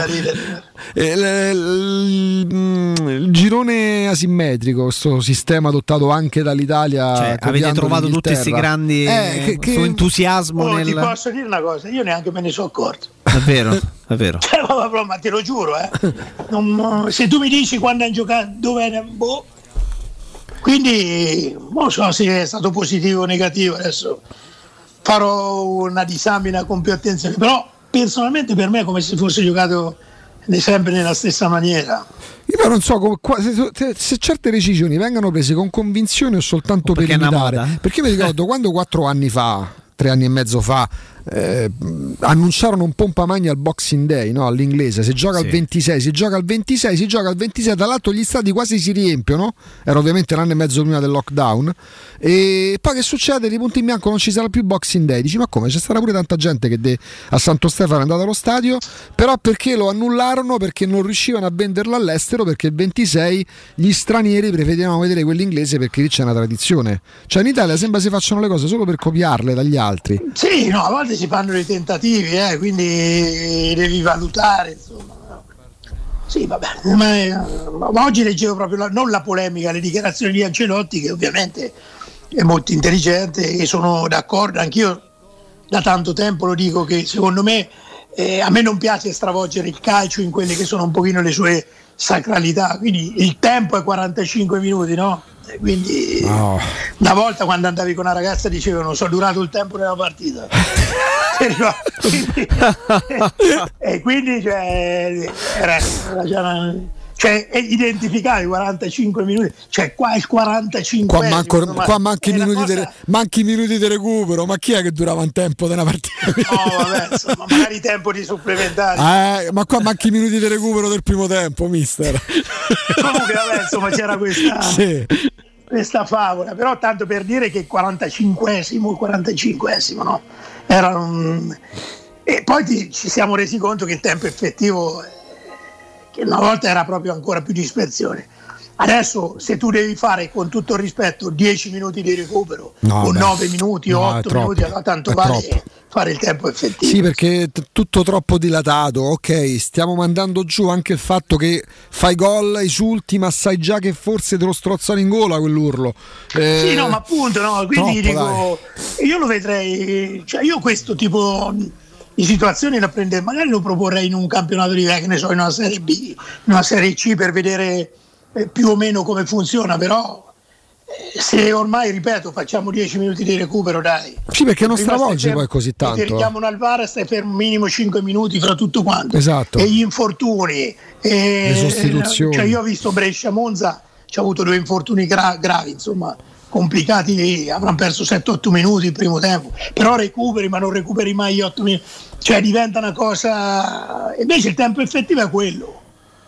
Il girone asimmetrico, questo sistema adottato anche dall'Italia. Cioè, avete trovato tutti questi grandi suo entusiasmo Ti posso dire una cosa, io neanche me ne sono accorto. È vero. Cioè, ma te lo giuro, se tu mi dici quando hanno giocato, dove era, Quindi non so se è stato positivo o negativo, adesso farò una disamina con più attenzione, però personalmente per me è come se fosse giocato sempre nella stessa maniera. Io non so se certe decisioni vengano prese con convinzione o soltanto per imitare, perché mi ricordo quando 4 anni fa, 3 anni e mezzo fa, annunciarono un pompa magna al Boxing Day, no? All'inglese, si gioca al 26, si gioca al 26, si gioca al 26, dall'altro gli stadi quasi si riempiono, era ovviamente l'anno e mezzo prima del lockdown, e poi che succede? Di punto in bianco non ci sarà più Boxing Day, dici ma come? C'è stata pure tanta gente che a Santo Stefano è andata allo stadio, però perché lo annullarono? Perché non riuscivano a venderlo all'estero, perché il 26 gli stranieri preferivano vedere quello inglese perché lì c'è una tradizione, cioè in Italia sembra si facciano le cose solo per copiarle dagli altri. Sì, no, a volte si fanno dei tentativi, quindi devi valutare, insomma. Sì, vabbè, ma oggi leggevo proprio non la polemica, le dichiarazioni di Ancelotti, che ovviamente è molto intelligente e sono d'accordo, anch'io da tanto tempo lo dico, che secondo me a me non piace stravolgere il calcio in quelle che sono un pochino le sue sacralità, quindi il tempo è 45 minuti, no? Quindi una volta quando andavi con una ragazza dicevano sono durato il tempo della partita e quindi identificare i 45 minuti, cioè qua il 45 qua manchi i minuti di recupero, ma chi è che durava un tempo della partita? No, vabbè, insomma, magari tempo di supplementari, ma qua manchi i minuti di recupero del primo tempo, mister. Comunque vabbè, insomma, c'era questa favola, però tanto per dire che il 45esimo, no? Era e poi ci siamo resi conto che il tempo effettivo, che una volta era proprio ancora più dispersione. Adesso se tu devi fare, con tutto il rispetto, 10 minuti di recupero o 9 minuti o 8 minuti, allora tanto vale fare il tempo effettivo. Sì, perché tutto troppo dilatato. Ok, stiamo mandando giù anche il fatto che fai gol, esulti, ma sai già che forse te lo strozzano in gola quell'urlo. Sì, no, ma appunto, no, quindi dico, io lo vedrei, cioè io questo tipo di situazioni da prendere, magari lo proporrei in un campionato di che ne so, in una Serie B, in una Serie C, per vedere più o meno come funziona, però se ormai, ripeto, facciamo 10 minuti di recupero, dai. Sì, perché non stravolge poi così tanto. Ti richiamano al VAR, stai fermo minimo 5 minuti fra tutto quanto. Esatto. E gli infortuni, le sostituzioni. Cioè io ho visto Brescia-Monza, c'ha avuto 2 infortuni gravi, insomma, complicati, avranno perso 7-8 minuti il primo tempo, però recuperi, ma non recuperi mai gli 8 minuti, cioè diventa una cosa, invece il tempo effettivo è quello.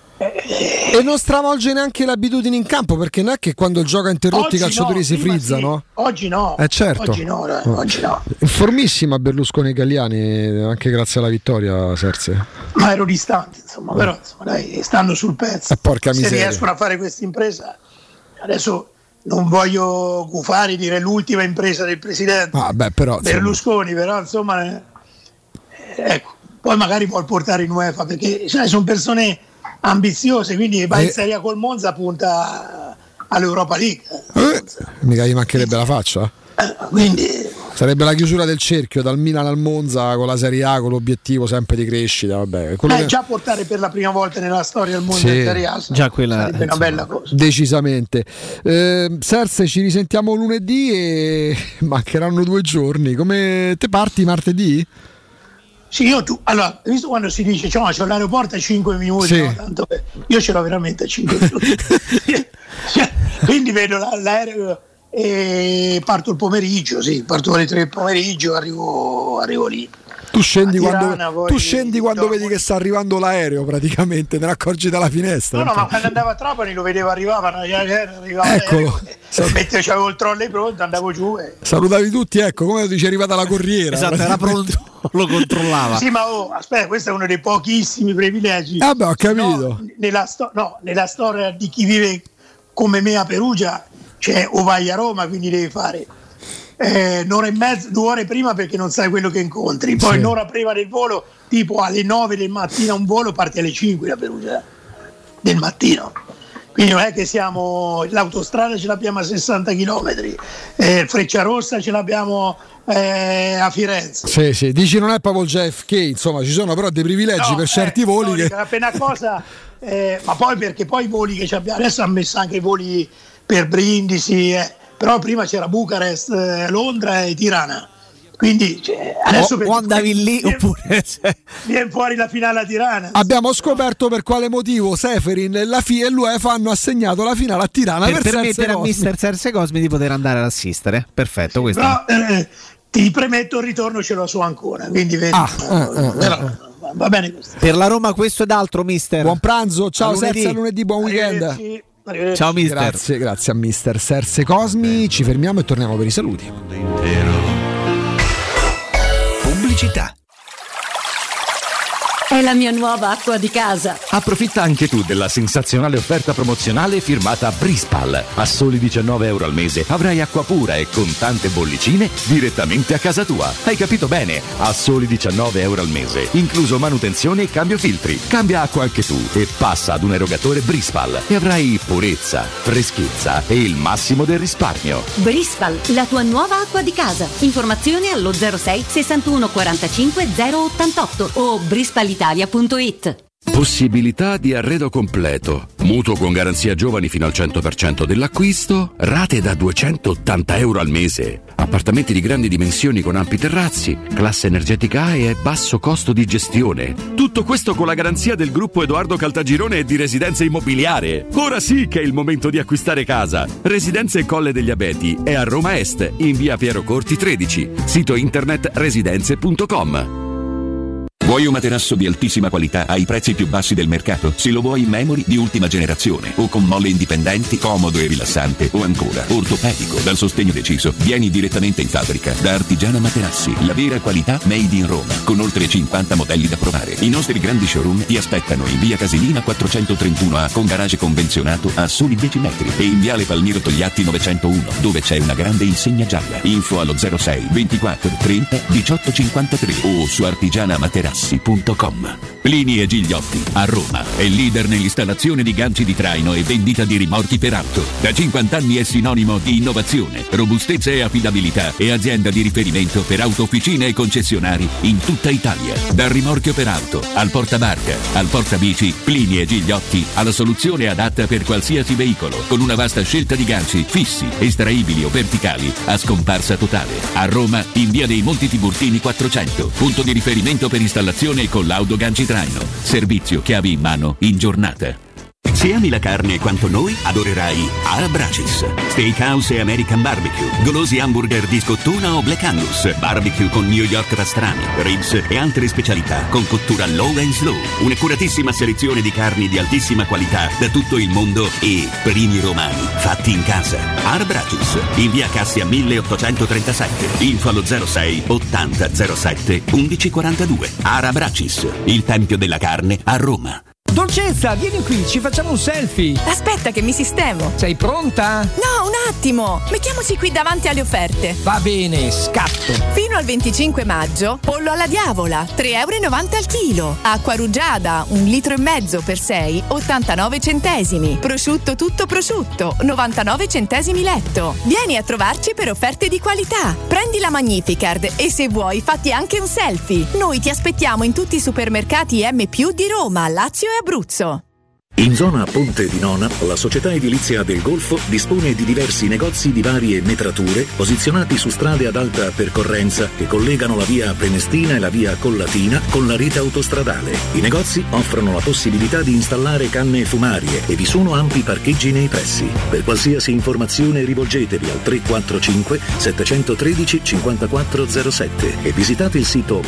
E non stravolge neanche le abitudini in campo, perché non è che quando il gioco è interrotto i calciatori si frizzano. Sì. Oggi no. Certo. Oggi no. Informissima Berlusconi e Galliani, anche grazie alla vittoria, Serse. Ma ero distante, insomma, però insomma, dai, stanno sul pezzo. Porca se miseria. riescono a fare questa impresa, adesso non voglio gufare, dire l'ultima impresa del presidente però, Berlusconi, però insomma ecco, poi magari vuol portare in UEFA, perché sono persone ambiziose, quindi va in Serie A col Monza, punta all'Europa League. Mica gli mancherebbe la faccia. Quindi sarebbe la chiusura del cerchio dal Milan al Monza con la Serie A, con l'obiettivo sempre di crescita. Vabbè, già portare per la prima volta nella storia il Monza in Serie A già quella sarebbe una bella cosa. Decisamente. Serse, ci risentiamo lunedì e mancheranno 2 giorni. Come te parti martedì? Sì, allora, visto quando si dice c'ho l'aeroporto a 5 minuti, sì. No? Tanto, io ce l'ho veramente a 5 minuti. Quindi vedo l'aereo e parto il pomeriggio, parto alle 3 del pomeriggio, arrivo lì. Tu scendi Tirana, quando vedi che sta arrivando l'aereo, praticamente te ne accorgi dalla finestra. No, ma quando andavo a Trapani lo vedevo arrivava eccolo. Mentre c'avevo il trolley pronto, andavo giù salutavi tutti, ecco, come dici è arrivata la corriera. Esatto, era pronto, lo controllava. Sì, ma aspetta, questo è uno dei pochissimi privilegi. Ho capito. Nella storia di chi vive come me a Perugia, o vai a Roma, quindi devi fare un'ora e mezza, 2 ore prima, perché non sai quello che incontri, poi un'ora prima del volo, tipo alle 9 del mattino un volo, parti alle 5 da Perugia del mattino, quindi non è che l'autostrada ce l'abbiamo a 60 km, Frecciarossa ce l'abbiamo a Firenze. Sì, dici non è proprio il JFK, insomma ci sono però dei privilegi per certi voli appena cosa, ma poi perché poi i voli che abbiamo adesso hanno messo anche i voli per Brindisi, però prima c'era Bucarest, Londra e Tirana. Quindi adesso o andavi lì oppure viene fuori la finale a Tirana. Abbiamo scoperto per quale motivo Seferin e la FIA e l'UEFA hanno assegnato la finale a Tirana per permettere a mister Serse Cosmi di poter andare ad assistere. Perfetto, questo. Però ti premetto, il ritorno ce lo so ancora, quindi vedi. Va bene questo. Per la Roma questo ed altro, mister. Buon pranzo, ciao Serse, a lunedì, buon weekend. Ciao mister. Grazie a mister Serse Cosmi. Ci fermiamo e torniamo per i saluti. Pubblicità. È la mia nuova acqua di casa. Approfitta anche tu della sensazionale offerta promozionale firmata Brispal. A soli €19 al mese avrai acqua pura e con tante bollicine direttamente a casa tua. Hai capito bene? A soli €19 al mese, incluso manutenzione e cambio filtri. Cambia acqua anche tu e passa ad un erogatore Brispal e avrai purezza, freschezza e il massimo del risparmio. Brispal, la tua nuova acqua di casa. Informazioni allo 06 61 45 088 o brispalitalia.it. Possibilità di arredo completo, mutuo con garanzia giovani fino al 100% dell'acquisto, rate da €280 al mese, appartamenti di grandi dimensioni con ampi terrazzi, classe energetica A e basso costo di gestione. Tutto questo con la garanzia del gruppo Edoardo Caltagirone e di Residenze Immobiliare. Ora sì che è il momento di acquistare casa. Residenze Colle degli Abeti è a Roma Est, in via Piero Corti 13, sito internet residenze.com. Vuoi un materasso di altissima qualità ai prezzi più bassi del mercato? Se lo vuoi in memory di ultima generazione o con molle indipendenti, comodo e rilassante, o ancora ortopedico dal sostegno deciso, vieni direttamente in fabbrica da Artigiana Materassi, la vera qualità made in Roma, con oltre 50 modelli da provare. I nostri grandi showroom ti aspettano in via Casilina 431A con garage convenzionato a soli 10 metri e in viale Palmiro Togliatti 901 dove c'è una grande insegna gialla. Info allo 06 24 30 18 53 o su artigianamaterassi.com. Plini e Gigliotti a Roma è leader nell'installazione di ganci di traino e vendita di rimorchi per auto. Da 50 anni è sinonimo di innovazione, robustezza e affidabilità e azienda di riferimento per autofficine e concessionari in tutta Italia. Dal rimorchio per auto al portabarca al portabici, Plini e Gigliotti ha la soluzione adatta per qualsiasi veicolo con una vasta scelta di ganci fissi, estraibili o verticali a scomparsa totale. A Roma in via dei Monti Tiburtini 400, punto di riferimento per installazione con l'auto ganci traino. Servizio chiavi in mano in giornata. Se ami la carne quanto noi, adorerai Arabracis. Steakhouse e American Barbecue, golosi hamburger di scottuna o Black Angus, barbecue con New York pastrami, ribs e altre specialità con cottura low and slow. Un'accuratissima selezione di carni di altissima qualità da tutto il mondo e primi romani fatti in casa. Arabracis, in via Cassia 1837. Info allo 06 80 07 1142. Arabracis, il tempio della carne a Roma. Dolcezza, vieni qui, ci facciamo un selfie. Aspetta che mi sistemo. Sei pronta? No, un attimo. Mettiamoci qui davanti alle offerte. Va bene, scatto. Fino al 25 maggio, pollo alla diavola, €3,90 al chilo. Acqua rugiada, 1,5 litri per 6, 89 centesimi. Prosciutto tutto prosciutto, 99 centesimi letto. Vieni a trovarci per offerte di qualità. Prendi la Magnificard e se vuoi fatti anche un selfie. Noi ti aspettiamo in tutti i supermercati M+ di Roma, Lazio e Abruzzo. In zona Ponte di Nona, la società edilizia del Golfo dispone di diversi negozi di varie metrature posizionati su strade ad alta percorrenza che collegano la via Prenestina e la via Collatina con la rete autostradale. I negozi offrono la possibilità di installare canne fumarie e vi sono ampi parcheggi nei pressi. Per qualsiasi informazione rivolgetevi al 345 713 5407 e visitate il sito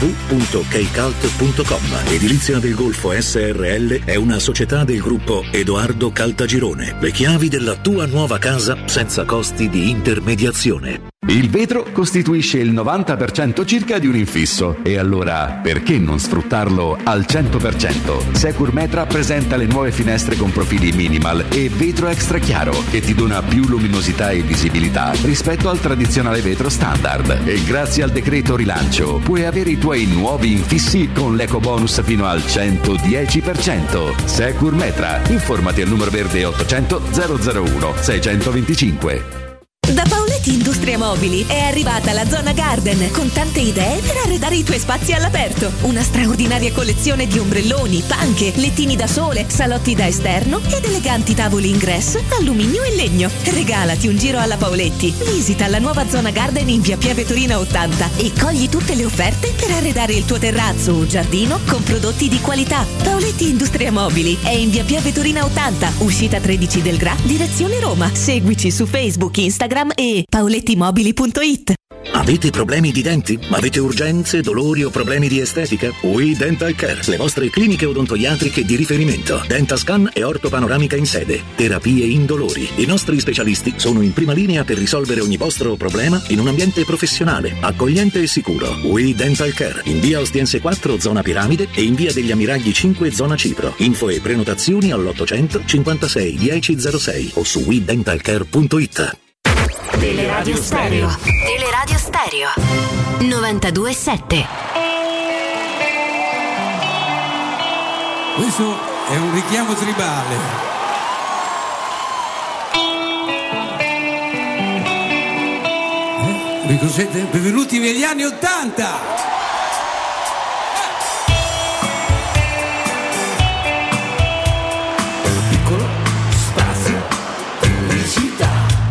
www.keicalt.com. Edilizia del Golfo SRL è una società del gruppo Edoardo Caltagirone. Le chiavi della tua nuova casa senza costi di intermediazione. Il vetro costituisce il 90% circa di un infisso e allora perché non sfruttarlo al 100%? Securmetra presenta le nuove finestre con profili minimal e vetro extra chiaro che ti dona più luminosità e visibilità rispetto al tradizionale vetro standard e grazie al decreto rilancio puoi avere i tuoi nuovi infissi con l'ecobonus fino al 110%. Securmetra, informati al numero verde 800 001 625. Da Paoletti Industria Industria Mobili è arrivata la Zona Garden con tante idee per arredare i tuoi spazi all'aperto. Una straordinaria collezione di ombrelloni, panche, lettini da sole, salotti da esterno ed eleganti tavoli ingresso, alluminio e legno. Regalati un giro alla Paoletti. Visita la nuova Zona Garden in via Pieve Torina 80 e cogli tutte le offerte per arredare il tuo terrazzo o giardino con prodotti di qualità. Paoletti Industria Mobili è in via Pieve Torina 80, uscita 13 del Gra, direzione Roma. Seguici su Facebook, Instagram e paolettimobili.it. Avete problemi di denti? Avete urgenze, dolori o problemi di estetica? We Dental Care, le vostre cliniche odontoiatriche di riferimento. Dentascan e ortopanoramica in sede. Terapie indolori. I nostri specialisti sono in prima linea per risolvere ogni vostro problema in un ambiente professionale, accogliente e sicuro. We Dental Care, in via Ostiense 4, zona Piramide, e in via degli Ammiragli 5, zona Cipro. Info e prenotazioni all'800 56 1006 o su wedentalcare.it. Teleradio Stereo. Teleradio Stereo 92.7. Questo è un richiamo tribale. Ricordate? Benvenuti negli anni '80. Piccolo spazio pubblicità.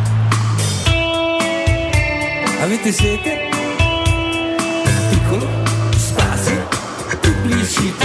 Avete sete? Piccolo spazio pubblicità.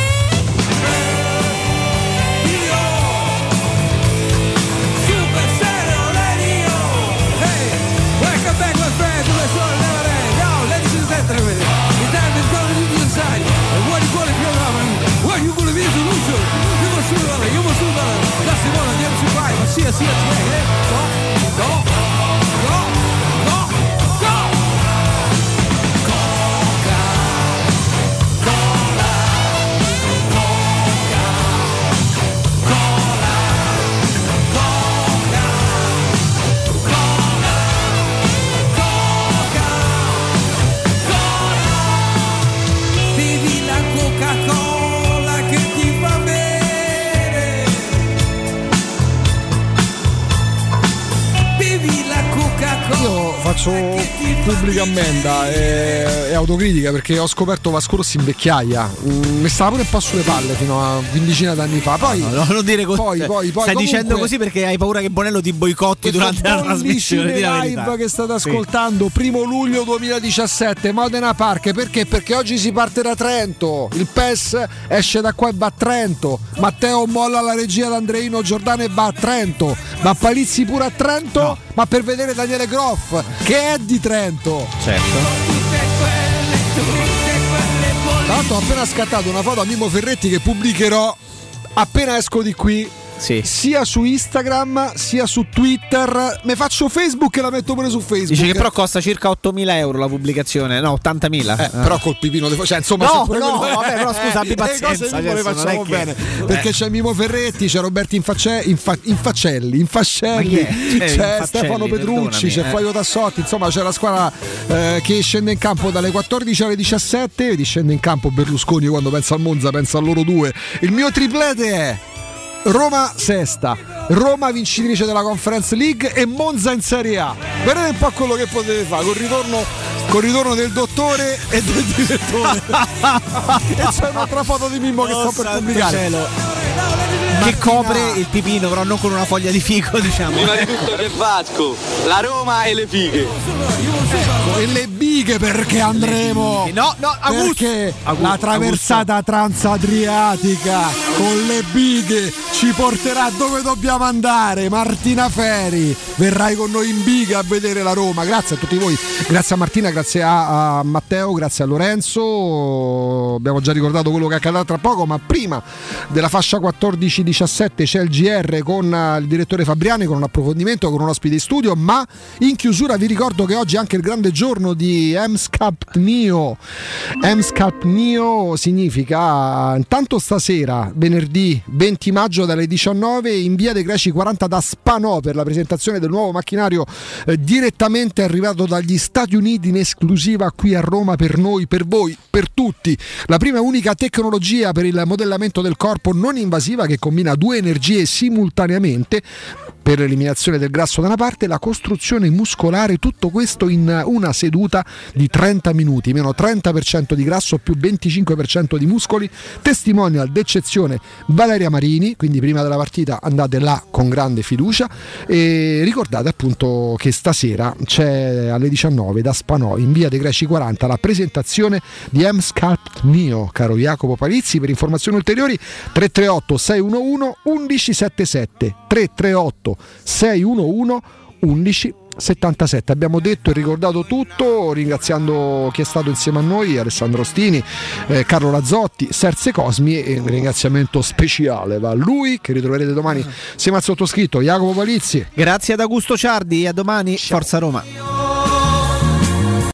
Faccio pubblica ammenda e autocritica perché ho scoperto Vasco Rossi in vecchiaia. Mi stava pure un po' sulle palle fino a quindicina d'anni fa. Poi, no, non dire così. Poi stai comunque, dicendo così perché hai paura che Bonello ti boicotti durante la trasmissione. Live che state ascoltando, 1 luglio 2017, Modena Park. Perché oggi si parte da Trento. Il PES esce da qua e va a Trento. Matteo molla la regia ad Andreino Giordano e va a Trento. Ma Palizzi pure a Trento? No. Ma per vedere Daniele Groff, che è di Trento. Certo. Tra l'altro ho appena scattato una foto a Mimo Ferretti che pubblicherò appena esco di qui. Sì. Sia su Instagram sia su Twitter. Me faccio Facebook e la metto pure su Facebook. Dice che però costa circa 8.000 euro la pubblicazione. No, 80.000. Però col pipino cioè, insomma, no, vabbè, però scusa, abbi pazienza, le facciamo bene. Perché c'è Mimo Ferretti, c'è Roberto Infascelli, c'è Stefano Petrucci, c'è Flavio Tassotti, insomma c'è la squadra che scende in campo dalle 14 alle 17. Vedi, scende in campo Berlusconi quando pensa al Monza, pensa a loro due. Il mio triplete è Roma sesta, Roma vincitrice della Conference League e Monza in Serie A. Vedete un po' quello che potete fare col ritorno del dottore e del direttore. E c'è un'altra foto di Mimmo che sto per pubblicare. Cielo. Che copre il pipino, però non con una foglia di fico, diciamo. Prima di tutto che Vasco, la Roma e le fighe. E le bighe perché andremo. No, perché la traversata transadriatica con le bighe ci porterà dove dobbiamo andare. Martina Feri, verrai con noi in biga a vedere la Roma. Grazie a tutti voi, grazie a Martina, grazie a Matteo, grazie a Lorenzo. Abbiamo già ricordato quello che accadrà tra poco, ma prima della fascia 14-17 c'è il GR con il direttore Fabriani, con un approfondimento, con un ospite in studio. Ma in chiusura vi ricordo che oggi è anche il grande giorno di Emscap Neo. Emscap Neo significa intanto stasera, venerdì 20 maggio dalle 19 in via dei Greci 40 da Spanò per la presentazione del nuovo macchinario direttamente arrivato dagli Stati Uniti in esclusiva qui a Roma per noi, per voi, per tutti. La prima e unica tecnologia per il modellamento del corpo non invasiva che combina due energie simultaneamente per l'eliminazione del grasso da una parte e la costruzione muscolare, tutto questo in una seduta di 30 minuti, meno 30% di grasso più 25% di muscoli. Testimonial d'eccezione Valeria Marini, quindi prima della partita andate là con grande fiducia e ricordate appunto che stasera c'è alle 19 da Spanò in via dei Greci 40 la presentazione di M-Sculpt Neo, caro Jacopo Palizzi. Per informazioni ulteriori 338 611 1177 338 611 1177. Abbiamo detto e ricordato tutto, ringraziando chi è stato insieme a noi, Alessandro Ostini, Carlo Lazzotti, Serse Cosmi, e un ringraziamento speciale va a lui, che ritroverete domani insieme al sottoscritto Jacopo Palizzi. Grazie ad Augusto Ciardi e a domani. Ciao. Forza Roma.